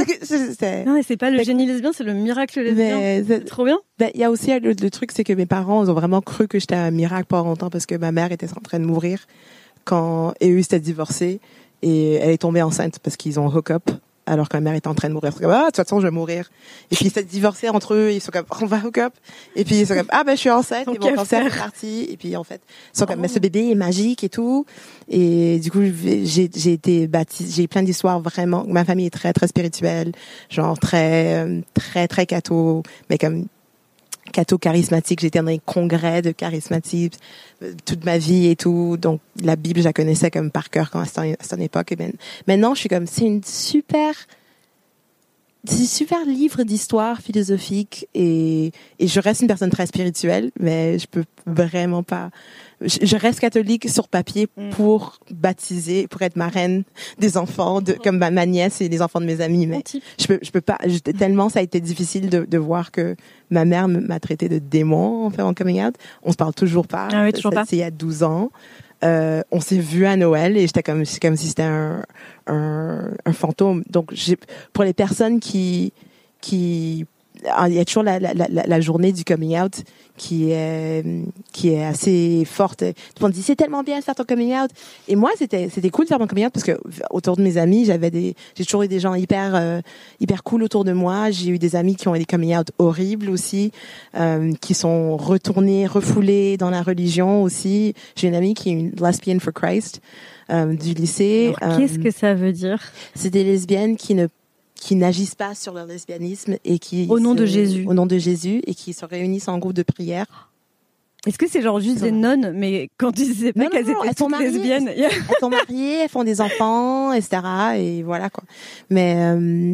C: Non, mais c'est pas le génie lesbien, c'est le miracle lesbien. C'est trop bien.
M: Ben, il y a aussi le, le truc, c'est que mes parents ils ont vraiment cru que j'étais un miracle pendant longtemps parce que ma mère était en train de mourir quand et eux s'étaient divorcés. Et elle est tombée enceinte parce qu'ils ont hook up alors que ma mère était en train de mourir. Ils sont comme, ah, de toute façon, je vais mourir. Et puis, ils s'est divorcés entre eux. Ils sont comme, on va hook up. Et puis, ils sont comme, ah, ben, je suis enceinte.
C: Donc,
M: et mon cancer est parti. Et puis, en fait, ils sont comme, mais ce bébé est magique et tout. Et du coup, j'ai, j'ai été baptisée. J'ai plein d'histoires vraiment. Ma famille est très, très spirituelle. Genre, très, très, très catho. Mais comme, catho charismatique, j'étais dans les congrès de charismatique toute ma vie et tout, donc la Bible je la connaissais comme par cœur quand à cette époque. Et ben, maintenant je suis comme c'est une super c'est un super livre d'histoire philosophique et et je reste une personne très spirituelle, mais je peux vraiment pas. Je, je reste catholique sur papier pour baptiser, pour être marraine des enfants, de, comme ma, ma nièce et les enfants de mes amis. Mais je peux, je peux pas. Je, tellement ça a été difficile de, de voir que ma mère m'a traité de démon en fait en coming out. On se parle toujours pas.
C: Ah oui, toujours
M: ça,
C: pas.
M: C'est il y a douze ans. Euh, on s'est vu à Noël et j'étais comme, c'est comme si c'était un, un, un fantôme. Donc, j'ai, pour les personnes qui, qui, il y a toujours la, la, la, la journée du coming out qui est, qui est assez forte. Tout le monde dit, c'est tellement bien de faire ton coming out. Et moi, c'était, c'était cool de faire mon coming out parce que autour de mes amis, j'avais des, j'ai toujours eu des gens hyper, euh, hyper cool autour de moi. J'ai eu des amis qui ont eu des coming out horribles aussi, euh, qui sont retournés, refoulés dans la religion aussi. J'ai une amie qui est une lesbian for Christ, euh, du lycée.
C: Alors, qu'est-ce euh, que ça veut dire?
M: C'est des lesbiennes qui ne qui n'agissent pas sur leur lesbianisme et qui
C: au nom
M: se,
C: de Jésus
M: au nom de Jésus et qui se réunissent en groupe de prière.
C: Est-ce que c'est genre juste des nonnes, mais quand ils disaient pas
M: non,
C: qu'elles
M: non, non,
C: étaient
M: elles sont
C: toutes
M: mariées,
C: lesbiennes,
M: elles sont mariées, elles font des enfants, et cetera. Et voilà quoi. Mais euh,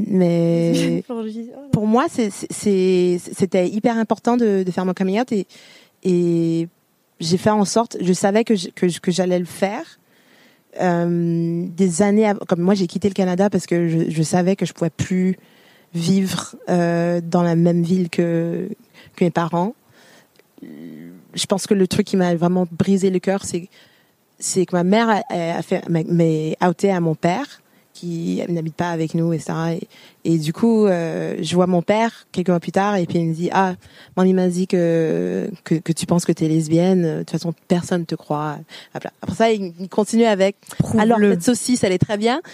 M: mais pour moi, c'est, c'est c'était hyper important de, de faire mon coming out et et j'ai fait en sorte, je savais que je, que, que j'allais le faire. Euh, des années avant, comme moi j'ai quitté le Canada parce que je, je savais que je pouvais plus vivre euh, dans la même ville que que mes parents. Je pense que le truc qui m'a vraiment brisé le cœur, c'est c'est que ma mère a, a fait m'est outée à mon père qui n'habite pas avec nous, et cetera. Et, et du coup, euh, je vois mon père quelques mois plus tard et puis il me dit, ah, mamie m'a dit que, que que tu penses que t'es lesbienne. De toute façon, personne te croit. Après ça, il, il continue avec.
C: Prouve-le.
M: Alors cette saucisse, elle est très bien.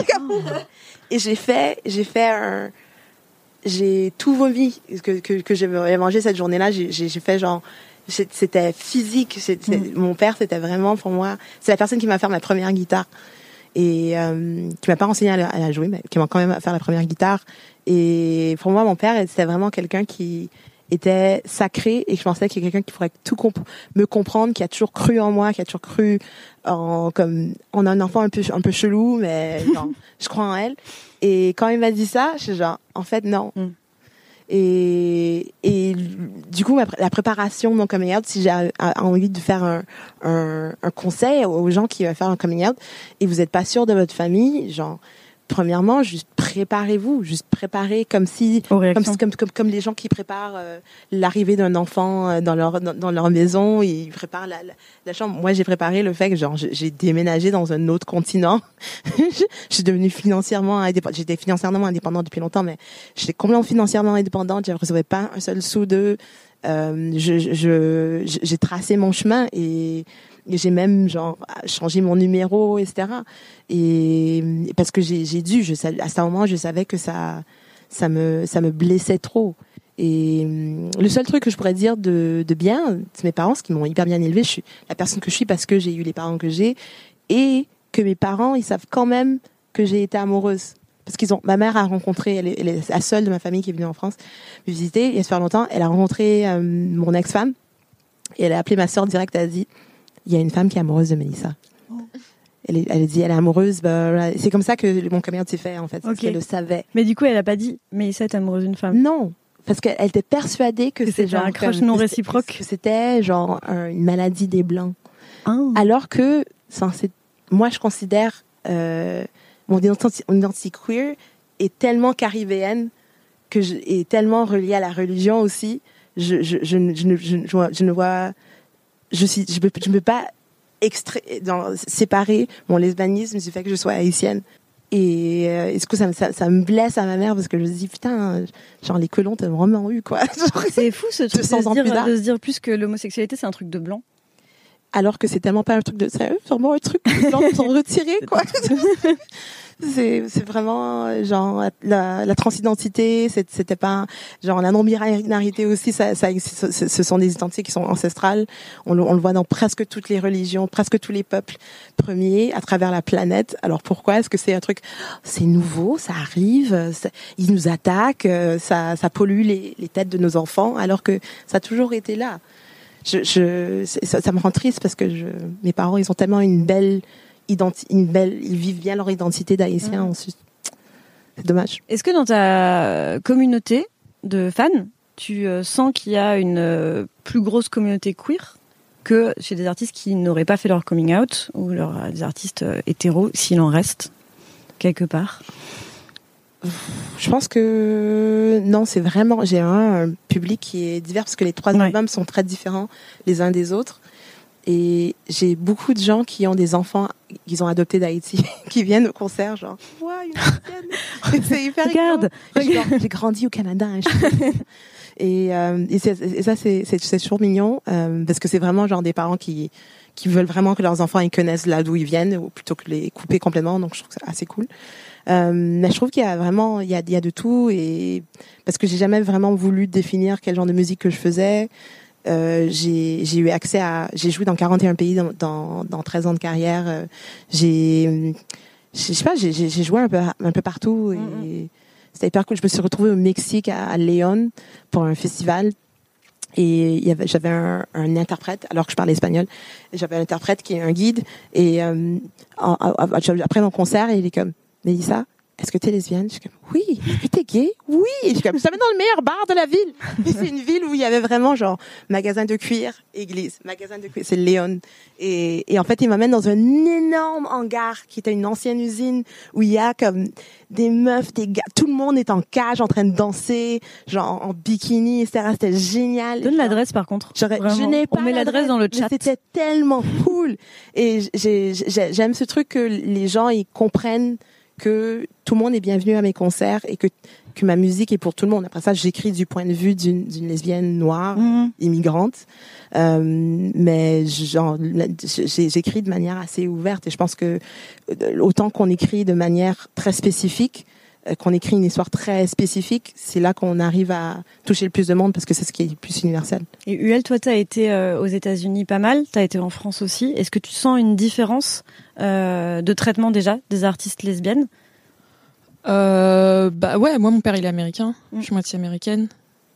M: Et j'ai fait, j'ai fait un, j'ai tout vomi que que que j'avais mangé cette journée-là. J'ai j'ai fait genre. C'était physique. C'était, mm. Mon père, c'était vraiment pour moi. C'est la personne qui m'a fait ma première guitare. Et euh, qui m'a pas enseigné à la, à la jouer, mais qui m'a quand même fait la première guitare. Et pour moi, mon père, c'était vraiment quelqu'un qui était sacré et que je pensais qu'il y a quelqu'un qui pourrait tout comp- me comprendre, qui a toujours cru en moi, qui a toujours cru en comme on a un enfant un peu un peu chelou, mais genre, je crois en elle. Et quand il m'a dit ça, je suis genre en fait non. Mm. Et, et du coup, la préparation de mon coming out, si j'ai envie de faire un, un, un conseil aux gens qui veulent faire un coming out et vous n'êtes pas sûr de votre famille, genre, premièrement, juste préparez-vous, juste préparez comme si, comme, comme, comme, comme les gens qui préparent euh, l'arrivée d'un enfant dans leur, dans, dans leur maison, ils préparent la, la, la chambre. Moi, j'ai préparé le fait que genre, j'ai déménagé dans un autre continent. Je suis devenue financièrement indépendante. J'étais financièrement indépendante depuis longtemps, mais j'étais complètement financièrement indépendante. Je ne recevais pas un seul sou d'eux. Euh, je, je, je, j'ai tracé mon chemin et j'ai même genre changé mon numéro, et cetera. Et parce que j'ai, j'ai dû, je savais, à ce moment, je savais que ça, ça me, ça me blessait trop. Et le seul truc que je pourrais dire de, de bien, c'est mes parents, ce qui m'ont hyper bien élevée. Je suis la personne que je suis parce que j'ai eu les parents que j'ai et que mes parents, ils savent quand même que j'ai été amoureuse. Parce qu'ils ont, ma mère a rencontré, elle est, elle est la seule de ma famille qui est venue en France me visiter il y a super longtemps. Elle a rencontré euh, mon ex-femme et elle a appelé ma sœur direct. Elle a dit, il y a une femme qui est amoureuse de Mélissa. Oh. Elle, est, elle a dit, elle est amoureuse. Bah, c'est comme ça que mon coming out s'est fait en fait. Parce okay. qu'elle le savait.
K: Mais du coup, elle a pas dit, Mélissa est amoureuse d'une femme.
M: Non. Parce qu'elle était persuadée que, que c'était genre
K: un crush non réciproque.
M: Que c'était genre un, une maladie des blancs. Oh. Alors que, c'est, moi, je considère euh, mon identité, mon identité queer est tellement caribéenne que je, est tellement reliée à la religion aussi. Je, je, je, je, je, je, je ne vois, je suis, je peux, je peux pas extrait, dans, séparer mon lesbianisme du fait que je sois haïtienne. Et euh, est-ce que ça, ça, ça me blesse à ma mère parce que je me dis putain, genre les colons t'ont vraiment eu quoi. Genre,
K: c'est fou ce truc de se, dire, de se dire plus que l'homosexualité c'est un truc de blanc.
M: Alors que c'est tellement pas un truc de, c'est vraiment un truc de blanc de s'en retirer quoi. c'est c'est vraiment genre la, la transidentité, c'était pas genre la non-binarité aussi, ça, ça ce, ce sont des identités qui sont ancestrales. On le, on le voit dans presque toutes les religions, presque tous les peuples premiers à travers la planète. Alors pourquoi est-ce que c'est un truc, c'est nouveau, ça arrive, ça, ils nous attaquent, ça ça pollue les, les têtes de nos enfants, alors que ça a toujours été là. Je, je ça, ça me rend triste parce que je, mes parents ils ont tellement une belle Identi- une belle, ils vivent bien leur identité d'haïtien. Mmh. C'est dommage.
K: Est-ce que dans ta communauté de fans, tu euh, sens qu'il y a une euh, plus grosse communauté queer que chez des artistes qui n'auraient pas fait leur coming out ou leur, euh, des artistes euh, hétéros, s'il en reste quelque part?
M: Je pense que non, c'est vraiment, j'ai un, un public qui est divers parce que les trois ouais. albums sont très différents les uns des autres. Et j'ai beaucoup de gens qui ont des enfants qu'ils ont adoptés d'Haïti, qui viennent au concert, genre, ouais, une haïtienne. C'est hyper
K: Regarde,
M: regarde. J'ai grandi au Canada. Hein, et, euh, et, c'est, et ça, c'est, c'est, c'est toujours mignon, euh, parce que c'est vraiment genre des parents qui, qui veulent vraiment que leurs enfants ils connaissent là d'où ils viennent, ou plutôt que les couper complètement. Donc, je trouve que c'est assez cool. Euh, mais je trouve qu'il y a vraiment, il y a, il y a de tout, et parce que j'ai jamais vraiment voulu définir quel genre de musique que je faisais. Euh, j'ai, j'ai eu accès à, j'ai joué dans quarante et un pays dans, dans, dans treize ans de carrière. Euh, j'ai, je sais pas, j'ai, j'ai joué un peu, un peu partout et mm-hmm. c'était hyper cool. Je me suis retrouvée au Mexique à, à Léon pour un festival et il y avait, j'avais un, un interprète alors que je parlais espagnol. Et j'avais un interprète qui est un guide et euh, en, en, après mon concert, il est comme Mélissa, est-ce que t'es lesbienne? Je suis comme, oui. Est-ce que t'es gay? Oui. Je suis comme, ça met dans le meilleur bar de la ville. Et c'est une ville où il y avait vraiment genre, magasin de cuir, église, magasin de cuir, c'est Léon. Et, et en fait, il m'amène dans un énorme hangar qui était une ancienne usine où il y a comme des meufs, des gars, tout le monde est en cage en train de danser, genre en bikini, et cetera. C'était génial.
K: Donne genre, l'adresse par contre.
M: Je n'ai pas
K: On met l'adresse dans le chat.
M: C'était tellement cool. Et j'ai, j'ai, j'aime ce truc que les gens, ils comprennent que tout le monde est bienvenu à mes concerts et que que ma musique est pour tout le monde. Après ça, j'écris du point de vue d'une, d'une lesbienne noire, mmh. immigrante, euh, mais genre j'ai, j'écris de manière assez ouverte et je pense que autant qu'on écrit de manière très spécifique, qu'on écrit une histoire très spécifique, c'est là qu'on arrive à toucher le plus de monde parce que c'est ce qui est le plus universel.
K: Et Huel, toi, t'as été euh, aux États-Unis pas mal, t'as été en France aussi. Est-ce que tu sens une différence euh, de traitement déjà des artistes lesbiennes?
O: euh, Bah ouais, moi mon père il est américain, mmh. je suis moitié américaine.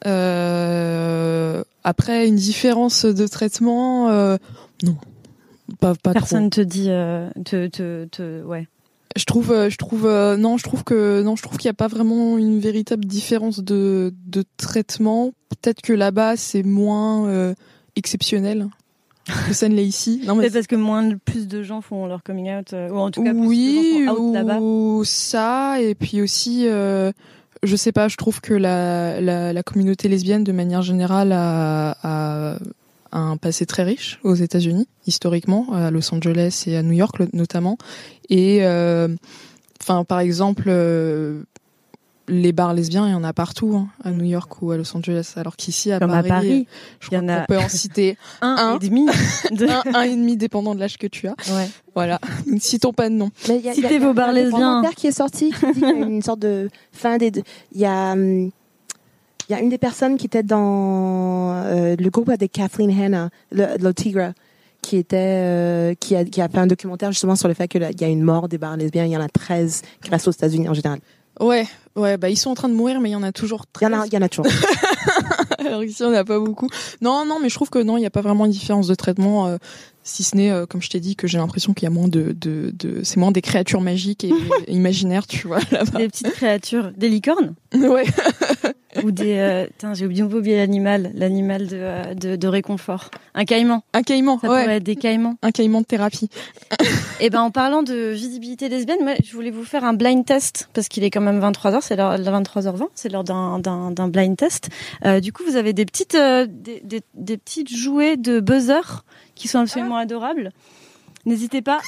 O: Euh, après, une différence de traitement, euh, non, pas pas
C: Personne
O: trop.
C: te dit, euh, te, te, te, ouais.
O: Je trouve, euh, je trouve, euh, non, je trouve que non, je trouve qu'il n'y a pas vraiment une véritable différence de de traitement. Peut-être que là-bas, c'est moins euh, exceptionnel que ça ne l'est ici. Non, mais
C: Peut-être parce que moins, plus de gens font leur coming out, euh, ou en tout cas plus
O: oui,
C: de gens font out là-bas.
O: ou ça, et puis aussi, euh, je sais pas, je trouve que la, la, la communauté lesbienne, de manière générale, a, a, a un passé très riche aux États-Unis, historiquement, à Los Angeles et à New York notamment. Et, enfin, euh, par exemple, euh, les bars lesbiens, il y en a partout, hein, à New York ou à Los Angeles, alors qu'ici, à
C: Comme
O: Paris,
C: à Paris,
O: je
C: il
O: crois
C: y en a
O: qu'on peut en citer
C: un,
O: un
C: et demi. De...
O: un, un et demi, dépendant de l'âge que tu as.
C: Ouais.
O: Voilà. Ne citons pas de nom.
M: Mais il y a,
C: Citez
M: il y a-
C: vos
M: il y a
C: bars
M: un
C: lesbiens.
M: documentaire qui est sorti qui dit qu'il y a une sorte de fin des deux. Il y a, hum, il y a une des personnes qui était dans euh, le groupe avec Kathleen Hanna, le, le Tigre, qui était euh, qui a qui a fait un documentaire justement sur le fait que là, il y a une mort des bars lesbiens. Il y en a treize qui restent aux États-Unis en général.
O: Ouais, ouais, bah ils sont en train de mourir, mais il y en a toujours.
M: Il y en a, il y en a toujours.
O: Alors ici, on n'a pas beaucoup. Non, non, mais je trouve que non, il n'y a pas vraiment une différence de traitement, euh, si ce n'est, euh, comme je t'ai dit, que j'ai l'impression qu'il y a moins de, de, de, c'est moins des créatures magiques et, et imaginaires, tu vois, là-bas.
C: Des petites créatures, des licornes.
O: Ouais.
C: Ou des, euh, tain, j'ai oublié, oublié l'animal, l'animal de, euh, de, de réconfort. Un caïman.
O: Un caïman,
C: Ça
O: ouais.
C: pourrait être des caïmans.
O: Un caïman de thérapie.
C: Et ben, en parlant de visibilité lesbienne, moi, je voulais vous faire un blind test, parce qu'il est quand même vingt-trois heures, c'est l'heure, vingt-trois heures vingt, c'est l'heure d'un, d'un, d'un blind test. Euh, du coup, vous avez des petites, euh, des, des, des petites jouets de buzzer qui sont absolument adorables. N'hésitez pas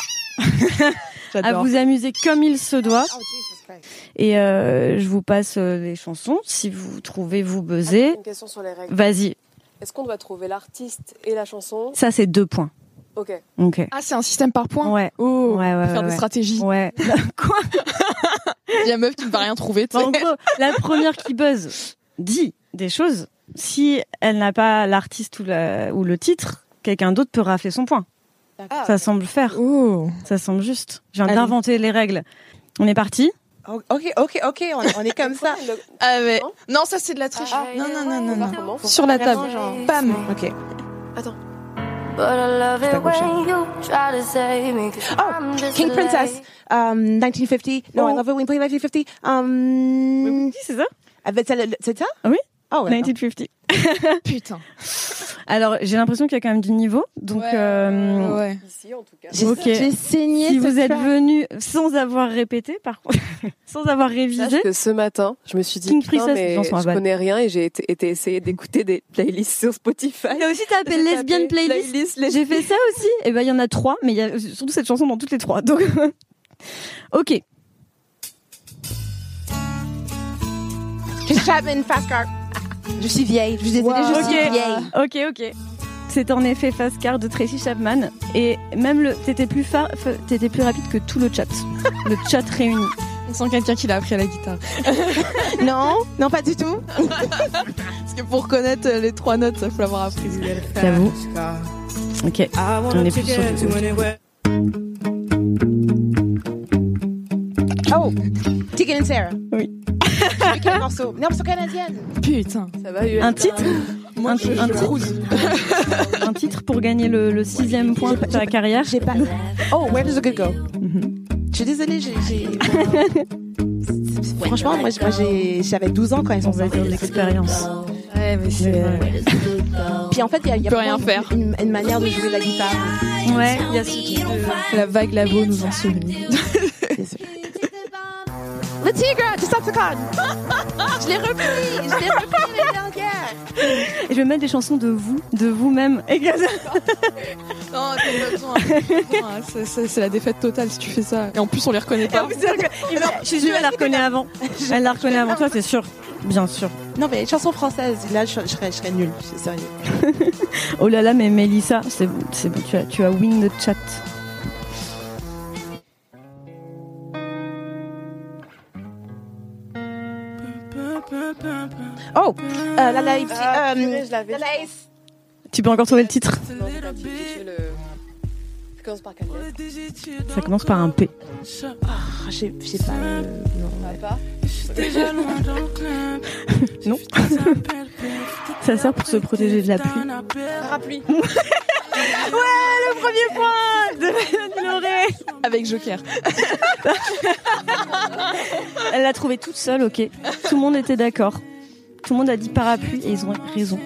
C: à
O: J'adore.
C: vous amuser comme il se doit. Et euh, je vous passe euh, les chansons. Si vous trouvez, vous buzzer.
N: Une question sur les règles.
C: Vas-y.
N: Est-ce qu'on doit trouver l'artiste et la chanson?
C: Ça, c'est deux points.
N: Ok.
C: Ok.
O: Ah, c'est un système par points?
C: Ouais.
O: Oh,
C: Ouais, ouais,
O: faire
C: ouais,
O: des
C: ouais.
O: stratégies.
C: Ouais. Quoi?
O: Il y a meuf qui ne va rien trouver, tu
C: Bah,
O: sais.
C: en gros, la première qui buzz dit des choses. Si elle n'a pas l'artiste ou, la, ou le titre, quelqu'un d'autre peut rafler son point.
N: Ah.
C: Ça semble faire.
O: Oh.
C: Ça semble juste. Je viens
M: Allez.
C: d'inventer les règles. On est parti?
M: Ok, ok, ok, on, on est comme ça.
O: Ah, mais. Non, ça, c'est de la triche.
N: Ah,
O: non, non, non, non, non.
N: Comment?
O: Sur la table. Bam.
M: Ok.
N: Attends.
M: Oh, King Princess, um, nineteen fifty. No, I love it when we play nineteen fifty. Um,
C: c'est ça?
M: C'est le- c'est ça?
C: Oui.
M: Oh, ouais.
C: nineteen fifty.
O: Putain.
C: Alors, j'ai l'impression qu'il y a quand même du niveau. Donc,
O: Ouais,
C: euh,
O: ouais.
N: Ici, en tout cas.
M: J'ai
C: Ok.
M: j'ai saigné.
C: si
M: ce
C: vous êtes
M: track.
C: venu sans avoir répété, par contre, sans avoir
N: Sache
C: révisé,
N: que ce matin, je me suis dit,
C: King
N: putain,
C: Princess, les
N: mais
C: gens sont à
N: je
C: balle.
N: connais rien et j'ai été, été essayer d'écouter des playlists sur Spotify.
C: il y a aussi tapé
N: J'ai
C: lesbian
N: tapé
C: playlist.
N: playlist les-
C: J'ai fait ça aussi. Et ben, il y en a trois, mais il y a surtout cette chanson dans toutes les trois. Donc, ok.
M: Chris Chapman, Fast Car. Je suis vieille. Je suis désolée,
O: Wow.
M: je suis
C: Ok.
M: vieille.
C: Ok, ok. C'est en effet Fast Car de Tracy Chapman. Et même le, t'étais plus fa- fa- t'étais plus rapide que tout le chat. Le chat réuni.
O: On sent quelqu'un qui l'a appris à la guitare.
M: Non, non, pas du tout.
O: Parce que pour connaître les trois notes, il faut l'avoir appris.
C: J'avoue. Ok. On est plus sur du
M: Oh, Tegan and Sarah.
C: Oui.
M: C'est quel morceau? Une morceau canadienne.
O: Putain.
N: Ça va, eu
C: Un titre
O: Moi,
C: un,
O: je,
C: un
O: je
C: titre.
O: cruise.
C: Un titre pour gagner le, le sixième point de ta carrière.
M: J'ai pas. Oh, where does the good go?
C: Mhm.
M: Je suis désolée, j'ai. j'ai- Franchement, moi, moi, j'ai- j'avais douze ans quand ils sont
C: On va dire
M: sortis.
C: l'expérience.
O: Ouais, mais c'est.
C: Euh,
M: Puis en fait, il y a, il y a
O: peut rien
M: vraiment
O: faire.
M: Une, une manière de jouer la guitare.
C: Ouais, il y a ce truc de...
O: La vague labo nous ensevelit.
M: Le tigre de Sapsicon. Je l'ai repris, je l'ai repris les dernières.
C: Et je vais mettre des chansons de vous, de vous-même. Et que-
O: Non, t'as pas besoin. t'as pas besoin, hein. C'est- C'est c'est la défaite totale si tu fais ça. Et en plus, on les reconnaît pas.
C: Je suis sûre, elle la reconnaît avant. Elle la reconnaît avant toi, c'est sûr. Bien sûr.
M: Non, mais chanson française, là, je, je serais, je serais nulle, c'est sérieux.
C: Oh là là, mais Mélissa, c'est c'est bon, tu as, tu as win the chat.
M: Oh, euh, la live.
N: Ah,
M: euh,
N: purée, je l'avais
M: la
N: dit.
M: live.
C: Tu peux encore trouver le titre.
N: Non, quand il dit le- commence par quelle lettre?
B: Ça commence par un P.
M: Ah, j'ai j'ai pas. euh, non.
N: Pas.
B: Non. Ça sert pour se protéger de la pluie.
N: Parapluie.
B: Ouais, le premier point de Mélanie Lauré.
O: Avec Joker.
B: Elle l'a trouvé toute seule, ok. Tout le monde était d'accord. Tout le monde a dit parapluie et ils ont raison.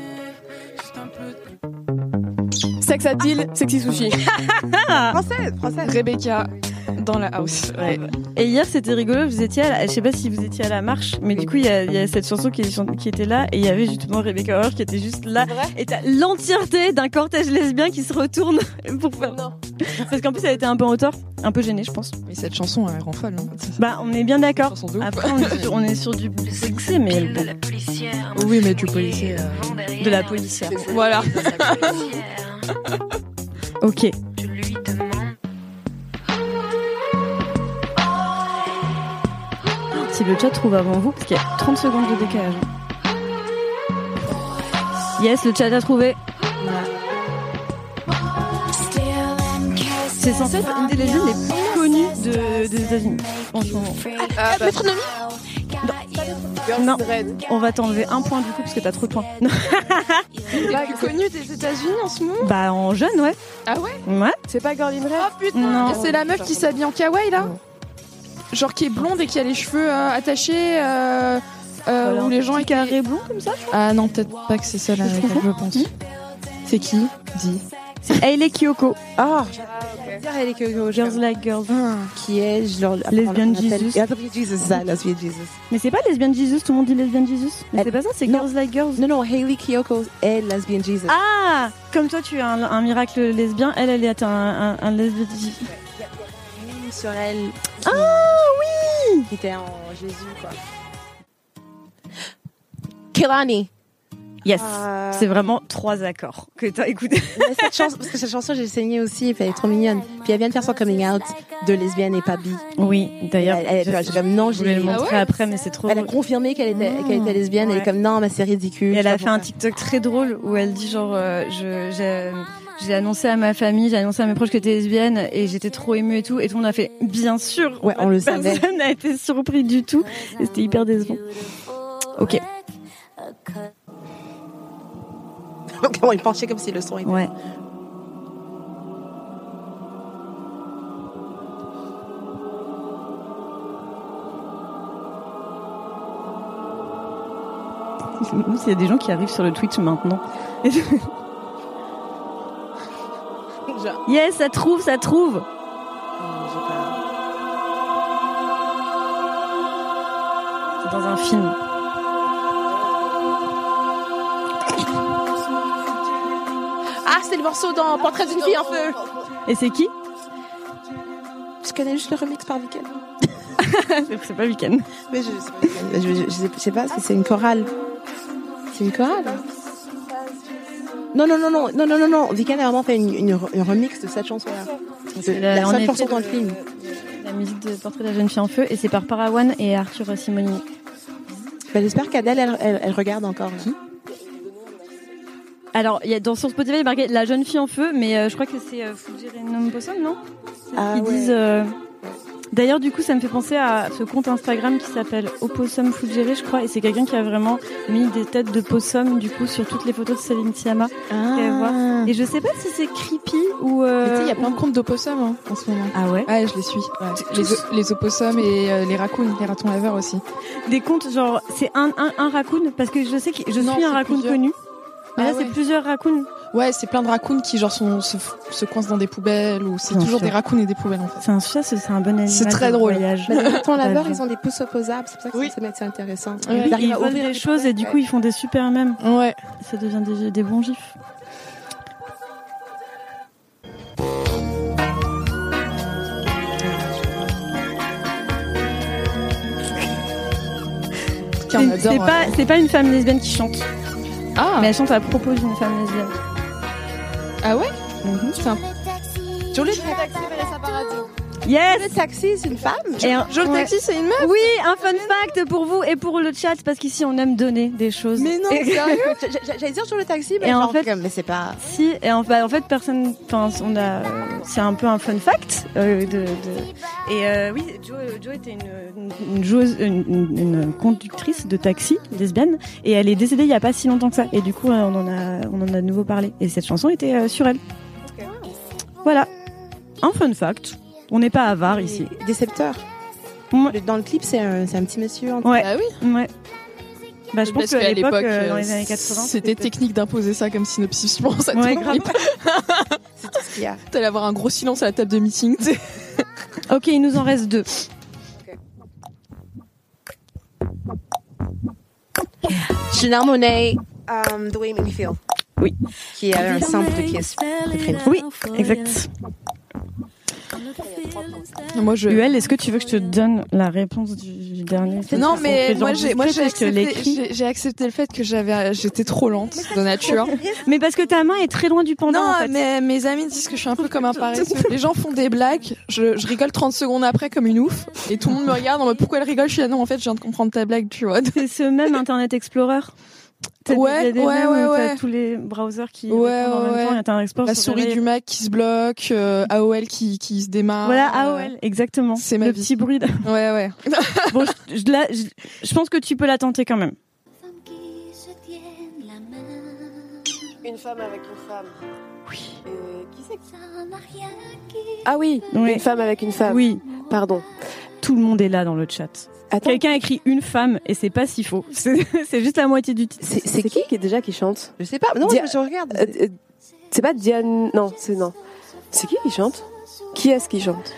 N: Sexatile, sexy sushi.
M: Française, française.
O: Rebecca dans la house.
B: Ouais. Et hier c'était rigolo, vous étiez à la... je sais pas si vous étiez à la marche, mais du coup il y a, il y a cette chanson qui, est... qui était là et il y avait justement Rebecca Horror qui était juste là et t'as l'entièreté d'un cortège lesbien qui se retourne pour faire. Non. Parce qu'en plus elle était un peu en hauteur, un peu gênée je pense.
O: Mais cette chanson elle rend folle. Hein.
B: Bah on est bien d'accord. Après on est, sur, on est sur du succès mais bon.
O: Oui mais du policier. Euh...
B: De la policière.
O: Voilà.
B: Ok. Si le chat trouve avant vous, parce qu'il y a trente secondes de décalage. Yes, le chat a trouvé. C'est censé être une des légendes les plus connues de, des États-Unis en ce moment.
N: Ah, bah, Métronomie.
B: Non, on va t'enlever un point du coup parce que t'as trop de points.
O: C'est la plus connue des États-Unis en ce moment.
B: Bah en jeune, ouais.
O: Ah ouais.
B: Ouais.
N: C'est pas Girl in Red.
O: Oh putain,
B: non.
O: C'est la meuf qui s'habille en kawaii là. Genre qui est blonde et qui a les cheveux euh, attachés, euh, euh,
B: voilà,
O: où les gens
B: est carré blond comme ça. Je crois.
O: Ah non, peut-être pas que c'est ça là, je pense. Mmh. C'est qui? Dis.
B: C'est Hailey Kiyoko.
M: Ah, j'allais Hailey Kiyoko.
B: Girls Like Girls.
M: Ah, qui est je leur
B: Lesbian Jesus.
M: Lesbian Jesus, c'est ça, Lesbian Jesus.
B: Mais c'est pas Lesbian Jesus, tout le monde dit Lesbian Jesus. Mais
M: Elle...
B: c'est pas ça, c'est
M: non.
B: Girls Like Girls.
M: Non, non, Hailey Kiyoko est Lesbian Jesus.
B: Ah, comme toi tu es un, un miracle lesbien, elle, elle est un, un, un lesbien Jesus.
M: Sur elle.
B: Qui... Ah oui.
M: Qui était en Jésus, quoi. Kehlani.
B: Yes,
M: euh...
B: c'est vraiment trois accords que t'as écouté.
M: Mais cette chanson, parce que cette chanson, j'ai saigné aussi, et puis elle est trop mignonne. Puis elle vient de faire son coming out de lesbienne et pas bi.
B: Oui, d'ailleurs.
M: Elle, elle, elle, comme non,
B: je vais le montrer ah ouais après, mais c'est trop.
M: Elle a confirmé qu'elle était, mmh, qu'elle était lesbienne. Ouais. Elle est comme non, mais c'est ridicule.
B: Et elle a fait un TikTok très drôle où elle dit genre, euh, je, j'ai, j'ai annoncé à ma famille, j'ai annoncé à mes proches que j'étais lesbienne et j'étais trop émue et tout. Et tout le monde a fait bien sûr.
M: Ouais, on le savait.
B: Personne n'a été surpris du tout. Et c'était hyper décevant. Ok.
M: Comment il penchait comme si le son était.
B: Ouais. S'il y a des gens qui arrivent sur le Twitch maintenant. Yes, ça trouve, ça trouve.
M: Oh, j'ai pas...
B: C'est dans un film.
M: Ah, c'est le morceau dans Portrait d'une fille en feu.
B: Et c'est qui?
M: Je connais juste le remix par Weeknd.
B: C'est pas Weeknd.
M: Mais je, je, je, je, je sais pas, c'est une chorale. C'est une chorale. Non, non, non, non, non, non, non, non. Weeknd a vraiment fait une, une, une remix de cette chanson-là. De, la, la seule chanson dans le film.
B: La musique de Portrait de la jeune fille en feu, et c'est par Parawan et Arthur Simonini.
M: Ben, j'espère qu'Adèle, elle, elle, elle regarde encore. Qui?
B: Alors, il y a dans son Spotify, il y a marqué La jeune fille en feu, mais euh, je crois que c'est euh, Fujirenom Possum, non?
M: Ah,
B: Ils
M: ouais.
B: disent. Euh... D'ailleurs, du coup, ça me fait penser à ce compte Instagram qui s'appelle Opossum Fujire, je crois, et c'est quelqu'un qui a vraiment mis des têtes de possum, du coup, sur toutes les photos de Céline Sciamma.
M: Ah.
B: Et je sais pas si c'est creepy ou. Euh...
O: Tu sais, il y a plein de comptes d'opossums hein, en ce moment.
B: Ah ouais?
O: Ouais, je les suis. Ouais. Les, les opossums et euh, les raccoons, les ratons laveurs aussi.
B: Des comptes, genre, c'est un, un, un raccoon, parce que je sais que je
O: non,
B: suis un raccoon
O: plusieurs.
B: connu. Mais
O: ah
B: là,
O: ouais.
B: c'est plusieurs raccoons.
O: Ouais, c'est plein de raccoons qui genre sont, se, se coincent dans des poubelles ou c'est
B: Bien
O: toujours
B: sûr.
O: des raccoons et des poubelles en fait.
B: C'est un chat, c'est un bon animal.
O: C'est très drôle.
B: Voyage.
M: Mais les ratons laveurs, ils ont des pouces opposables, c'est pour ça que
O: oui.
M: ça c'est intéressant.
B: Ouais.
M: Ils,
B: ils, ils volent des choses et du coup ils font des super mèmes.
O: Ouais.
B: Ça devient des, des bons gifs. C'est, c'est pas, c'est pas une femme lesbienne qui chante.
O: Ah.
B: Mais elle chante à propos d'une femme lesbienne.
O: Ah ouais?
B: Mm-hmm.
O: C'est un...
N: Jolie, Taxi, Vanessa Paradis.
K: Yes.
M: Le taxi, c'est une femme.
K: Et un,
O: Joe le
K: ouais.
O: taxi, c'est une meuf.
K: Oui, un fun fact pour vous et pour le chat parce qu'ici on aime donner des choses.
M: Mais non,
K: Et-
M: sérieux. J'allais dire sur le taxi, mais
K: Et en
M: genre,
K: fait-
M: mais c'est pas.
K: Si, et en, bah, en fait, personne. Enfin, on a. euh, C'est un peu un fun fact. Euh, de, de... Et euh, oui, Joe, Joe était une, une, une joueuse, une, une, une conductrice de taxi lesbienne, et elle est décédée il y a pas si longtemps que ça. Et du coup, euh, on en a, on en a de nouveau parlé. Et cette chanson était euh, sur elle. Voilà, un fun fact. On n'est pas avare ici.
M: Décepteur.
K: Ouais.
M: Dans le clip, c'est un, c'est un petit monsieur. En
K: Ouais.
O: Ah oui.
K: Ouais. Bah, je pense
O: Parce
K: qu'à
O: qu'à
K: l'époque,
O: l'époque,
K: euh, dans
O: euh,
K: les années quatre-vingts,
O: c'était technique d'imposer ça comme synopsis, je pense. À
K: Ouais,
O: tout
K: grave.
O: clip.
M: C'est tout ce qu'il y a.
O: T'allais avoir un gros silence à la table de meeting. tu sais.
K: Ok, il nous en reste deux.
M: Janelle Monáe, um, The Way You Make Me Feel.
K: Oui.
M: Qui a un sample de Kiss. de Cream.
K: Oui, exact.
O: Moi, je.
K: U L, est-ce que tu veux que je te donne la réponse du, du dernier
O: Non, mais moi, j'ai, moi, j'ai
K: Parce que
O: accepté,
K: l'écrit-
O: j'ai, j'ai accepté le fait que j'avais, j'étais trop lente de nature.
K: Mais parce que ta main est très loin du pendant.
O: Non,
K: en fait.
O: mais mes amis disent que je suis un peu comme un paresseux. Les gens font des blagues, je, je rigole trente secondes après comme une ouf, et tout le monde me regarde en mode pourquoi elle rigole. Je suis là, non, en fait, je viens de comprendre ta blague, tu vois.
K: C'est ce même Internet Explorer. T'as
O: Ouais,
K: des, il y a des
O: ouais,
K: mêmes
O: ouais,
K: où t'as
O: ouais.
K: tous les browsers qui
O: Ouais,
K: répondent en même
O: ouais,
K: temps.
O: ouais.
K: Internet Explorer.
O: La
K: sur
O: souris
K: les-
O: du Mac qui se bloque, euh, A O L qui, qui se démarre.
K: Voilà,
O: euh,
K: A O L, exactement.
O: c'est ma
K: le
O: vie.
K: petit bruit. de-
O: Ouais, ouais.
K: Bon, je, je, la- je, je pense que tu peux la tenter quand même.
N: Une femme avec une femme.
K: Oui.
N: qui c'est Ah oui,
K: Oui.
N: une femme avec une femme.
K: Oui.
N: Pardon.
K: Tout le monde est là dans le chat.
N: Attends.
K: Quelqu'un écrit une femme et c'est pas si faux. C'est c'est juste la moitié du titre.
N: C'est, c'est qui qui est déjà qui chante
M: Je sais pas. Non,
N: Dia-
M: je regarde.
N: Euh, euh, C'est pas Diane. Non, c'est non. C'est qui qui chante Qui est-ce qui chante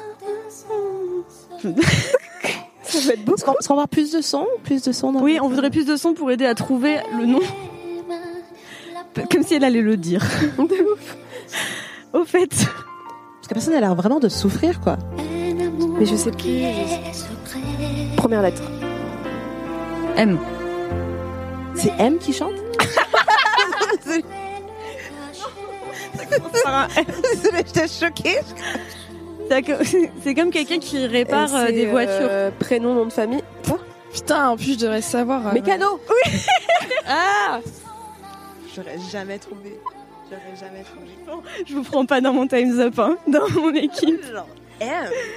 N: Ça va être beau.
M: Est-ce qu'on peut avoir plus de son Plus de son dans
K: Oui, on voudrait plus de son pour aider à trouver le nom. Comme si elle allait le dire.
N: De ouf.
K: Au fait.
M: Parce que personne a l'air vraiment de souffrir, quoi.
N: Mais je sais plus. je sais- Première lettre.
K: M.
M: C'est M qui chante Désolée, j'étais choquée.
K: C'est comme- C'est comme quelqu'un qui répare
N: Euh,
K: euh,
N: c'est,
K: des voitures.
N: euh, prénom, nom de famille. Quoi
O: Putain, en plus, je devrais savoir. euh,
N: Mécano. Oui.
O: Ah
M: J'aurais jamais trouvé. J'aurais jamais trouvé.
K: Je vous prends pas dans mon time's up, hein, dans mon équipe.
M: Genre, M.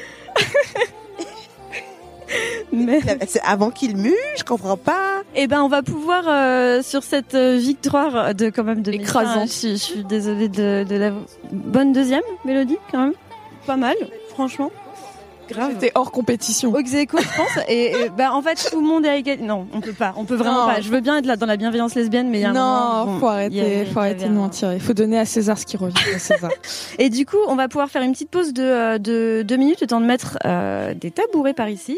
K: Mais...
M: C'est avant qu'il mue, je comprends pas.
K: Eh ben, on va pouvoir euh, sur cette euh, victoire de quand même de
O: Écrasante.
K: Mélissa, Je, suis- je suis désolée de, de la bonne deuxième mélodie quand même. Pas mal, franchement. Grave.
O: C'était hors compétition.
K: Ex aequo, je pense. Et, et bah en fait tout le monde est à égalité. Non, on peut pas. On peut vraiment
O: Non.
K: pas. Je veux bien être là dans la bienveillance lesbienne, mais il y a un moment,
O: Non,
K: bon,
O: faut arrêter,
K: il y a-
O: faut
K: il y
O: arrêter
K: avait
O: de
K: un-
O: mentir. Il faut donner à César ce qui revient à César.
K: Et du coup, on va pouvoir faire une petite pause de, euh, de deux minutes, le temps de mettre euh, des tabourets par ici.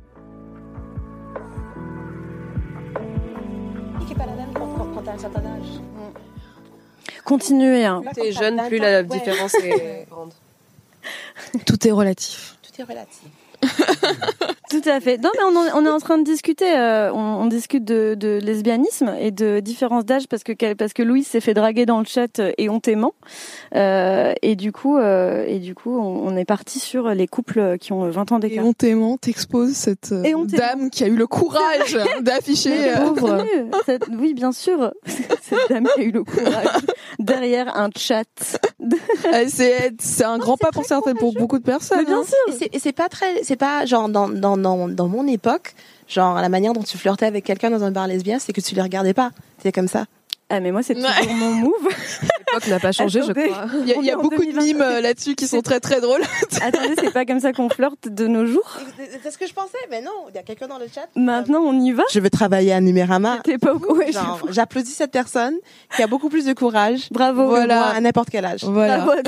M: Qui est pas la même quand, quand, quand t'as un certain âge.
K: Continuez. Hein.
N: T'es jeune, plus la différence est grande.
O: Tout est relatif.
M: Tout est relatif.
K: Tout à fait. Non, mais on, en- on est en train de discuter. euh, on, on discute de, de lesbianisme et de différence d'âge parce que parce que Louise s'est fait draguer dans le chat euh, éhontément. Euh, et du coup, euh, et du coup, on, on est parti sur les couples qui ont vingt ans d'écart.
O: Éhontément, t'exposes cette euh,
K: Éhontément.
O: dame qui a eu le courage d'afficher.
K: Mais
O: euh,
K: pauvre. Cette- oui, bien sûr. Cette dame qui a eu le courage derrière un chat.
O: euh, c'est c'est un grand pas pour certaines, pour beaucoup de personnes.
K: Mais bien
O: hein.
K: sûr.
M: Et c'est- et c'est pas très, c'est pas genre dans, dans, dans, dans mon époque, genre la manière dont tu flirtais avec quelqu'un dans un bar lesbien, c'est que tu les regardais pas. C'est comme ça.
K: Ah mais moi c'est toujours
O: Ouais.
K: mon move.
N: L'époque n'a pas changé, je
K: Attendez.
N: crois.
O: Il y a,
K: On
O: il y a
K: est en
O: beaucoup
K: deux mille vingt.
O: de mimes euh, là-dessus qui sont très très drôles.
K: Attendez, c'est pas comme ça qu'on flirte de nos jours.
M: C'est ce que je pensais, mais non, il y a quelqu'un dans le chat.
K: Maintenant, on y va.
M: Je veux travailler à Numérama.
K: T'es pas au courant. Ouais,
M: Genre,
K: je-
M: j'applaudis cette personne qui a beaucoup plus de courage
K: Bravo.
O: Voilà.
M: que moi à n'importe quel âge.
O: Voilà.
K: Bravo.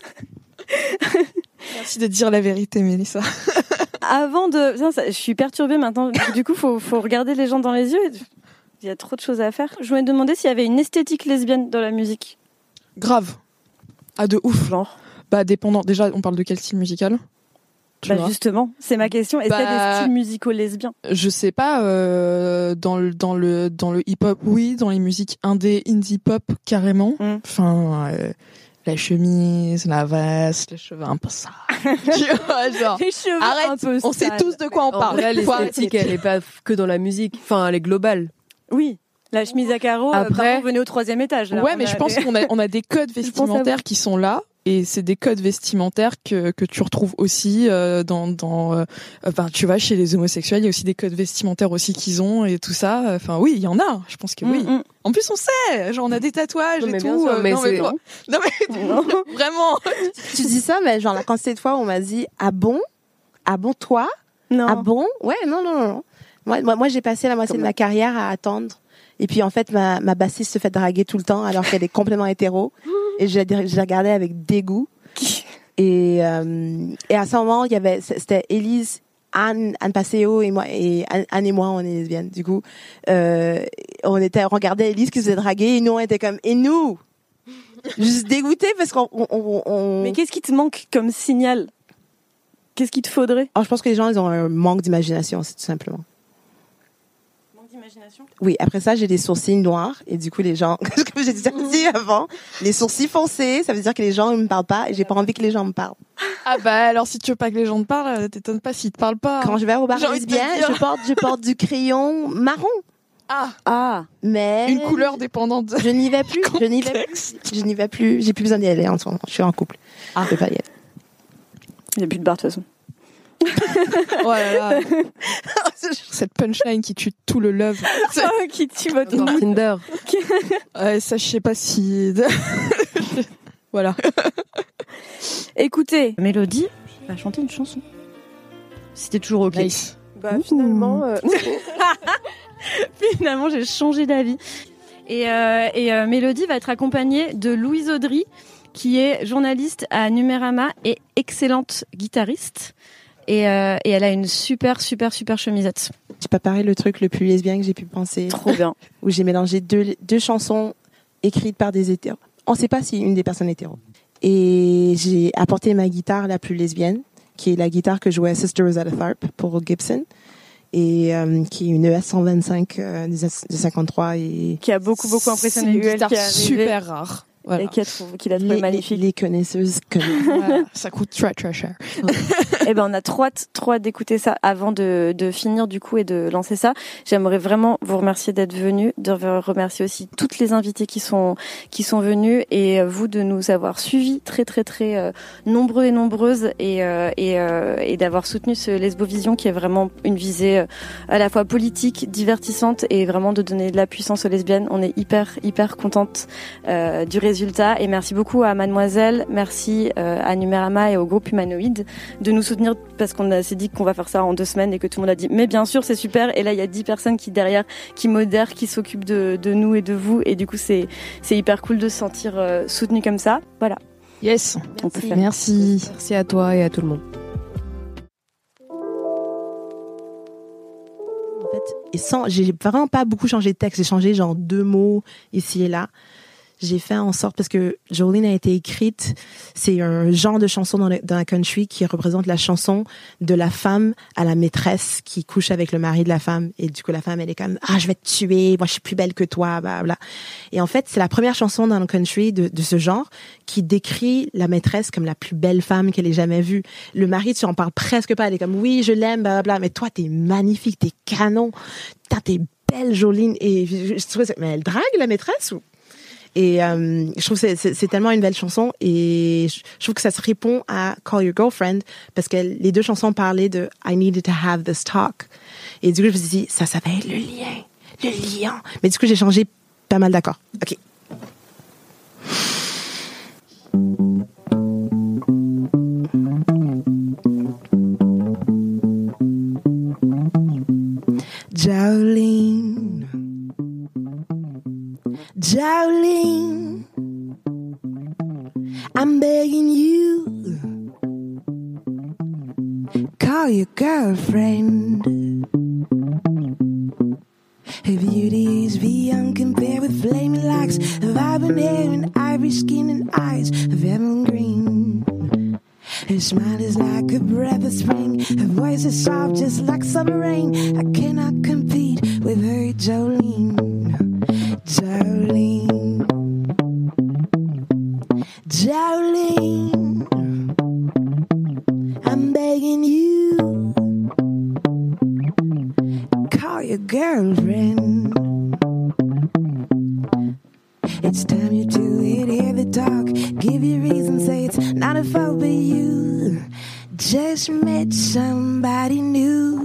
O: Merci de dire la vérité, Mélissa.
K: Avant de, Putain, ça- je suis perturbée maintenant. Du coup, faut faut regarder les gens dans les yeux. Il y a trop de choses à faire. Je voulais demander s'il y avait une esthétique lesbienne dans la musique.
O: Grave. Ah, de ouf.
K: Genre.
O: Bah, dépendant. Déjà, on parle de quel style musical Tu
K: Bah
O: vois
K: justement, c'est ma question. Est-ce qu'il y a
O: Bah,
K: des styles musicaux lesbiens?
O: Je sais pas, euh, dans le dans le dans le hip-hop, oui, dans les musiques indé, indie pop carrément.
K: Mm.
O: Enfin, euh, la chemise, la veste, les cheveux un peu sales. Tu vois, genre,
C: Les cheveux
O: arrête,
C: un peu
O: on sait
C: sales.
O: tous de quoi on
N: En
O: parle.
N: vrai,
O: Faut
N: l'esthétique,
O: arrêter.
N: elle est pas que dans la musique. Enfin, elle est globale.
C: Oui, la chemise à carreaux.
O: Après-
C: Après, venez au troisième étage. Là.
O: Ouais,
C: On
O: mais
C: a-
O: je pense qu'on a, on a des codes
C: pense à
O: vestimentaires
C: vous.
O: qui sont là. Et c'est des codes vestimentaires que, que tu retrouves aussi euh, dans, dans euh, enfin, tu vois, chez les homosexuels, il y a aussi des codes vestimentaires aussi qu'ils ont et tout ça. Enfin, oui, il y en a. Je pense que oui.
C: Mm, mm.
O: En plus, on sait. Genre, on a des tatouages
N: Non,
O: et
N: mais
O: tout.
N: bien sûr,
O: euh,
N: mais
O: non, mais
N: c'est-
O: toi- non, mais vraiment.
M: Tu dis ça, mais genre la quantité de fois où on m'a dit ah bon, ah bon toi,
C: Non.
M: ah bon, ouais non non non. non. Moi moi, moi j'ai passé la moitié de ma carrière à attendre. Et puis en fait ma ma bassiste se fait draguer tout le temps alors qu'elle est complètement hétéro. Et je la, je la regardais avec dégoût. Et euh, et à ce moment il y avait c'était Élise, Anne, Anne Passeo et moi et Anne, Anne et moi on est lesbiennes. Du coup euh, on était on regardait Élise qui se faisait draguer et nous on était comme et nous juste dégoûtés parce qu'on on, on, on...
C: Mais qu'est-ce qui te manque comme signal? Qu'est-ce qu'il te faudrait?
M: Alors, je pense que les gens ils ont un manque d'imagination, c'est tout simplement.
C: Manque d'imagination?
M: Oui, après ça, j'ai des sourcils noirs et du coup les gens, comme j'ai dit avant, les sourcils foncés, ça veut dire que les gens ne me parlent pas et j'ai pas envie que les gens me parlent.
O: Ah bah alors si tu veux pas que les gens te parlent, t'étonnes pas s'ils te parlent pas.
M: Quand je vais au bar
O: J'ai envie de te
M: lesbien,
O: dire.
M: je porte je porte du crayon marron.
O: Ah,
C: Ah,
M: Mais
O: une couleur dépendante.
M: je n'y vais plus, je n'y vais plus, je n'y vais plus, j'ai plus besoin d'y aller en ce moment. Je suis en couple. Ah, je vais pas y aller.
C: il n'y a plus de bar de toute façon.
O: Oh là là. Cette punchline qui tue tout le love. C'est-
C: Oh, qui tue votre
N: Dans Tinder.
O: Ouais, ça je sais pas si. Voilà.
C: Écoutez, Mélodie va chanter une chanson. C'était toujours ok.
O: Nice.
N: Bah finalement. euh,
C: Finalement, j'ai changé d'avis. Et, euh, et euh, Mélodie va être accompagnée de Louise Audry, qui est journaliste à Numérama et excellente guitariste. Et, euh, et elle a une super, super, super chemisette.
M: J'ai préparé le truc le plus lesbien que j'ai pu penser.
C: Trop bien.
M: Où j'ai mélangé deux, deux chansons écrites par des hétéros. On ne sait pas si une des personnes est hétéro. Et j'ai apporté ma guitare la plus lesbienne, qui est la guitare que jouait Sister Rosetta Tharpe pour Gibson, et euh, qui est une E S cent vingt-cinq euh, de cinquante-trois. Et
C: Qui a beaucoup, beaucoup impressionné
O: C'est une
C: U L
O: guitare
C: qui est arrivée
O: super rare. Voilà.
C: et qui a trouvé, qu'il a trouvé
M: les,
C: magnifique.
M: les connaisseuses connaissent.
O: Voilà. Ça coûte très très cher.
C: Eh ben, on a trop hâte, trop hâte d'écouter ça avant de, de finir du coup et de lancer ça. J'aimerais vraiment vous remercier d'être venus, de remercier aussi toutes les invités qui sont qui sont venus et vous de nous avoir suivis très très très euh, nombreux et nombreuses et euh, et, euh, et d'avoir soutenu ce Lesbovision qui est vraiment une visée euh, à la fois politique, divertissante et vraiment de donner de la puissance aux lesbiennes. On est hyper hyper contente euh, du résultat et merci beaucoup à Mademoiselle, merci euh, à Numérama et au groupe Humanoïde de nous soutenir parce qu'on a- s'est dit qu'on va faire ça en deux semaines et que tout le monde a dit mais bien sûr c'est super et là il y a dix personnes qui derrière qui modèrent, qui s'occupent de, de nous et de vous et du coup c'est c'est hyper cool de se sentir euh, soutenu comme ça. Voilà.
O: Yes.
C: On peut faire.
O: Merci.
N: Merci à toi et à tout le monde.
M: En fait, et sans, j'ai vraiment pas beaucoup changé de texte. J'ai changé genre deux mots ici et là. J'ai fait en sorte parce que Jolene a été écrite, c'est un genre de chanson dans, le, dans la country qui représente la chanson de la femme à la maîtresse qui couche avec le mari de la femme et du coup la femme elle est comme ah je vais te tuer, moi je suis plus belle que toi, bla bla. Et en fait c'est la première chanson dans le country de, de ce genre qui décrit la maîtresse comme la plus belle femme qu'elle ait jamais vue. Le mari tu en parles presque pas, elle est comme oui je l'aime, bla bla, mais toi t'es magnifique, t'es canon, Putain, t'es belle Jolene et je, je trouvais ça, mais elle drague la maîtresse ou Et euh, je trouve que c'est, c'est, c'est tellement une belle chanson et je, je trouve que ça se répond à Call Your Girlfriend parce que les deux chansons parlaient de I needed to have this talk. Et du coup, je me suis dit, ça, ça va être le lien, le lien. Mais du coup, j'ai changé pas mal d'accords. OK. Jolene, Jolene, I'm begging you, call your girlfriend. Her beauty is beyond compare with flaming locks, vibrant hair and ivory skin and eyes of emerald green. Her smile is like a breath of spring. Her voice is soft, just like summer rain. I cannot compete with her, Jolene. Jolene. Jolene.
P: begging you, call your girlfriend. It's time you do it, hear the talk, give you reason, say it's not a fault but you just met somebody new.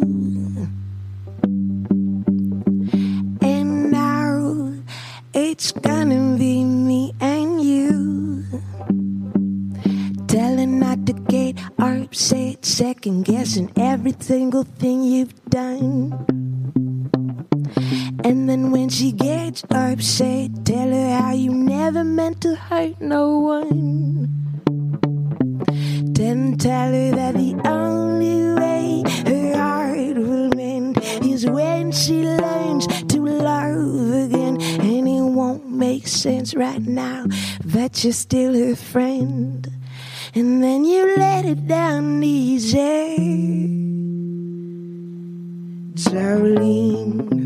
P: And now it's gonna be me and you, telling not to get upset, second guessing every single thing you've done. And then when she gets upset, tell her how you never meant to hurt no one. Then tell her that the only way her heart will mend is when she learns to love again. And it won't make sense right now, but you're still her friend. And then you let it down easy, Jolene.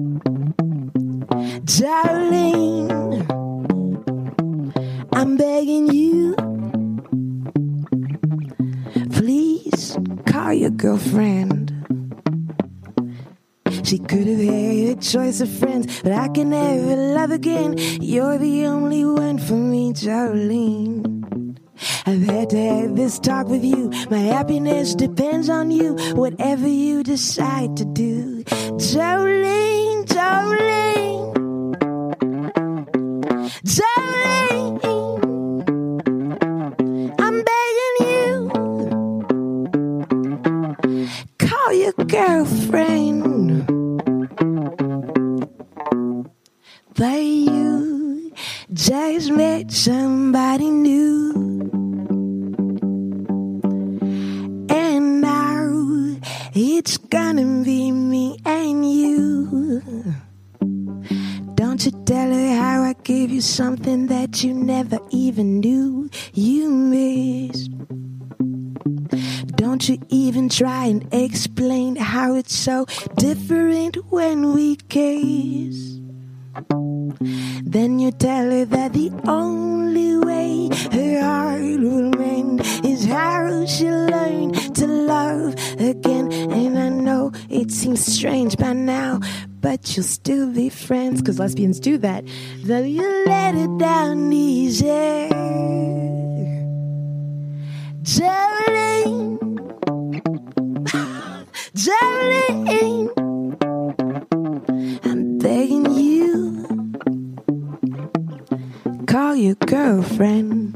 P: Darling, I'm begging you, please call your girlfriend. She could have had a choice of friends, but I can never love again. You're the only one for me, Jolene. I've had to have this talk with you. My happiness depends on you, whatever you decide to do. Jolene, Jolene, Jolene, I'm begging you, call your girlfriend. But you just met somebody new, and now it's gonna be me and you. Don't you tell her how I gave you something that you never even knew you missed. Don't you even try and explain how it's so different when we kiss. Then you tell her that the only way her heart will mend is how she'll learn to love again. And I know it seems strange by now, but you'll still be friends, cause lesbians do that. Though you let it down easy, Jolene, Jolene, I'm begging you, call your girlfriend.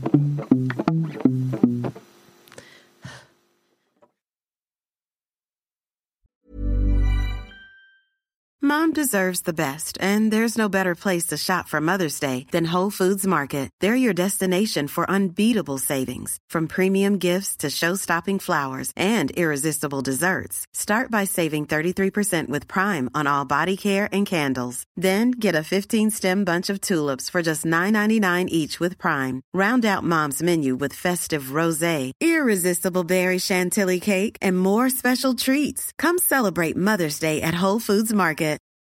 Q: Mom deserves the best, and there's no better place to shop for Mother's Day than Whole Foods Market. They're your destination for unbeatable savings, from premium gifts to show-stopping flowers and irresistible desserts. Start by saving thirty-three percent with Prime on all body care and candles. Then get a fifteen-stem bunch of tulips for just nine ninety-nine each with Prime. Round out Mom's menu with festive rosé, irresistible berry chantilly cake, and more special treats. Come celebrate Mother's Day at Whole Foods Market.